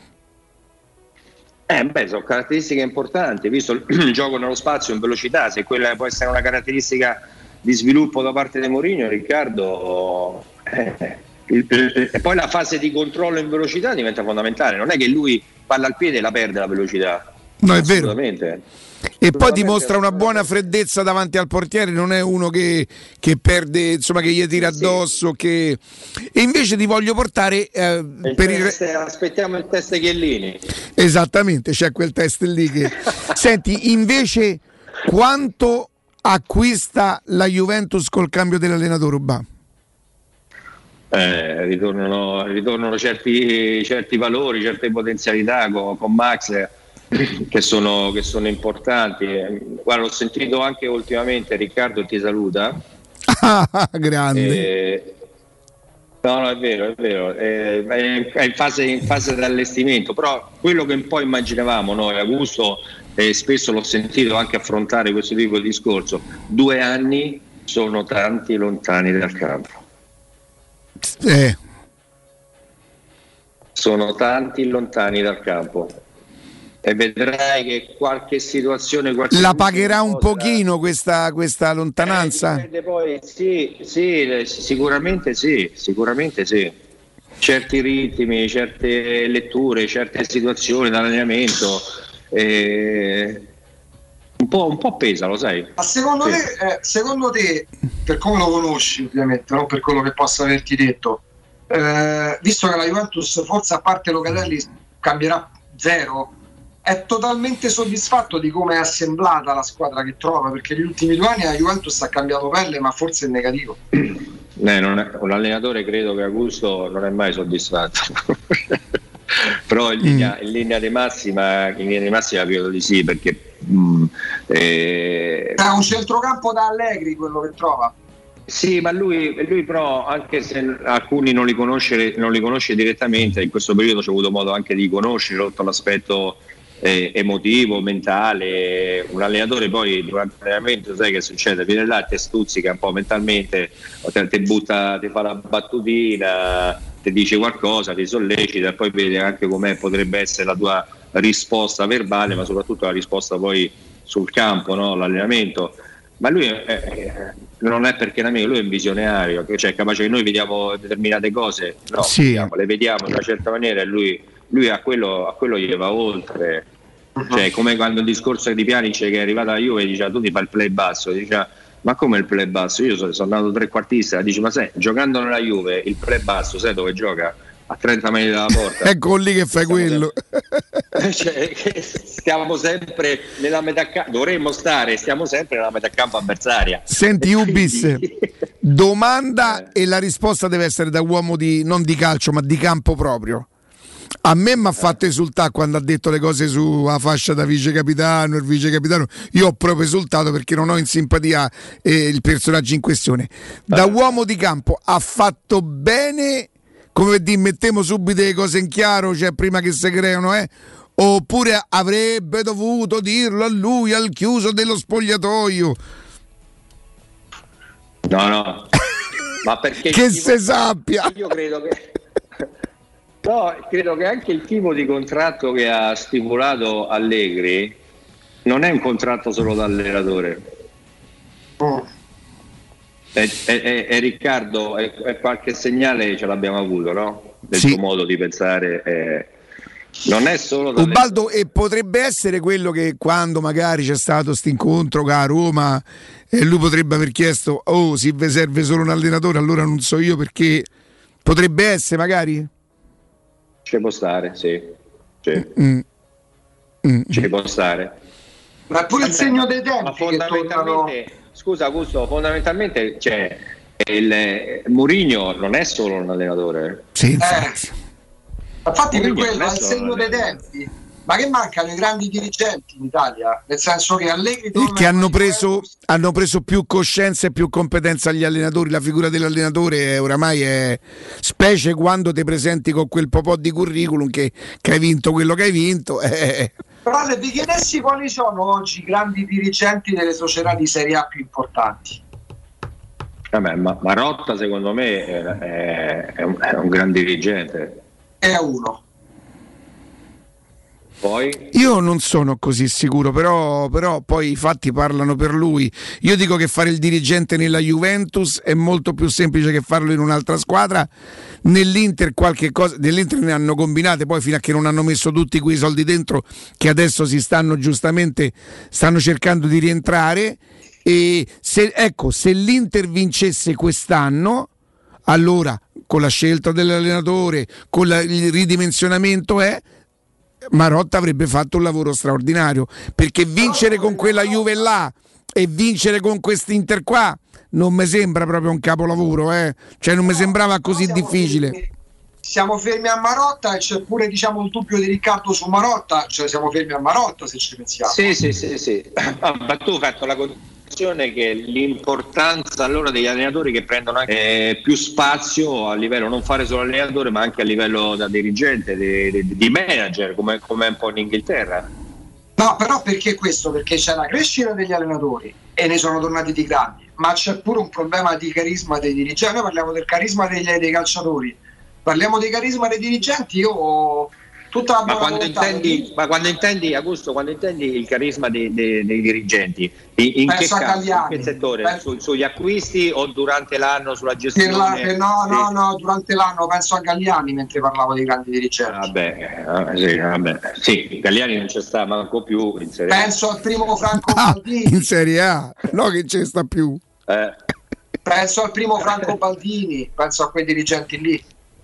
Eh, beh, sono caratteristiche importanti, visto il gioco nello spazio in velocità, se quella può essere una caratteristica di sviluppo da parte di Mourinho, Riccardo, eh, il, il, e poi la fase di controllo in velocità diventa fondamentale, non è che lui palla al piede e la perde la velocità. No, è vero. E poi Assolutamente. dimostra una buona freddezza davanti al portiere, non è uno che, che perde, insomma, che gli tira addosso. Che... E invece ti voglio portare eh, il per test, il... aspettiamo il test Chiellini. Esattamente, c'è quel test lì che... Senti, invece quanto acquista la Juventus col cambio dell'allenatore Ubà? Eh, ritornano, ritornano certi, certi valori, certe potenzialità con, con Max che sono, che sono importanti. Guarda, l'ho sentito anche ultimamente, Riccardo ti saluta. Ah, grande. Eh, no, no, è vero, è vero, eh, è in fase, in fase di allestimento, però quello che un po' immaginavamo noi, Augusto, e spesso l'ho sentito anche affrontare questo tipo di discorso, due anni sono tanti lontani dal campo. Eh. Sono tanti lontani dal campo. E vedrai che qualche situazione qualche la pagherà un pochino questa, questa lontananza? Eh, poi, sì, sì, sicuramente sì, sicuramente sì. Certi ritmi, certe letture, certe situazioni d'allenamento, eh, un po', un po' pesa, lo sai. Ma secondo sì. te, eh, secondo te, per come lo conosci ovviamente, non per quello che possa averti detto, eh, visto che la Juventus forse a parte Locatelli cambierà zero, è totalmente soddisfatto di come è assemblata la squadra che trova, perché negli ultimi due anni la Juventus ha cambiato pelle, ma forse è negativo. Eh, non è, un allenatore credo che Augusto non è mai soddisfatto. Però in linea, mm. in linea di massima in linea di massima credo di sì, perché mh, eh... è un centrocampo da Allegri quello che trova. Sì, ma lui, lui però, anche se alcuni non li conosce, non li conosce direttamente, in questo periodo c'è avuto modo anche di conoscere sotto l'aspetto eh, emotivo, mentale. Un allenatore poi durante l'allenamento sai che succede? Viene là, ti stuzzica un po' mentalmente, ti butta, ti fa la battutina, ti dice qualcosa, ti sollecita e poi vede anche com'è potrebbe essere la tua risposta verbale, ma soprattutto la risposta poi sul campo, no? L'allenamento. Ma lui è, è, non è perché nemico, lui è un visionario, cioè è capace che noi vediamo determinate cose, no, sì. vediamo, le vediamo in una certa maniera e lui, lui a quello a quello gli va oltre. Uh-huh. Cioè come quando il discorso di Pjanic che è arrivato alla Juve diceva tu ti fai il play basso, diceva ma come il play basso? Io sono, sono andato trequartista, dice ma sai, giocando nella Juve il play basso sai dove gioca? A trenta metri dalla porta. Ecco lì che fai stiamo quello. Sempre, cioè, stiamo sempre nella metà campo, dovremmo stare, stiamo sempre nella metà campo avversaria. Senti Ubis, domanda eh. e la risposta deve essere da uomo di non di calcio ma di campo proprio. A me mi ha fatto esultare quando ha detto le cose sulla fascia da vice capitano, il vice capitano. Io ho proprio esultato perché non ho in simpatia eh, il personaggio in questione. Da eh. uomo di campo ha fatto bene, come di mettiamo subito le cose in chiaro, cioè prima che si creano, eh? Oppure avrebbe dovuto dirlo a lui al chiuso dello spogliatoio? No, no, ma perché che se sappia. Io credo che no, credo che anche il tipo di contratto che ha stipulato Allegri non è un contratto solo da allenatore. Oh. E, e, e Riccardo, e, e qualche segnale ce l'abbiamo avuto, no? Del sì. suo modo di pensare. Eh, non è solo da Ubaldo, e potrebbe essere quello che quando magari c'è stato questo incontro a Roma e lui potrebbe aver chiesto oh se vi serve solo un allenatore allora non so io perché, potrebbe essere magari? Ci può stare, sì, sì. Mm. Mm. Ci può stare. Ma pure il segno dei tempi ma fondamentalmente che scusa Augusto, fondamentalmente cioè, il Mourinho non è solo un allenatore. Sì, infatti, eh, infatti per quello è il segno dei tempi. Ma che mancano i grandi dirigenti in Italia? Nel senso che Allegri che hanno preso, hanno preso più coscienza e più competenza agli allenatori. La figura dell'allenatore è, oramai è, specie quando ti presenti con quel po' di curriculum che, che hai vinto quello che hai vinto. Eh. Però se vi chiedessi quali sono oggi i grandi dirigenti delle società di Serie A più importanti? Vabbè, ma Marotta secondo me è, è, è, un, è un gran dirigente. È uno. Poi? Io non sono così sicuro, però, però poi i fatti parlano per lui. Io dico che fare il dirigente nella Juventus è molto più semplice che farlo in un'altra squadra. Nell'Inter qualche cosa, nell'Inter ne hanno combinate, poi fino a che non hanno messo tutti quei soldi dentro che adesso si stanno giustamente stanno cercando di rientrare. E se, ecco, se l'Inter vincesse quest'anno, allora con la scelta dell'allenatore, con la, il ridimensionamento è Marotta avrebbe fatto un lavoro straordinario, perché vincere con quella Juve là e vincere con quest'Inter qua non mi sembra proprio un capolavoro, eh? Cioè non mi sembrava così siamo difficile. Fermi, siamo fermi a Marotta e c'è pure, diciamo, il dubbio di Riccardo su Marotta, cioè siamo fermi a Marotta se ci pensiamo. Sì, sì, sì, sì. Ma tu hai fatto la condizione che l'importanza allora degli allenatori che prendono anche eh, più spazio a livello, non fare solo allenatore ma anche a livello da dirigente, di, di, di manager, come, come un po' in Inghilterra. No, però perché questo? Perché c'è la crescita degli allenatori e ne sono tornati di grandi, ma c'è pure un problema di carisma dei dirigenti. Noi parliamo del carisma degli, dei calciatori, parliamo del carisma dei dirigenti. Io tutta la ma quando intendi, di... ma quando intendi, Augusto, quando intendi il carisma dei, dei, dei dirigenti, in, in che caso, in che settore? Penso... Su, sugli acquisti o durante l'anno sulla gestione? Per la, per no, no, no, durante l'anno penso a Galliani mentre parlavo dei grandi dirigenti. Vabbè, eh, sì, vabbè. Sì, Galliani non c'è sta manco più in Serie A. Penso al primo Franco ah, Baldini. In Serie A, no che c'è sta più. Eh. Penso al primo Franco Baldini, penso a quei dirigenti lì.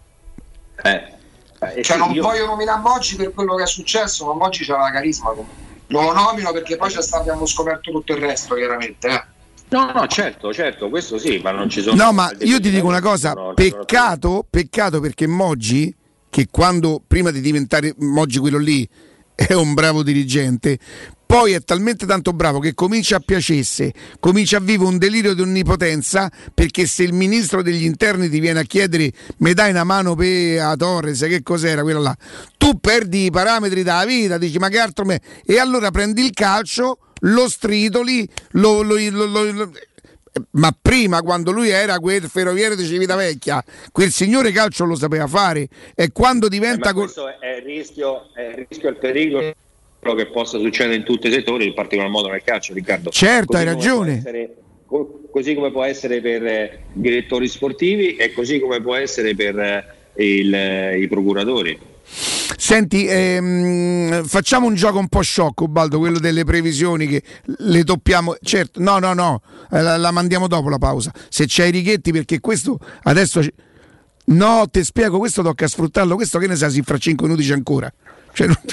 Eh. Eh, cioè sì, non io... voglio nominare Moggi per quello che è successo, ma Moggi c'aveva carisma. Non lo nomino perché poi sta, abbiamo scoperto tutto il resto, chiaramente. Eh. No, no, certo, certo, questo sì, ma non ci sono. No, ma io ti dico una cosa: no, peccato, peccato perché Moggi, che quando prima di diventare Moggi quello lì è un bravo dirigente, poi è talmente tanto bravo che comincia a piacesse, comincia a vivere un delirio di onnipotenza, perché se il ministro degli interni ti viene a chiedere mi dai una mano per a Torres, che cos'era quella là, tu perdi i parametri della vita, dici ma che altro me, e allora prendi il calcio, lo stritoli, lo, lo, lo, lo, lo ma prima quando lui era quel ferroviere di Civitavecchia, quel signore calcio lo sapeva fare, e quando diventa eh, ma questo è il rischio, è il rischio e il pericolo che possa succedere in tutti i settori, in particolar modo nel calcio, Riccardo. Certo, così hai ragione. Essere, così come può essere per eh, direttori sportivi e così come può essere per eh, il, eh, i procuratori. Senti, ehm, facciamo un gioco un po' sciocco, Baldo, quello delle previsioni che le toppiamo. Certo, no, no, no, la, la mandiamo dopo la pausa. Se c'hai i Righetti, perché questo adesso c- no, ti spiego, questo tocca sfruttarlo, questo che ne sa, si fra cinque minuti c'è ancora. Cioè, non...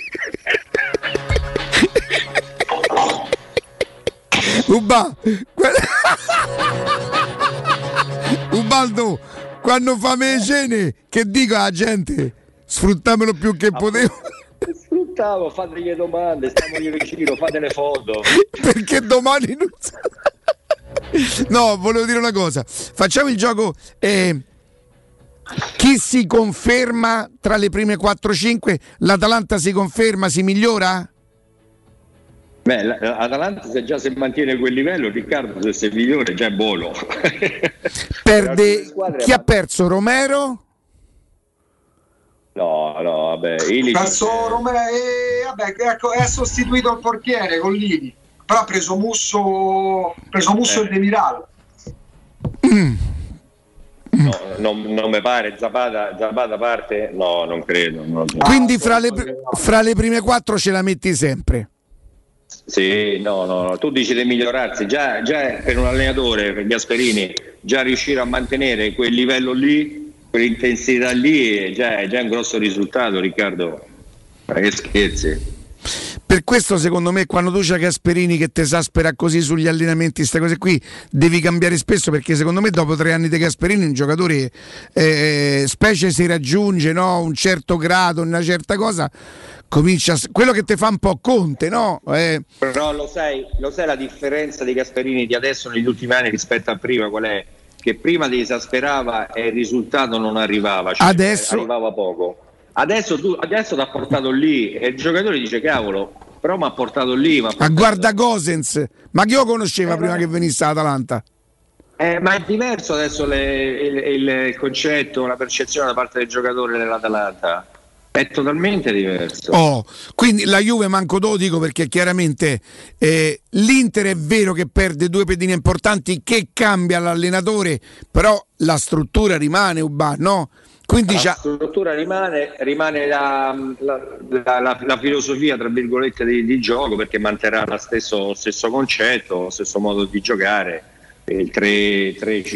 Uba, Ubaldo, quando fa me cene, che dico alla gente? Sfruttamelo più che potevo. Sfruttavo, fategli domande, stiamogli vicino, fate le foto. Perché domani non... No, volevo dire una cosa. Facciamo il gioco. Eh, chi si conferma tra le prime quattro cinque? L'Atalanta si conferma, si migliora? Beh, l'Atalanta se già se mantiene quel livello, Riccardo, se sei migliore già è buono. Perde. Chi ha perso? Romero? No, no, vabbè, Ilic... perso Romero, eh, vabbè, ecco, è sostituito il portiere con Lini, però ha preso Musso, preso Musso eh. e Demiral. Mm. No, non, non mi pare. Zapata, Zapata parte? No, non credo. Non so. Quindi fra le, fra le prime quattro ce la metti sempre? Sì, no, no, no. Tu dici di migliorarsi, già, già per un allenatore, per Gasperini, già riuscire a mantenere quel livello lì, quell'intensità lì, è già, è già un grosso risultato, Riccardo. Ma che scherzi. Per questo secondo me quando tu c'hai Gasperini che ti esaspera così sugli allenamenti, queste cose qui, devi cambiare spesso, perché secondo me dopo tre anni di Gasperini un giocatore, eh, specie se raggiunge, no, un certo grado, una certa cosa, comincia a, quello che ti fa un po' Conte, no? Eh. Però lo sai, lo sai la differenza di Gasperini di adesso negli ultimi anni rispetto a prima qual è? Che prima ti esasperava e il risultato non arrivava, cioè adesso arrivava poco. Adesso tu adesso ti ha portato lì e il giocatore dice cavolo, però mi ha portato lì. M'ha portato... Ma guarda Gosens, ma chi lo conosceva eh, prima ma... che venisse all'Atalanta? Eh, ma è diverso adesso le, il, il concetto, la percezione da parte del giocatore dell'Atalanta. È totalmente diverso. Oh, quindi la Juve manco te lo dico, perché chiaramente eh, l'Inter è vero che perde due pedine importanti, che cambia l'allenatore, però la struttura rimane, Uba, no? Quindi la c'ha... struttura rimane, rimane la, la, la, la, la filosofia tra virgolette di, di gioco, perché manterrà lo stesso, stesso concetto, lo stesso modo di giocare, il tre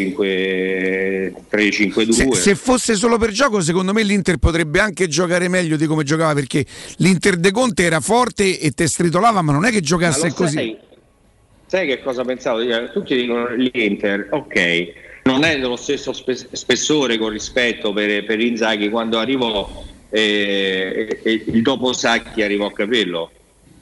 cinque due. Se, se fosse solo per gioco, secondo me l'Inter potrebbe anche giocare meglio di come giocava, perché l'Inter de Conte era forte e te stritolava, ma non è che giocasse sai, così. Sai che cosa pensavo? Tutti dicono l'Inter, ok, non è dello stesso spe- spessore con rispetto per, per Inzaghi quando arrivò eh, e il dopo Sacchi arrivò a capirlo.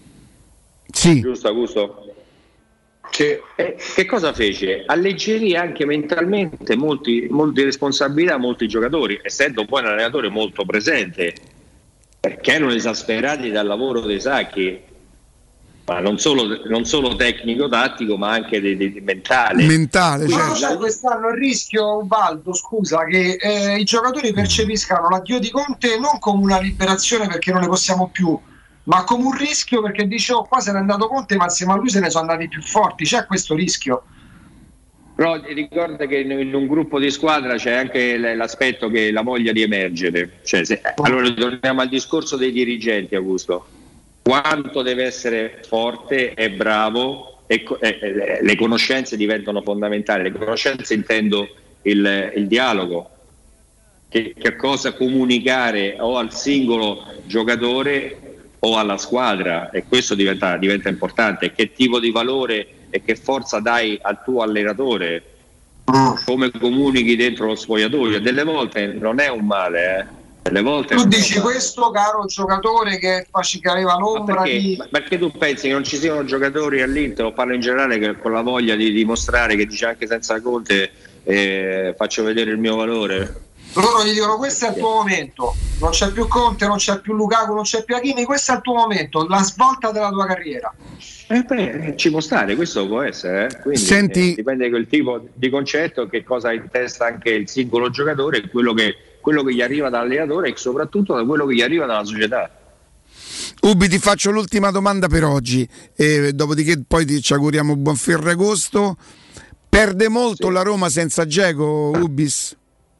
Sì. Giusto Augusto? Che, eh, che cosa fece? Alleggerì anche mentalmente molti, molte responsabilità a molti giocatori, essendo poi un allenatore molto presente, perché erano esasperati dal lavoro dei Sacchi, ma non solo, non solo tecnico-tattico, ma anche di, di, di mentale. Mentale, ma certo. c'è quest'anno il rischio, Ubaldo, scusa, che eh, i giocatori percepiscano l'addio di Conte non come una liberazione perché non ne possiamo più, ma come un rischio perché dice oh, qua se n'è andato Conte, ma insieme a lui se ne sono andati più forti. C'è questo rischio. Però ricorda che in un gruppo di squadra c'è anche l'aspetto che la voglia di emergere, cioè, se, allora torniamo al discorso dei dirigenti, Augusto, quanto deve essere forte e bravo, e, e, le conoscenze diventano fondamentali. Le conoscenze intendo il, il dialogo, che, che cosa comunicare o al singolo giocatore o alla squadra, e questo diventa, diventa importante. Che tipo di valore e che forza dai al tuo allenatore, come comunichi dentro lo spogliatoio. Delle volte non è un male, eh. Delle volte tu dici questo, caro giocatore che, che aveva l'ombra ma perché, di... perché tu pensi che non ci siano giocatori all'Inter, o parlo in generale, che con la voglia di dimostrare, che dice anche senza Conte eh, faccio vedere il mio valore? Loro gli dicono questo è il tuo momento, non c'è più Conte, non c'è più Lukaku, non c'è più Hakimi, questo è il tuo momento, la svolta della tua carriera. Eh beh, ci può stare, questo può essere, eh? Quindi Senti... eh, dipende da quel tipo di concetto, che cosa ha in testa anche il singolo giocatore, quello che, quello che gli arriva dall'allenatore e soprattutto da quello che gli arriva dalla società. Ubi, ti faccio l'ultima domanda per oggi, e dopodiché poi ti ci auguriamo buon Ferragosto. Perde molto sì. la Roma senza Dzeko, Ubis?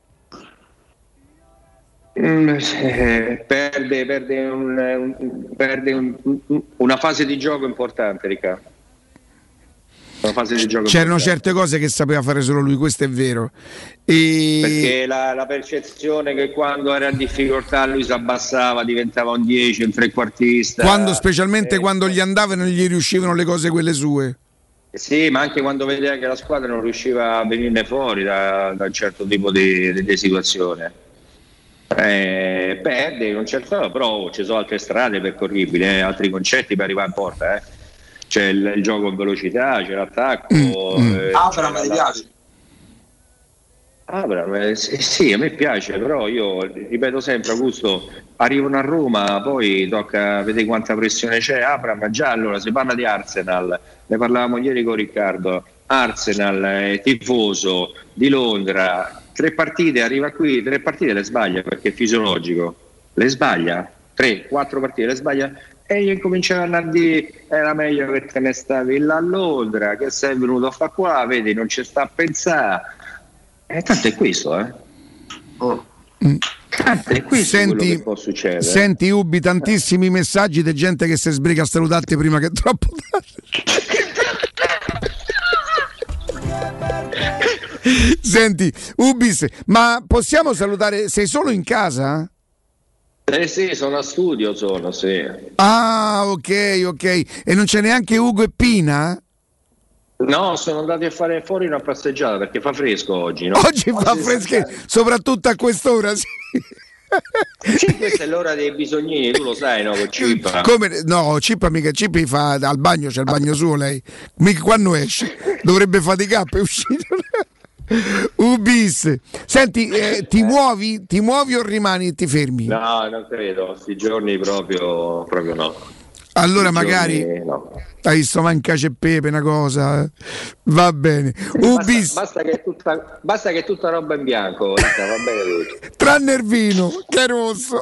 Mm, eh, perde, perde, un, un, perde un, un, una fase di gioco importante, Riccardo. Una fase di gioco C'erano importante. certe cose che sapeva fare solo lui, questo è vero. E... Perché la, la percezione che quando era in difficoltà lui si abbassava, diventava un dieci, un trequartista. Quando, specialmente eh, quando gli andavano e gli riuscivano le cose quelle sue. Sì, ma anche quando vedeva che la squadra non riusciva a venirne fuori da, da un certo tipo di, di, di situazione. Eh, perde in un certo modo, però ci sono altre strade percorribili, eh, altri concetti per arrivare in porta, eh. C'è il, il gioco in velocità, c'è l'attacco. Mm, eh, Abraham mi piace. Abraham, eh, sì, sì, a me piace, però io ripeto sempre, Augusto, arrivano a Roma, poi tocca vedere quanta pressione c'è. Abraham, già allora si parla di Arsenal, ne parlavamo ieri con Riccardo, Arsenal, eh, tifoso di Londra, tre partite, arriva qui, tre partite le sbaglia perché è fisiologico, le sbaglia, tre, quattro partite le sbaglia, e io incominciavo a dire era meglio che te ne stavi là a Londra, che sei venuto a fare qua, vedi, non ci sta a pensare, e tanto è questo, eh. Oh. Tanto è questo. Senti, quello che può succedere. Senti Ubi, tantissimi messaggi di gente che si sbriga a salutarti prima che è troppo tardi. Senti Ubis, ma possiamo salutare, sei solo in casa? Eh sì, sono a studio, sono, sì. Ah, ok, ok. E non c'è neanche Ugo e Pina? No, sono andati a fare fuori una passeggiata perché fa fresco oggi, no? Oggi fa fresco, soprattutto a quest'ora, sì. Sì, questa è l'ora dei bisognini, tu lo sai, no? Con Cippa. Come? No, Cippa mica, Cippa fa al bagno, c'è il bagno suo lei. Mica quando esce, dovrebbe faticare per uscire. Ubis, senti, eh, ti muovi? Ti muovi o rimani e ti fermi? No, non credo, questi giorni proprio, proprio no. Allora Questi magari giorni, no. hai visto manca c'è pepe, una cosa. Va bene. Ubis. Basta, basta, che tutta, basta che tutta roba in bianco, va bene tutto. Tranne il vino, che è rosso.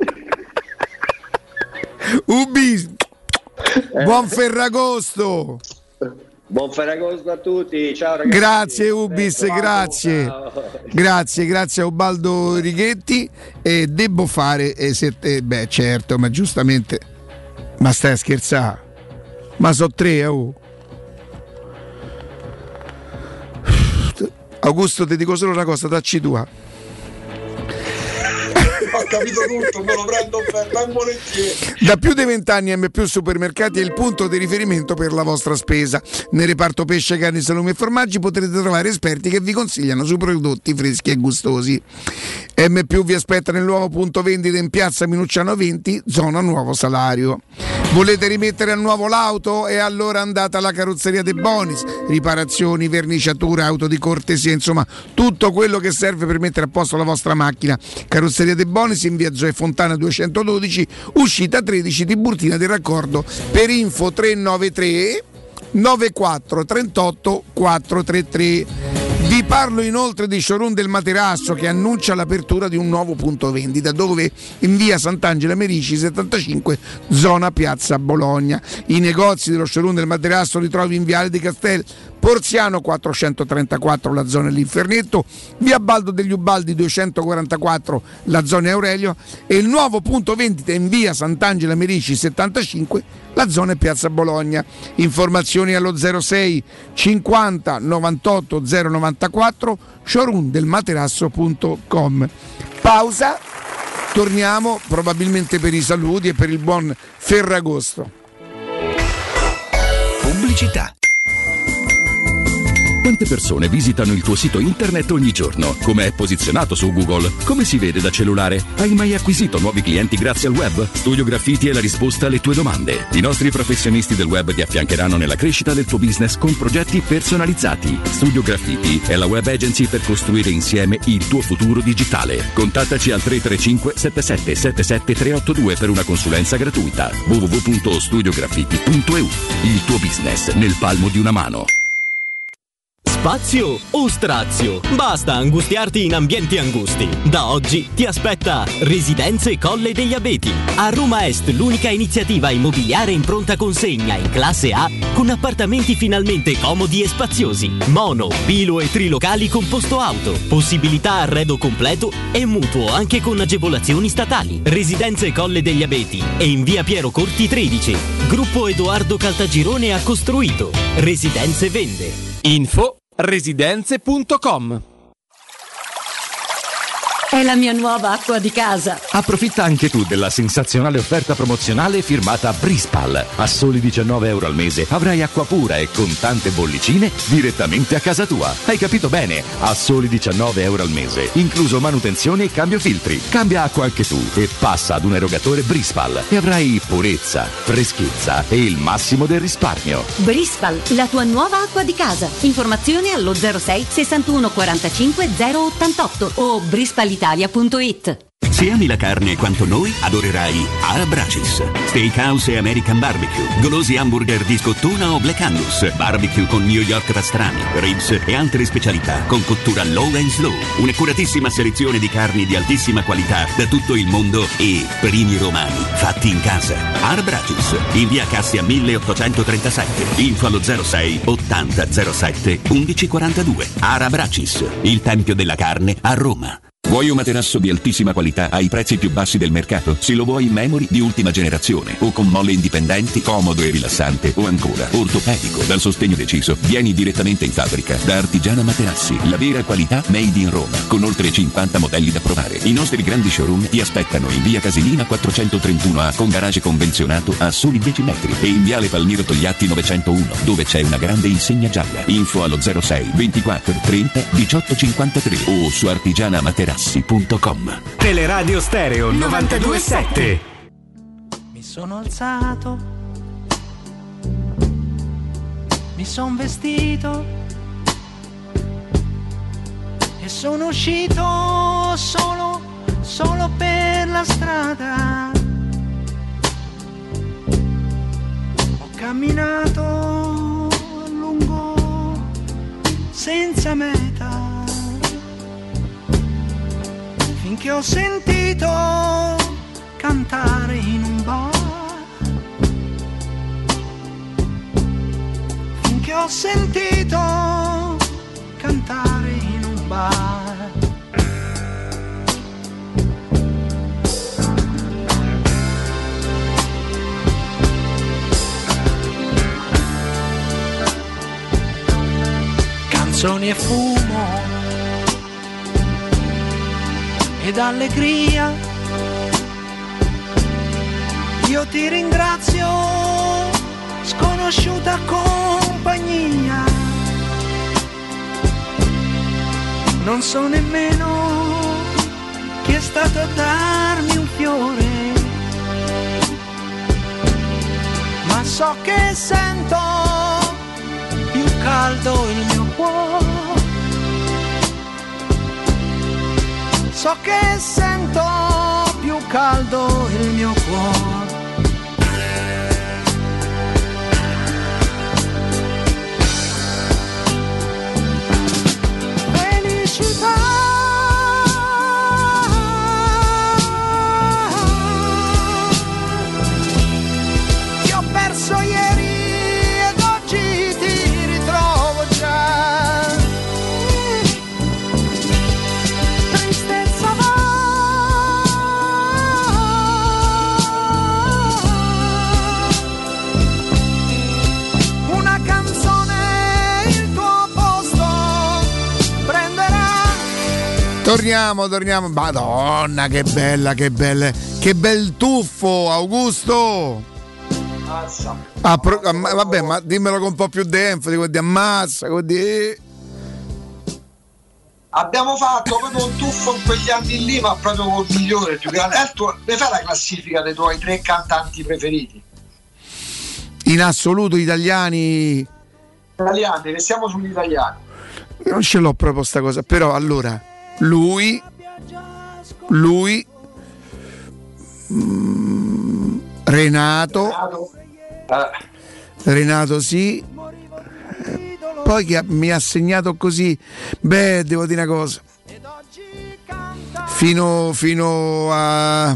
Ubis. Eh. Buon Ferragosto. Buon Ferragosto a tutti, ciao ragazzi. Grazie Ubis, Ciao, grazie. ciao. Grazie, grazie a Ubaldo Righetti. E devo fare, eh, se, eh, beh certo, ma giustamente, ma stai a scherzare? Ma so tre, oh. Augusto, ti dico solo una cosa, tacci tua. Ho capito tutto, me lo prendo ben volentieri. Da più di vent'anni M più Supermercati è il punto di riferimento per la vostra spesa. Nel reparto pesce, carni, salumi e formaggi potrete trovare esperti che vi consigliano su prodotti freschi e gustosi. M più vi aspetta nel nuovo punto vendita in piazza Minucciano venti, zona Nuovo Salario. Volete rimettere a nuovo l'auto? E allora andate alla Carrozzeria De Bonis. Riparazioni, verniciatura, auto di cortesia, insomma tutto quello che serve per mettere a posto la vostra macchina. Carrozzeria De Bonis in via Zoe Fontana duecentododici, uscita tredici Tiburtina del Raccordo. Per info tre nove tre nove quattro tre otto quattro tre tre. Vi parlo inoltre di Showroom del Materasso che annuncia l'apertura di un nuovo punto vendita dove in via Sant'Angela Merici settantacinque, zona Piazza Bologna. I negozi dello Showroom del Materasso li trovi in viale di Castel Porziano quattrocentotrentaquattro, la zona dell'Infernetto, via Baldo degli Ubaldi duecentoquarantaquattro, la zona Aurelio, e il nuovo punto vendita in via Sant'Angela Merici settantacinque, la zona è Piazza Bologna. Informazioni allo zero sei cinquanta novantotto zero novantaquattro, showroom del materasso punto com. Pausa, torniamo probabilmente per i saluti e per il buon Ferragosto. Pubblicità. Quante persone visitano il tuo sito internet ogni giorno? Come è posizionato su Google? Come si vede da cellulare? Hai mai acquisito nuovi clienti grazie al web? Studio Graffiti è la risposta alle tue domande. I nostri professionisti del web ti affiancheranno nella crescita del tuo business con progetti personalizzati. Studio Graffiti è la web agency per costruire insieme il tuo futuro digitale. Contattaci al tre tre cinque sette sette sette sette tre otto due per una consulenza gratuita. w w w punto studio graffiti punto e u. Il tuo business nel palmo di una mano. Spazio o strazio? Basta angustiarti in ambienti angusti. Da oggi ti aspetta Residenze Colle degli Abeti. A Roma Est l'unica iniziativa immobiliare in pronta consegna in classe A con appartamenti finalmente comodi e spaziosi. Mono, bilo e trilocali con posto auto. Possibilità arredo completo e mutuo anche con agevolazioni statali. Residenze Colle degli Abeti e in via Piero Corti tredici. Gruppo Edoardo Caltagirone ha costruito. Residenze vende. Info residenze punto com. È la mia nuova acqua di casa. Approfitta anche tu della sensazionale offerta promozionale firmata Brispal. A soli diciannove euro al mese avrai acqua pura e con tante bollicine direttamente a casa tua. Hai capito bene? A soli diciannove euro al mese, incluso manutenzione e cambio filtri. Cambia acqua anche tu e passa ad un erogatore Brispal e avrai purezza, freschezza e il massimo del risparmio. Brispal, la tua nuova acqua di casa. Informazioni allo zero sei sessantuno quarantacinque zero ottantotto o brispal italia punto it. Se ami la carne quanto noi, adorerai Arabracis. Steakhouse e American Barbecue, golosi hamburger di scottuna o Black Angus, barbecue con New York pastrami, ribs e altre specialità con cottura low and slow. Un'accuratissima selezione di carni di altissima qualità da tutto il mondo e primi romani fatti in casa. Arabracis, in via Cassia milleottocentotrentasette. Info allo zero sei ottanta zero sette undici quarantadue. Arabracis, il tempio della carne a Roma. Vuoi un materasso di altissima qualità ai prezzi più bassi del mercato? Se lo vuoi in memory di ultima generazione o con molle indipendenti, comodo e rilassante, o ancora ortopedico dal sostegno deciso, vieni direttamente in fabbrica da Artigiana Materassi, la vera qualità made in Roma, con oltre cinquanta modelli da provare. I nostri grandi showroom ti aspettano in via Casilina quattrocentotrentuno A con garage convenzionato a soli dieci metri e in viale Palmiro Togliatti novecentouno, dove c'è una grande insegna gialla. Info allo zero sei ventiquattro trenta diciotto cinquantatré o su artigianamaterassi punto com. Teleradio Stereo novantadue sette. Mi sono alzato, mi son vestito e sono uscito solo, solo per la strada. Ho camminato a lungo senza meta, finché ho sentito cantare in un bar, finché ho sentito cantare in un bar. Canzoni e fumo ed allegria, io ti ringrazio, sconosciuta compagnia. Non so nemmeno chi è stato a darmi un fiore, ma so che sento più caldo il mio cuore. So che sento più caldo il mio cuore. Felicità, che ho perso ieri ed oggi ti ritrovo già. Torniamo, torniamo. Madonna, che bella, che bella. Che bel tuffo, Augusto. Ah, pro, amma, vabbè, ma dimmelo con un po' più di enfasi, così ammazza, così. Abbiamo fatto proprio un tuffo in quegli anni lì, ma proprio col migliore, il più grande. Eh, tu, mi fai la classifica dei tuoi tre cantanti preferiti? In assoluto italiani. Italiani, restiamo sugli italiani. Non ce l'ho proprio sta cosa, però allora lui lui mm, Renato Renato, eh. Renato sì, eh, poi che mi ha segnato così, beh, devo dire una cosa, fino, fino a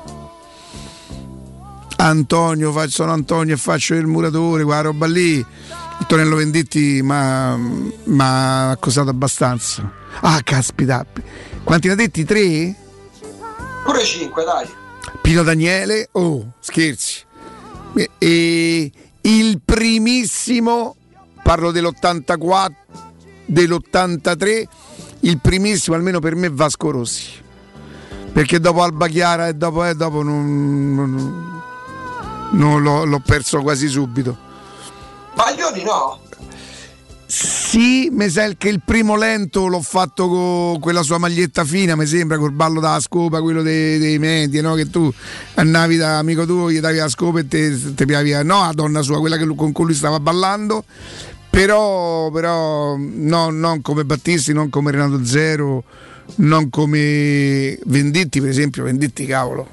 Antonio, faccio, sono Antonio e faccio il muratore, quella roba lì, Tonello Venditti ma ha accusato abbastanza. Ah, caspita, quanti ne ha detti? Tre? Pure cinque, dai. Pino Daniele, oh, scherzi. E il primissimo, parlo dell'ottantaquattro, dell'ottantatré, il primissimo almeno per me Vasco Rossi, perché dopo Alba Chiara e dopo, eh, dopo non, non, non l'ho, l'ho perso quasi subito. Baglioni no? Sì, mi sa che il primo lento l'ho fatto con quella sua maglietta fina, mi sembra, col ballo dalla scopa, quello dei, dei media, no? Che tu andavi da amico tuo, gli davi la scopa e te, te piavi, no, la donna sua, quella che, con cui lui stava ballando, però, però no, non come Battisti, non come Renato Zero, non come Venditti, per esempio. Venditti, cavolo,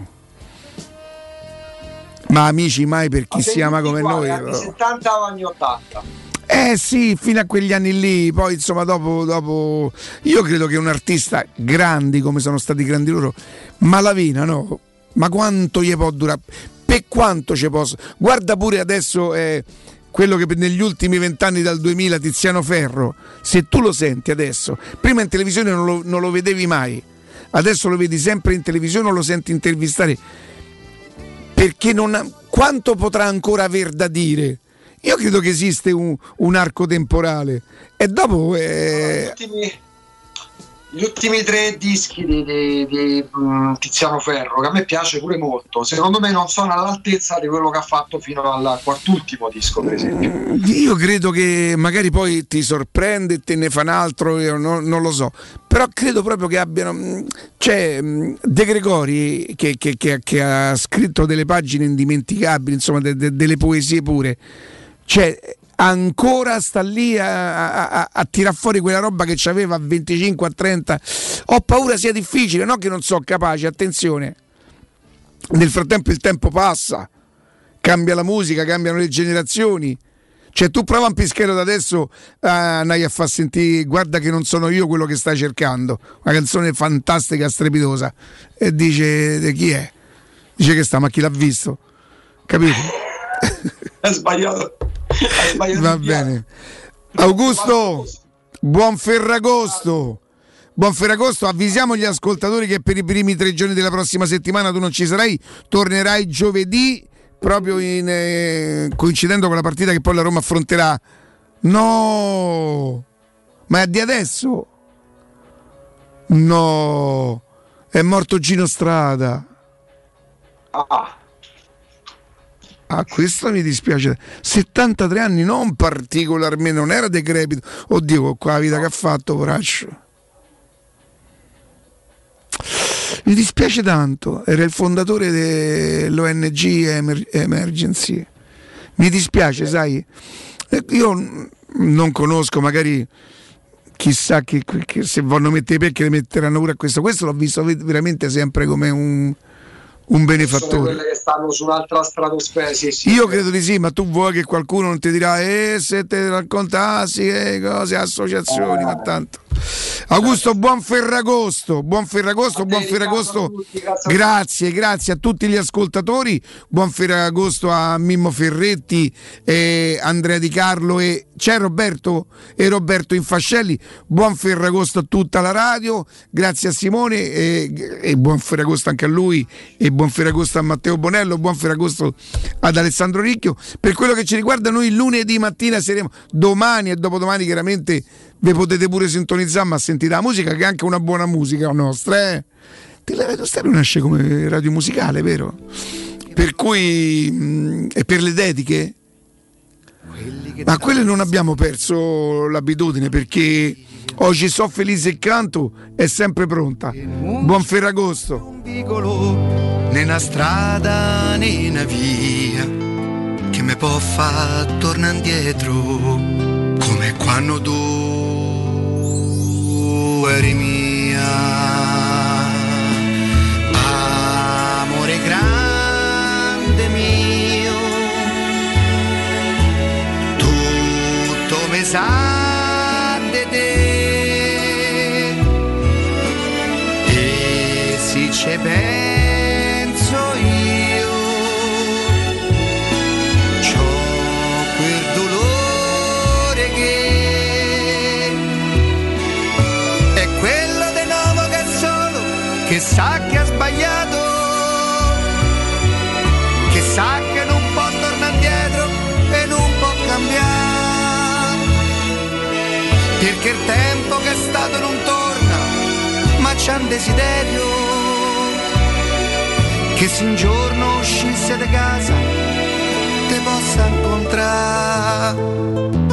ma amici mai per chi si ama come noi. Anni settanta o anni ottanta? Eh sì, fino a quegli anni lì, poi insomma dopo, dopo io credo che un artista grandi come sono stati grandi loro, Malavina, no? Ma quanto gli può durare? Per quanto ci posso? Guarda pure adesso eh, quello che negli ultimi vent'anni dal duemila, Tiziano Ferro, se tu lo senti adesso, prima in televisione non lo, non lo vedevi mai, adesso lo vedi sempre in televisione o lo senti intervistare, perché non ha, quanto potrà ancora aver da dire? Io credo che esiste un, un arco temporale e dopo eh... gli, ultimi, gli ultimi tre dischi di, di, di um, Tiziano Ferro, che a me piace pure molto, secondo me non sono all'altezza di quello che ha fatto fino al quartultimo disco, per esempio. Io credo che magari poi ti sorprende e te ne fa un altro, io non, non lo so, però credo proprio che abbiano, cioè De Gregori che, che, che, che ha scritto delle pagine indimenticabili, insomma de, de, delle poesie pure, cioè ancora sta lì a, a, a tirar fuori quella roba che c'aveva a venticinque, a trenta. Ho paura sia difficile, no che non so capace, attenzione, nel frattempo il tempo passa, cambia la musica, cambiano le generazioni, cioè tu prova un pischello da adesso a andare a far sentire Guarda che non sono io quello che stai cercando, una canzone fantastica, strepitosa, e dice di chi è? Dice che sta, ma chi l'ha visto? Capito? È sbagliato. È sbagliato. Va bene. Augusto, buon Ferragosto. Buon Ferragosto, avvisiamo gli ascoltatori che per i primi tre giorni della prossima settimana tu non ci sarai, tornerai giovedì, proprio in, eh, coincidendo con la partita che poi la Roma affronterà. No, ma è di adesso? No, è morto Gino Strada. Ah. Ah, questo mi dispiace. settantatré anni, non particolarmente, non era decrepito. Oddio, qua la vita che ha fatto, poraccio. Mi dispiace tanto, era il fondatore dell'O N G Emer- Emergency. Mi dispiace, sai. Io non conosco, magari chissà che, che se vogliono mettere i pecchi le metteranno pure a questo. Questo l'ho visto veramente sempre come un un benefattore. Sono quelle che stanno su un'altra stratosfera. Sì, sì. Io credo di sì, ma tu vuoi che qualcuno non ti dirà eh se te raccontassi eh, cose, associazioni, eh. ma tanto. Augusto, buon Ferragosto, buon Ferragosto, buon Ferragosto. Grazie, grazie, grazie a tutti gli ascoltatori. Buon Ferragosto a Mimmo Ferretti, e Andrea Di Carlo e c'è Roberto e Roberto Infascelli. Buon Ferragosto a tutta la radio. Grazie a Simone e, e buon Ferragosto anche a lui e buon Ferragosto a Matteo Bonello, buon Ferragosto ad Alessandro Ricchio. Per quello che ci riguarda, noi lunedì mattina saremo, domani e dopodomani chiaramente vi potete pure sintonizzare, ma sentite la musica che è anche una buona musica nostra, eh? Teleradio Stereo nasce come radio musicale, vero? Per cui mh, e per le dediche, ma quelle non abbiamo perso l'abitudine, perché oggi So Felice e Canto è sempre pronta. Buon Ferragosto. Né una strada né una via che mi può far tornare indietro, come quando tu eri mia. Amore grande mio, tutto mi sa di te, e se ci penso io c'ho quel dolore che è quello di nuovo che solo che sa che ha sbagliato, che sa che non può tornare indietro e non può cambiare, perché il tempo che è stato non torna, ma c'è un desiderio che se un giorno uscisse da casa te possa incontrare.